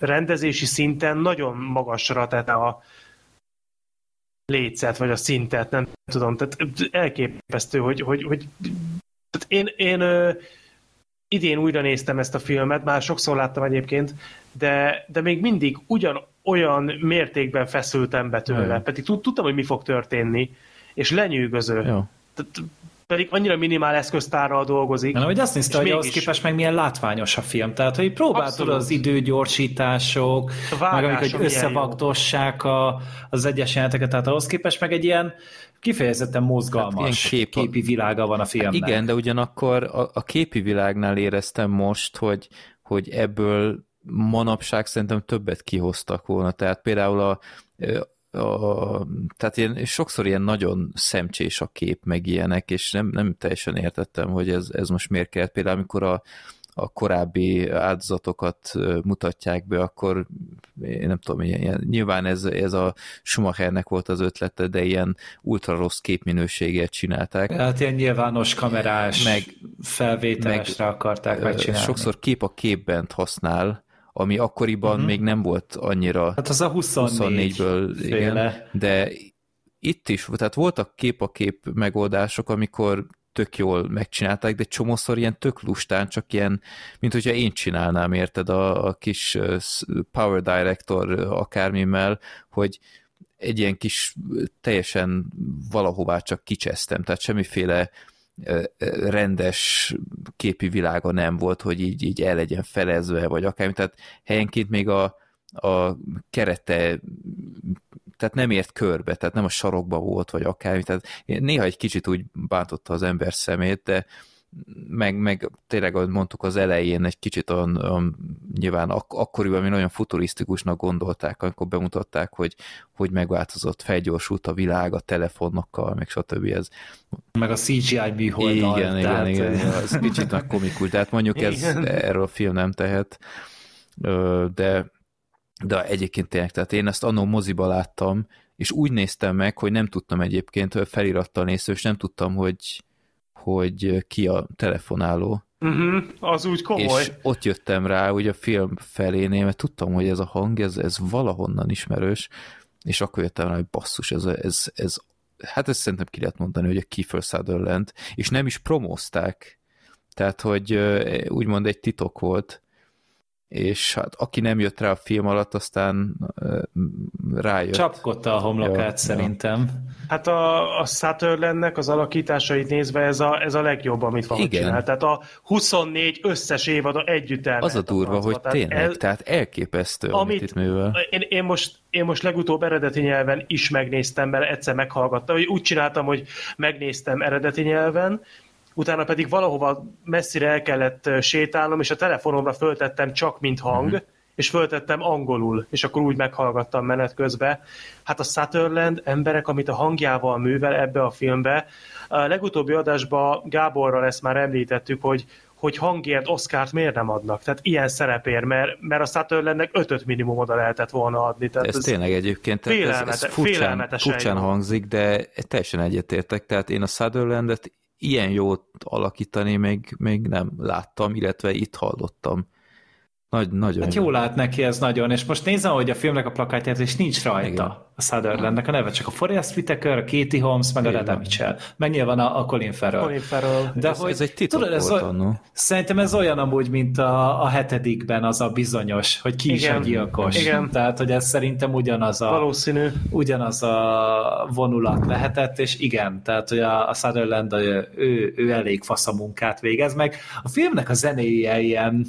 Speaker 1: rendezési szinten nagyon magasra tette a lécet, vagy a szintet, nem tudom, tehát elképesztő, hogy tehát én idén újra néztem ezt a filmet, már sokszor láttam egyébként, de még mindig olyan mértékben feszültem be tőle, pedig tudtam, hogy mi fog történni, és lenyűgöző.
Speaker 2: Jó.
Speaker 1: Tehát, pedig annyira minimál eszköztárral dolgozik.
Speaker 3: Na, hogy azt nézte, hogy ahhoz képest meg milyen látványos a film. Tehát, hogy próbáltad az időgyorsítások, meg amikor összevagdossák az egyes jeleneteket, tehát ahhoz képest meg egy ilyen kifejezetten mozgalmas képi világa van a filmnek.
Speaker 2: Igen, de ugyanakkor a képi világnál éreztem most, hogy ebből manapság szerintem többet kihoztak volna. Tehát például tehát sokszor ilyen nagyon szemcsés a kép, meg ilyenek, és nem teljesen értettem, hogy ez most miért kellett. Például amikor a korábbi áldozatokat mutatják be, akkor én nem tudom, nyilván ez a Schumachernek volt az ötlete, de ilyen ultra rossz képminőséget csinálták.
Speaker 3: Hát ilyen nyilvános kamerás felvételesre akarták megcsinálni.
Speaker 2: Sokszor kép a képbent használ, ami akkoriban még nem volt annyira.
Speaker 3: Hát az a
Speaker 2: 24-ből, igen, de itt is, tehát voltak kép-a-kép megoldások, amikor tök jól megcsinálták, de csomószor ilyen tök lustán, csak ilyen, mint hogyha én csinálnám, érted, a kis Power Director akármimmel, hogy egy ilyen kis teljesen valahová csak kicsesztem, tehát semmiféle rendes képi világa nem volt, hogy így el legyen felezve, vagy akármi, tehát helyenként még a kerete tehát nem ért körbe, tehát nem a sarokba volt, vagy akármi, tehát néha egy kicsit úgy bántotta az ember szemét, de meg tényleg, ahogy mondtuk az elején, egy kicsit nyilván akkoriban mi nagyon futurisztikusnak gondolták, amikor bemutatták, hogy megváltozott, felgyorsult a világ a telefonokkal, meg stb. Ez.
Speaker 3: Meg a CGI műholddal.
Speaker 2: Igen, ez kicsit nagy komikus, de hát mondjuk erről a film nem tehet, de egyébként tényleg, tehát én ezt annó moziba láttam, és úgy néztem meg, hogy nem tudtam egyébként felirattal nézni, és nem tudtam, hogy ki a telefonáló.
Speaker 1: Az úgy komoly.
Speaker 2: És ott jöttem rá, hogy a film felénél, mert tudtam, hogy ez a hang, ez valahonnan ismerős, és akkor jöttem rá, hogy basszus, ez hát ezt szerintem ki lehet mondani, hogy a Kiefer Sutherland, és nem is promózták, tehát, hogy úgymond egy titok volt, és hát aki nem jött rá a film alatt, aztán rájött.
Speaker 3: Csapkodta a homlokát szerintem.
Speaker 1: Hát a Sutherlandnek az alakításait nézve ez a legjobb, amit valahogy csinál. Tehát a 24 összes évad együtt el.
Speaker 2: Az a durva, hogy tényleg, tehát elképesztő, amit itt művel.
Speaker 1: Én most legutóbb eredeti nyelven is megnéztem, mert egyszer meghallgattam. Úgy csináltam, hogy megnéztem eredeti nyelven, utána pedig valahova messzire el kellett sétálnom, és a telefonomra föltettem csak mint hang, és föltettem angolul, és akkor úgy meghallgattam menet közben. Hát a Sutherland emberek, amit a hangjával művel ebbe a filmbe, a legutóbbi adásban Gáborral ezt már említettük, hogy hangért Oscart miért nem adnak? Tehát ilyen szerepért, mert a Sutherlandnek 5 minimum oda lehetett volna adni. Tehát
Speaker 2: ez tényleg egyébként, ez furcsán hangzik, de teljesen egyetértek. Tehát én a Sutherlandet ilyen jót alakítani még nem láttam, illetve itt hallottam. Nagyon
Speaker 3: hát jól lát neki ez nagyon, és most nézem, hogy a filmnek a plakátját, és nincs rajta. Igen. A Sutherlandnek a neve, csak a Forest Whitaker, a Katie Holmes, meg a Reda Mitchell. Meg nyilván a Colin Farrell.
Speaker 2: De ez egy titok tudod, volt annó.
Speaker 3: Szerintem ez olyan amúgy, mint a 7. az a bizonyos, hogy ki is a gyilkos.
Speaker 1: Igen.
Speaker 3: Tehát, hogy ez szerintem
Speaker 1: valószínű.
Speaker 3: Ugyanaz a vonulat lehetett, és igen, tehát, hogy a Sutherland ő elég fasz a munkát végez meg. A filmnek a zenéje ilyen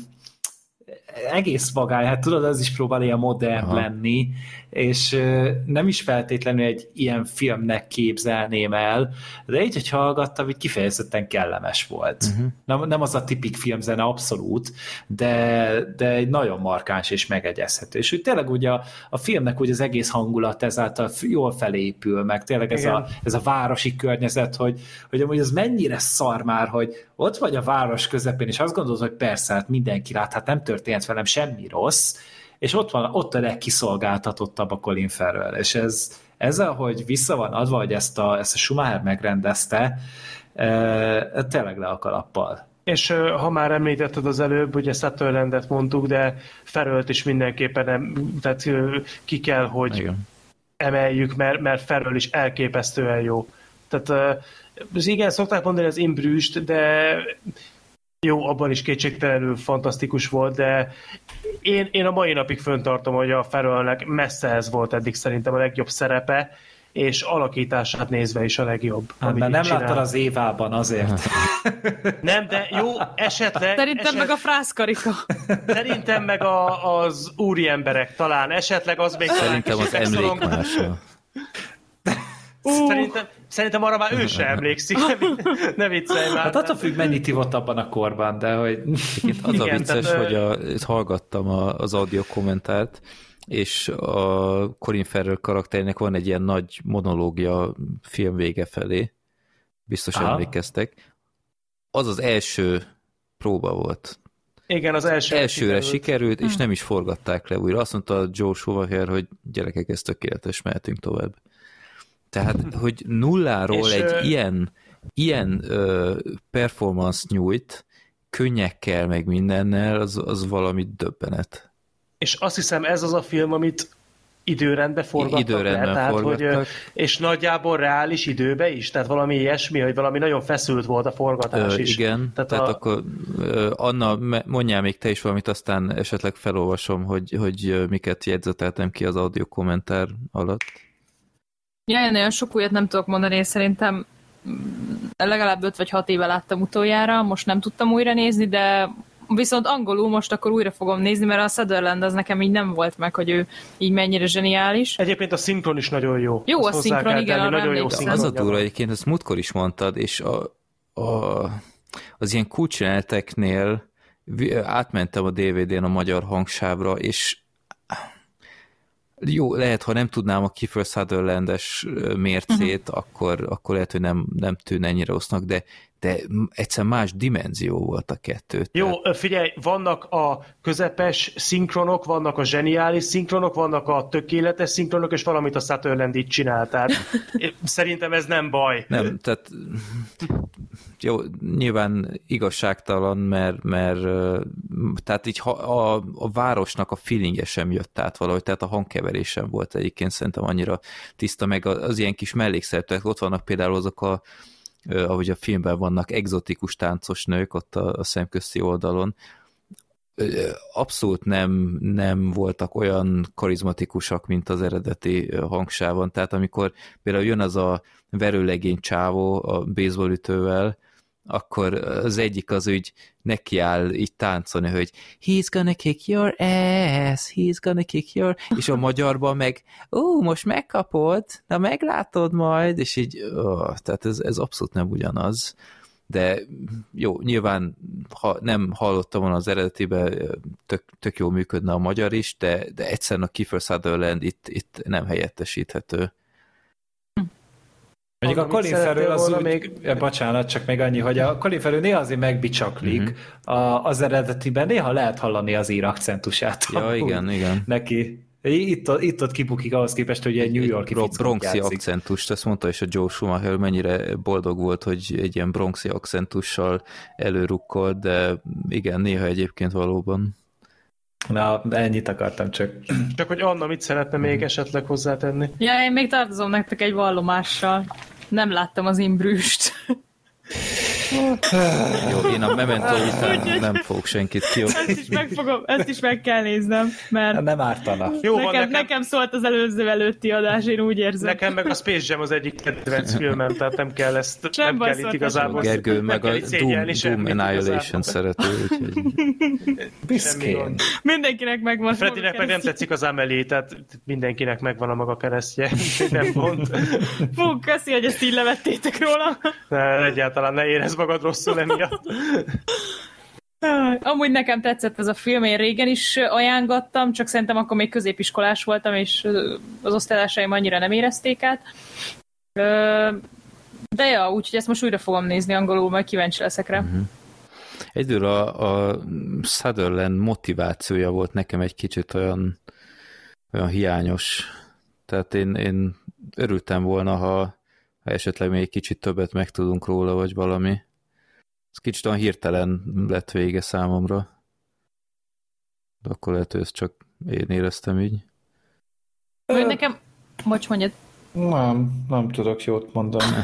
Speaker 3: egész vagály, hát tudod, az is próbál ilyen modern lenni, és nem is feltétlenül egy ilyen filmnek képzelném el, de így, hogy hallgattam, így kifejezetten kellemes volt. Nem az a tipik filmzene abszolút, de egy nagyon markáns és megegyezhető. És úgy tényleg ugye a filmnek úgy az egész hangulat ezáltal jól felépül, meg tényleg ez a városi környezet, hogy amúgy az mennyire szar már, hogy ott vagy a város közepén, és azt gondolod, hogy persze, hát mindenki lát, hát nem történt velem semmi rossz, és ott a legkiszolgáltatottabb a Colin Farrell, és ezzel, hogy vissza van adva, hogy ezt a Schumacher megrendezte, tényleg le a kalappal.
Speaker 1: És ha már említetted az előbb, ugye Sutherlandet mondtuk, de Farrellt is mindenképpen tehát ki kell, hogy igen. Emeljük, mert Farrell is elképesztően jó. Tehát igen, szokták mondani az Imbrüst, de jó, abban is kétségtelenül fantasztikus volt, de én a mai napig föntartom, hogy a Farrellnek messze ez volt eddig szerintem a legjobb szerepe, és alakítását nézve is a legjobb.
Speaker 3: Hát, mert nem láttad az Évában azért.
Speaker 1: Nem, de jó, esetleg...
Speaker 5: Szerintem meg a frászkarika.
Speaker 1: Szerintem meg az úri emberek talán. Esetleg az még...
Speaker 2: Szerintem az emlékmásra.
Speaker 1: Szerintem arra már ő sem emlékszik. Ne viccelj már.
Speaker 3: Hát attól függ, mennyit ivott abban a korban, de hogy...
Speaker 2: Az igen, a vicces, tehát, hogy hallgattam az audio kommentárt, és a Colin Farrell karakterének van egy ilyen nagy monológia film vége felé. Biztos emlékeztek. Az az első próba volt.
Speaker 1: Igen, az
Speaker 2: elsőre sikerült, és nem is forgatták le újra. Azt mondta Joe Schumacher, hogy gyerekek, ez tökéletes, mehetünk tovább. Tehát, hogy nulláról és egy ilyen performance nyújt, könnyekkel, meg mindennel, az valami döbbenet.
Speaker 1: És azt hiszem, ez az a film, amit időrendben forgattak. És nagyjából reális időben is? Tehát valami ilyesmi, hogy valami nagyon feszült volt a forgatás is.
Speaker 2: Igen, tehát akkor Anna, mondjál még te is valamit, aztán esetleg felolvasom, hogy miket jegyzeteltem ki az audio kommentár alatt.
Speaker 5: Ja, én nagyon sok újat nem tudok mondani, és szerintem legalább 5 vagy 6 éve láttam utoljára, most nem tudtam újra nézni, de viszont angolul most akkor újra fogom nézni, mert a Sutherland az nekem így nem volt meg, hogy ő így mennyire zseniális.
Speaker 1: Egyébként a szinkron is nagyon jó.
Speaker 5: Jó azt a szinkron, igen, arra
Speaker 1: nagyon jó
Speaker 5: szinkron.
Speaker 2: Az a durva egyébként, ezt múltkor is mondtad, és az ilyen kulcsjeleneteknél átmentem a DVD-n a magyar hangsávra, és jó, lehet, ha nem tudnám a Kiefer Sutherland-es mércét, akkor lehet, hogy nem tűn ennyire rossznak, de egyszer más dimenzió volt a kettő.
Speaker 1: Jó, figyelj, vannak a közepes szinkronok, vannak a zseniális szinkronok, vannak a tökéletes szinkronok, és valamit a Sutherland így csinál, tehát szerintem ez nem baj.
Speaker 2: Nem, tehát jó, nyilván igazságtalan, mert tehát így a városnak a feelingje sem jött át valahogy, tehát a hangkeverés sem volt egyébként szerintem annyira tiszta, meg az ilyen kis mellékszereplők, ott vannak például azok ahogy a filmben vannak egzotikus táncos nők ott a szemközti oldalon, abszolút nem voltak olyan karizmatikusak, mint az eredeti hangsávon. Tehát amikor például jön az a verőlegény csávó a baseballütővel, akkor az egyik az úgy nekiáll így táncolni, hogy he's gonna kick your ass, he's gonna kick your... És a magyarban meg, most megkapod, na meglátod majd, és így, tehát ez abszolút nem ugyanaz. De jó, nyilván ha nem hallottam volna az eredetiben, tök jól működne a magyar is, de egyszerűen a Kiefer Sutherland itt nem helyettesíthető.
Speaker 3: Mondjuk a Colin Farrell az úgy, bocsánat, csak még annyi, hogy a Colin Farrell néha azért megbicsaklik, az eredetiben néha lehet hallani az ír akcentusát.
Speaker 2: Ja, igen.
Speaker 3: Neki. Itt-ott kibukik ahhoz képest, hogy egy New York-i
Speaker 2: bronxi akcentust, ezt mondta is a Joe Schumacher, mennyire boldog volt, hogy egy ilyen bronxi akcentussal előrukkolt, de igen, néha egyébként valóban.
Speaker 3: Na, de ennyit akartam csak.
Speaker 1: Csak hogy Anna mit szeretne még esetleg hozzátenni?
Speaker 5: Ja, én még tartozom nektek egy vallomással. Nem láttam az Imbrüst.
Speaker 2: Jó, én a Memento után nem fogok senkit kiokni.
Speaker 5: Ezt is meg kell néznem, mert
Speaker 3: nem ártana.
Speaker 5: Jó, nekem szólt az előtti adás, én úgy érzem.
Speaker 1: Nekem meg a Space Jam az egyik kedvenc filmem, tehát nem kell ezt, nem kell itt igazából.
Speaker 2: Gergő meg a Doom Annihilation szerető, úgyhogy...
Speaker 3: Büszkén.
Speaker 5: Mindenkinek megvan.
Speaker 1: Fredinek meg nem tetszik az Amelie, tehát mindenkinek megvan a maga keresztje, nem pont.
Speaker 5: Fú, köszi, hogy ezt így levettétek róla.
Speaker 1: Ne, egyáltalán ne érezd magad rosszul emiatt.
Speaker 5: Amúgy nekem tetszett ez a film, én régen is ajánlottam, csak szerintem akkor még középiskolás voltam, és az osztályosaim annyira nem érezték át. De ja, úgyhogy ezt most újra fogom nézni angolul, majd kíváncsi leszek rá.
Speaker 2: Egyről a Sutherland motivációja volt nekem egy kicsit olyan hiányos. Tehát én örültem volna, ha esetleg még egy kicsit többet megtudunk róla, vagy valami. Ez kicsit olyan hirtelen lett vége számomra. De akkor lehet, hogy ezt csak én éreztem így.
Speaker 5: Nekem... Bocs, mondjad.
Speaker 3: Nem tudok jót mondani.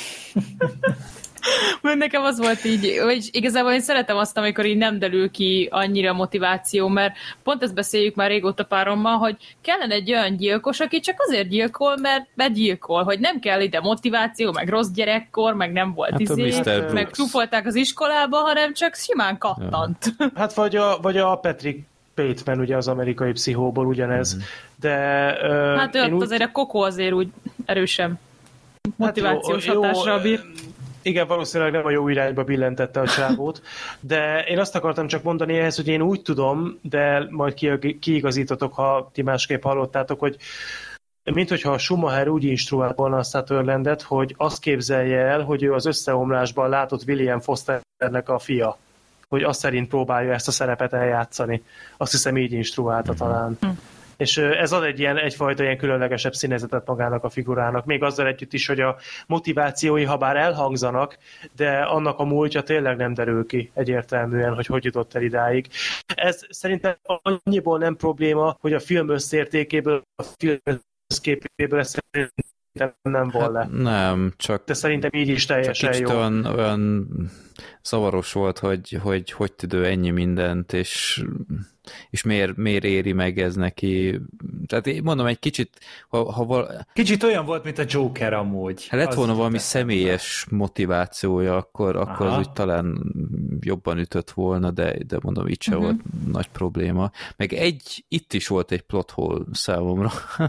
Speaker 5: Mert nekem az volt így, vagy igazából én szeretem azt, amikor így nem derül ki annyira a motiváció, mert pont ezt beszéljük már régóta párommal, hogy kellene egy olyan gyilkos, aki csak azért gyilkol, mert gyilkol, hogy nem kell ide motiváció, meg rossz gyerekkor, meg nem volt meg csúfolták az iskolába, hanem csak simán kattant.
Speaker 1: Ja. Hát vagy a Patrick Bateman, ugye az amerikai pszichóból ugyanez, de...
Speaker 5: Hát ott azért a Coco azért úgy erősen motivációs hatással bír.
Speaker 1: Igen, valószínűleg nem a jó irányba billentette a csávót, de én azt akartam csak mondani ehhez, hogy én úgy tudom, de majd kiigazítotok, ha ti másképp hallottátok, hogy minthogyha a Schumacher úgy instruált volna a Sutherlandet, hogy azt képzelje el, hogy ő az összeomlásban látott William Fosternek a fia, hogy azt szerint próbálja ezt a szerepet eljátszani. Azt hiszem így instruálta talán. És ez ad egyfajta ilyen különlegesebb színezetet magának a figurának. Még azzal együtt is, hogy a motivációi, ha bár elhangzanak, de annak a múltja tényleg nem derül ki egyértelműen, hogy jutott el idáig. Ez szerintem annyiból nem probléma, hogy a film összértékéből, a film összképéből szerintem nem vol le.
Speaker 2: Nem, csak...
Speaker 1: De szerintem így is teljesen jó.
Speaker 2: Olyan zavaros volt, hogy tud ő ennyi mindent, és miért éri meg ez neki. Tehát én mondom, egy kicsit...
Speaker 3: Kicsit olyan volt, mint a Joker amúgy.
Speaker 2: Ha lett volna valami személyes motivációja, akkor az úgy talán jobban ütött volna, de mondom, itt sem volt nagy probléma. Meg itt is volt egy plot hole számomra.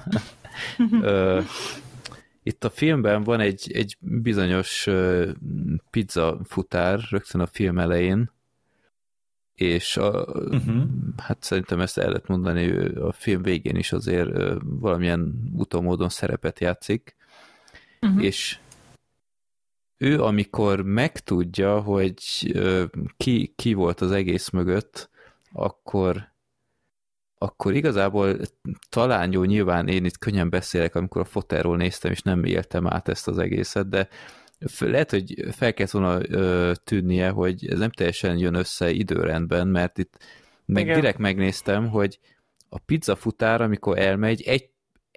Speaker 2: Itt a filmben van egy bizonyos pizza futár rögtön a film elején, és hát szerintem ezt el lehet mondani, a film végén is azért valamilyen utómódon szerepet játszik, és ő amikor megtudja, hogy ki volt az egész mögött, akkor igazából talán jó, nyilván én itt könnyen beszélek, amikor a Foterról néztem, és nem éltem át ezt az egészet, de lehet, hogy fel kellett volna tűnnie, hogy ez nem teljesen jön össze időrendben, mert itt direkt megnéztem, hogy a pizzafutár, amikor elmegy,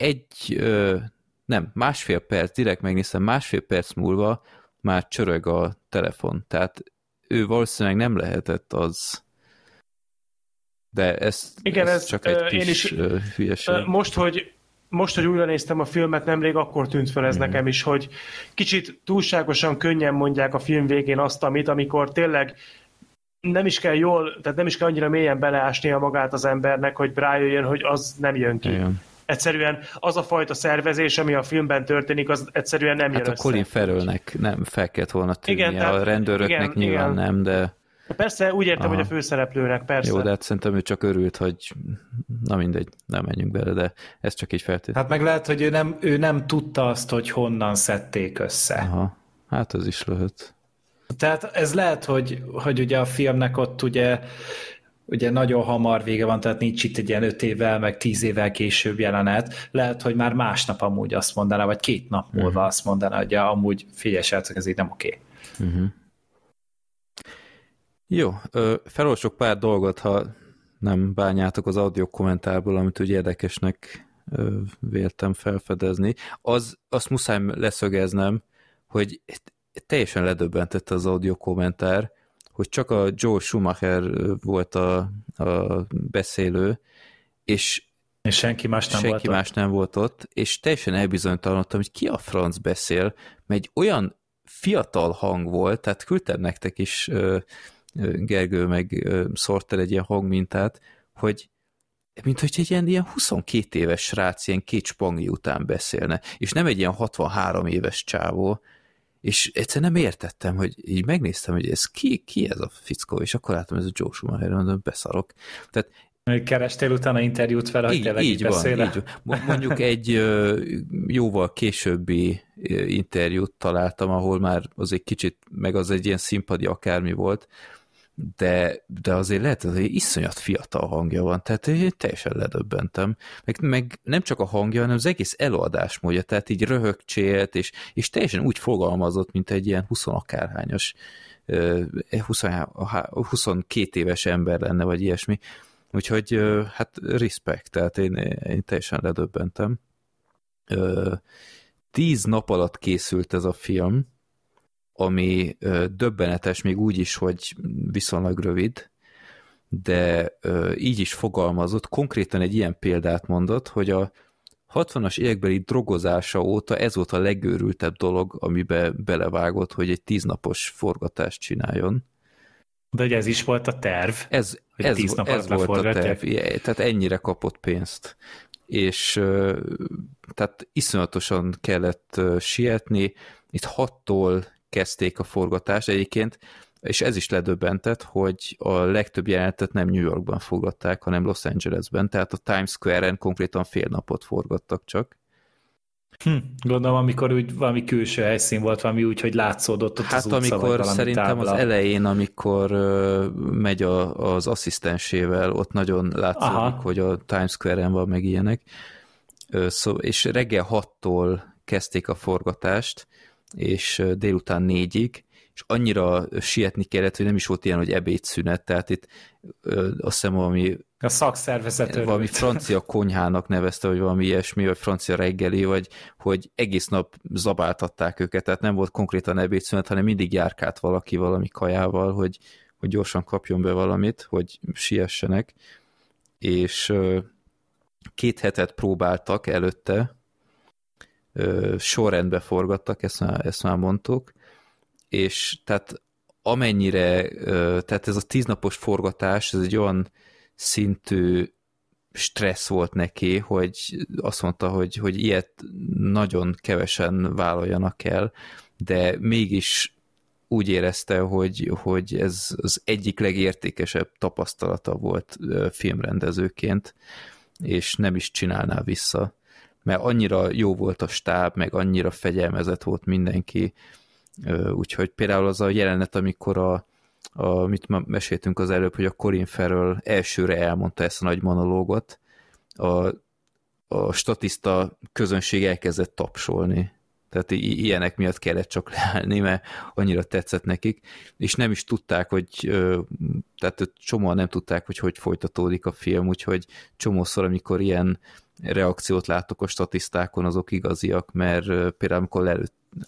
Speaker 2: másfél perc, direkt megnéztem, másfél perc múlva már csörög a telefon. Tehát ő valószínűleg nem lehetett az... De ez csak egy kis hülyeség.
Speaker 1: Most, hogy újra néztem a filmet, nemrég akkor tűnt fel ez nekem is, hogy kicsit túlságosan könnyen mondják a film végén azt, amikor tényleg nem is kell tehát nem is kell annyira mélyen beleásnia magát az embernek, hogy rájöjjön, hogy az nem jön ki. Igen. Egyszerűen az a fajta szervezés, ami a filmben történik, az egyszerűen nem jön össze.
Speaker 2: Hát a Colin Farrellnek nem fel kellett volna tűnnie, igen, a rendőröknek nyilván nem, de...
Speaker 1: Persze, úgy értem, hogy a főszereplőnek, persze.
Speaker 2: Jó, de hát szerintem ő csak örült, hogy na mindegy, nem menjünk bele, de ez csak így feltétlenül.
Speaker 3: Hát meg lehet, hogy ő nem tudta azt, hogy honnan szedték össze.
Speaker 2: Aha, hát ez is lehet.
Speaker 3: Tehát ez lehet, hogy ugye a filmnek ott ugye nagyon hamar vége van, tehát nincs itt egy ilyen 5 évvel, meg 10 évvel később jelenet. Lehet, hogy már másnap amúgy azt mondaná, vagy 2 nap múlva azt mondaná, hogy amúgy figyelj, srácok, ez így nem oké.
Speaker 2: Jó, felolvasok pár dolgot, ha nem bánjátok az audio kommentárból, amit úgy érdekesnek véltem felfedezni. Azt muszáj leszögeznem, hogy teljesen ledöbbentette az audio kommentár, hogy csak a Joel Schumacher volt a beszélő, és
Speaker 3: senki más
Speaker 2: nem volt ott, és teljesen elbizonytalanodtam, hogy ki a franc beszél, mert egy olyan fiatal hang volt, tehát küldtem nektek is, Gergő meg Sorter egy ilyen hangmintát, hogy mint hogy egy ilyen 22 éves srác ilyen 2 spangi után beszélne, és nem egy ilyen 63 éves csávó, és egyszer nem értettem, hogy így megnéztem, hogy ez ki ez a fickó, és akkor láttam, ez a Joe Schumacher, mondom, beszarok. Tehát
Speaker 3: kerestél utána interjút vele, hogy tényleg így beszél.
Speaker 2: Így van. Mondjuk egy jóval későbbi interjút találtam, ahol már az egy kicsit, meg az egy ilyen színpadi akármi volt, de azért lehet, hogy iszonyat fiatal hangja van, tehát én teljesen ledöbbentem. Meg nem csak a hangja, hanem az egész előadásmódja, tehát így röhögcsélt, és teljesen úgy fogalmazott, mint egy ilyen 20 akárhányos 22 éves ember lenne, vagy ilyesmi. Úgyhogy hát respect, tehát én teljesen ledöbbentem. 10 nap alatt készült ez a film, ami döbbenetes még úgy is, hogy viszonylag rövid, de így is fogalmazott, konkrétan egy ilyen példát mondott, hogy a 60-as évekbeli drogozása óta ez volt a legőrültebb dolog, amibe belevágott, hogy egy 10 napos forgatást csináljon.
Speaker 3: De hogy ez is volt a terv?
Speaker 2: Ez volt a terv, tehát ennyire kapott pénzt. És tehát iszonyatosan kellett sietni, itt 6-tól kezdték a forgatást egyébként, és ez is ledöbbentett, hogy a legtöbb jelenetet nem New Yorkban forgatták, hanem Los Angelesben, tehát a Times Square-en konkrétan fél napot forgattak csak.
Speaker 3: Gondolom, amikor úgy valami külső helyszín volt, valami úgy, hogy látszódott ott
Speaker 2: hát
Speaker 3: az utca,
Speaker 2: amikor szerintem
Speaker 3: tábla.
Speaker 2: Az elején, amikor megy az asszisztensével, ott nagyon látszódik, hogy a Times Square-en van meg ilyenek. És reggel 6-tól kezdték a forgatást, és délután 4-ig, és annyira sietni kellett, hogy nem is volt ilyen, hogy ebédszünet, tehát itt azt hiszem valami
Speaker 3: a szakszervezet
Speaker 2: valami francia konyhának nevezte, vagy valami ilyesmi, vagy francia reggeli, vagy hogy egész nap zabáltatták őket, tehát nem volt konkrétan ebédszünet, hanem mindig járkált valaki valami kajával, hogy gyorsan kapjon be valamit, hogy siessenek, és 2 hetet próbáltak előtte, sorrendbe forgattak, ezt már mondtuk, és tehát amennyire, tehát ez a 10 napos forgatás, ez egy olyan szintű stressz volt neki, hogy azt mondta, hogy ilyet nagyon kevesen vállaljanak el, de mégis úgy érezte, hogy ez az egyik legértékesebb tapasztalata volt filmrendezőként, és nem is csinálná vissza, mert annyira jó volt a stáb, meg annyira fegyelmezett volt mindenki, úgyhogy például az a jelenet, amikor amit meséltünk az előbb, hogy a Colin Farrell elsőre elmondta ezt a nagy monológot, a statiszta közönség elkezdett tapsolni. Tehát ilyenek miatt kellett csak leállni, mert annyira tetszett nekik, és nem is tudták, tehát csomóan nem tudták, hogy folytatódik a film, úgyhogy csomószor, amikor ilyen reakciót látok a statisztákon, azok igaziak, mert például amikor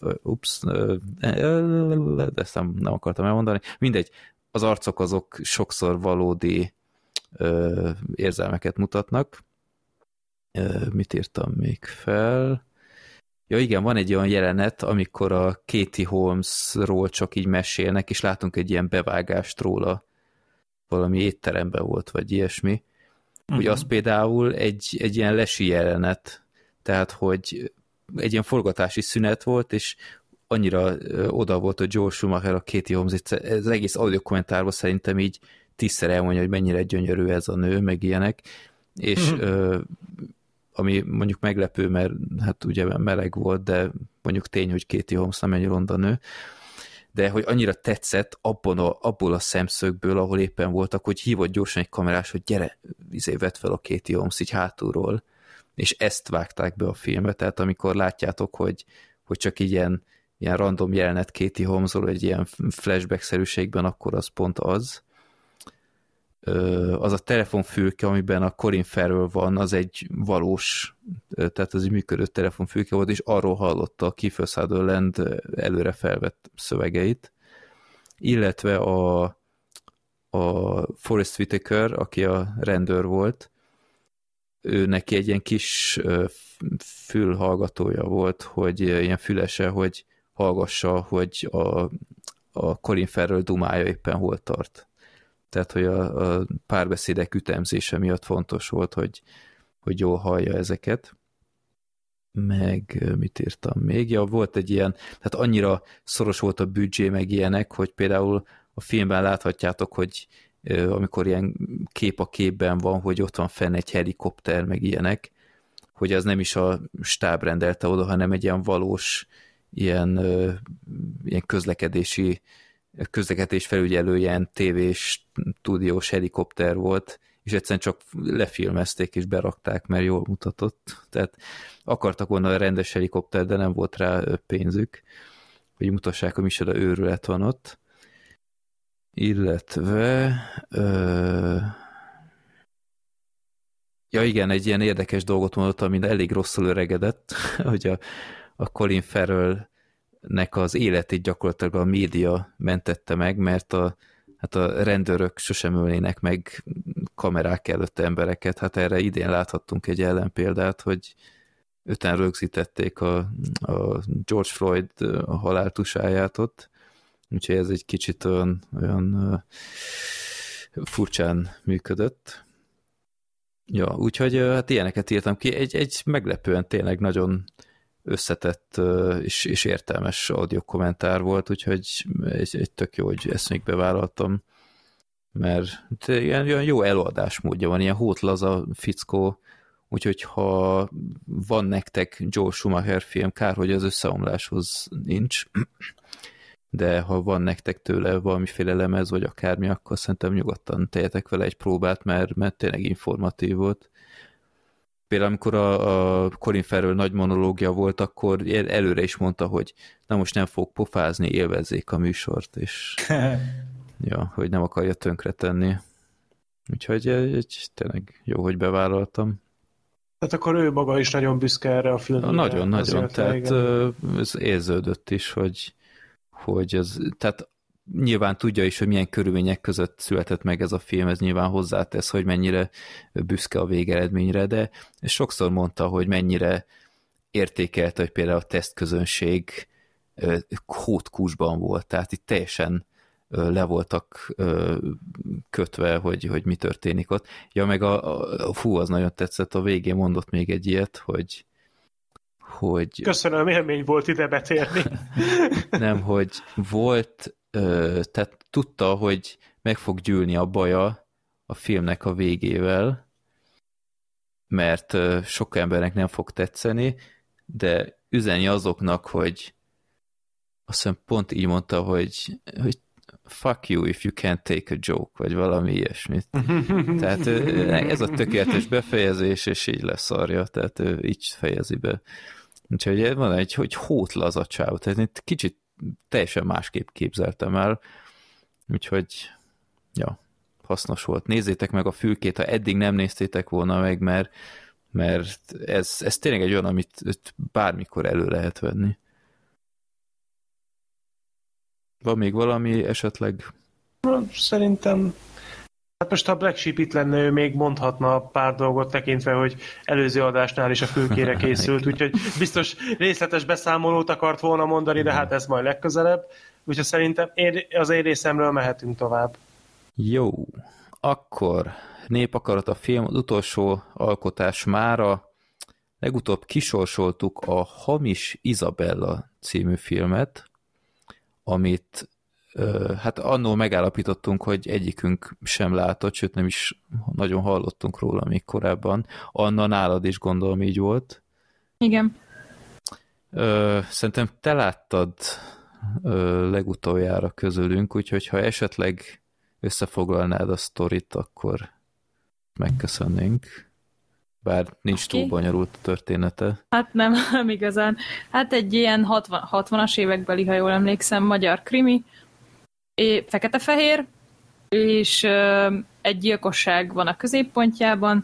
Speaker 2: de ezt nem akartam elmondani. Mindegy, az arcok azok sokszor valódi érzelmeket mutatnak. Mit írtam még fel? Ja igen, van egy olyan jelenet, amikor a Katie Holmesról csak így mesélnek, és látunk egy ilyen bevágást róla. Valami étteremben volt, vagy ilyesmi. Ugye az például egy ilyen lesi jelenet, tehát hogy egy ilyen forgatási szünet volt, és annyira oda volt, hogy Joel Schumacher, a Katie Holmes, ez egész audio kommentárban szerintem így 10-szer elmondja, hogy mennyire gyönyörű ez a nő, meg ilyenek, és ami mondjuk meglepő, mert hát ugye meleg volt, de mondjuk tény, hogy Katie Holmes nem egy ronda nő, de hogy annyira tetszett abból a szemszögből, ahol éppen voltak, hogy hívott gyorsan egy kamerás, hogy gyere, vedd fel a Katie Holmes így hátulról, és ezt vágták be a filmbe, tehát amikor látjátok, hogy csak így ilyen random jelenet Katie Holmesról egy ilyen flashback-szerűségben, akkor az pont az. Az a telefonfülke, amiben a Colin Farrell van, az egy valós, tehát az egy működő telefonfülke volt, és arról hallotta a Kiefer Sutherland előre felvett szövegeit, illetve a Forest Whitaker, aki a rendőr volt, ő neki egy ilyen kis fülhallgatója volt, hogy ilyen fülese, hogy hallgassa, hogy a Colin Farrell dumája éppen hol tart. Tehát, hogy a párbeszédek ütemzése miatt fontos volt, hogy jól hallja ezeket. Meg mit írtam még? Ja, volt egy ilyen, tehát annyira szoros volt a büdzsé, meg ilyenek, hogy például a filmben láthatjátok, hogy amikor ilyen kép a képben van, hogy ott van fenn egy helikopter, meg ilyenek, hogy az nem is a stáb rendelte oda, hanem egy ilyen valós, ilyen közlekedési közlekedés felügyelő ilyen tévés stúdiós helikopter volt, és egyszerűen csak lefilmezték és berakták, mert jól mutatott. Tehát akartak volna a rendes helikopter, de nem volt rá pénzük, hogy mutassák, hogy micsoda őrület van ott. Illetve... Ja igen, egy ilyen érdekes dolgot mondott, ami elég rosszul öregedett, hogy a Colin Farrell-nek az életét gyakorlatilag a média mentette meg, mert a rendőrök sosem ölnének meg kamerák előtt embereket. Hát erre idén láthattunk egy ellenpéldát, hogy 5-en rögzítették a George Floyd haláltusáját ott, úgyhogy ez egy kicsit olyan furcsán működött. Ja, úgyhogy hát ilyeneket írtam ki. Egy meglepően tényleg nagyon összetett és értelmes audio kommentár volt, úgyhogy egy tök jó, hogy ezt még bevállaltam, mert ilyen jó előadásmódja van, ilyen hótlaza fickó, úgyhogy ha van nektek Joel Schumacher film, kár, hogy az összeomláshoz nincs, de ha van nektek tőle valamiféle lemez, vagy akármi, akkor szerintem nyugodtan tegyetek vele egy próbát, mert tényleg informatív volt. Például amikor a Colin Farrell nagy monológia volt, akkor előre is mondta, hogy na most nem fog pofázni, élvezzék a műsort, és ja, hogy nem akarja tönkretenni. Úgyhogy tényleg jó, hogy bevállaltam.
Speaker 1: Tehát akkor ő maga is nagyon büszke erre a filmre.
Speaker 2: Nagyon, tehát ez érződött is, hogy ez, tehát nyilván tudja is, hogy milyen körülmények között született meg ez a film, ez nyilván hozzátesz, hogy mennyire büszke a végeredményre, de sokszor mondta, hogy mennyire értékelte, hogy például a tesztközönség hótkúsban volt, tehát itt teljesen le voltak kötve, hogy mi történik ott. Ja, meg fú, az nagyon tetszett, a végén mondott még egy ilyet, hogy
Speaker 1: köszönöm, élmény volt ide betérni.
Speaker 2: Nem, hogy volt, tehát tudta, hogy meg fog gyűlni a baja a filmnek a végével, mert sok embernek nem fog tetszeni, de üzeni azoknak, hogy azt hiszem pont így mondta, hogy fuck you if you can't take a joke, vagy valami ilyesmit. Tehát ez a tökéletes befejezés, és így leszarja, tehát így fejezi be. Úgyhogy van hogy hótla a csáv, tehát egy kicsit teljesen másképp képzeltem el, úgyhogy ja, hasznos volt. Nézzétek meg a fülkét, ha eddig nem néztétek volna meg, mert ez tényleg egy olyan, amit bármikor elő lehet venni. Van még valami esetleg?
Speaker 1: Szerintem hát most ha Black Sheep itt lenne, ő még mondhatna pár dolgot tekintve, hogy előző adásnál is a fülkére készült, úgyhogy biztos részletes beszámolót akart volna mondani, de hát ez majd legközelebb. Úgyhogy szerintem az én részemről mehetünk tovább.
Speaker 2: Jó, akkor Népakarat a film, az utolsó alkotás mára. Legutóbb kisorsoltuk a Hamis Izabella című filmet, amit hát annól megállapítottunk, hogy egyikünk sem látott, sőt nem is nagyon hallottunk róla még korábban. Anna, nálad is gondolom így volt.
Speaker 5: Igen.
Speaker 2: Szerintem te láttad legutoljára közülünk, úgyhogy ha esetleg összefoglalnád a sztorit, akkor megköszönnénk. Bár nincs túl bonyolult a története.
Speaker 5: Hát nem igazán. Hát egy ilyen 60-as évekbeli, ha jól emlékszem, magyar krimi, fekete-fehér, és egy gyilkosság van a középpontjában.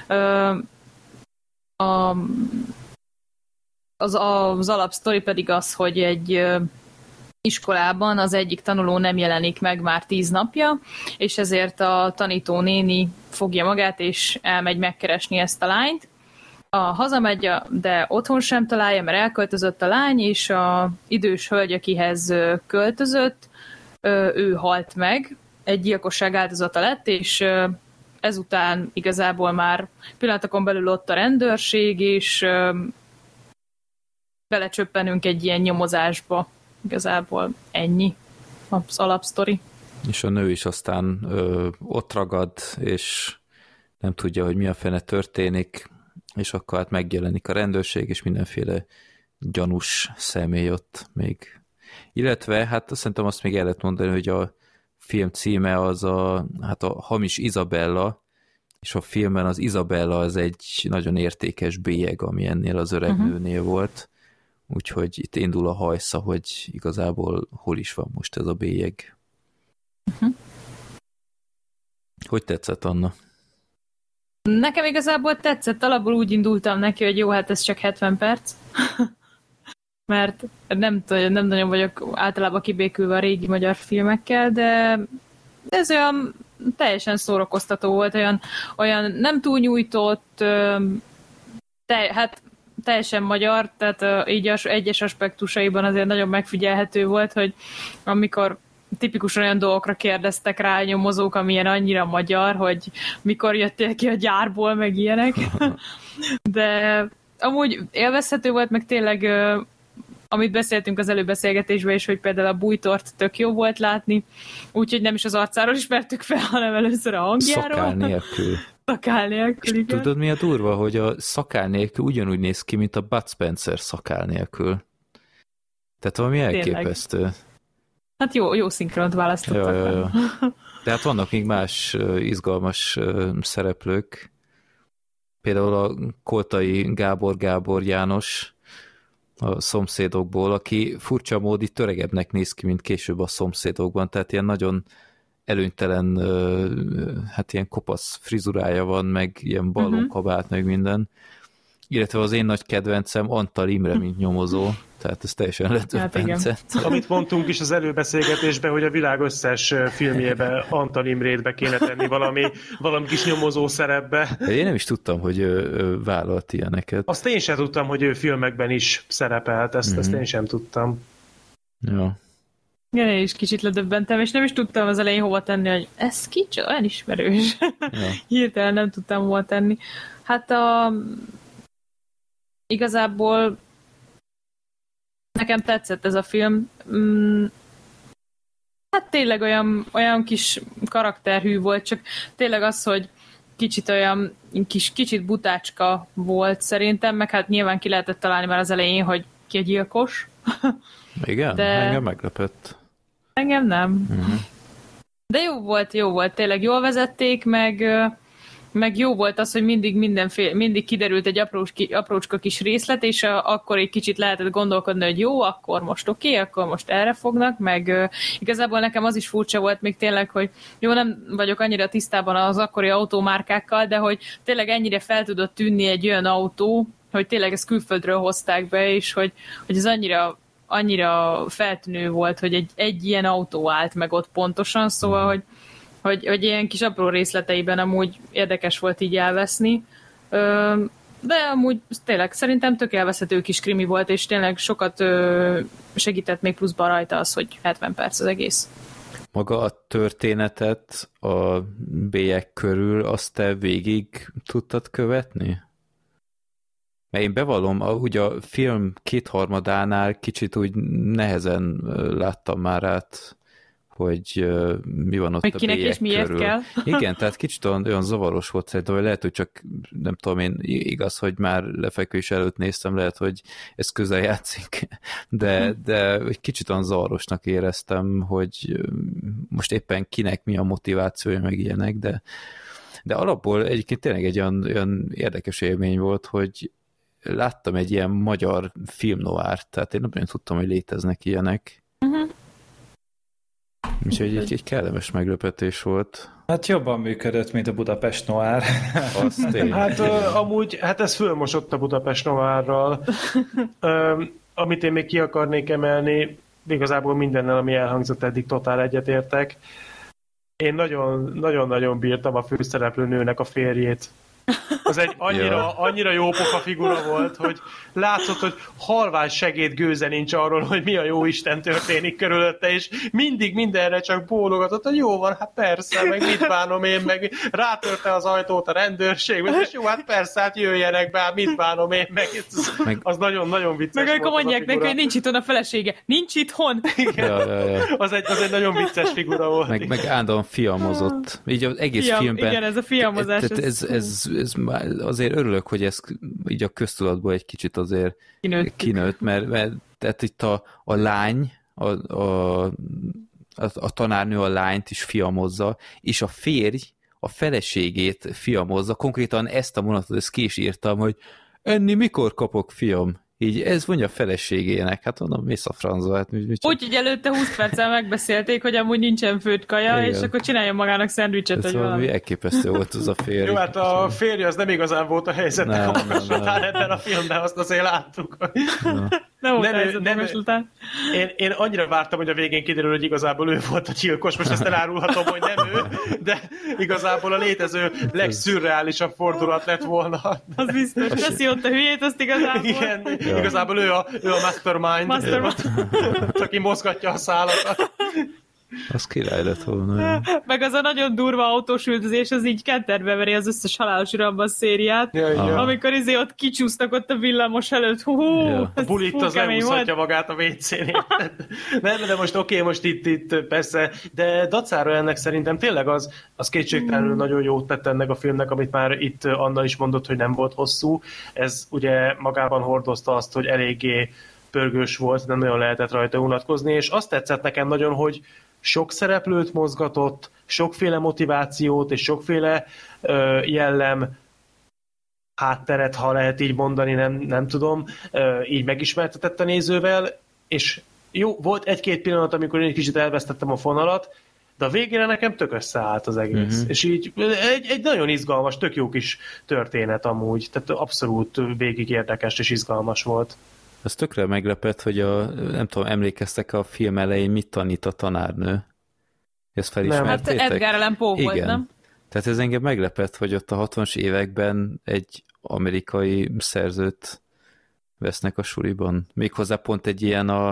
Speaker 5: Az alapsztori pedig az, hogy egy iskolában az egyik tanuló nem jelenik meg már 10 napja, és ezért a tanító néni fogja magát, és elmegy megkeresni ezt a lányt. Hazamegy, de otthon sem találja, mert elköltözött a lány, és a idős hölgy, akihez költözött, ő halt meg, egy gyilkosság áldozata lett, és ezután igazából már pillanatokon belül ott a rendőrség, és belecsöppenünk egy ilyen nyomozásba. Igazából ennyi az alapsztori.
Speaker 2: És a nő is aztán ott ragad, és nem tudja, hogy mi a fene történik, és akkor hát megjelenik a rendőrség, és mindenféle gyanús személy ott még Illetve, hát szerintem azt még el lehet mondani, hogy a film címe az a Hamis Izabella, és a filmben az Izabella az egy nagyon értékes bélyeg, ami ennél az öreg nőnél volt. Úgyhogy itt indul a hajsza, hogy igazából hol is van most ez a bélyeg. Hogy tetszett, Anna?
Speaker 5: Nekem igazából tetszett, alapból úgy indultam neki, hogy jó, hát ez csak 70 perc. Mert nem nagyon vagyok általában kibékülve a régi magyar filmekkel, de ez olyan teljesen szórakoztató volt, olyan nem túl nyújtott, hát teljesen magyar, tehát így egyes aspektusaiban azért nagyon megfigyelhető volt, hogy amikor tipikusan olyan dolgokra kérdeztek rá a nyomozók, amilyen annyira magyar, hogy mikor jöttél ki a gyárból, meg ilyenek. De amúgy élvezhető volt, meg tényleg amit beszéltünk az előbeszélgetésben is, hogy például a bújtort tök jó volt látni, úgyhogy nem is az arcáról ismertük fel, hanem először a hangjáról.
Speaker 2: Szakál nélkül.
Speaker 5: Szakál nélkül, igen.
Speaker 2: Tudod, mi a durva, hogy a szakál nélkül ugyanúgy néz ki, mint a Bud Spencer szakál nélkül. Tehát valami elképesztő. Tényleg. Hát
Speaker 5: jó szinkront választottak.
Speaker 2: Ja. De hát vannak még más izgalmas szereplők. Például a Koltai Gábor János a Szomszédokból, aki furcsa mód itt öregebbnek néz ki, mint később a Szomszédokban, tehát ilyen nagyon előnytelen, hát ilyen kopasz frizurája van, meg ilyen ballónkabát, meg minden. Illetve az én nagy kedvencem Antal Imre, mint nyomozó, tehát ez teljesen ledöbbentett.
Speaker 1: Hát amit mondtunk is az előbeszélgetésben, hogy a világ összes filmjébe Antal Imrét be kéne tenni valami kis nyomozó szerepbe.
Speaker 2: Én nem is tudtam, hogy vállalt ilyeneket.
Speaker 1: Azt én sem tudtam, hogy ő filmekben is szerepelt, ezt én sem tudtam.
Speaker 2: Ja.
Speaker 5: Igen, én is kicsit ledöbbentem, és nem is tudtam az elején hova tenni, hogy ez kicsit olyan ismerős. Ja. Hirtelen nem tudtam hova tenni. Hát igazából nekem tetszett ez a film. Hát tényleg olyan kis karakterhű volt, csak tényleg az, hogy kicsit butácska volt szerintem, meg hát nyilván ki lehetett találni már az elején, hogy ki a gyilkos.
Speaker 2: Igen? De engem meglepett.
Speaker 5: Engem nem. De jó volt, tényleg jól vezették, meg jó volt az, hogy mindig kiderült egy aprócska kis részlet, és akkor egy kicsit lehetett gondolkodni, hogy jó, akkor most oké, akkor most erre fognak, meg igazából nekem az is furcsa volt még tényleg, hogy jó, nem vagyok annyira tisztában az akkori autómárkákkal, de hogy tényleg ennyire fel tudott tűnni egy olyan autó, hogy tényleg ezt külföldről hozták be, és hogy ez annyira feltűnő volt, hogy egy ilyen autó állt meg ott pontosan, szóval, hogy ilyen kis apró részleteiben amúgy érdekes volt így elveszni. De amúgy tényleg szerintem tök élvezhető kis krimi volt, és tényleg sokat segített még pluszban rajta az, hogy 70 perc az egész.
Speaker 2: Maga a történetet a bélyeg körül azt te végig tudtad követni? Mert én bevallom, úgy a film kétharmadánál kicsit úgy nehezen láttam már át, hogy mi van ott a bélyeg körül. Kell. Igen, tehát kicsit olyan zavaros volt szerintem, hogy lehet, hogy csak nem tudom én, igaz, hogy már lefekvés előtt néztem, lehet, hogy ez közel játszik, de egy kicsit olyan zavarosnak éreztem, hogy most éppen kinek mi a motivációja, meg ilyenek, de alapból egyébként tényleg egy olyan érdekes élmény volt, hogy láttam egy ilyen magyar filmnoárt, tehát én nem tudtam, hogy léteznek ilyenek. Úgyhogy egy kellemes meglepetés volt.
Speaker 3: Hát jobban működött, mint a Budapest Noir.
Speaker 1: Hát amúgy, ez fölmosott a Budapest Noirral. Amit én még ki akarnék emelni, igazából mindennel, ami elhangzott eddig, totál egyetértek. Én nagyon-nagyon bírtam a főszereplő nőnek a férjét. Az egy annyira jó pofa figura volt, hogy látszott, hogy halvány segédgőze nincs arról, hogy mi a jó Isten történik körülötte, és mindig mindenre csak bólogatott, hogy jó van, hát persze, meg mit bánom én, meg rátörte az ajtót a rendőrség, és jó, hát persze, hát jöjjenek be, hát mit bánom én, meg az nagyon-nagyon vicces.
Speaker 5: Meg akkor mondják neki, hogy nincs itthon a felesége. Nincs itthon?
Speaker 1: Igen. Ja. Az egy nagyon vicces figura volt.
Speaker 2: Meg állandóan fiamozott. Így az egész filmben.
Speaker 5: Igen, ez a fiamozás.
Speaker 2: Ez azért örülök, hogy ez így a köztudatból egy kicsit azért kinőtt, mert tehát itt a lány, a tanárnő a lányt is fiamozza, és a férj a feleségét fiamozza. Konkrétan ezt a mondatot, ezt ki is írtam, hogy enni mikor kapok, fiam? Így ez mondja a feleségének. Hát mondom, mész a francba. Hát,
Speaker 5: úgyhogy előtte 20 perccel megbeszélték, hogy amúgy nincsen főtt kaja, igen. És akkor csináljon magának szendvicset, vagy valami.
Speaker 2: Elképesztő volt az a férj.
Speaker 1: Jó, hát a férj az nem igazán volt a helyzetnek a magaslatán ebben a filmben, azt azért láttuk.
Speaker 5: Nem volt helyzet magaslatán.
Speaker 1: Én annyira vártam, hogy a végén kiderül, hogy igazából ő volt a gyilkos, most ezt elárulhatom, hogy nem ő, de igazából a létező legszürreálisabb fordulat lett volna.
Speaker 5: Az biztos, teszi ott a hülyét, azt igazából.
Speaker 1: Igen, igazából ő a mastermind. Aki mozgatja a szálakat.
Speaker 2: Az király lett volna.
Speaker 5: Meg az a nagyon durva autós üldözés, az így ketterbe veri az összes halálos iramban szériát. Amikor ott kicsúsztak ott a villamos előtt.
Speaker 1: A bulit az leúszhatja magát a WC-nél. De most most itt persze, de dacára ennek szerintem tényleg az kétségtelenül nagyon jót tett ennek a filmnek, amit már itt Anna is mondott, hogy nem volt hosszú. Ez ugye magában hordozta azt, hogy eléggé pörgős volt, nem nagyon lehetett rajta unatkozni, és azt tetszett nekem nagyon, hogy sok szereplőt mozgatott, sokféle motivációt és sokféle jellem hátteret, ha lehet így mondani, nem tudom, így megismertetett a nézővel, és jó, volt egy-két pillanat, amikor én egy kicsit elvesztettem a fonalat, de a végére nekem tök összeállt az egész. És így egy nagyon izgalmas, tök jó kis történet amúgy, tehát abszolút végig érdekes és izgalmas volt.
Speaker 2: Az tökre meglepett, hogy nem tudom, emlékeztek a film elején, mit tanít a tanárnő? Ezt felismertétek?
Speaker 5: Hát Edgar Allan Poe volt, nem?
Speaker 2: Tehát ez engem meglepett, hogy ott a 60-as években egy amerikai szerzőt vesznek a suliban. Méghozzá pont egy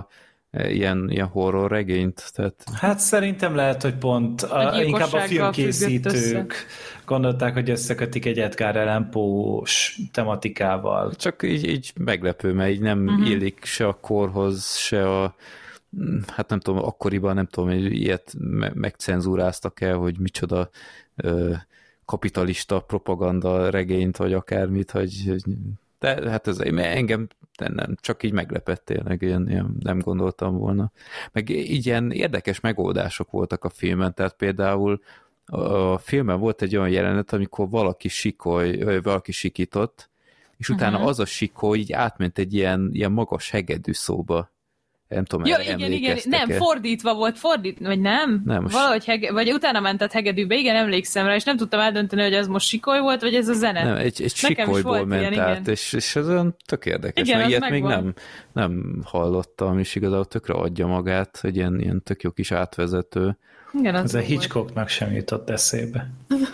Speaker 2: ilyen horror regényt. Tehát... Hát
Speaker 3: szerintem lehet, hogy pont inkább a filmkészítők gondolták, hogy összekötik egy Edgar Allan Poe-s tematikával.
Speaker 2: Csak így meglepő, mert így nem illik se a korhoz, se a hát nem tudom, akkoriban nem tudom, hogy ilyet megcenzúráztak el, hogy micsoda kapitalista propaganda regényt, vagy akármit, de hát ez engem nem, csak így meglepett tényleg, ilyen nem gondoltam volna. Meg így ilyen érdekes megoldások voltak a filmen, tehát például a filmen volt egy olyan jelenet, amikor valaki sikított, és utána az a sikoly így átment egy ilyen magas hegedű szóba. Nem tudom,
Speaker 5: igen, nem, fordítva volt, vagy nem?
Speaker 2: Nem most...
Speaker 5: Valahogy vagy utána mentett hegedűbe, igen, emlékszem rá, és nem tudtam eldönteni, hogy ez most sikoly volt, vagy ez a zene.
Speaker 2: Nem, egy sikolyból ment ilyen, át, és ez olyan tök érdekes, igen, mert ilyet még nem hallottam, és igazából tökre adja magát, hogy ilyen tök jó kis átvezető.
Speaker 5: Igen,
Speaker 3: ez a Hitchcocknak sem jutott eszébe.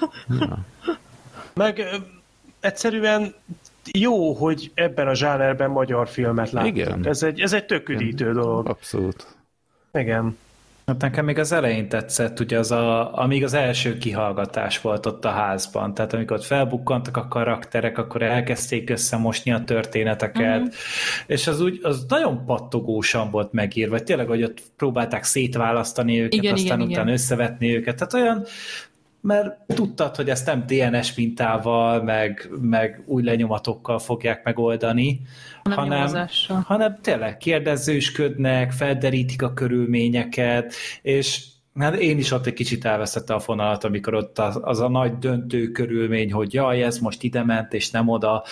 Speaker 1: Meg egyszerűen jó, hogy ebben a zsánerben magyar filmet látunk. Igen. Ez egy tök üdítő dolog.
Speaker 2: Abszolút.
Speaker 1: Igen.
Speaker 3: Hát nekem még az elején tetszett, ugye amíg az első kihallgatás volt ott a házban, tehát amikor ott felbukkantak a karakterek, akkor elkezdték összemosni a történeteket, és az nagyon pattogósan volt megírva, tényleg, hogy ott próbálták szétválasztani őket, aztán utána összevetni őket, tehát olyan, mert tudtad, hogy ezt nem DNS mintával, meg új lenyomatokkal fogják megoldani, hanem tényleg kérdezősködnek, felderítik a körülményeket, és hát én is ott egy kicsit elvesztette a fonalat, amikor ott az a nagy döntő körülmény, hogy jaj, ez most ide ment, és nem oda.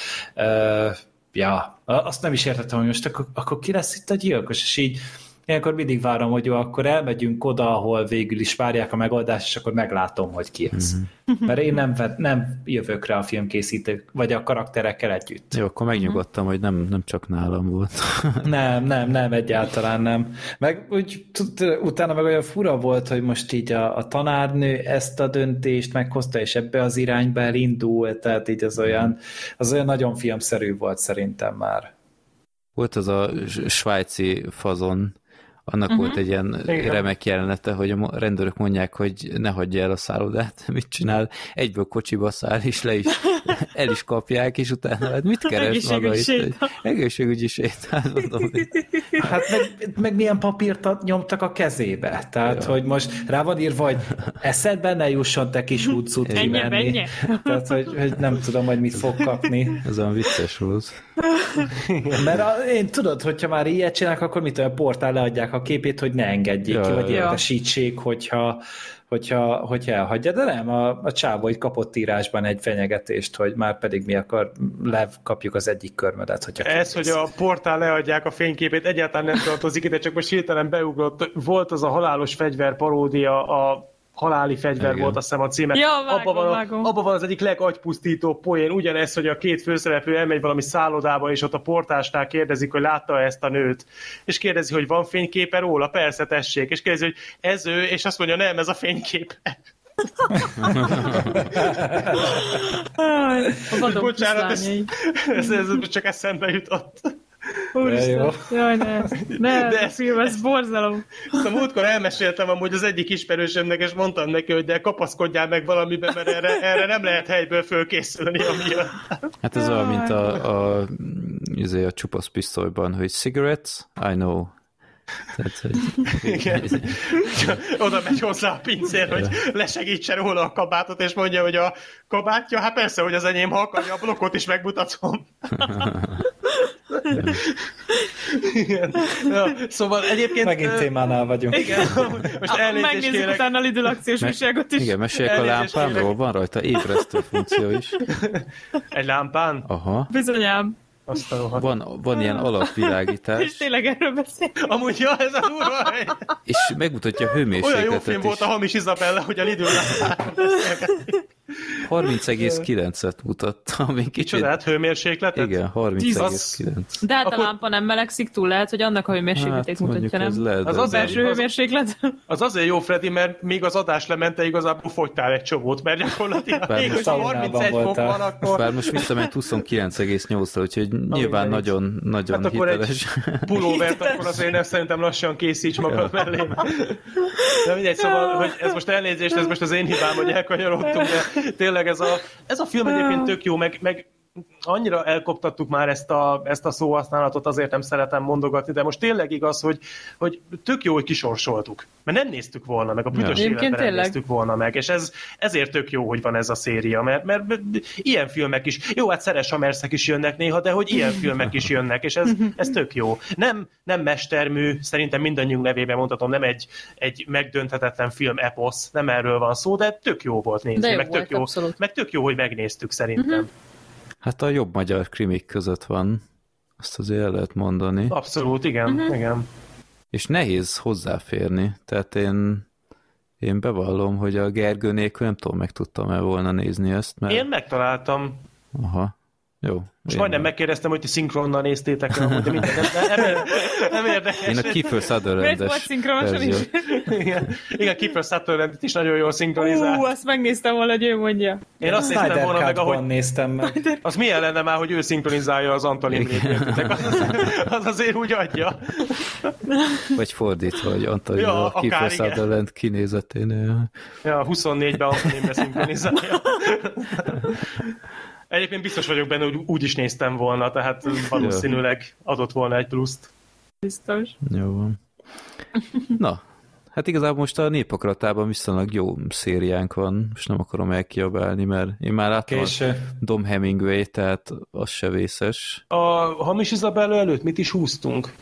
Speaker 3: Azt nem is értettem, hogy most akkor ki lesz itt a gyilkos, és így ilyenkor mindig várom, hogy jó, akkor elmegyünk oda, ahol végül is várják a megoldást, és akkor meglátom, hogy ki ez. Mert én nem jövök rá a filmkészítők, vagy a karakterekkel együtt.
Speaker 2: Jó, akkor megnyugodtam, hogy nem csak nálam volt.
Speaker 3: nem, egyáltalán nem. Meg úgy utána meg olyan fura volt, hogy most így a tanárnő ezt a döntést meghozta, és ebbe az irányba elindult, tehát így az olyan nagyon filmszerű volt szerintem már.
Speaker 2: Volt az a svájci fazon, annak volt egy ilyen remek jelenete, hogy a rendőrök mondják, hogy ne hagyja el a szállodát, mit csinál, egyből kocsiba száll, és el is kapják, és utána hát mit keres maga itt? Egészségügyi sétál, mondom.
Speaker 3: Hát meg milyen papírt nyomtak a kezébe. Tehát, hogy most rá van írva, hogy eszedbe ne jusson te kis húcút kimenni. Tehát, hogy nem tudom, hogy mit fog kapni.
Speaker 2: Ez olyan vicces volt.
Speaker 3: Mert én tudod, hogyha már ilyet csinálnak, akkor mitől a portál leadják a képét, hogy ne engedjék ki, vagy értesítsék, hogyha elhagyja, de nem, a csávó itt kapott írásban egy fenyegetést, hogy már pedig mi akar, lekapjuk az egyik körmödet.
Speaker 1: Ez, hogy a portál leadják a fényképét, egyáltalán nem tartozik ide, csak most hirtelen beugrott, volt az a halálos fegyver paródia, a haláli fegyver igen. Volt, azt hiszem a címe.
Speaker 5: Ja,
Speaker 1: abban van az egyik legagypusztító poén, ugyanez, hogy a két főszereplő elmegy valami szállodába, és ott a portásnál kérdezik, hogy látta ezt a nőt. És kérdezi, hogy van fényképe róla? Persze, tessék. És kérdezi, hogy ez ő, és azt mondja, nem, ez a fénykép. Bocsánat, ez csak eszembe jutott.
Speaker 5: Úristen, jaj, de ez film, ez borzalom.
Speaker 1: A múltkor elmeséltem amúgy az egyik ismerősömnek, és mondtam neki, hogy de kapaszkodjál meg valamiben, mert erre nem lehet helyből fölkészülni amiatt.
Speaker 2: Hát ez olyan, mint a csupasz pisztolyban, hogy cigarettes, I know. Tehát, hogy...
Speaker 1: Igen. Oda megy hozzá a pincér, hogy lesegítse róla a kabátot, és mondja, hogy a kabátja, hát persze, hogy az enyém, ha akarja, a blokkot is megmutatom. Igen. Ja, szóval egyébként...
Speaker 3: Megint témánál vagyunk.
Speaker 1: Igen, most elnézést
Speaker 5: megnézzük
Speaker 1: kérek.
Speaker 5: utána a Lidl akciós újságot is.
Speaker 2: Igen, meséljek a lámpámról, van rajta ébresztő funkció is.
Speaker 1: Egy lámpán?
Speaker 2: Aha.
Speaker 5: Bizonyám.
Speaker 2: Van ilyen alapvilágítás.
Speaker 5: És tényleg erről beszél.
Speaker 1: Amúgy, ja, ez a durva hely.
Speaker 2: És megmutatja a hőmérsékletet.
Speaker 1: Olyan jó film volt a Hamis Izabella, hogy a Lidl lámpáról beszélgetünk.
Speaker 2: 30,9-et mutatta.
Speaker 1: Kicsodát, hőmérsékletet?
Speaker 2: Igen, 30,9.
Speaker 5: De hát a lámpa nem melegszik túl, lehet, hogy annak a hőmérsékletét mutatja, nem?
Speaker 2: Lehet,
Speaker 5: az belső hőmérséklet.
Speaker 1: Az azért jó, Freddy, mert még az adás lemente, igazából fogytál egy csomót, mert gyakorlatilag még, hogy 31 fok van, akkor...
Speaker 2: Bár most visszament 29,8-ra, úgyhogy nyilván nagyon hát hiteles.
Speaker 1: Egy pulóvert akkor azért szerintem lassan készíts magad mellé. De mindegy, szóval, hogy ez most elnézést, ez most az én hibám, hogy elkanyarodtunk, de tényleg ez a film egyébként tök jó, meg annyira elkoptattuk már ezt a szóhasználatot, azért nem szeretem mondogatni, de most tényleg igaz, hogy tök jó, hogy kisorsoltuk. Mert nem néztük volna meg, a büdös életben nem néztük volna meg, és ezért tök jó, hogy van ez a széria, mert ilyen filmek is, jó, hát Szeres Amerszek is jönnek néha, de hogy ilyen filmek is jönnek, és ez tök jó. Nem mestermű, szerintem mindannyiunk nevében mondhatom, nem egy megdönthetetlen film eposz, nem erről van szó, de tök jó volt nézni, meg tök jó, hogy megnéztük szerintem.
Speaker 2: Hát a jobb magyar krimik között van, azt azért el lehet mondani.
Speaker 1: Abszolút, igen, igen.
Speaker 2: És nehéz hozzáférni, tehát én bevallom, hogy a Gergő nélkül nem tudom, meg tudtam-e volna nézni ezt, mert...
Speaker 1: Én megtaláltam.
Speaker 2: Aha, jó.
Speaker 1: Most majdnem megkérdeztem, hogy ti szinkronnal néztétek el, hogy minden, nem érdekes.
Speaker 2: Én a Kiefer Sutherland-es
Speaker 5: is.
Speaker 1: Igen, Kiefer Sutherland is nagyon jól szinkronizál.
Speaker 5: Azt megnéztem volna, hogy ő mondja.
Speaker 1: Én azt néztem volna meg, ahogy...
Speaker 3: néztem meg.
Speaker 1: Az milyen lenne már, hogy ő szinkronizálja az Antal Imrét. Az azért úgy adja.
Speaker 2: Vagy fordítva, hogy Antal a Kiefer Sutherland kinézeténél.
Speaker 1: Ja, 24-ben Antal Imre szinkronizálja. Egyébként biztos vagyok benne, hogy úgy is néztem volna, tehát valószínűleg adott volna egy pluszt.
Speaker 5: Biztos.
Speaker 2: Jó van. Na, hát igazából most a Népakaratában viszonylag jó szériánk van, és nem akarom elkiabálni, mert én már láttam a Dom Hemingway, tehát az se vészes.
Speaker 1: A Hamis Izabella előtt mit is húztunk?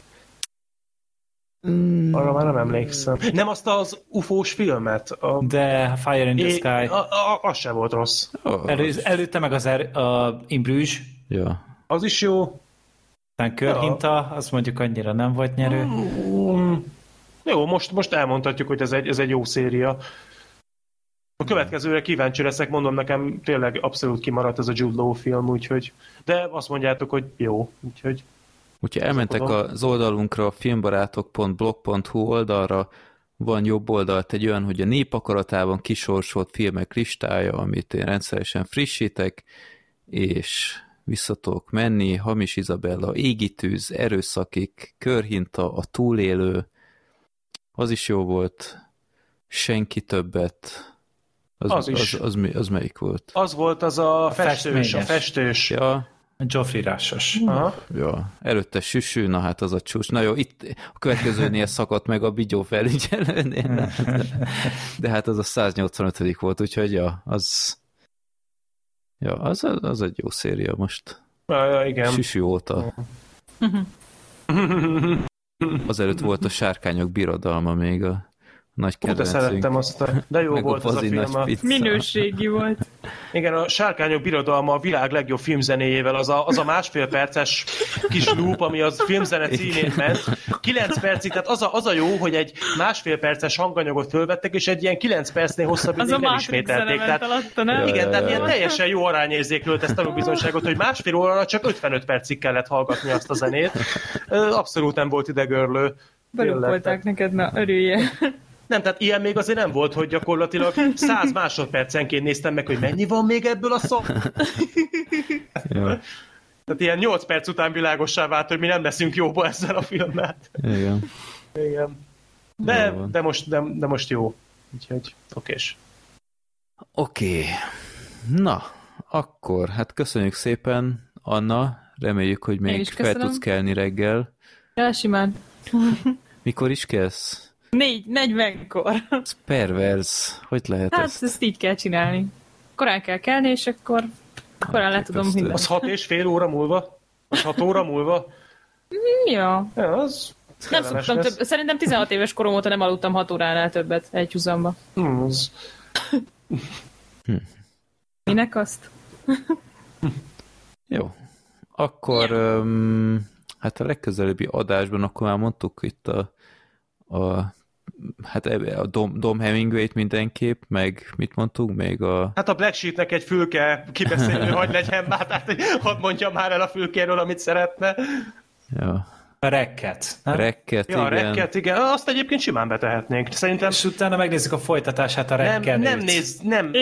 Speaker 1: Arra már nem emlékszem. Nem azt az ufós filmet?
Speaker 3: De Fire in the Sky.
Speaker 1: Az se volt rossz.
Speaker 3: Előtte meg az In Bruges.
Speaker 2: Ja.
Speaker 1: Az is jó.
Speaker 3: Aztán Körhinta, az mondjuk annyira nem volt nyerő.
Speaker 1: Jó, most elmondhatjuk, hogy ez egy jó széria. A következőre kíváncsi leszek, mondom, nekem tényleg abszolút kimaradt ez a Jude Law film, úgyhogy... De azt mondjátok, hogy jó, úgyhogy...
Speaker 2: Úgyhogy elmentek az oldalunkra, a filmbarátok.blog.hu oldalra, van jobb oldalt egy olyan, hogy a Népakaratában kisorsolt filmek listája, amit én rendszeresen frissítek, és visszatok menni, Hamis Izabella, Égitűz, Erőszakik, Körhinta, A túlélő, az is jó volt, Senki többet, az melyik volt?
Speaker 1: Az volt az a festős.
Speaker 2: Ja,
Speaker 3: Geoffrey Russos.
Speaker 1: Aha.
Speaker 2: Ja, előtte Süsű, na hát az a csúcs. Na jó, itt a következőnél szakadt meg a Bigyó felügyelőnél. De hát az a 185. volt, úgyhogy ja, az egy jó széria most.
Speaker 1: Ja, igen.
Speaker 2: Süsű óta. Azelőtt volt a Sárkányok birodalma még a nagy kedvencünk.
Speaker 1: De szerettem azt, de jó volt az a film.
Speaker 5: Minőségi volt.
Speaker 1: Igen, a Sárkányok birodalma a világ legjobb filmzenéjével, az a 1,5 perces kis loop, ami az filmzene címén ment. 9 percig, tehát az a jó, hogy egy 1,5 perces hanganyagot fölvettek, és egy ilyen 9 percnél hosszabb ideig nem ismételték. Tehát, igen, tehát ilyen teljesen jó arányérzékről tesz tanúbizonyságot, hogy 1,5 órára csak 55 percig kellett hallgatni azt a zenét. Abszolút nem volt idegörlő.
Speaker 5: Belúpolták neked, na örülje.
Speaker 1: Nem, tehát ilyen még azért nem volt, hogy gyakorlatilag 100 másodpercenként néztem meg, hogy mennyi van még ebből a szó.
Speaker 2: Ja.
Speaker 1: Tehát ilyen 8 perc után világossá vált, hogy mi nem leszünk jóba ezzel a filmmel.
Speaker 2: Igen.
Speaker 1: Igen. De most jó. Úgyhogy okés.
Speaker 2: Oké. Na, akkor, hát köszönjük szépen, Anna. Reméljük, hogy még fel tudsz kelni reggel.
Speaker 5: Ja, simán.
Speaker 2: Mikor is kelsz?
Speaker 5: 4:40-kor.
Speaker 2: Ez perverz. Hogy lehet
Speaker 5: hát
Speaker 2: ezt?
Speaker 5: ezt így kell csinálni. Korán kell kelni, és akkor korán le tudom mindent.
Speaker 1: Az 6,5 óra múlva? Az 6 óra múlva?
Speaker 5: Ja.
Speaker 1: Az
Speaker 5: nem szoktam több. Szerintem 16 éves korom óta nem aludtam 6 óránál többet egy húzamba. Minek azt?
Speaker 2: Jó. Akkor hát a legközelebbi adásban akkor már mondtuk itt a Dom Hemingway-t mindenképp, meg mit mondtuk még
Speaker 1: Hát a Black Sheepnek egy fülke kibeszélő, hogy legyen már, tehát hadd mondja már el a fülkéről, amit szeretne.
Speaker 2: Ja.
Speaker 3: A Rekket.
Speaker 2: Rekket,
Speaker 1: ja,
Speaker 2: igen.
Speaker 1: Rekket, igen. Azt egyébként simán betehetnénk. Szerintem...
Speaker 3: És utána megnézzük a folytatását a Rekkenőt.
Speaker 1: Nem.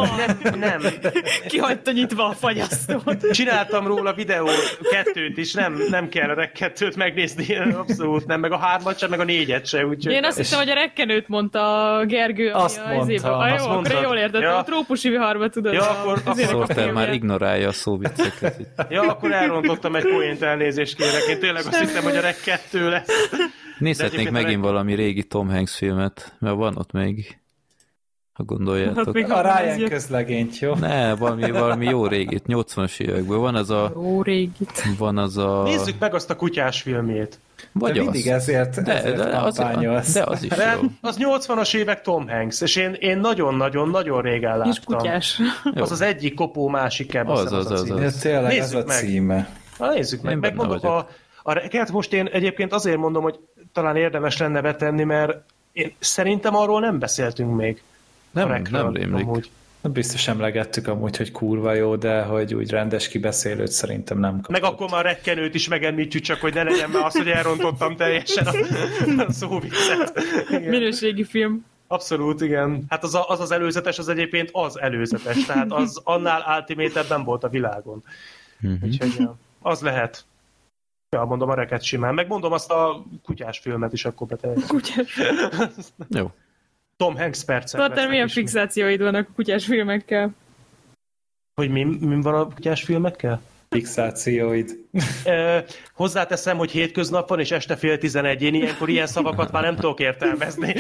Speaker 5: Kihagyta nyitva a fagyasztót.
Speaker 1: Csináltam róla videó 2-t is, nem kell a Rekkenőt megnézni, abszolút nem, meg a 3-at sem, meg a 4-et se. Úgyhogy...
Speaker 5: Én azt hiszem, hogy a Rekkenőt mondta a Gergő.
Speaker 3: Azt mondta.
Speaker 5: Jó, akkor jól értettem, a trópusi viharba tudod.
Speaker 1: Ja, akkor
Speaker 2: Sorter már ignorálja a szóvicceket.
Speaker 1: Ja, akkor elrontottam egy poént, elnézést kérek. Én tényleg azt hittem, hogy a Rek 2 lesz.
Speaker 2: Nézhetnénk megint valami régi Tom Hanks filmet, mert van ott még, ha gondoljátok.
Speaker 3: A Ryan közlegényt, jó?
Speaker 2: Ne, valami jó régit, 80-as évekből. Van az a...
Speaker 5: Jó régit.
Speaker 2: Van az a...
Speaker 1: Nézzük meg azt a kutyás filmjét.
Speaker 2: Vagy
Speaker 3: de mindig ezért kampányolsz.
Speaker 2: De az is jó.
Speaker 1: Az 80-as évek Tom Hanks, és én nagyon-nagyon régen láttam.
Speaker 5: És kutyás.
Speaker 1: Az egyik kopó, másik ebb.
Speaker 2: Az.
Speaker 3: Tényleg ez a címe.
Speaker 1: Nézzük meg. Megmondok a Rekket most én egyébként azért mondom, hogy talán érdemes lenne betenni, mert szerintem arról nem beszéltünk még.
Speaker 2: Nem rémlik.
Speaker 3: Biztos emlegettük amúgy, hogy kurva jó, de hogy úgy rendes kibeszélőt szerintem nem kapott.
Speaker 1: Meg akkor már Rekkenőt is megemlítjük, csak hogy ne legyen már az, hogy elrontottam teljesen a szóviccet.
Speaker 5: Minőségi film.
Speaker 1: Abszolút, igen. Hát az előzetes, az egyébként az előzetes, tehát az annál ultimate-ebben volt a világon. Úgyhogy az lehet. Ja, mondom a Reket simán. Megmondom azt a kutyás filmet is, akkor beteljük.
Speaker 5: Kutyás.
Speaker 2: Jó.
Speaker 1: Tom Hanks percet.
Speaker 5: Tudod, milyen fixációid vannak a kutyás filmekkel?
Speaker 1: Hogy mi van a kutyás filmekkel?
Speaker 3: Fixációid.
Speaker 1: Hozzáteszem, hogy hétköznap van, és este 10:30. Én ilyenkor ilyen szavakat már nem tudok értelmezni.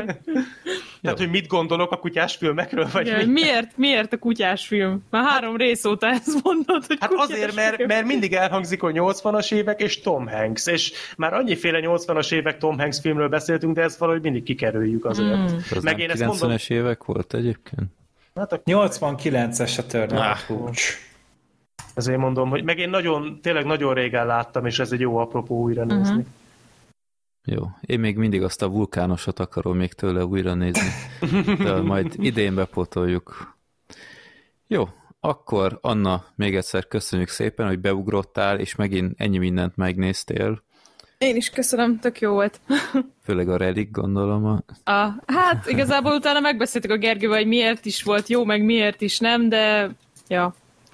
Speaker 1: Tehát, hogy mit gondolok a kutyás filmekről, vagy
Speaker 5: ja, miért a kutyás film? Már 3 rész óta ezt mondod, hogy
Speaker 1: hát azért, mert mindig elhangzik, hogy 80-as évek és Tom Hanks, és már annyiféle 80-as évek Tom Hanks filmről beszéltünk, de ezt valahogy mindig kikerüljük azért.
Speaker 2: Ez meg én 90-es évek volt egyébként?
Speaker 3: Hát 89-es a Turner Hooch.
Speaker 1: Ezért mondom, hogy meg én tényleg nagyon régen láttam, és ez egy jó apropó újra nézni.
Speaker 2: Jó, én még mindig azt a vulkánosat akarom még tőle újra nézni, de majd idén bepótoljuk. Jó, akkor Anna, még egyszer köszönjük szépen, hogy beugrottál, és megint ennyi mindent megnéztél.
Speaker 5: Én is köszönöm, tök jó volt.
Speaker 2: Főleg a Relic, gondolom.
Speaker 5: Hát igazából utána megbeszéltük a Gergővel, hogy miért is volt jó, meg miért is nem, de ja.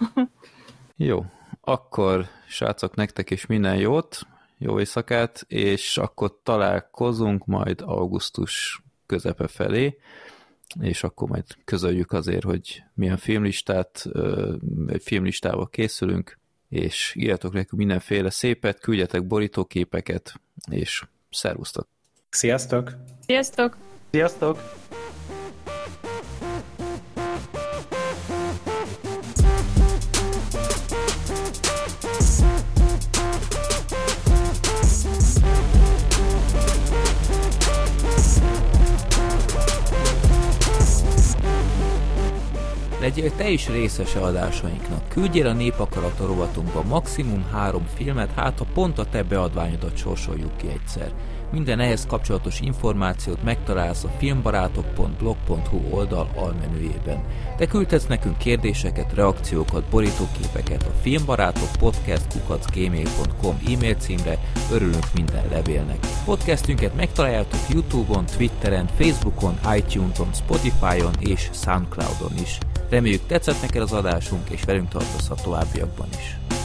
Speaker 2: Jó, akkor srácok, nektek is minden jót, jó éjszakát, és akkor találkozunk majd augusztus közepe felé, és akkor majd közöljük azért, hogy milyen filmlistával készülünk, és írjatok nekünk mindenféle szépet, küldjetek borítóképeket, és szervusztok!
Speaker 3: Sziasztok!
Speaker 5: Sziasztok!
Speaker 1: Sziasztok!
Speaker 2: Legyél te is részese adásainknak. Küldjél a Népakarata rovatunkba maximum 3 filmet, hát ha pont a te beadványodat sorsoljuk ki egyszer. Minden ehhez kapcsolatos információt megtalálsz a filmbarátok.blog.hu oldal almenüjében. Te küldhetsz nekünk kérdéseket, reakciókat, borítóképeket a filmbarátokpodcast@gmail.com e-mail címre, örülünk minden levélnek. Podcastünket megtaláljátok YouTube-on, Twitteren, Facebookon, iTunes-on, Spotify-on és Soundcloud-on is. Reméljük tetszett neked az adásunk, és velünk tartozhat továbbiakban is.